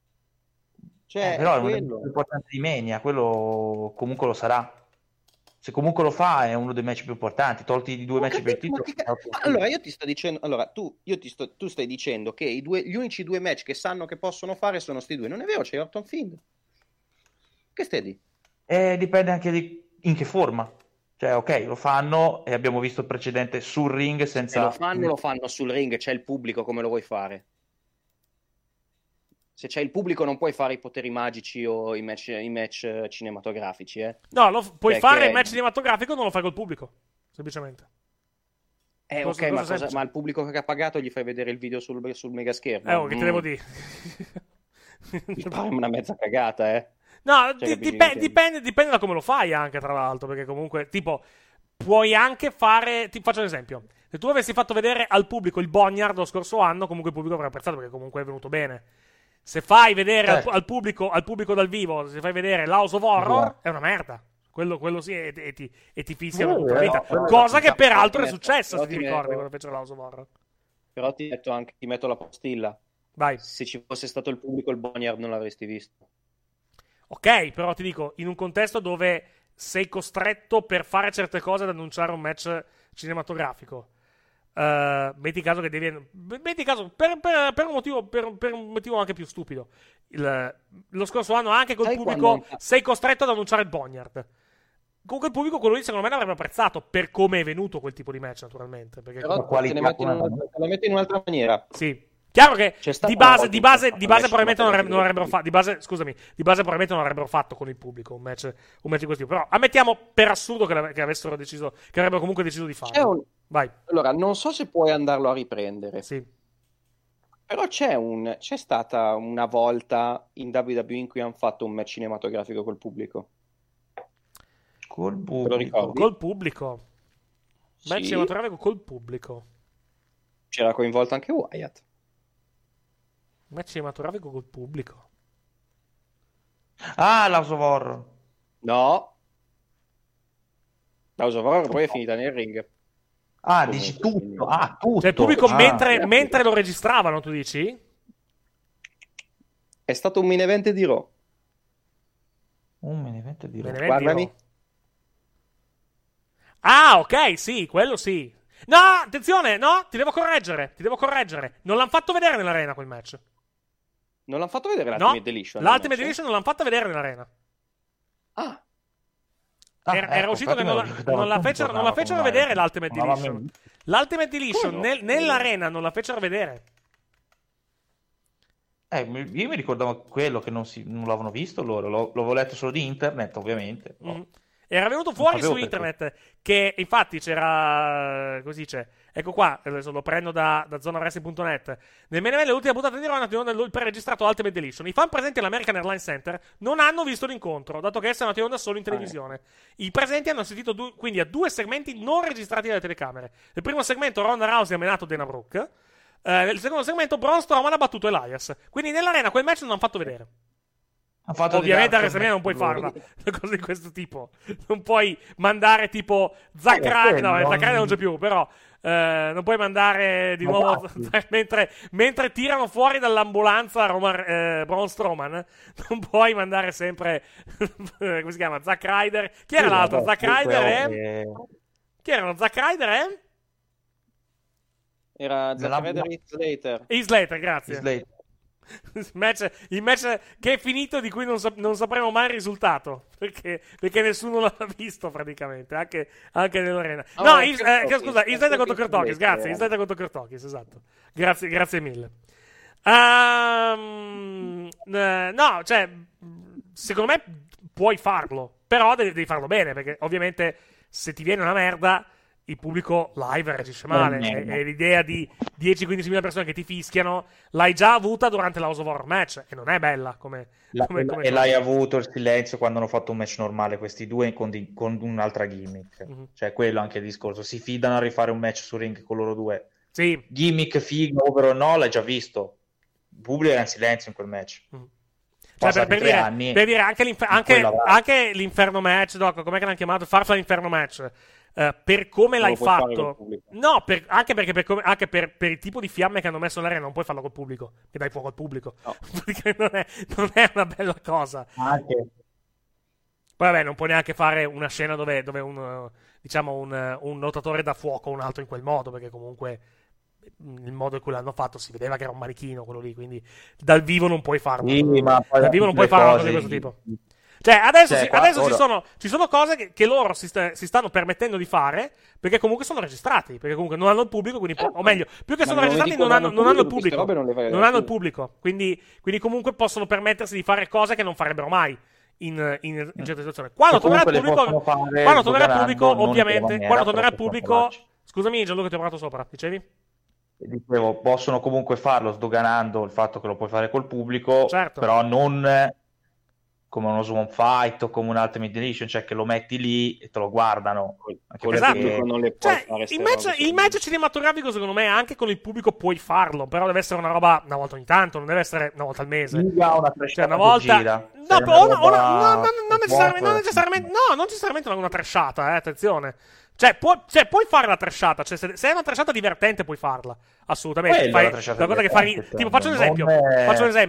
Speaker 9: Cioè,
Speaker 10: Eh, però
Speaker 9: è
Speaker 10: è uno dei
Speaker 9: quello.
Speaker 10: più importanti di Mania, quello comunque lo sarà. Se comunque lo fa è uno dei match più importanti, tolti i due
Speaker 9: Ho
Speaker 10: match per il
Speaker 9: capito, ma
Speaker 10: titolo.
Speaker 9: che ca- Allora, io ti sto dicendo, allora, tu, io ti sto, tu stai dicendo che i due, gli unici due match che sanno che possono fare sono sti due. Non è vero, c'è Orton Fiend. Che stai di?
Speaker 10: Eh, dipende anche di in che forma. Cioè, ok, lo fanno e abbiamo visto il precedente sul ring
Speaker 9: Se
Speaker 10: senza...
Speaker 9: lo fanno, lo fanno sul ring, c'è il pubblico, come lo vuoi fare? Se c'è il pubblico non puoi fare i poteri magici o i match, i match eh, cinematografici, eh.
Speaker 7: No, lo, puoi
Speaker 9: Cioè,
Speaker 7: fare
Speaker 9: che-
Speaker 7: il match cinematografico, non lo fai col pubblico, semplicemente.
Speaker 9: Eh,
Speaker 7: Cosa-
Speaker 9: ok,
Speaker 7: cosa
Speaker 9: ma, cosa-
Speaker 7: semplice.
Speaker 9: ma al pubblico che ha pagato gli fai vedere il video sul, sul mega schermo?
Speaker 7: Eh, oh, che te devo
Speaker 9: Mm,
Speaker 7: dire?
Speaker 9: mi pare una mezza cagata, eh.
Speaker 7: No,
Speaker 9: Cioè,
Speaker 7: di-
Speaker 9: capisci
Speaker 7: dipe-
Speaker 9: che intendo?
Speaker 7: dipende, dipende da come lo fai anche, tra l'altro, perché comunque, tipo, puoi anche fare... Ti faccio un esempio. Se tu avessi fatto vedere al pubblico il Boneyard lo scorso anno, comunque il pubblico avrebbe apprezzato, perché comunque è venuto bene. Se fai vedere al,
Speaker 10: Certo.
Speaker 7: al pubblico, al pubblico dal vivo, se fai vedere l'House of Horror,
Speaker 10: Esatto.
Speaker 7: è una merda. Quello, quello sì, e, e ti, e ti fischiano
Speaker 10: Eh,
Speaker 7: tutta la
Speaker 10: no,
Speaker 7: vita.
Speaker 10: però-
Speaker 7: Cosa che peraltro è
Speaker 9: Però ti
Speaker 7: successa, se
Speaker 9: metto-
Speaker 7: ti ricordi, quando fecero l'House of Horror.
Speaker 9: Però ti metto anche ti metto la postilla.
Speaker 7: Vai.
Speaker 9: Se ci fosse stato il pubblico, il Boneyard non l'avresti visto.
Speaker 7: Ok, però ti dico, in un contesto dove sei costretto per fare certe cose ad annunciare un match cinematografico, uh, metti caso che devi, metti caso per, per, per un motivo, per, per un motivo anche più stupido, il, lo scorso anno anche col
Speaker 9: Sai
Speaker 7: pubblico
Speaker 9: quando...
Speaker 7: sei costretto ad annunciare il Boneyard. Comunque il pubblico quello lì secondo me l'avrebbe apprezzato per come è venuto quel tipo di match, naturalmente, perché
Speaker 9: però te, ne metti in una, te lo metti in un'altra maniera.
Speaker 7: Sì. Chiaro che di base, di base, di base
Speaker 9: match
Speaker 7: probabilmente non, avrebbero, non avrebbero fatto. Di base, scusami, di base probabilmente non avrebbero fatto con il pubblico un match, un match di questo tipo. Però ammettiamo per assurdo che, che avessero deciso, che avrebbero comunque deciso di farlo.
Speaker 9: C'è un...
Speaker 7: Vai.
Speaker 9: Allora, non so se puoi andarlo a riprendere.
Speaker 7: Sì.
Speaker 9: Però c'è un c'è stata una volta in W W E in cui hanno fatto un match cinematografico col pubblico.
Speaker 10: Col pubblico.
Speaker 7: Col pubblico. Match
Speaker 9: Sì.
Speaker 7: cinematografico col pubblico.
Speaker 9: C'era coinvolto anche Wyatt.
Speaker 7: Match cinematografico col pubblico.
Speaker 10: Ah, House of Horror.
Speaker 9: No. House of Horror poi è finita nel ring.
Speaker 10: Ah,
Speaker 9: Comunque,
Speaker 10: dici tutto.
Speaker 9: quindi-
Speaker 10: Ah, tutto.
Speaker 7: Cioè il pubblico
Speaker 10: Ah.
Speaker 7: mentre, mentre lo registravano, tu dici?
Speaker 9: È stato un main event di Raw.
Speaker 10: Un main event di
Speaker 7: Me ne
Speaker 10: Raw.
Speaker 7: vendi,
Speaker 9: Guardami.
Speaker 7: no? Ah, ok, sì, quello sì. No, attenzione, no, ti devo correggere, ti devo correggere. Non l'hanno fatto vedere nell'arena quel match.
Speaker 9: Non l'hanno fatto vedere
Speaker 7: No,
Speaker 9: l'Ultimate Deletion.
Speaker 7: l'Ultimate
Speaker 9: invece?
Speaker 7: Deletion non l'hanno fatta vedere nell'arena.
Speaker 9: Ah,
Speaker 10: Ah,
Speaker 7: Era,
Speaker 10: ecco,
Speaker 7: era uscito che
Speaker 10: infatti
Speaker 7: non
Speaker 10: me
Speaker 7: la,
Speaker 10: lo ricordavo
Speaker 7: non la
Speaker 10: subito,
Speaker 7: fecero, non la
Speaker 10: tornava
Speaker 7: fecero
Speaker 10: con
Speaker 7: vedere
Speaker 10: Wyatt.
Speaker 7: l'Ultimate
Speaker 10: Non avevamo-
Speaker 7: Deletion. L'Ultimate Deletion
Speaker 9: Come no?
Speaker 7: nel- nell'arena non la fecero vedere.
Speaker 10: Eh, mi- io mi ricordavo quello che non, si, non l'avevano visto loro, L'ho- l'avevo letto solo di internet, ovviamente. No.
Speaker 7: Mhm. Era venuto fuori
Speaker 10: sapevo
Speaker 7: su
Speaker 10: perché.
Speaker 7: internet che infatti c'era, così c'è, ecco qua, adesso lo prendo da, da zona wrestling punto net. Nel main event dell'ultima puntata di Raw hanno tenuto il preregistrato Ultimate Deletion. I fan presenti all'American Airlines Center non hanno visto l'incontro, dato che essere andati in onda solo in televisione. I presenti hanno assistito du- quindi a due segmenti non registrati dalle telecamere. Nel primo segmento Ronda Rousey ha menato Dana Brooke. Eh, nel secondo segmento Braun Strowman ha battuto Elias. Quindi nell'arena quel match non hanno fatto vedere.
Speaker 10: Ha fatto
Speaker 7: Ovviamente a
Speaker 10: dei
Speaker 7: WrestleMania non puoi
Speaker 10: loro.
Speaker 7: farla una cosa di questo tipo. Non puoi mandare tipo Zack
Speaker 10: Eh,
Speaker 7: Ryder. No,
Speaker 10: quello.
Speaker 7: Zack Ryder non c'è più, però eh, non puoi mandare di
Speaker 10: Ma
Speaker 7: nuovo
Speaker 10: infatti.
Speaker 7: mentre, mentre tirano fuori dall'ambulanza Roman, eh, Braun Strowman. Non puoi mandare sempre come si chiama? Zack Ryder. Chi era
Speaker 10: Sì,
Speaker 7: l'altro?
Speaker 10: vabbè,
Speaker 7: Zack Ryder
Speaker 10: comunque,
Speaker 7: e
Speaker 10: eh,
Speaker 7: chi erano? Zack Ryder e
Speaker 9: era
Speaker 10: Nella-
Speaker 9: Zack Ryder e Slater.
Speaker 7: e Slater, grazie.
Speaker 10: Slater.
Speaker 7: Il match, il match che è finito, di cui non, sap- non sapremo mai il risultato, perché, perché nessuno l'ha visto praticamente, anche, anche nell'arena.
Speaker 9: Oh,
Speaker 7: No,
Speaker 9: è
Speaker 7: il,
Speaker 9: Kurt
Speaker 7: eh,
Speaker 9: Hawkins,
Speaker 7: scusa, il
Speaker 9: è
Speaker 7: Slater
Speaker 9: Kurt
Speaker 7: contro Kurt Hawkins,
Speaker 9: Hawkins,
Speaker 7: grazie,
Speaker 9: eh.
Speaker 7: il Slater contro Kurt Hawkins, esatto. Grazie, grazie mille. Ehm, eh, no, cioè, secondo me puoi farlo, però devi, devi farlo bene, perché ovviamente se ti viene una merda il pubblico live reagisce male e, e l'idea di dieci quindici mila persone che ti fischiano l'hai già avuta durante la House of Horror match e non è bella come,
Speaker 10: La-
Speaker 7: come, come
Speaker 10: e
Speaker 7: cosa.
Speaker 10: l'hai avuto il silenzio quando hanno fatto un match normale questi due con, di- con un'altra gimmick.
Speaker 7: Mhm.
Speaker 10: Cioè quello anche il discorso, si fidano a rifare un match su ring con loro due.
Speaker 7: Sì.
Speaker 10: Gimmick figo over o no, l'hai già visto. Il pubblico era in silenzio in quel match.
Speaker 7: Mhm. Cioè, per,
Speaker 10: Passati
Speaker 7: per
Speaker 10: tre
Speaker 7: dire,
Speaker 10: anni,
Speaker 7: per dire anche, l'infer-
Speaker 10: in
Speaker 7: anche,
Speaker 10: quella va.
Speaker 7: anche l'inferno match, Doc, com'è che l'hanno chiamato? Farfalla Inferno match. Eh, per come
Speaker 9: Non
Speaker 7: l'hai
Speaker 9: lo puoi fare col
Speaker 7: fatto,
Speaker 9: pubblico.
Speaker 7: no, per- anche perché per, come- anche per, per il tipo di fiamme che hanno messo nell'arena, non puoi farlo col pubblico. Che dai fuoco al pubblico,
Speaker 9: No.
Speaker 7: perché non è, non è una bella cosa.
Speaker 10: Anche
Speaker 7: Poi vabbè, non puoi neanche fare una scena dove, dove un, eh, diciamo, un, eh, un nuotatore dà fuoco a un altro in quel modo, perché comunque mh, il modo in cui l'hanno fatto si vedeva che era un manichino quello lì, quindi dal vivo non puoi farlo.
Speaker 10: Sì, ma poi
Speaker 7: dal vivo non puoi
Speaker 10: le
Speaker 7: fare una cosa di
Speaker 10: cose-
Speaker 7: questo tipo. Cioè, adesso,
Speaker 10: Cioè,
Speaker 7: si-
Speaker 10: qua-
Speaker 7: adesso ci,
Speaker 10: ora-
Speaker 7: sono, ci sono cose che, che loro si, sta- si stanno permettendo di fare perché comunque sono registrati, perché comunque non hanno il pubblico, quindi po- o meglio, più che
Speaker 9: Ma
Speaker 7: sono
Speaker 9: nel
Speaker 7: registrati
Speaker 9: momento
Speaker 7: non
Speaker 9: in
Speaker 7: hanno,
Speaker 9: cui
Speaker 7: non hanno il
Speaker 9: queste
Speaker 7: pubblico.
Speaker 9: robe non le vai a
Speaker 7: Non
Speaker 9: vedere
Speaker 7: hanno il
Speaker 9: più.
Speaker 7: pubblico, quindi, quindi comunque possono permettersi di fare cose che non farebbero mai in, in, in certe situazioni. Quando
Speaker 10: Che
Speaker 7: tornerà il
Speaker 10: comunque le
Speaker 7: pubblico,
Speaker 10: possono fare
Speaker 7: quando tornerà il pubblico,
Speaker 10: sdoganando, non in
Speaker 7: ovviamente,
Speaker 10: quella maniera,
Speaker 7: quando tornerà il
Speaker 10: però possono
Speaker 7: pubblico,
Speaker 10: farci.
Speaker 7: scusami Gianluca, ti ho parlato sopra, dicevi?
Speaker 10: Dicevo, possono comunque farlo sdoganando il fatto che lo puoi fare col pubblico,
Speaker 7: Certo.
Speaker 10: però non come uno Swan Fight o come un Ultimate Edition, cioè che lo metti lì e te lo guardano. Anche
Speaker 9: Con il
Speaker 7: Esatto.
Speaker 9: pubblico non le puoi
Speaker 7: Cioè,
Speaker 9: fare ste
Speaker 7: il match,
Speaker 9: robe,
Speaker 7: il match cinematografico, secondo me, anche con il pubblico puoi farlo, però deve essere una roba una volta ogni tanto, non deve essere una volta al mese.
Speaker 10: Figa, una
Speaker 7: Cioè, una
Speaker 10: che
Speaker 7: volta.
Speaker 10: gira.
Speaker 7: No,
Speaker 10: Cioè,
Speaker 7: o
Speaker 10: una
Speaker 7: una- o una-
Speaker 10: roba
Speaker 7: no, no, non necessariamente, non
Speaker 10: pop.
Speaker 7: necessariamente, no, non necessariamente una, una trashata, eh, attenzione. Cioè, può- cioè, puoi fare la trashata, cioè, se, se è una trashata divertente puoi farla, assolutamente.
Speaker 10: Quella è
Speaker 7: Fai
Speaker 10: la trashata
Speaker 7: una cosa che fa ri-
Speaker 10: divertente,
Speaker 7: Tipo, faccio un
Speaker 10: non
Speaker 7: esempio,
Speaker 10: è-
Speaker 7: faccio un esempio.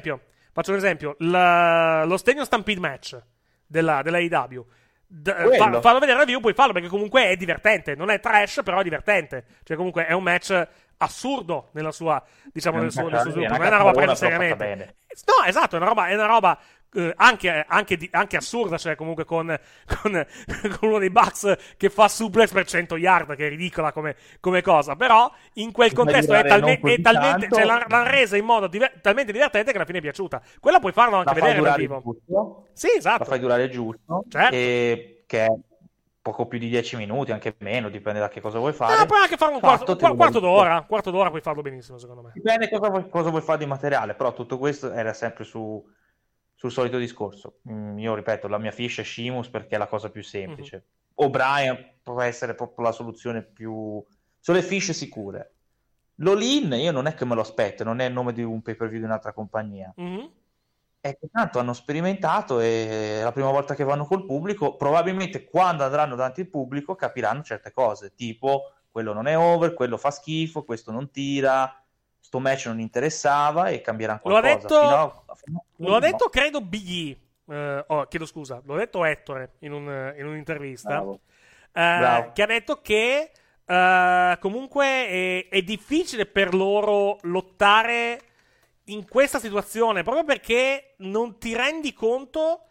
Speaker 7: faccio un esempio, la, lo Stadium Stampede match della, della A E W. D- fa, farlo vedere la review, puoi farlo perché comunque è divertente, non è trash, però è divertente. Cioè, comunque è un match assurdo nella sua, diciamo, nel suo, nel suo sviluppo. Non è una roba presa seriamente. No, esatto, è una roba, è una roba eh, anche, anche, di, anche assurda, cioè comunque con, con, con uno dei Bucks che fa suplex per cento yard, che è ridicola come, come cosa. Però in quel contesto è, talme- è talmente, cioè, l'hanno, l'hanno resa in modo diver- talmente divertente che alla fine è piaciuta. Quella puoi farlo anche vedere dal vivo.
Speaker 10: Giusto,
Speaker 7: sì, esatto.
Speaker 10: La fai durare giusto,
Speaker 7: certo.
Speaker 10: E che è poco più di dieci minuti, anche meno, dipende da che cosa vuoi fare.
Speaker 7: No, puoi anche fare un quarto, quarto, quarto d'ora, quarto d'ora puoi farlo benissimo, secondo me.
Speaker 10: Dipende cosa vuoi, cosa vuoi fare di materiale, però tutto questo era sempre su, sul solito discorso. Mm, io ripeto, la mia fish è Sheamus perché è la cosa più semplice. Mm-hmm. O'Brien può essere proprio la soluzione più... Sono le fish sicure. L'All-In io non è che me lo aspetto, non è il nome di un pay-per-view di un'altra compagnia.
Speaker 7: Mm-hmm.
Speaker 10: È che tanto hanno sperimentato e è la prima volta che vanno col pubblico, probabilmente quando andranno davanti al pubblico capiranno certe cose, tipo quello non è over, quello fa schifo, questo non tira, sto match non interessava e cambieranno qualcosa.
Speaker 7: Lo ha detto,
Speaker 10: fino a, fino a...
Speaker 7: lo ha detto credo Big E, eh, oh, chiedo scusa, l'ho detto Ettore in, un, in un'intervista,
Speaker 10: Bravo.
Speaker 7: Eh,
Speaker 10: Bravo.
Speaker 7: che ha detto che eh, comunque è, è difficile per loro lottare in questa situazione, proprio perché non ti rendi conto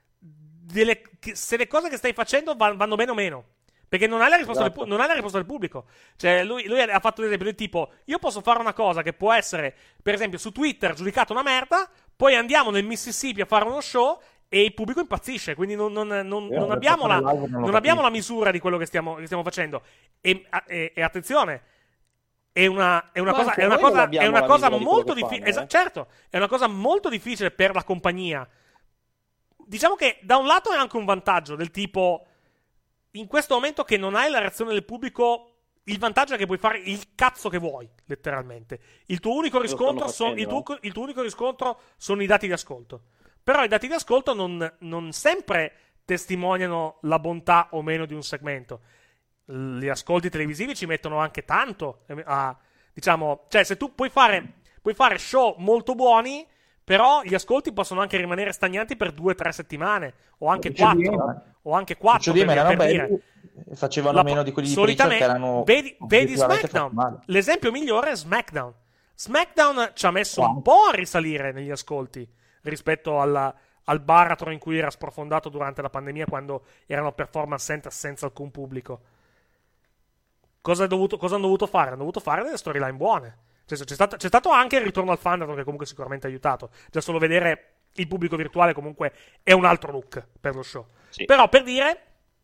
Speaker 7: delle, se le cose che stai facendo vanno bene o meno. Perché non hai la risposta, esatto. del, non hai la risposta del pubblico. Cioè, lui, lui ha fatto l'esempio del tipo: io posso fare una cosa che può essere, per esempio, su Twitter giudicata una merda, poi andiamo nel Mississippi a fare uno show e il pubblico impazzisce. Quindi non, non, non, non, abbiamo, la, non, non abbiamo la misura di quello che stiamo, che stiamo facendo. E, e, e attenzione. È una, è una cosa, è una cosa, è una cosa molto difficile. Esa- certo, è una cosa molto difficile per la compagnia. Diciamo che da un lato è anche un vantaggio del tipo: in questo momento che non hai la reazione del pubblico, il vantaggio è che puoi fare il cazzo che vuoi, letteralmente. Il tuo unico riscontro, so, il tuo, il tuo unico riscontro sono i dati di ascolto. Però i dati di ascolto non, non sempre testimoniano la bontà o meno di un segmento. Gli ascolti televisivi ci mettono anche tanto a, diciamo, cioè se tu puoi fare puoi fare show molto buoni, però gli ascolti possono anche rimanere stagnanti per due o tre settimane o anche quattro o anche quattro per, per dire.
Speaker 10: Facevano
Speaker 7: La,
Speaker 10: meno di quelli di
Speaker 7: solitamente,
Speaker 10: che erano
Speaker 7: vedi, vedi SmackDown. L'esempio migliore è SmackDown. SmackDown ci ha messo wow. un po' a risalire negli ascolti rispetto alla, al baratro in cui era sprofondato durante la pandemia, quando erano performance center senza alcun pubblico. Cosa, è dovuto, cosa hanno dovuto fare? Hanno dovuto fare delle storyline buone. Cioè, c'è, stato, c'è stato anche il ritorno al Thunderdome, che comunque sicuramente ha aiutato. Già solo vedere il pubblico virtuale comunque è un altro look per lo show. Sì. Però per dire,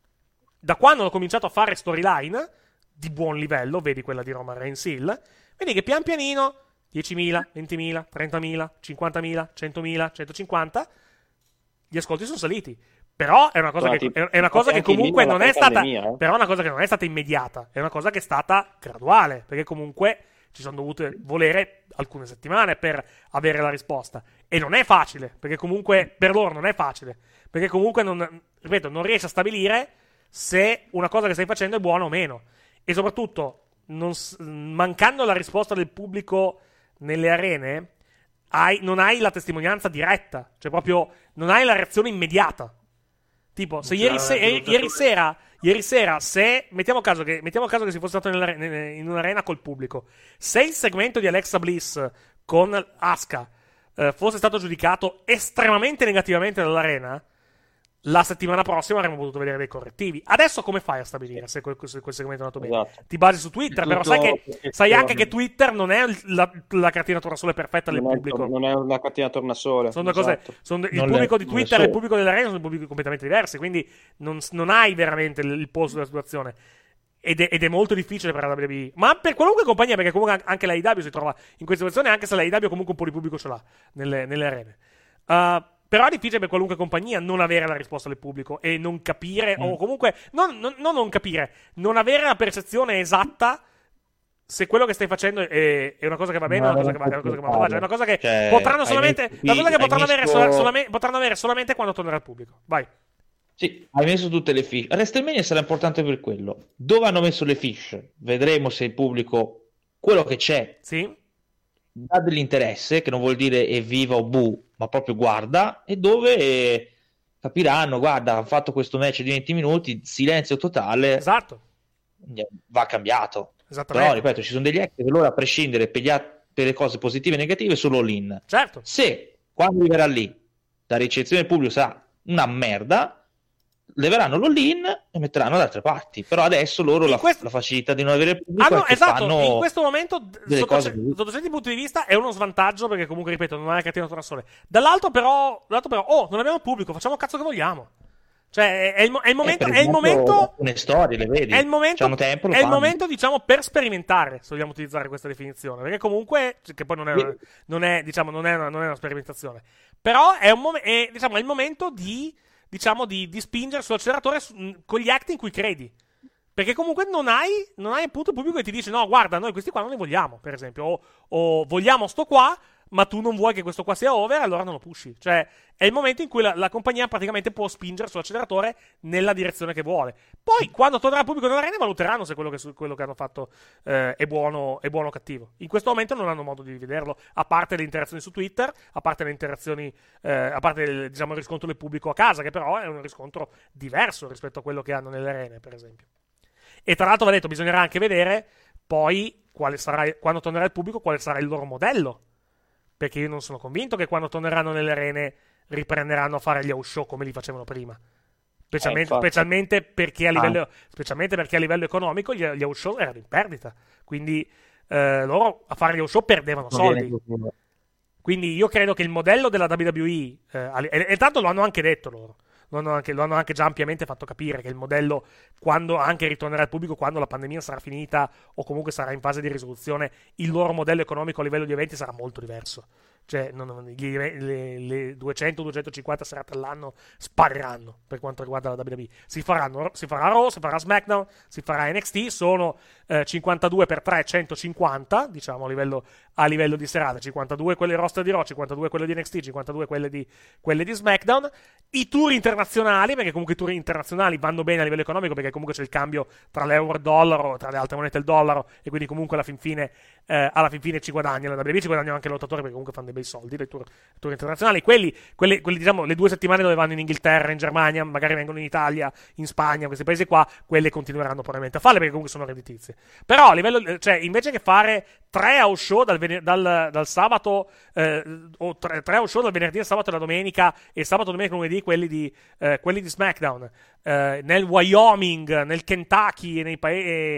Speaker 7: da quando hanno cominciato a fare storyline di buon livello, vedi quella di Roman Reigns Hill, vedi che pian pianino diecimila, ventimila, trentamila, cinquantamila, centomila, centocinquanta gli ascolti sono saliti. Però è una cosa che, è una cosa che comunque non è stata pandemia, eh? Però è una cosa che non è stata immediata, è una cosa che è stata graduale, perché comunque ci sono dovute volere alcune settimane per avere la risposta, e non è facile, perché comunque per loro non è facile, perché comunque non, ripeto, non riesci a stabilire se una cosa che stai facendo è buona o meno, e soprattutto non, mancando la risposta del pubblico nelle arene hai, non hai la testimonianza diretta, cioè proprio non hai la reazione immediata. Tipo, se ieri, se, ieri sera, ieri sera, se mettiamo caso che mettiamo caso che si fosse stato in un'arena col pubblico, se il segmento di Alexa Bliss con Asuka eh, fosse stato giudicato estremamente negativamente dall'arena, la settimana prossima avremmo potuto vedere dei correttivi. Adesso come fai a stabilire se quel, se quel segmento è andato bene? Esatto. Ti basi su Twitter, però sai, che, sai anche che Twitter non è la, la cartina tornasole perfetta del
Speaker 9: non
Speaker 7: pubblico.
Speaker 9: È, non è una cartina tornasole.
Speaker 7: Sono
Speaker 9: esatto.
Speaker 7: cose, sono, il pubblico di Twitter e il pubblico dell'arena sono pubblici completamente diversi, quindi non, non hai veramente il, il polso della situazione. Ed è, ed è molto difficile per la W W E, ma per qualunque compagnia, perché comunque anche la A E W si trova in questa situazione, anche se la A E W comunque un po' di pubblico ce l'ha nelle, nelle arene. Uh, Però è difficile per qualunque compagnia non avere la risposta del pubblico e non capire, mm. o comunque, non, non, non non capire, non avere la percezione esatta se quello che stai facendo è, è una cosa che va bene o una cosa che va, è una cosa che va male. È una cosa che cioè, potranno solamente, messo, la cosa che potranno avere, messo... solamente, potranno avere solamente quando tornerà al pubblico. Vai.
Speaker 10: Sì, hai messo tutte le fish. WrestleMania sarà importante per quello. Dove hanno messo le fish? Vedremo se il pubblico, quello che c'è,
Speaker 7: sì.
Speaker 10: dà dell'interesse, che non vuol dire evviva o bu, ma proprio guarda, e dove capiranno, guarda, hanno fatto questo match di venti minuti, silenzio totale,
Speaker 7: esatto,
Speaker 10: va cambiato. Però ripeto, ci sono degli ex che loro, a prescindere per, gli at- per le cose positive e negative, sono all-in.
Speaker 7: Certo.
Speaker 10: Se quando arriverà lì la ricezione del pubblico sarà una merda, leveranno l'all-in e metteranno da altre parti. Però adesso loro la, quest... la facilità di non avere il pubblico, ah, no, è che
Speaker 7: esatto,
Speaker 10: fanno
Speaker 7: in questo momento sotto,
Speaker 10: cose
Speaker 7: c- sotto certi punti di vista è uno svantaggio, perché comunque, ripeto, non hai la catena sole. Dall'altro però, dall'altro però oh, non abbiamo pubblico, facciamo il cazzo che vogliamo. Cioè, è il, è il momento,
Speaker 10: eh,
Speaker 7: è il momento,
Speaker 10: le storie le vedi,
Speaker 7: è il momento,
Speaker 10: tempo,
Speaker 7: è il momento, diciamo, per sperimentare, se vogliamo utilizzare questa definizione, perché comunque, che poi non è, una, non è diciamo, non è una, non è una sperimentazione, però è un mom- è, diciamo, è il momento di, diciamo, di, di spingere sull'acceleratore su, con gli act in cui credi, perché comunque non hai, non hai appunto il pubblico che ti dice no, guarda, noi questi qua non li vogliamo, per esempio, o, o vogliamo sto qua, ma tu non vuoi che questo qua sia over, allora non lo pushi. Cioè, è il momento in cui la, la compagnia praticamente può spingere sull'acceleratore nella direzione che vuole. Poi, quando tornerà il pubblico nell'arena, valuteranno se quello che, quello che hanno fatto eh, è buono è buono o cattivo. In questo momento non hanno modo di vederlo, a parte le interazioni su Twitter, a parte le interazioni, eh, a parte il, diciamo, il riscontro del pubblico a casa, che però è un riscontro diverso rispetto a quello che hanno nelle arene, per esempio. E tra l'altro, va detto, bisognerà anche vedere poi quale sarà, quando tornerà il pubblico, quale sarà il loro modello. Perché io non sono convinto che quando torneranno nelle arene riprenderanno a fare gli house show come li facevano prima. Specialmente, eh, specialmente, perché, a livello, ah. specialmente perché a livello economico gli, gli house show erano in perdita. Quindi eh, loro a fare gli house show perdevano non soldi. Quindi io credo che il modello della W W E, eh, e, e tanto lo hanno anche detto loro, lo hanno, anche, lo hanno anche già ampiamente fatto capire, che il modello, quando anche ritornerà al pubblico, quando la pandemia sarà finita o comunque sarà in fase di risoluzione, il loro modello economico a livello di eventi sarà molto diverso. Cioè non, non, gli, le, le duecento duecentocinquanta serate all'anno spariranno per quanto riguarda la W W E. Si faranno, si farà Raw, si farà SmackDown, si farà N X T, sono eh, cinquantadue per tre, centocinquanta, diciamo a livello, a livello di serata, cinquantadue quelle roster di Raw, cinquantadue quelle di N X T, cinquantadue quelle di, quelle di SmackDown. I tour internazionali, perché comunque i tour internazionali vanno bene a livello economico, perché comunque c'è il cambio tra l'euro e il dollaro, tra le altre monete e il dollaro, e quindi comunque alla fin fine, eh, alla fin fine ci guadagna la W W E, ci guadagnano anche i lottatori, perché comunque fanno dei bei soldi dai tour, tour internazionali. Quelli, quelli, quelli, diciamo, le due settimane dove vanno in Inghilterra, in Germania, magari vengono in Italia, in Spagna, questi paesi qua, quelle continueranno probabilmente a farle, perché comunque sono redditizie. Però a livello, cioè, invece che fare tre house show dal, dal, dal sabato, eh, o tre, tre house show dal venerdì al sabato e la domenica, e sabato, domenica, lunedì, quelli di, eh, quelli di SmackDown, eh, nel Wyoming, nel Kentucky, nei pa-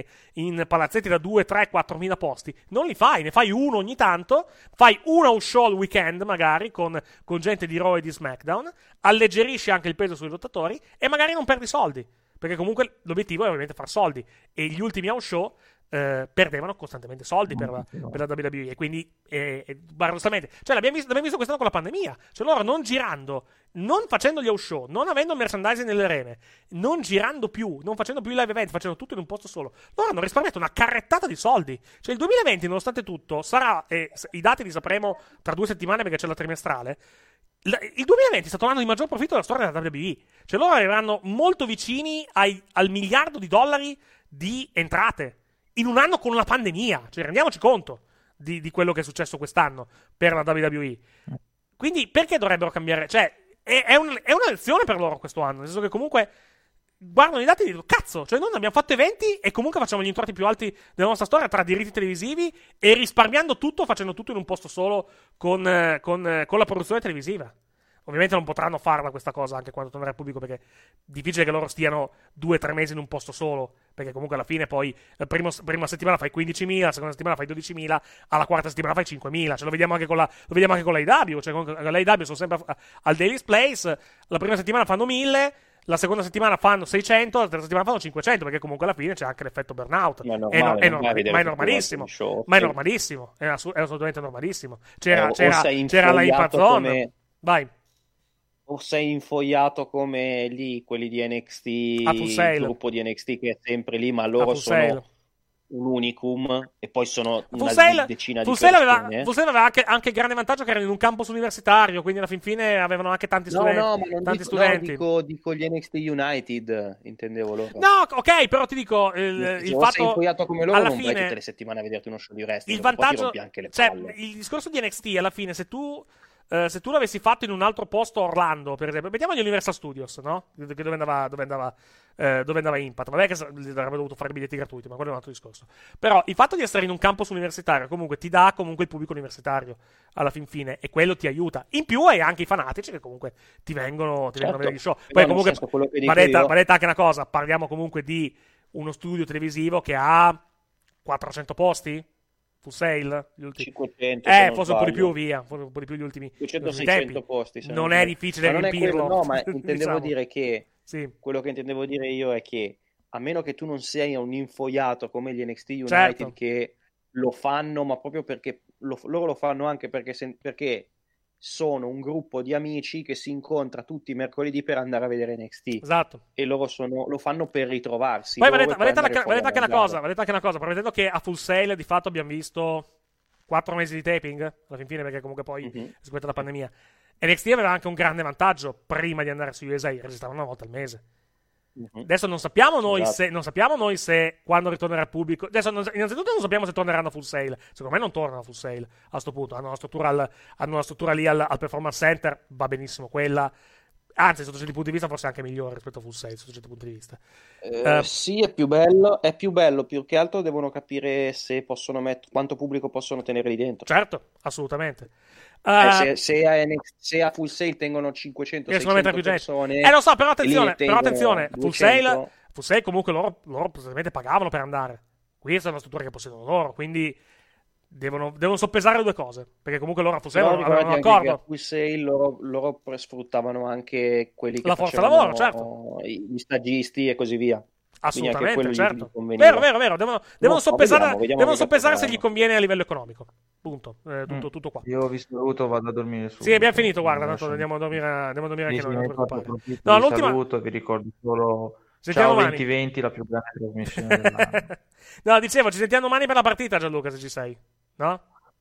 Speaker 7: in palazzetti da due, tre, quattro mila posti, non li fai, ne fai uno ogni tanto, fai un house show al weekend magari con, con gente di Raw e di SmackDown, alleggerisci anche il peso sui lottatori e magari non perdi soldi, perché comunque l'obiettivo è ovviamente far soldi, e gli ultimi house show eh, perdevano costantemente soldi per la, per la W W E, e quindi eh, eh, paradossalmente, cioè l'abbiamo visto, l'abbiamo visto quest'anno con la pandemia, cioè loro non girando, non facendo gli house show, non avendo merchandising nelle arene, non girando più, non facendo più i live event, facendo tutto in un posto solo, loro hanno risparmiato una carrettata di soldi. Cioè il duemilaventi, nonostante tutto, sarà, e i dati li sapremo tra due settimane perché c'è la trimestrale, il duemilaventi è stato l'anno di maggior profitto della storia della W W E. Cioè loro arriveranno molto vicini ai, al miliardo di dollari di entrate in un anno con una pandemia. Cioè rendiamoci conto di, di quello che è successo quest'anno per la W W E. Quindi perché dovrebbero cambiare? Cioè è, è, un, è una lezione per loro questo anno, nel senso che comunque guardano i dati e dicono cazzo, cioè noi abbiamo fatto eventi e comunque facciamo gli introiti più alti della nostra storia tra diritti televisivi e risparmiando tutto, facendo tutto in un posto solo con, eh, con, eh, con la produzione televisiva. Ovviamente non potranno farla questa cosa anche quando tornerà il pubblico, perché è difficile che loro stiano due o tre mesi in un posto solo, perché comunque alla fine poi la prima, prima settimana fai quindicimila, la seconda settimana fai dodicimila, alla quarta settimana fai cinquemila. Cioè lo vediamo anche con la, lo vediamo anche con l'A E W, cioè con l'A E W sono sempre a, al Daily's Place, la prima settimana fanno mille, la seconda settimana fanno seicento, la terza settimana fanno cinquecento, perché comunque alla fine c'è anche l'effetto burnout. Ma è, normale, è, no, è, normali, ma è normalissimo, show, ma è normalissimo, è, assu- è assolutamente normalissimo. C'era, eh, c'era, c'era la Impact Zone, come... vai.
Speaker 9: O sei infogliato come lì quelli di N X T, il gruppo di N X T che è sempre lì, ma loro sono un unicum e poi sono una
Speaker 7: Full
Speaker 9: decina
Speaker 7: Full
Speaker 9: di
Speaker 7: Sail
Speaker 9: persone.
Speaker 7: aveva, Full Sail aveva anche, anche il grande vantaggio che erano in un campus universitario, quindi alla fin fine avevano anche tanti
Speaker 9: No,
Speaker 7: studenti.
Speaker 9: no, ma non
Speaker 7: tanti
Speaker 9: dico,
Speaker 7: studenti.
Speaker 9: no, dico, dico gli N X T United, intendevo loro.
Speaker 7: No, ok, però ti dico il,
Speaker 9: Se
Speaker 7: il
Speaker 9: o
Speaker 7: fatto
Speaker 9: sei infogliato come loro
Speaker 7: alla
Speaker 9: non
Speaker 7: fine,
Speaker 9: vai tutte le settimane a vederti uno show di wrestling,
Speaker 7: il
Speaker 9: poi ti
Speaker 7: vantaggio,
Speaker 9: rompi anche le
Speaker 7: cioè,
Speaker 9: palle.
Speaker 7: il discorso di N X T alla fine, se tu Uh, se tu l'avessi fatto in un altro posto, Orlando, per esempio, mettiamo gli Universal Studios, no? Dove andava, dove andava, uh, dove andava Impact. Vabbè, che avrebbe dovuto fare biglietti gratuiti, ma quello è un altro discorso. Però il fatto di essere in un campus universitario comunque ti dà comunque il pubblico universitario alla fin fine, e quello ti aiuta. In più hai anche i fanatici che comunque ti vengono, ti
Speaker 9: Certo.
Speaker 7: vengono a vedere gli show.
Speaker 9: Però
Speaker 7: Poi
Speaker 9: nel
Speaker 7: comunque
Speaker 9: senso, quello che dico
Speaker 7: va detta,
Speaker 9: io-
Speaker 7: va detta anche una cosa, parliamo comunque di uno studio televisivo che ha quattrocento posti? Full Sail? Gli ultimi.
Speaker 9: cinquecento, se
Speaker 7: Eh,
Speaker 9: non
Speaker 7: forse un po' di
Speaker 9: sbaglio.
Speaker 7: più, via. Forse un po' di più gli ultimi.
Speaker 9: duecento
Speaker 7: gli ultimi
Speaker 9: seicento
Speaker 7: tempi.
Speaker 9: posti. se
Speaker 7: Non
Speaker 9: sbaglio.
Speaker 7: è difficile
Speaker 9: Ma non è
Speaker 7: riempirlo.
Speaker 9: quello, no, ma intendevo
Speaker 7: diciamo.
Speaker 9: dire che
Speaker 7: Sì.
Speaker 9: quello che intendevo dire io è che a meno che tu non sei un infogliato come gli N X T United,
Speaker 7: Certo.
Speaker 9: che lo fanno, ma proprio perché lo- loro lo fanno anche perché, se- perché sono un gruppo di amici che si incontra tutti i mercoledì per andare a vedere N X T.
Speaker 7: Esatto.
Speaker 9: E loro sono, lo fanno per ritrovarsi.
Speaker 7: Poi
Speaker 9: loro
Speaker 7: vedete,
Speaker 9: e poi
Speaker 7: vedete,
Speaker 9: andare
Speaker 7: anche,
Speaker 9: fuori
Speaker 7: vedete
Speaker 9: a
Speaker 7: anche una
Speaker 9: mangiare.
Speaker 7: cosa, vedete anche una cosa, prevedendo che a Full Sail di fatto abbiamo visto quattro mesi di taping, alla fin fine, perché comunque poi
Speaker 9: Mhm.
Speaker 7: è seguita la pandemia. N X T aveva anche un grande vantaggio prima di andare su U S A, registravano una volta al mese.
Speaker 9: Mhm.
Speaker 7: Adesso non sappiamo noi
Speaker 9: Esatto.
Speaker 7: se non sappiamo noi se quando ritornerà il pubblico. Adesso non- innanzitutto non sappiamo se torneranno a Full Sail. Secondo me non tornano a Full Sail a sto punto. Hanno una struttura, al, hanno una struttura lì al, al Performance Center, va benissimo quella. Anzi, sotto certi punti di vista, forse anche migliore rispetto a Full Sail, sotto certi punti di vista.
Speaker 9: Eh,
Speaker 7: Eh,
Speaker 9: sì, è più bello, è più bello, più che altro devono capire se possono met- quanto pubblico possono tenere lì dentro.
Speaker 7: Certo, assolutamente.
Speaker 9: Eh,
Speaker 7: Eh,
Speaker 9: se, se a, N X se a Full Sail tengono cinquecento
Speaker 7: riescono a mettere
Speaker 9: seicento
Speaker 7: più gente.
Speaker 9: persone,
Speaker 7: Eh, lo so, però
Speaker 9: e
Speaker 7: attenzione,
Speaker 9: lì ne
Speaker 7: però
Speaker 9: tengono
Speaker 7: attenzione, Full
Speaker 9: duecento,
Speaker 7: Sail, Full Sail comunque loro, loro praticamente pagavano per andare. Questa è una struttura che possiedono loro, quindi devono, devono soppesare le due cose, perché comunque loro a Full Sail
Speaker 9: però
Speaker 7: avevano un
Speaker 9: ricordati anche che a
Speaker 7: accordo.
Speaker 9: Full Sail loro, loro pre- sfruttavano anche quelli che
Speaker 7: La forza
Speaker 9: facevano
Speaker 7: lavoro, certo.
Speaker 9: i- gli stagisti e così via. Quindi anche quello
Speaker 7: Assolutamente,
Speaker 9: gli-
Speaker 7: certo.
Speaker 9: gli conveniva.
Speaker 7: Vero, vero, vero. Devono, devono
Speaker 9: No,
Speaker 7: soppesare,
Speaker 9: vediamo, vediamo
Speaker 7: devono
Speaker 9: che
Speaker 7: soppesare
Speaker 9: cosa
Speaker 7: se gli
Speaker 9: faranno.
Speaker 7: conviene a livello economico. Punto. Eh, tutto,
Speaker 10: Mm.
Speaker 7: tutto qua.
Speaker 10: Io vi saluto, vado a dormire su.
Speaker 7: Sì, abbiamo finito, guarda, tanto
Speaker 10: Adesso-
Speaker 7: andiamo a dormire, andiamo a dormire
Speaker 10: Sì,
Speaker 7: anche
Speaker 10: sì,
Speaker 7: noi, non
Speaker 10: infatti
Speaker 7: preoccupare.
Speaker 10: approfitto,
Speaker 7: No,
Speaker 10: vi
Speaker 7: l'ultima...
Speaker 10: saluto e vi ricordo solo
Speaker 7: Sentiamo
Speaker 10: ciao
Speaker 7: domani.
Speaker 10: venti venti, la più grande trasmissione dell'anno.
Speaker 7: No, dicevo, ci sentiamo domani per la partita, Gianluca, se ci sei. No?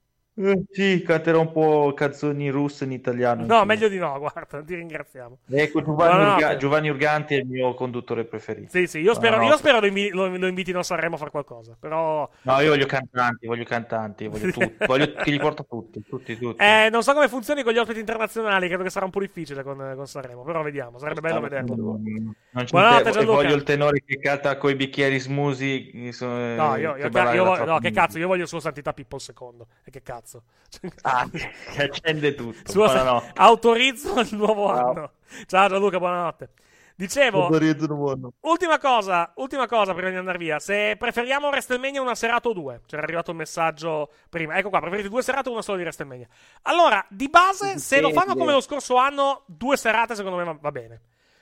Speaker 10: Eh, sì, canterò un po' canzoni russe in italiano.
Speaker 7: No,
Speaker 10: anch'io.
Speaker 7: meglio di no, guarda, ti ringraziamo.
Speaker 10: Ecco, Giovanni,
Speaker 7: Buonanotte.
Speaker 10: Urga- Giovanni Urganti è il mio conduttore preferito.
Speaker 7: Sì, sì, io spero, io
Speaker 10: Buonanotte.
Speaker 7: spero lo, invi- lo, lo invitino a Sanremo a fare qualcosa, però...
Speaker 10: No, io voglio cantanti, voglio cantanti, voglio tutti, voglio che li porto tutti, tutti, tutti.
Speaker 7: Eh, non so come funzioni con gli ospiti internazionali, credo che sarà un po' difficile con, con Sanremo, però vediamo, sarebbe bello vederlo.
Speaker 10: Non c'è
Speaker 7: Buonanotte,
Speaker 10: te- e
Speaker 7: Gianluca.
Speaker 10: voglio il tenore che canta coi bicchieri smusi. eh,
Speaker 7: No, io, io,
Speaker 10: che balla
Speaker 7: io
Speaker 10: la
Speaker 7: voglio- no, che
Speaker 10: trappola.
Speaker 7: cazzo, io voglio Sua Santità Pippo il secondo. E che cazzo?
Speaker 10: Ah, che accende tutto.
Speaker 7: Sua-
Speaker 10: Buonanotte.
Speaker 7: autorizzo il nuovo
Speaker 9: Ciao.
Speaker 7: anno. Ciao Gianluca, buonanotte. Dicevo,
Speaker 10: Autorizzo buono.
Speaker 7: ultima cosa, ultima cosa prima di andare via. Se preferiamo WrestleMania una serata o due? C'era arrivato il messaggio prima. Ecco qua, preferite due serate o una sola di WrestleMania? Allora, di base, se lo fanno come lo scorso anno, due serate secondo me va, va bene.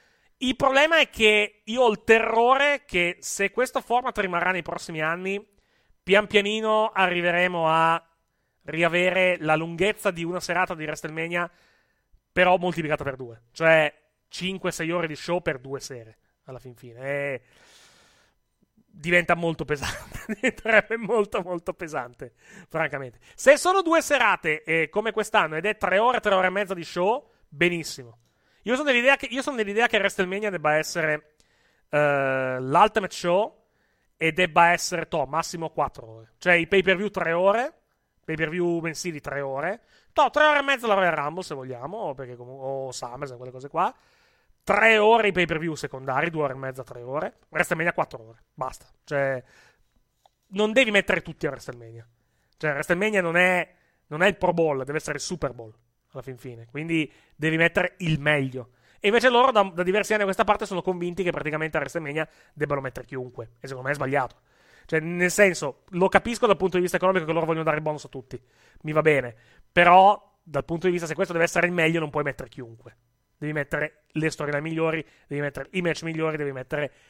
Speaker 7: Il problema è che io ho il terrore che se questo format rimarrà nei prossimi anni, pian pianino arriveremo a riavere la lunghezza di una serata di WrestleMania, però moltiplicata per due. Cioè cinque sei ore di show per due sere, alla fin fine. E diventa molto pesante. Diventerebbe molto molto pesante, francamente. Se sono due serate eh, come quest'anno ed è tre ore, tre ore e mezza di show, benissimo. Io sono dell'idea che, io sono dell'idea che WrestleMania debba essere eh, l'Ultimate Show e debba essere, to, massimo quattro ore. Cioè i pay-per-view tre ore, pay-per-view mensili tre ore, to, tre ore e mezza la Royal Rumble se vogliamo, o, perché comunque, o SummerSlam, quelle cose qua. Tre ore i pay-per-view secondari, due ore e mezza, tre ore. WrestleMania quattro ore, basta. Cioè, non devi mettere tutti a WrestleMania. Cioè, WrestleMania non è, non è il Pro Bowl, deve essere il Super Bowl, alla fin fine. Quindi devi mettere il meglio. E invece loro, da, da diversi anni a questa parte, sono convinti che praticamente a WrestleMania debbano mettere chiunque. E secondo me è sbagliato. Cioè, nel senso, lo capisco dal punto di vista economico che loro vogliono dare il bonus a tutti. Mi va bene. Però, dal punto di vista, se questo deve essere il meglio, non puoi mettere chiunque. Devi mettere le storyline migliori, devi mettere i match migliori, devi mettere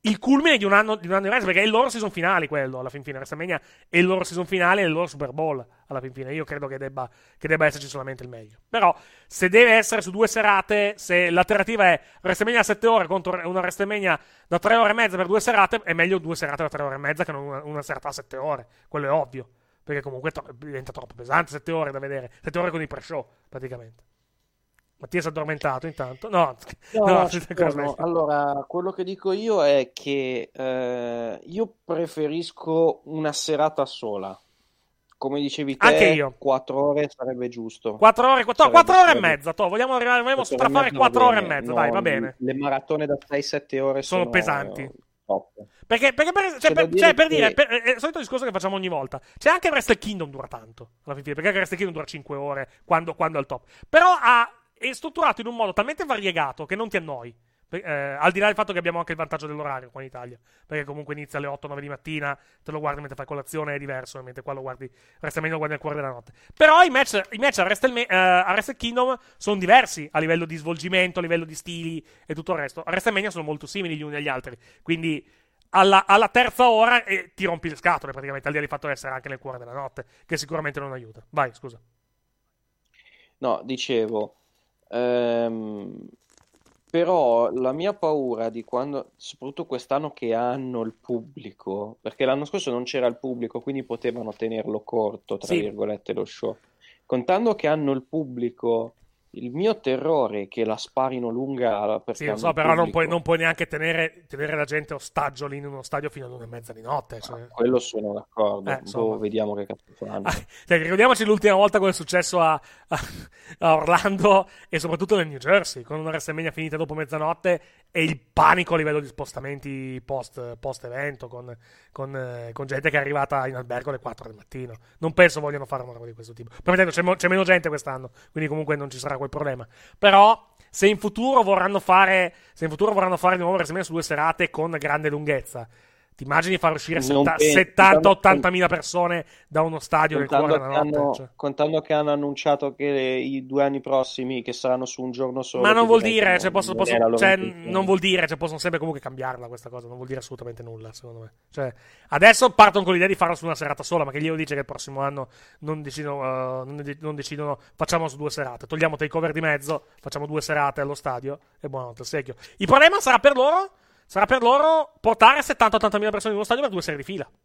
Speaker 7: il culmine di un anno di un anno e mezzo, perché è il loro season finale quello, alla fin fine. WrestleMania è il loro season finale, è il loro Super Bowl, alla fin fine. Io credo che debba, che debba esserci solamente il meglio. Però, se deve essere su due serate, se l'alternativa è WrestleMania a sette ore contro una WrestleMania da tre ore e mezza per due serate, è meglio due serate da tre ore e mezza che non una, una serata a sette ore. Quello è ovvio, perché comunque to- diventa troppo pesante sette ore da vedere, sette ore con i pre-show, praticamente. Mattia si è addormentato intanto? No,
Speaker 9: no,
Speaker 7: no,
Speaker 9: no, no. Allora, quello che dico io è che eh, io preferisco una serata sola. Come dicevi te,
Speaker 7: anche io.
Speaker 9: quattro ore sarebbe giusto.
Speaker 7: quattro ore, quattro, quattro ore e mezza. To, vogliamo arrivare, vogliamo strafare quattro ore e mezza.
Speaker 9: No,
Speaker 7: dai, va bene.
Speaker 9: Le maratone da sei sette ore
Speaker 7: sono, sono pesanti.
Speaker 9: Top.
Speaker 7: Perché, perché per, cioè, per, dire, cioè, per dire per, è il solito discorso che facciamo ogni volta. C'è anche il Wrestle Kingdom dura tanto. Alla fine, perché il Wrestle Kingdom dura cinque ore quando, quando è al top. Però ha. È strutturato in un modo talmente variegato che non ti annoi. Eh, al di là del fatto che abbiamo anche il vantaggio dell'orario qua in Italia, perché comunque inizia alle otto nove di mattina, te lo guardi mentre fai colazione, è diverso, mentre qua lo guardi, WrestleMania lo guardi nel cuore della notte. Però i match, i match a, Wrestle, uh, a Wrestle Kingdom sono diversi a livello di svolgimento, a livello di stili e tutto il resto. A WrestleMania sono molto simili gli uni agli altri, quindi alla, alla terza ora eh, ti rompi le scatole praticamente, al di là del fatto di essere anche nel cuore della notte, che sicuramente non aiuta. Vai, scusa.
Speaker 9: No, dicevo Ehm, però la mia paura di quando, soprattutto quest'anno che hanno il pubblico, perché l'anno scorso non c'era il pubblico, quindi potevano tenerlo corto, tra
Speaker 7: sì.
Speaker 9: virgolette, lo show. Contando che hanno il pubblico, il mio terrore è che la sparino lunga.
Speaker 7: Sì, lo so, però non puoi, non puoi neanche tenere, tenere la gente ostaggio lì in uno stadio fino all'una e mezza di notte. Cioè.
Speaker 9: Ah, quello sono d'accordo.
Speaker 7: Eh,
Speaker 9: boh, vediamo che cazzo fanno.
Speaker 7: Ah, cioè, ricordiamoci l'ultima volta cosa è successo a, a, a Orlando e soprattutto nel New Jersey, con una WrestleMania finita dopo mezzanotte e il panico a livello di spostamenti post, post evento, con, con, eh, con gente che è arrivata in albergo alle quattro del mattino. Non penso vogliano fare una roba di questo tipo. Promettendo, c'è, mo- c'è meno gente quest'anno, quindi comunque non ci sarà quel problema. Però se in futuro vorranno fare se in futuro vorranno fare di nuovo WrestleMania su due serate con grande lunghezza, ti immagini far uscire settanta ottanta mila persone da uno stadio nel cuore della notte?
Speaker 9: Hanno,
Speaker 7: cioè.
Speaker 9: Contando che hanno annunciato che i due anni prossimi che saranno su un giorno solo,
Speaker 7: ma non vuol dire, cioè,
Speaker 9: non,
Speaker 7: posso,
Speaker 9: non,
Speaker 7: posso, cioè, non vuol dire, cioè, possono sempre comunque cambiarla questa cosa, non vuol dire assolutamente nulla, secondo me. Cioè, adesso partono con l'idea di farlo su una serata sola, ma che glielo dice che il prossimo anno non decidono, uh, non, de- non decidono facciamo su due serate, togliamo takeover di mezzo, facciamo due serate allo stadio e buonanotte al secchio. Il problema sarà per loro Sarà per loro portare settanta ottanta mila persone in uno stadio per due serie di fila.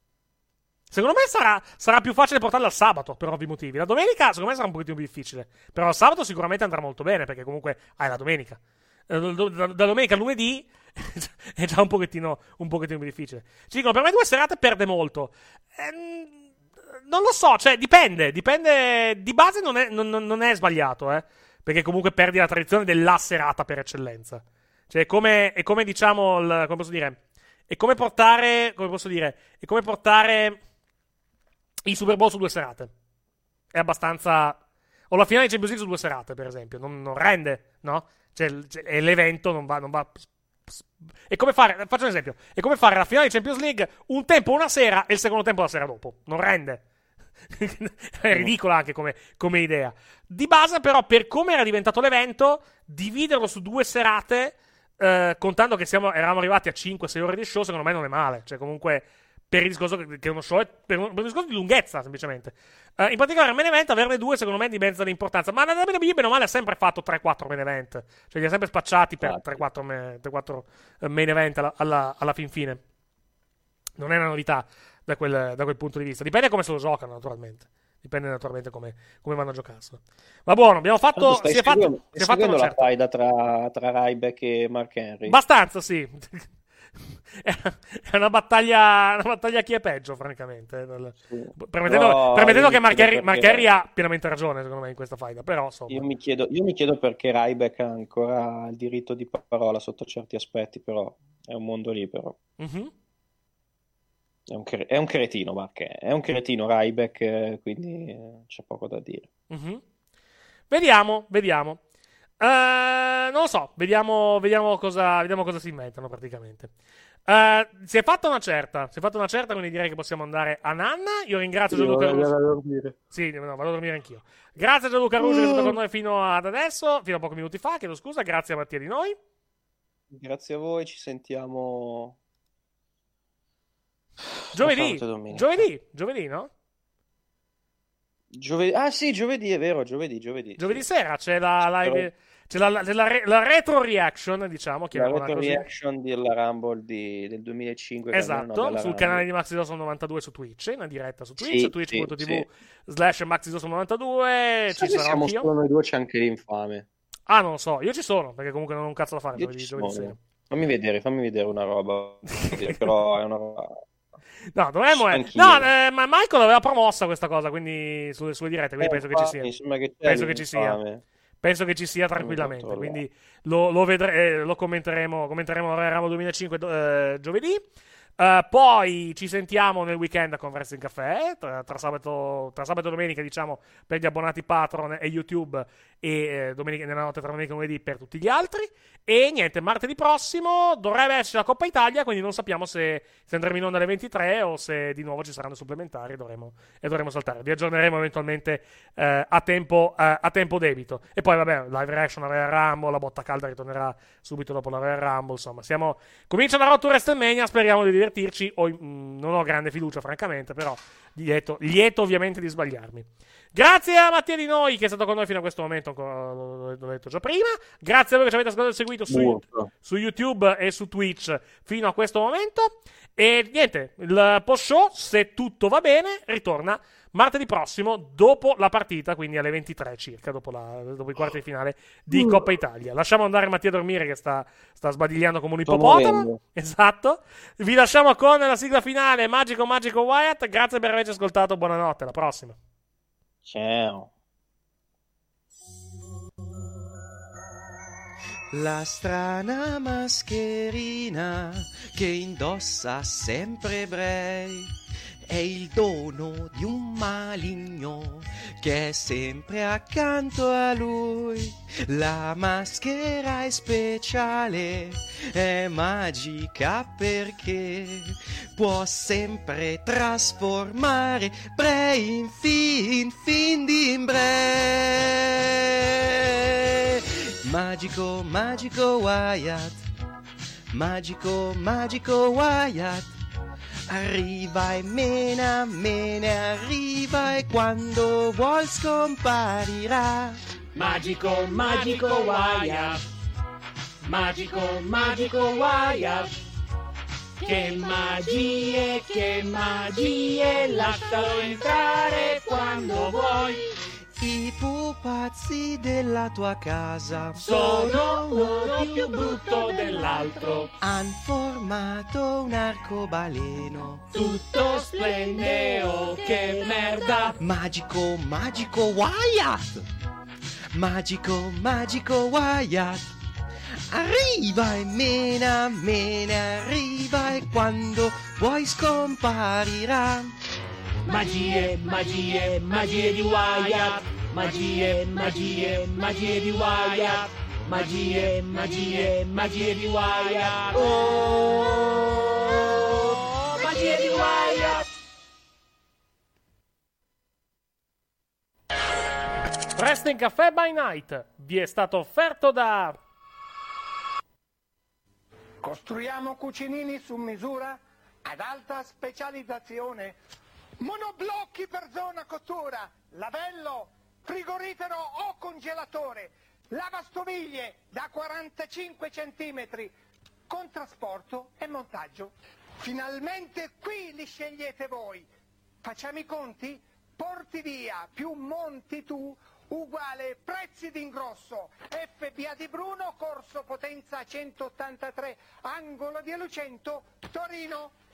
Speaker 7: Secondo me sarà, sarà più facile portarle al sabato, per ovvi motivi. La domenica, secondo me, sarà un pochettino più difficile. Però il sabato sicuramente andrà molto bene, perché comunque hai la domenica. Da, da, da domenica a lunedì è già un pochettino, un pochettino più difficile. Ci dicono, per me due serate perde molto. Ehm, non lo so, cioè, dipende. Dipende. Di base non è, non, non è sbagliato, eh. Perché comunque perdi la tradizione della serata per eccellenza. Cioè, è come, è come diciamo, il, come posso dire, è come portare, come posso dire, è come portare il Super Bowl su due serate. È abbastanza, o la finale di Champions League su due serate, per esempio, non, non rende, no? Cioè, cioè, l'evento non va, non va, è come fare, faccio un esempio, è come fare la finale di Champions League un tempo una sera e il secondo tempo la sera dopo, non rende. È ridicola anche come, come idea. Di base, però, per come era diventato l'evento, dividerlo su due serate, eh, contando che siamo, eravamo arrivati a cinque sei ore di show, secondo me non è male. Cioè, comunque, per il discorso che uno show è per un, per un discorso di lunghezza, semplicemente. Uh, in particolare, il main event, averne due, secondo me, è di mezza l'importanza. Ma la W W E, bene o male, ha sempre fatto tre quattro main event. Cioè, li ha sempre spacciati per tre quattro main event alla, alla, alla fin fine. Non è una novità da quel, da quel punto di vista. Dipende come se lo giocano, naturalmente. Dipende naturalmente come, come vanno a giocarselo. Ma buono, abbiamo fatto.
Speaker 9: Stai
Speaker 7: si è fatto,
Speaker 9: seguendo,
Speaker 7: si è fatto
Speaker 9: la
Speaker 7: certa.
Speaker 9: faida tra, tra Ryback e Mark Henry.
Speaker 7: Abbastanza, sì. È una battaglia, una battaglia chi è peggio, francamente. Sì. Permettendo,
Speaker 9: no,
Speaker 7: permettendo che Mark Henry,
Speaker 9: perché...
Speaker 7: Mark Henry ha pienamente ragione, secondo me, in questa faida. Però, insomma.
Speaker 9: Io mi chiedo, io mi chiedo perché Ryback ha ancora il diritto di parola sotto certi aspetti, però è un mondo libero. Mm-hmm. È un, cre- è un cretino, Mark. È un cretino Ryback, quindi eh, c'è poco da dire.
Speaker 7: Mm-hmm. Vediamo, vediamo. Uh, non lo so, vediamo, vediamo, cosa, vediamo cosa si inventano praticamente. Uh, si è fatta una certa, si è fatta una certa, quindi direi che possiamo andare a Nanna. Io ringrazio Gianluca Ruggio.
Speaker 9: Vado a dormire.
Speaker 7: Sì, no, vado a dormire anch'io. Grazie a Gianluca Ruggio che è stato con noi fino ad adesso, fino a pochi minuti fa, chiedo scusa. Grazie a Mattia di noi.
Speaker 9: Grazie a voi, ci sentiamo
Speaker 7: giovedì,
Speaker 9: sabato e domenica.
Speaker 7: giovedì, giovedì, no?
Speaker 9: Giovedì, ah sì, giovedì, è vero, giovedì, giovedì.
Speaker 7: Giovedì
Speaker 9: sì.
Speaker 7: sera c'è la live, c'è la, la, la, la retro reaction, diciamo,
Speaker 9: La
Speaker 7: chiamiamola
Speaker 9: retro
Speaker 7: così.
Speaker 9: reaction della Rumble di, del duemilacinque. che almeno è una
Speaker 7: Esatto,
Speaker 9: bella
Speaker 7: sul
Speaker 9: Rumble.
Speaker 7: canale di Maxidoso novantadue su Twitch, in diretta su Twitch,
Speaker 9: Sì,
Speaker 7: twitch punto tv
Speaker 9: sì,
Speaker 7: slash Maxidoso novantadue,
Speaker 9: Sai
Speaker 7: ci
Speaker 9: che
Speaker 7: sarò
Speaker 9: siamo
Speaker 7: anch'io.
Speaker 9: solo noi due, c'è anche l'infame.
Speaker 7: Ah, non lo so, io ci sono, perché comunque non ho un cazzo da fare
Speaker 9: Io
Speaker 7: giovedì,
Speaker 9: ci
Speaker 7: giovedì
Speaker 9: sono.
Speaker 7: sera.
Speaker 9: Fammi vedere, fammi vedere una roba. Però è una roba.
Speaker 7: No, dovremmo.
Speaker 9: Anch'io.
Speaker 7: No, eh, ma Michael aveva promossa questa cosa, quindi sulle sue dirette, quindi
Speaker 9: Eh,
Speaker 7: penso che ci sia.
Speaker 9: infatti, insomma, che c'è
Speaker 7: Penso che ci sia.
Speaker 9: l'infame.
Speaker 7: Penso che ci sia tranquillamente.
Speaker 9: controllare.
Speaker 7: Quindi lo, lo, vedre- eh, lo commenteremo. Commenteremo Royal Rumble duemilacinque eh, giovedì. Uh, poi ci sentiamo nel weekend con Wrestling Café tra, tra, sabato, tra sabato e domenica, diciamo, per gli abbonati Patreon e YouTube, e eh, domenica, nella notte tra domenica e lunedì per tutti gli altri. E niente, martedì prossimo dovrebbe esserci la Coppa Italia, quindi non sappiamo se, se andremo in onda alle ventitré o se di nuovo ci saranno supplementari e dovremo, e dovremo saltare. Vi aggiorneremo eventualmente eh, a, tempo, eh, a tempo debito. E poi vabbè, live reaction alla Royal Rumble, la botta calda ritornerà subito dopo la Royal Rumble. Insomma, siamo, comincia la rottura WrestleMania, speriamo di divertirci. O, mh, non ho grande fiducia francamente, però lieto, lieto ovviamente di sbagliarmi. Grazie a Mattia Di Noi che è stato con noi fino a questo momento, l'ho detto già prima. Grazie a voi che ci avete ascoltato e seguito su, su YouTube e su Twitch fino a questo momento. E niente, il post show, se tutto va bene, ritorna martedì prossimo dopo la partita, quindi alle ventitré circa, dopo, la, dopo i quarti di finale di Coppa Italia. Lasciamo andare Mattia a dormire che sta, sta sbadigliando come un ippopotamo. Esatto. Vi lasciamo con la sigla finale Magico Magico Wyatt. Grazie per averci ascoltato, buonanotte, alla prossima.
Speaker 9: Ciao.
Speaker 11: La strana mascherina che indossa sempre Bray è il dono di un maligno che è sempre accanto a lui. La maschera è speciale, è magica perché può sempre trasformare Bray in fin, fin di Bray. Magico, magico Wyatt, magico, magico Wyatt. Arriva e mena, mena, arriva e quando vuol scomparirà.
Speaker 12: Magico, magico Wyatt, magico, magico Wyatt. Che magie, che magie, lascialo entrare quando vuoi.
Speaker 11: I pupazzi della tua casa
Speaker 12: sono uno più brutto dell'altro.
Speaker 11: Han formato un arcobaleno
Speaker 12: tutto splendeo, che merda.
Speaker 11: Magico, magico Wyatt, magico, magico Wyatt. Arriva e mena, mena, arriva e quando vuoi scomparirà.
Speaker 12: Magie, magie, magie di Wyatt. Magie, magie, magie di Wyatt. Magie, magie, magie di Wyatt. Oh, magie di Wyatt.
Speaker 7: Wrestling Café by Night vi è stato offerto da
Speaker 8: Costruiamo cucinini su misura ad alta specializzazione. Monoblocchi per zona cottura, lavello, frigorifero o congelatore, lavastoviglie da quarantacinque centimetri, con trasporto e montaggio. Finalmente qui li scegliete voi. Facciamo i conti? Porti via più monti tu uguale prezzi d'ingrosso. F B A di Bruno, corso Potenza centottantatré, angolo di Lucento, Torino.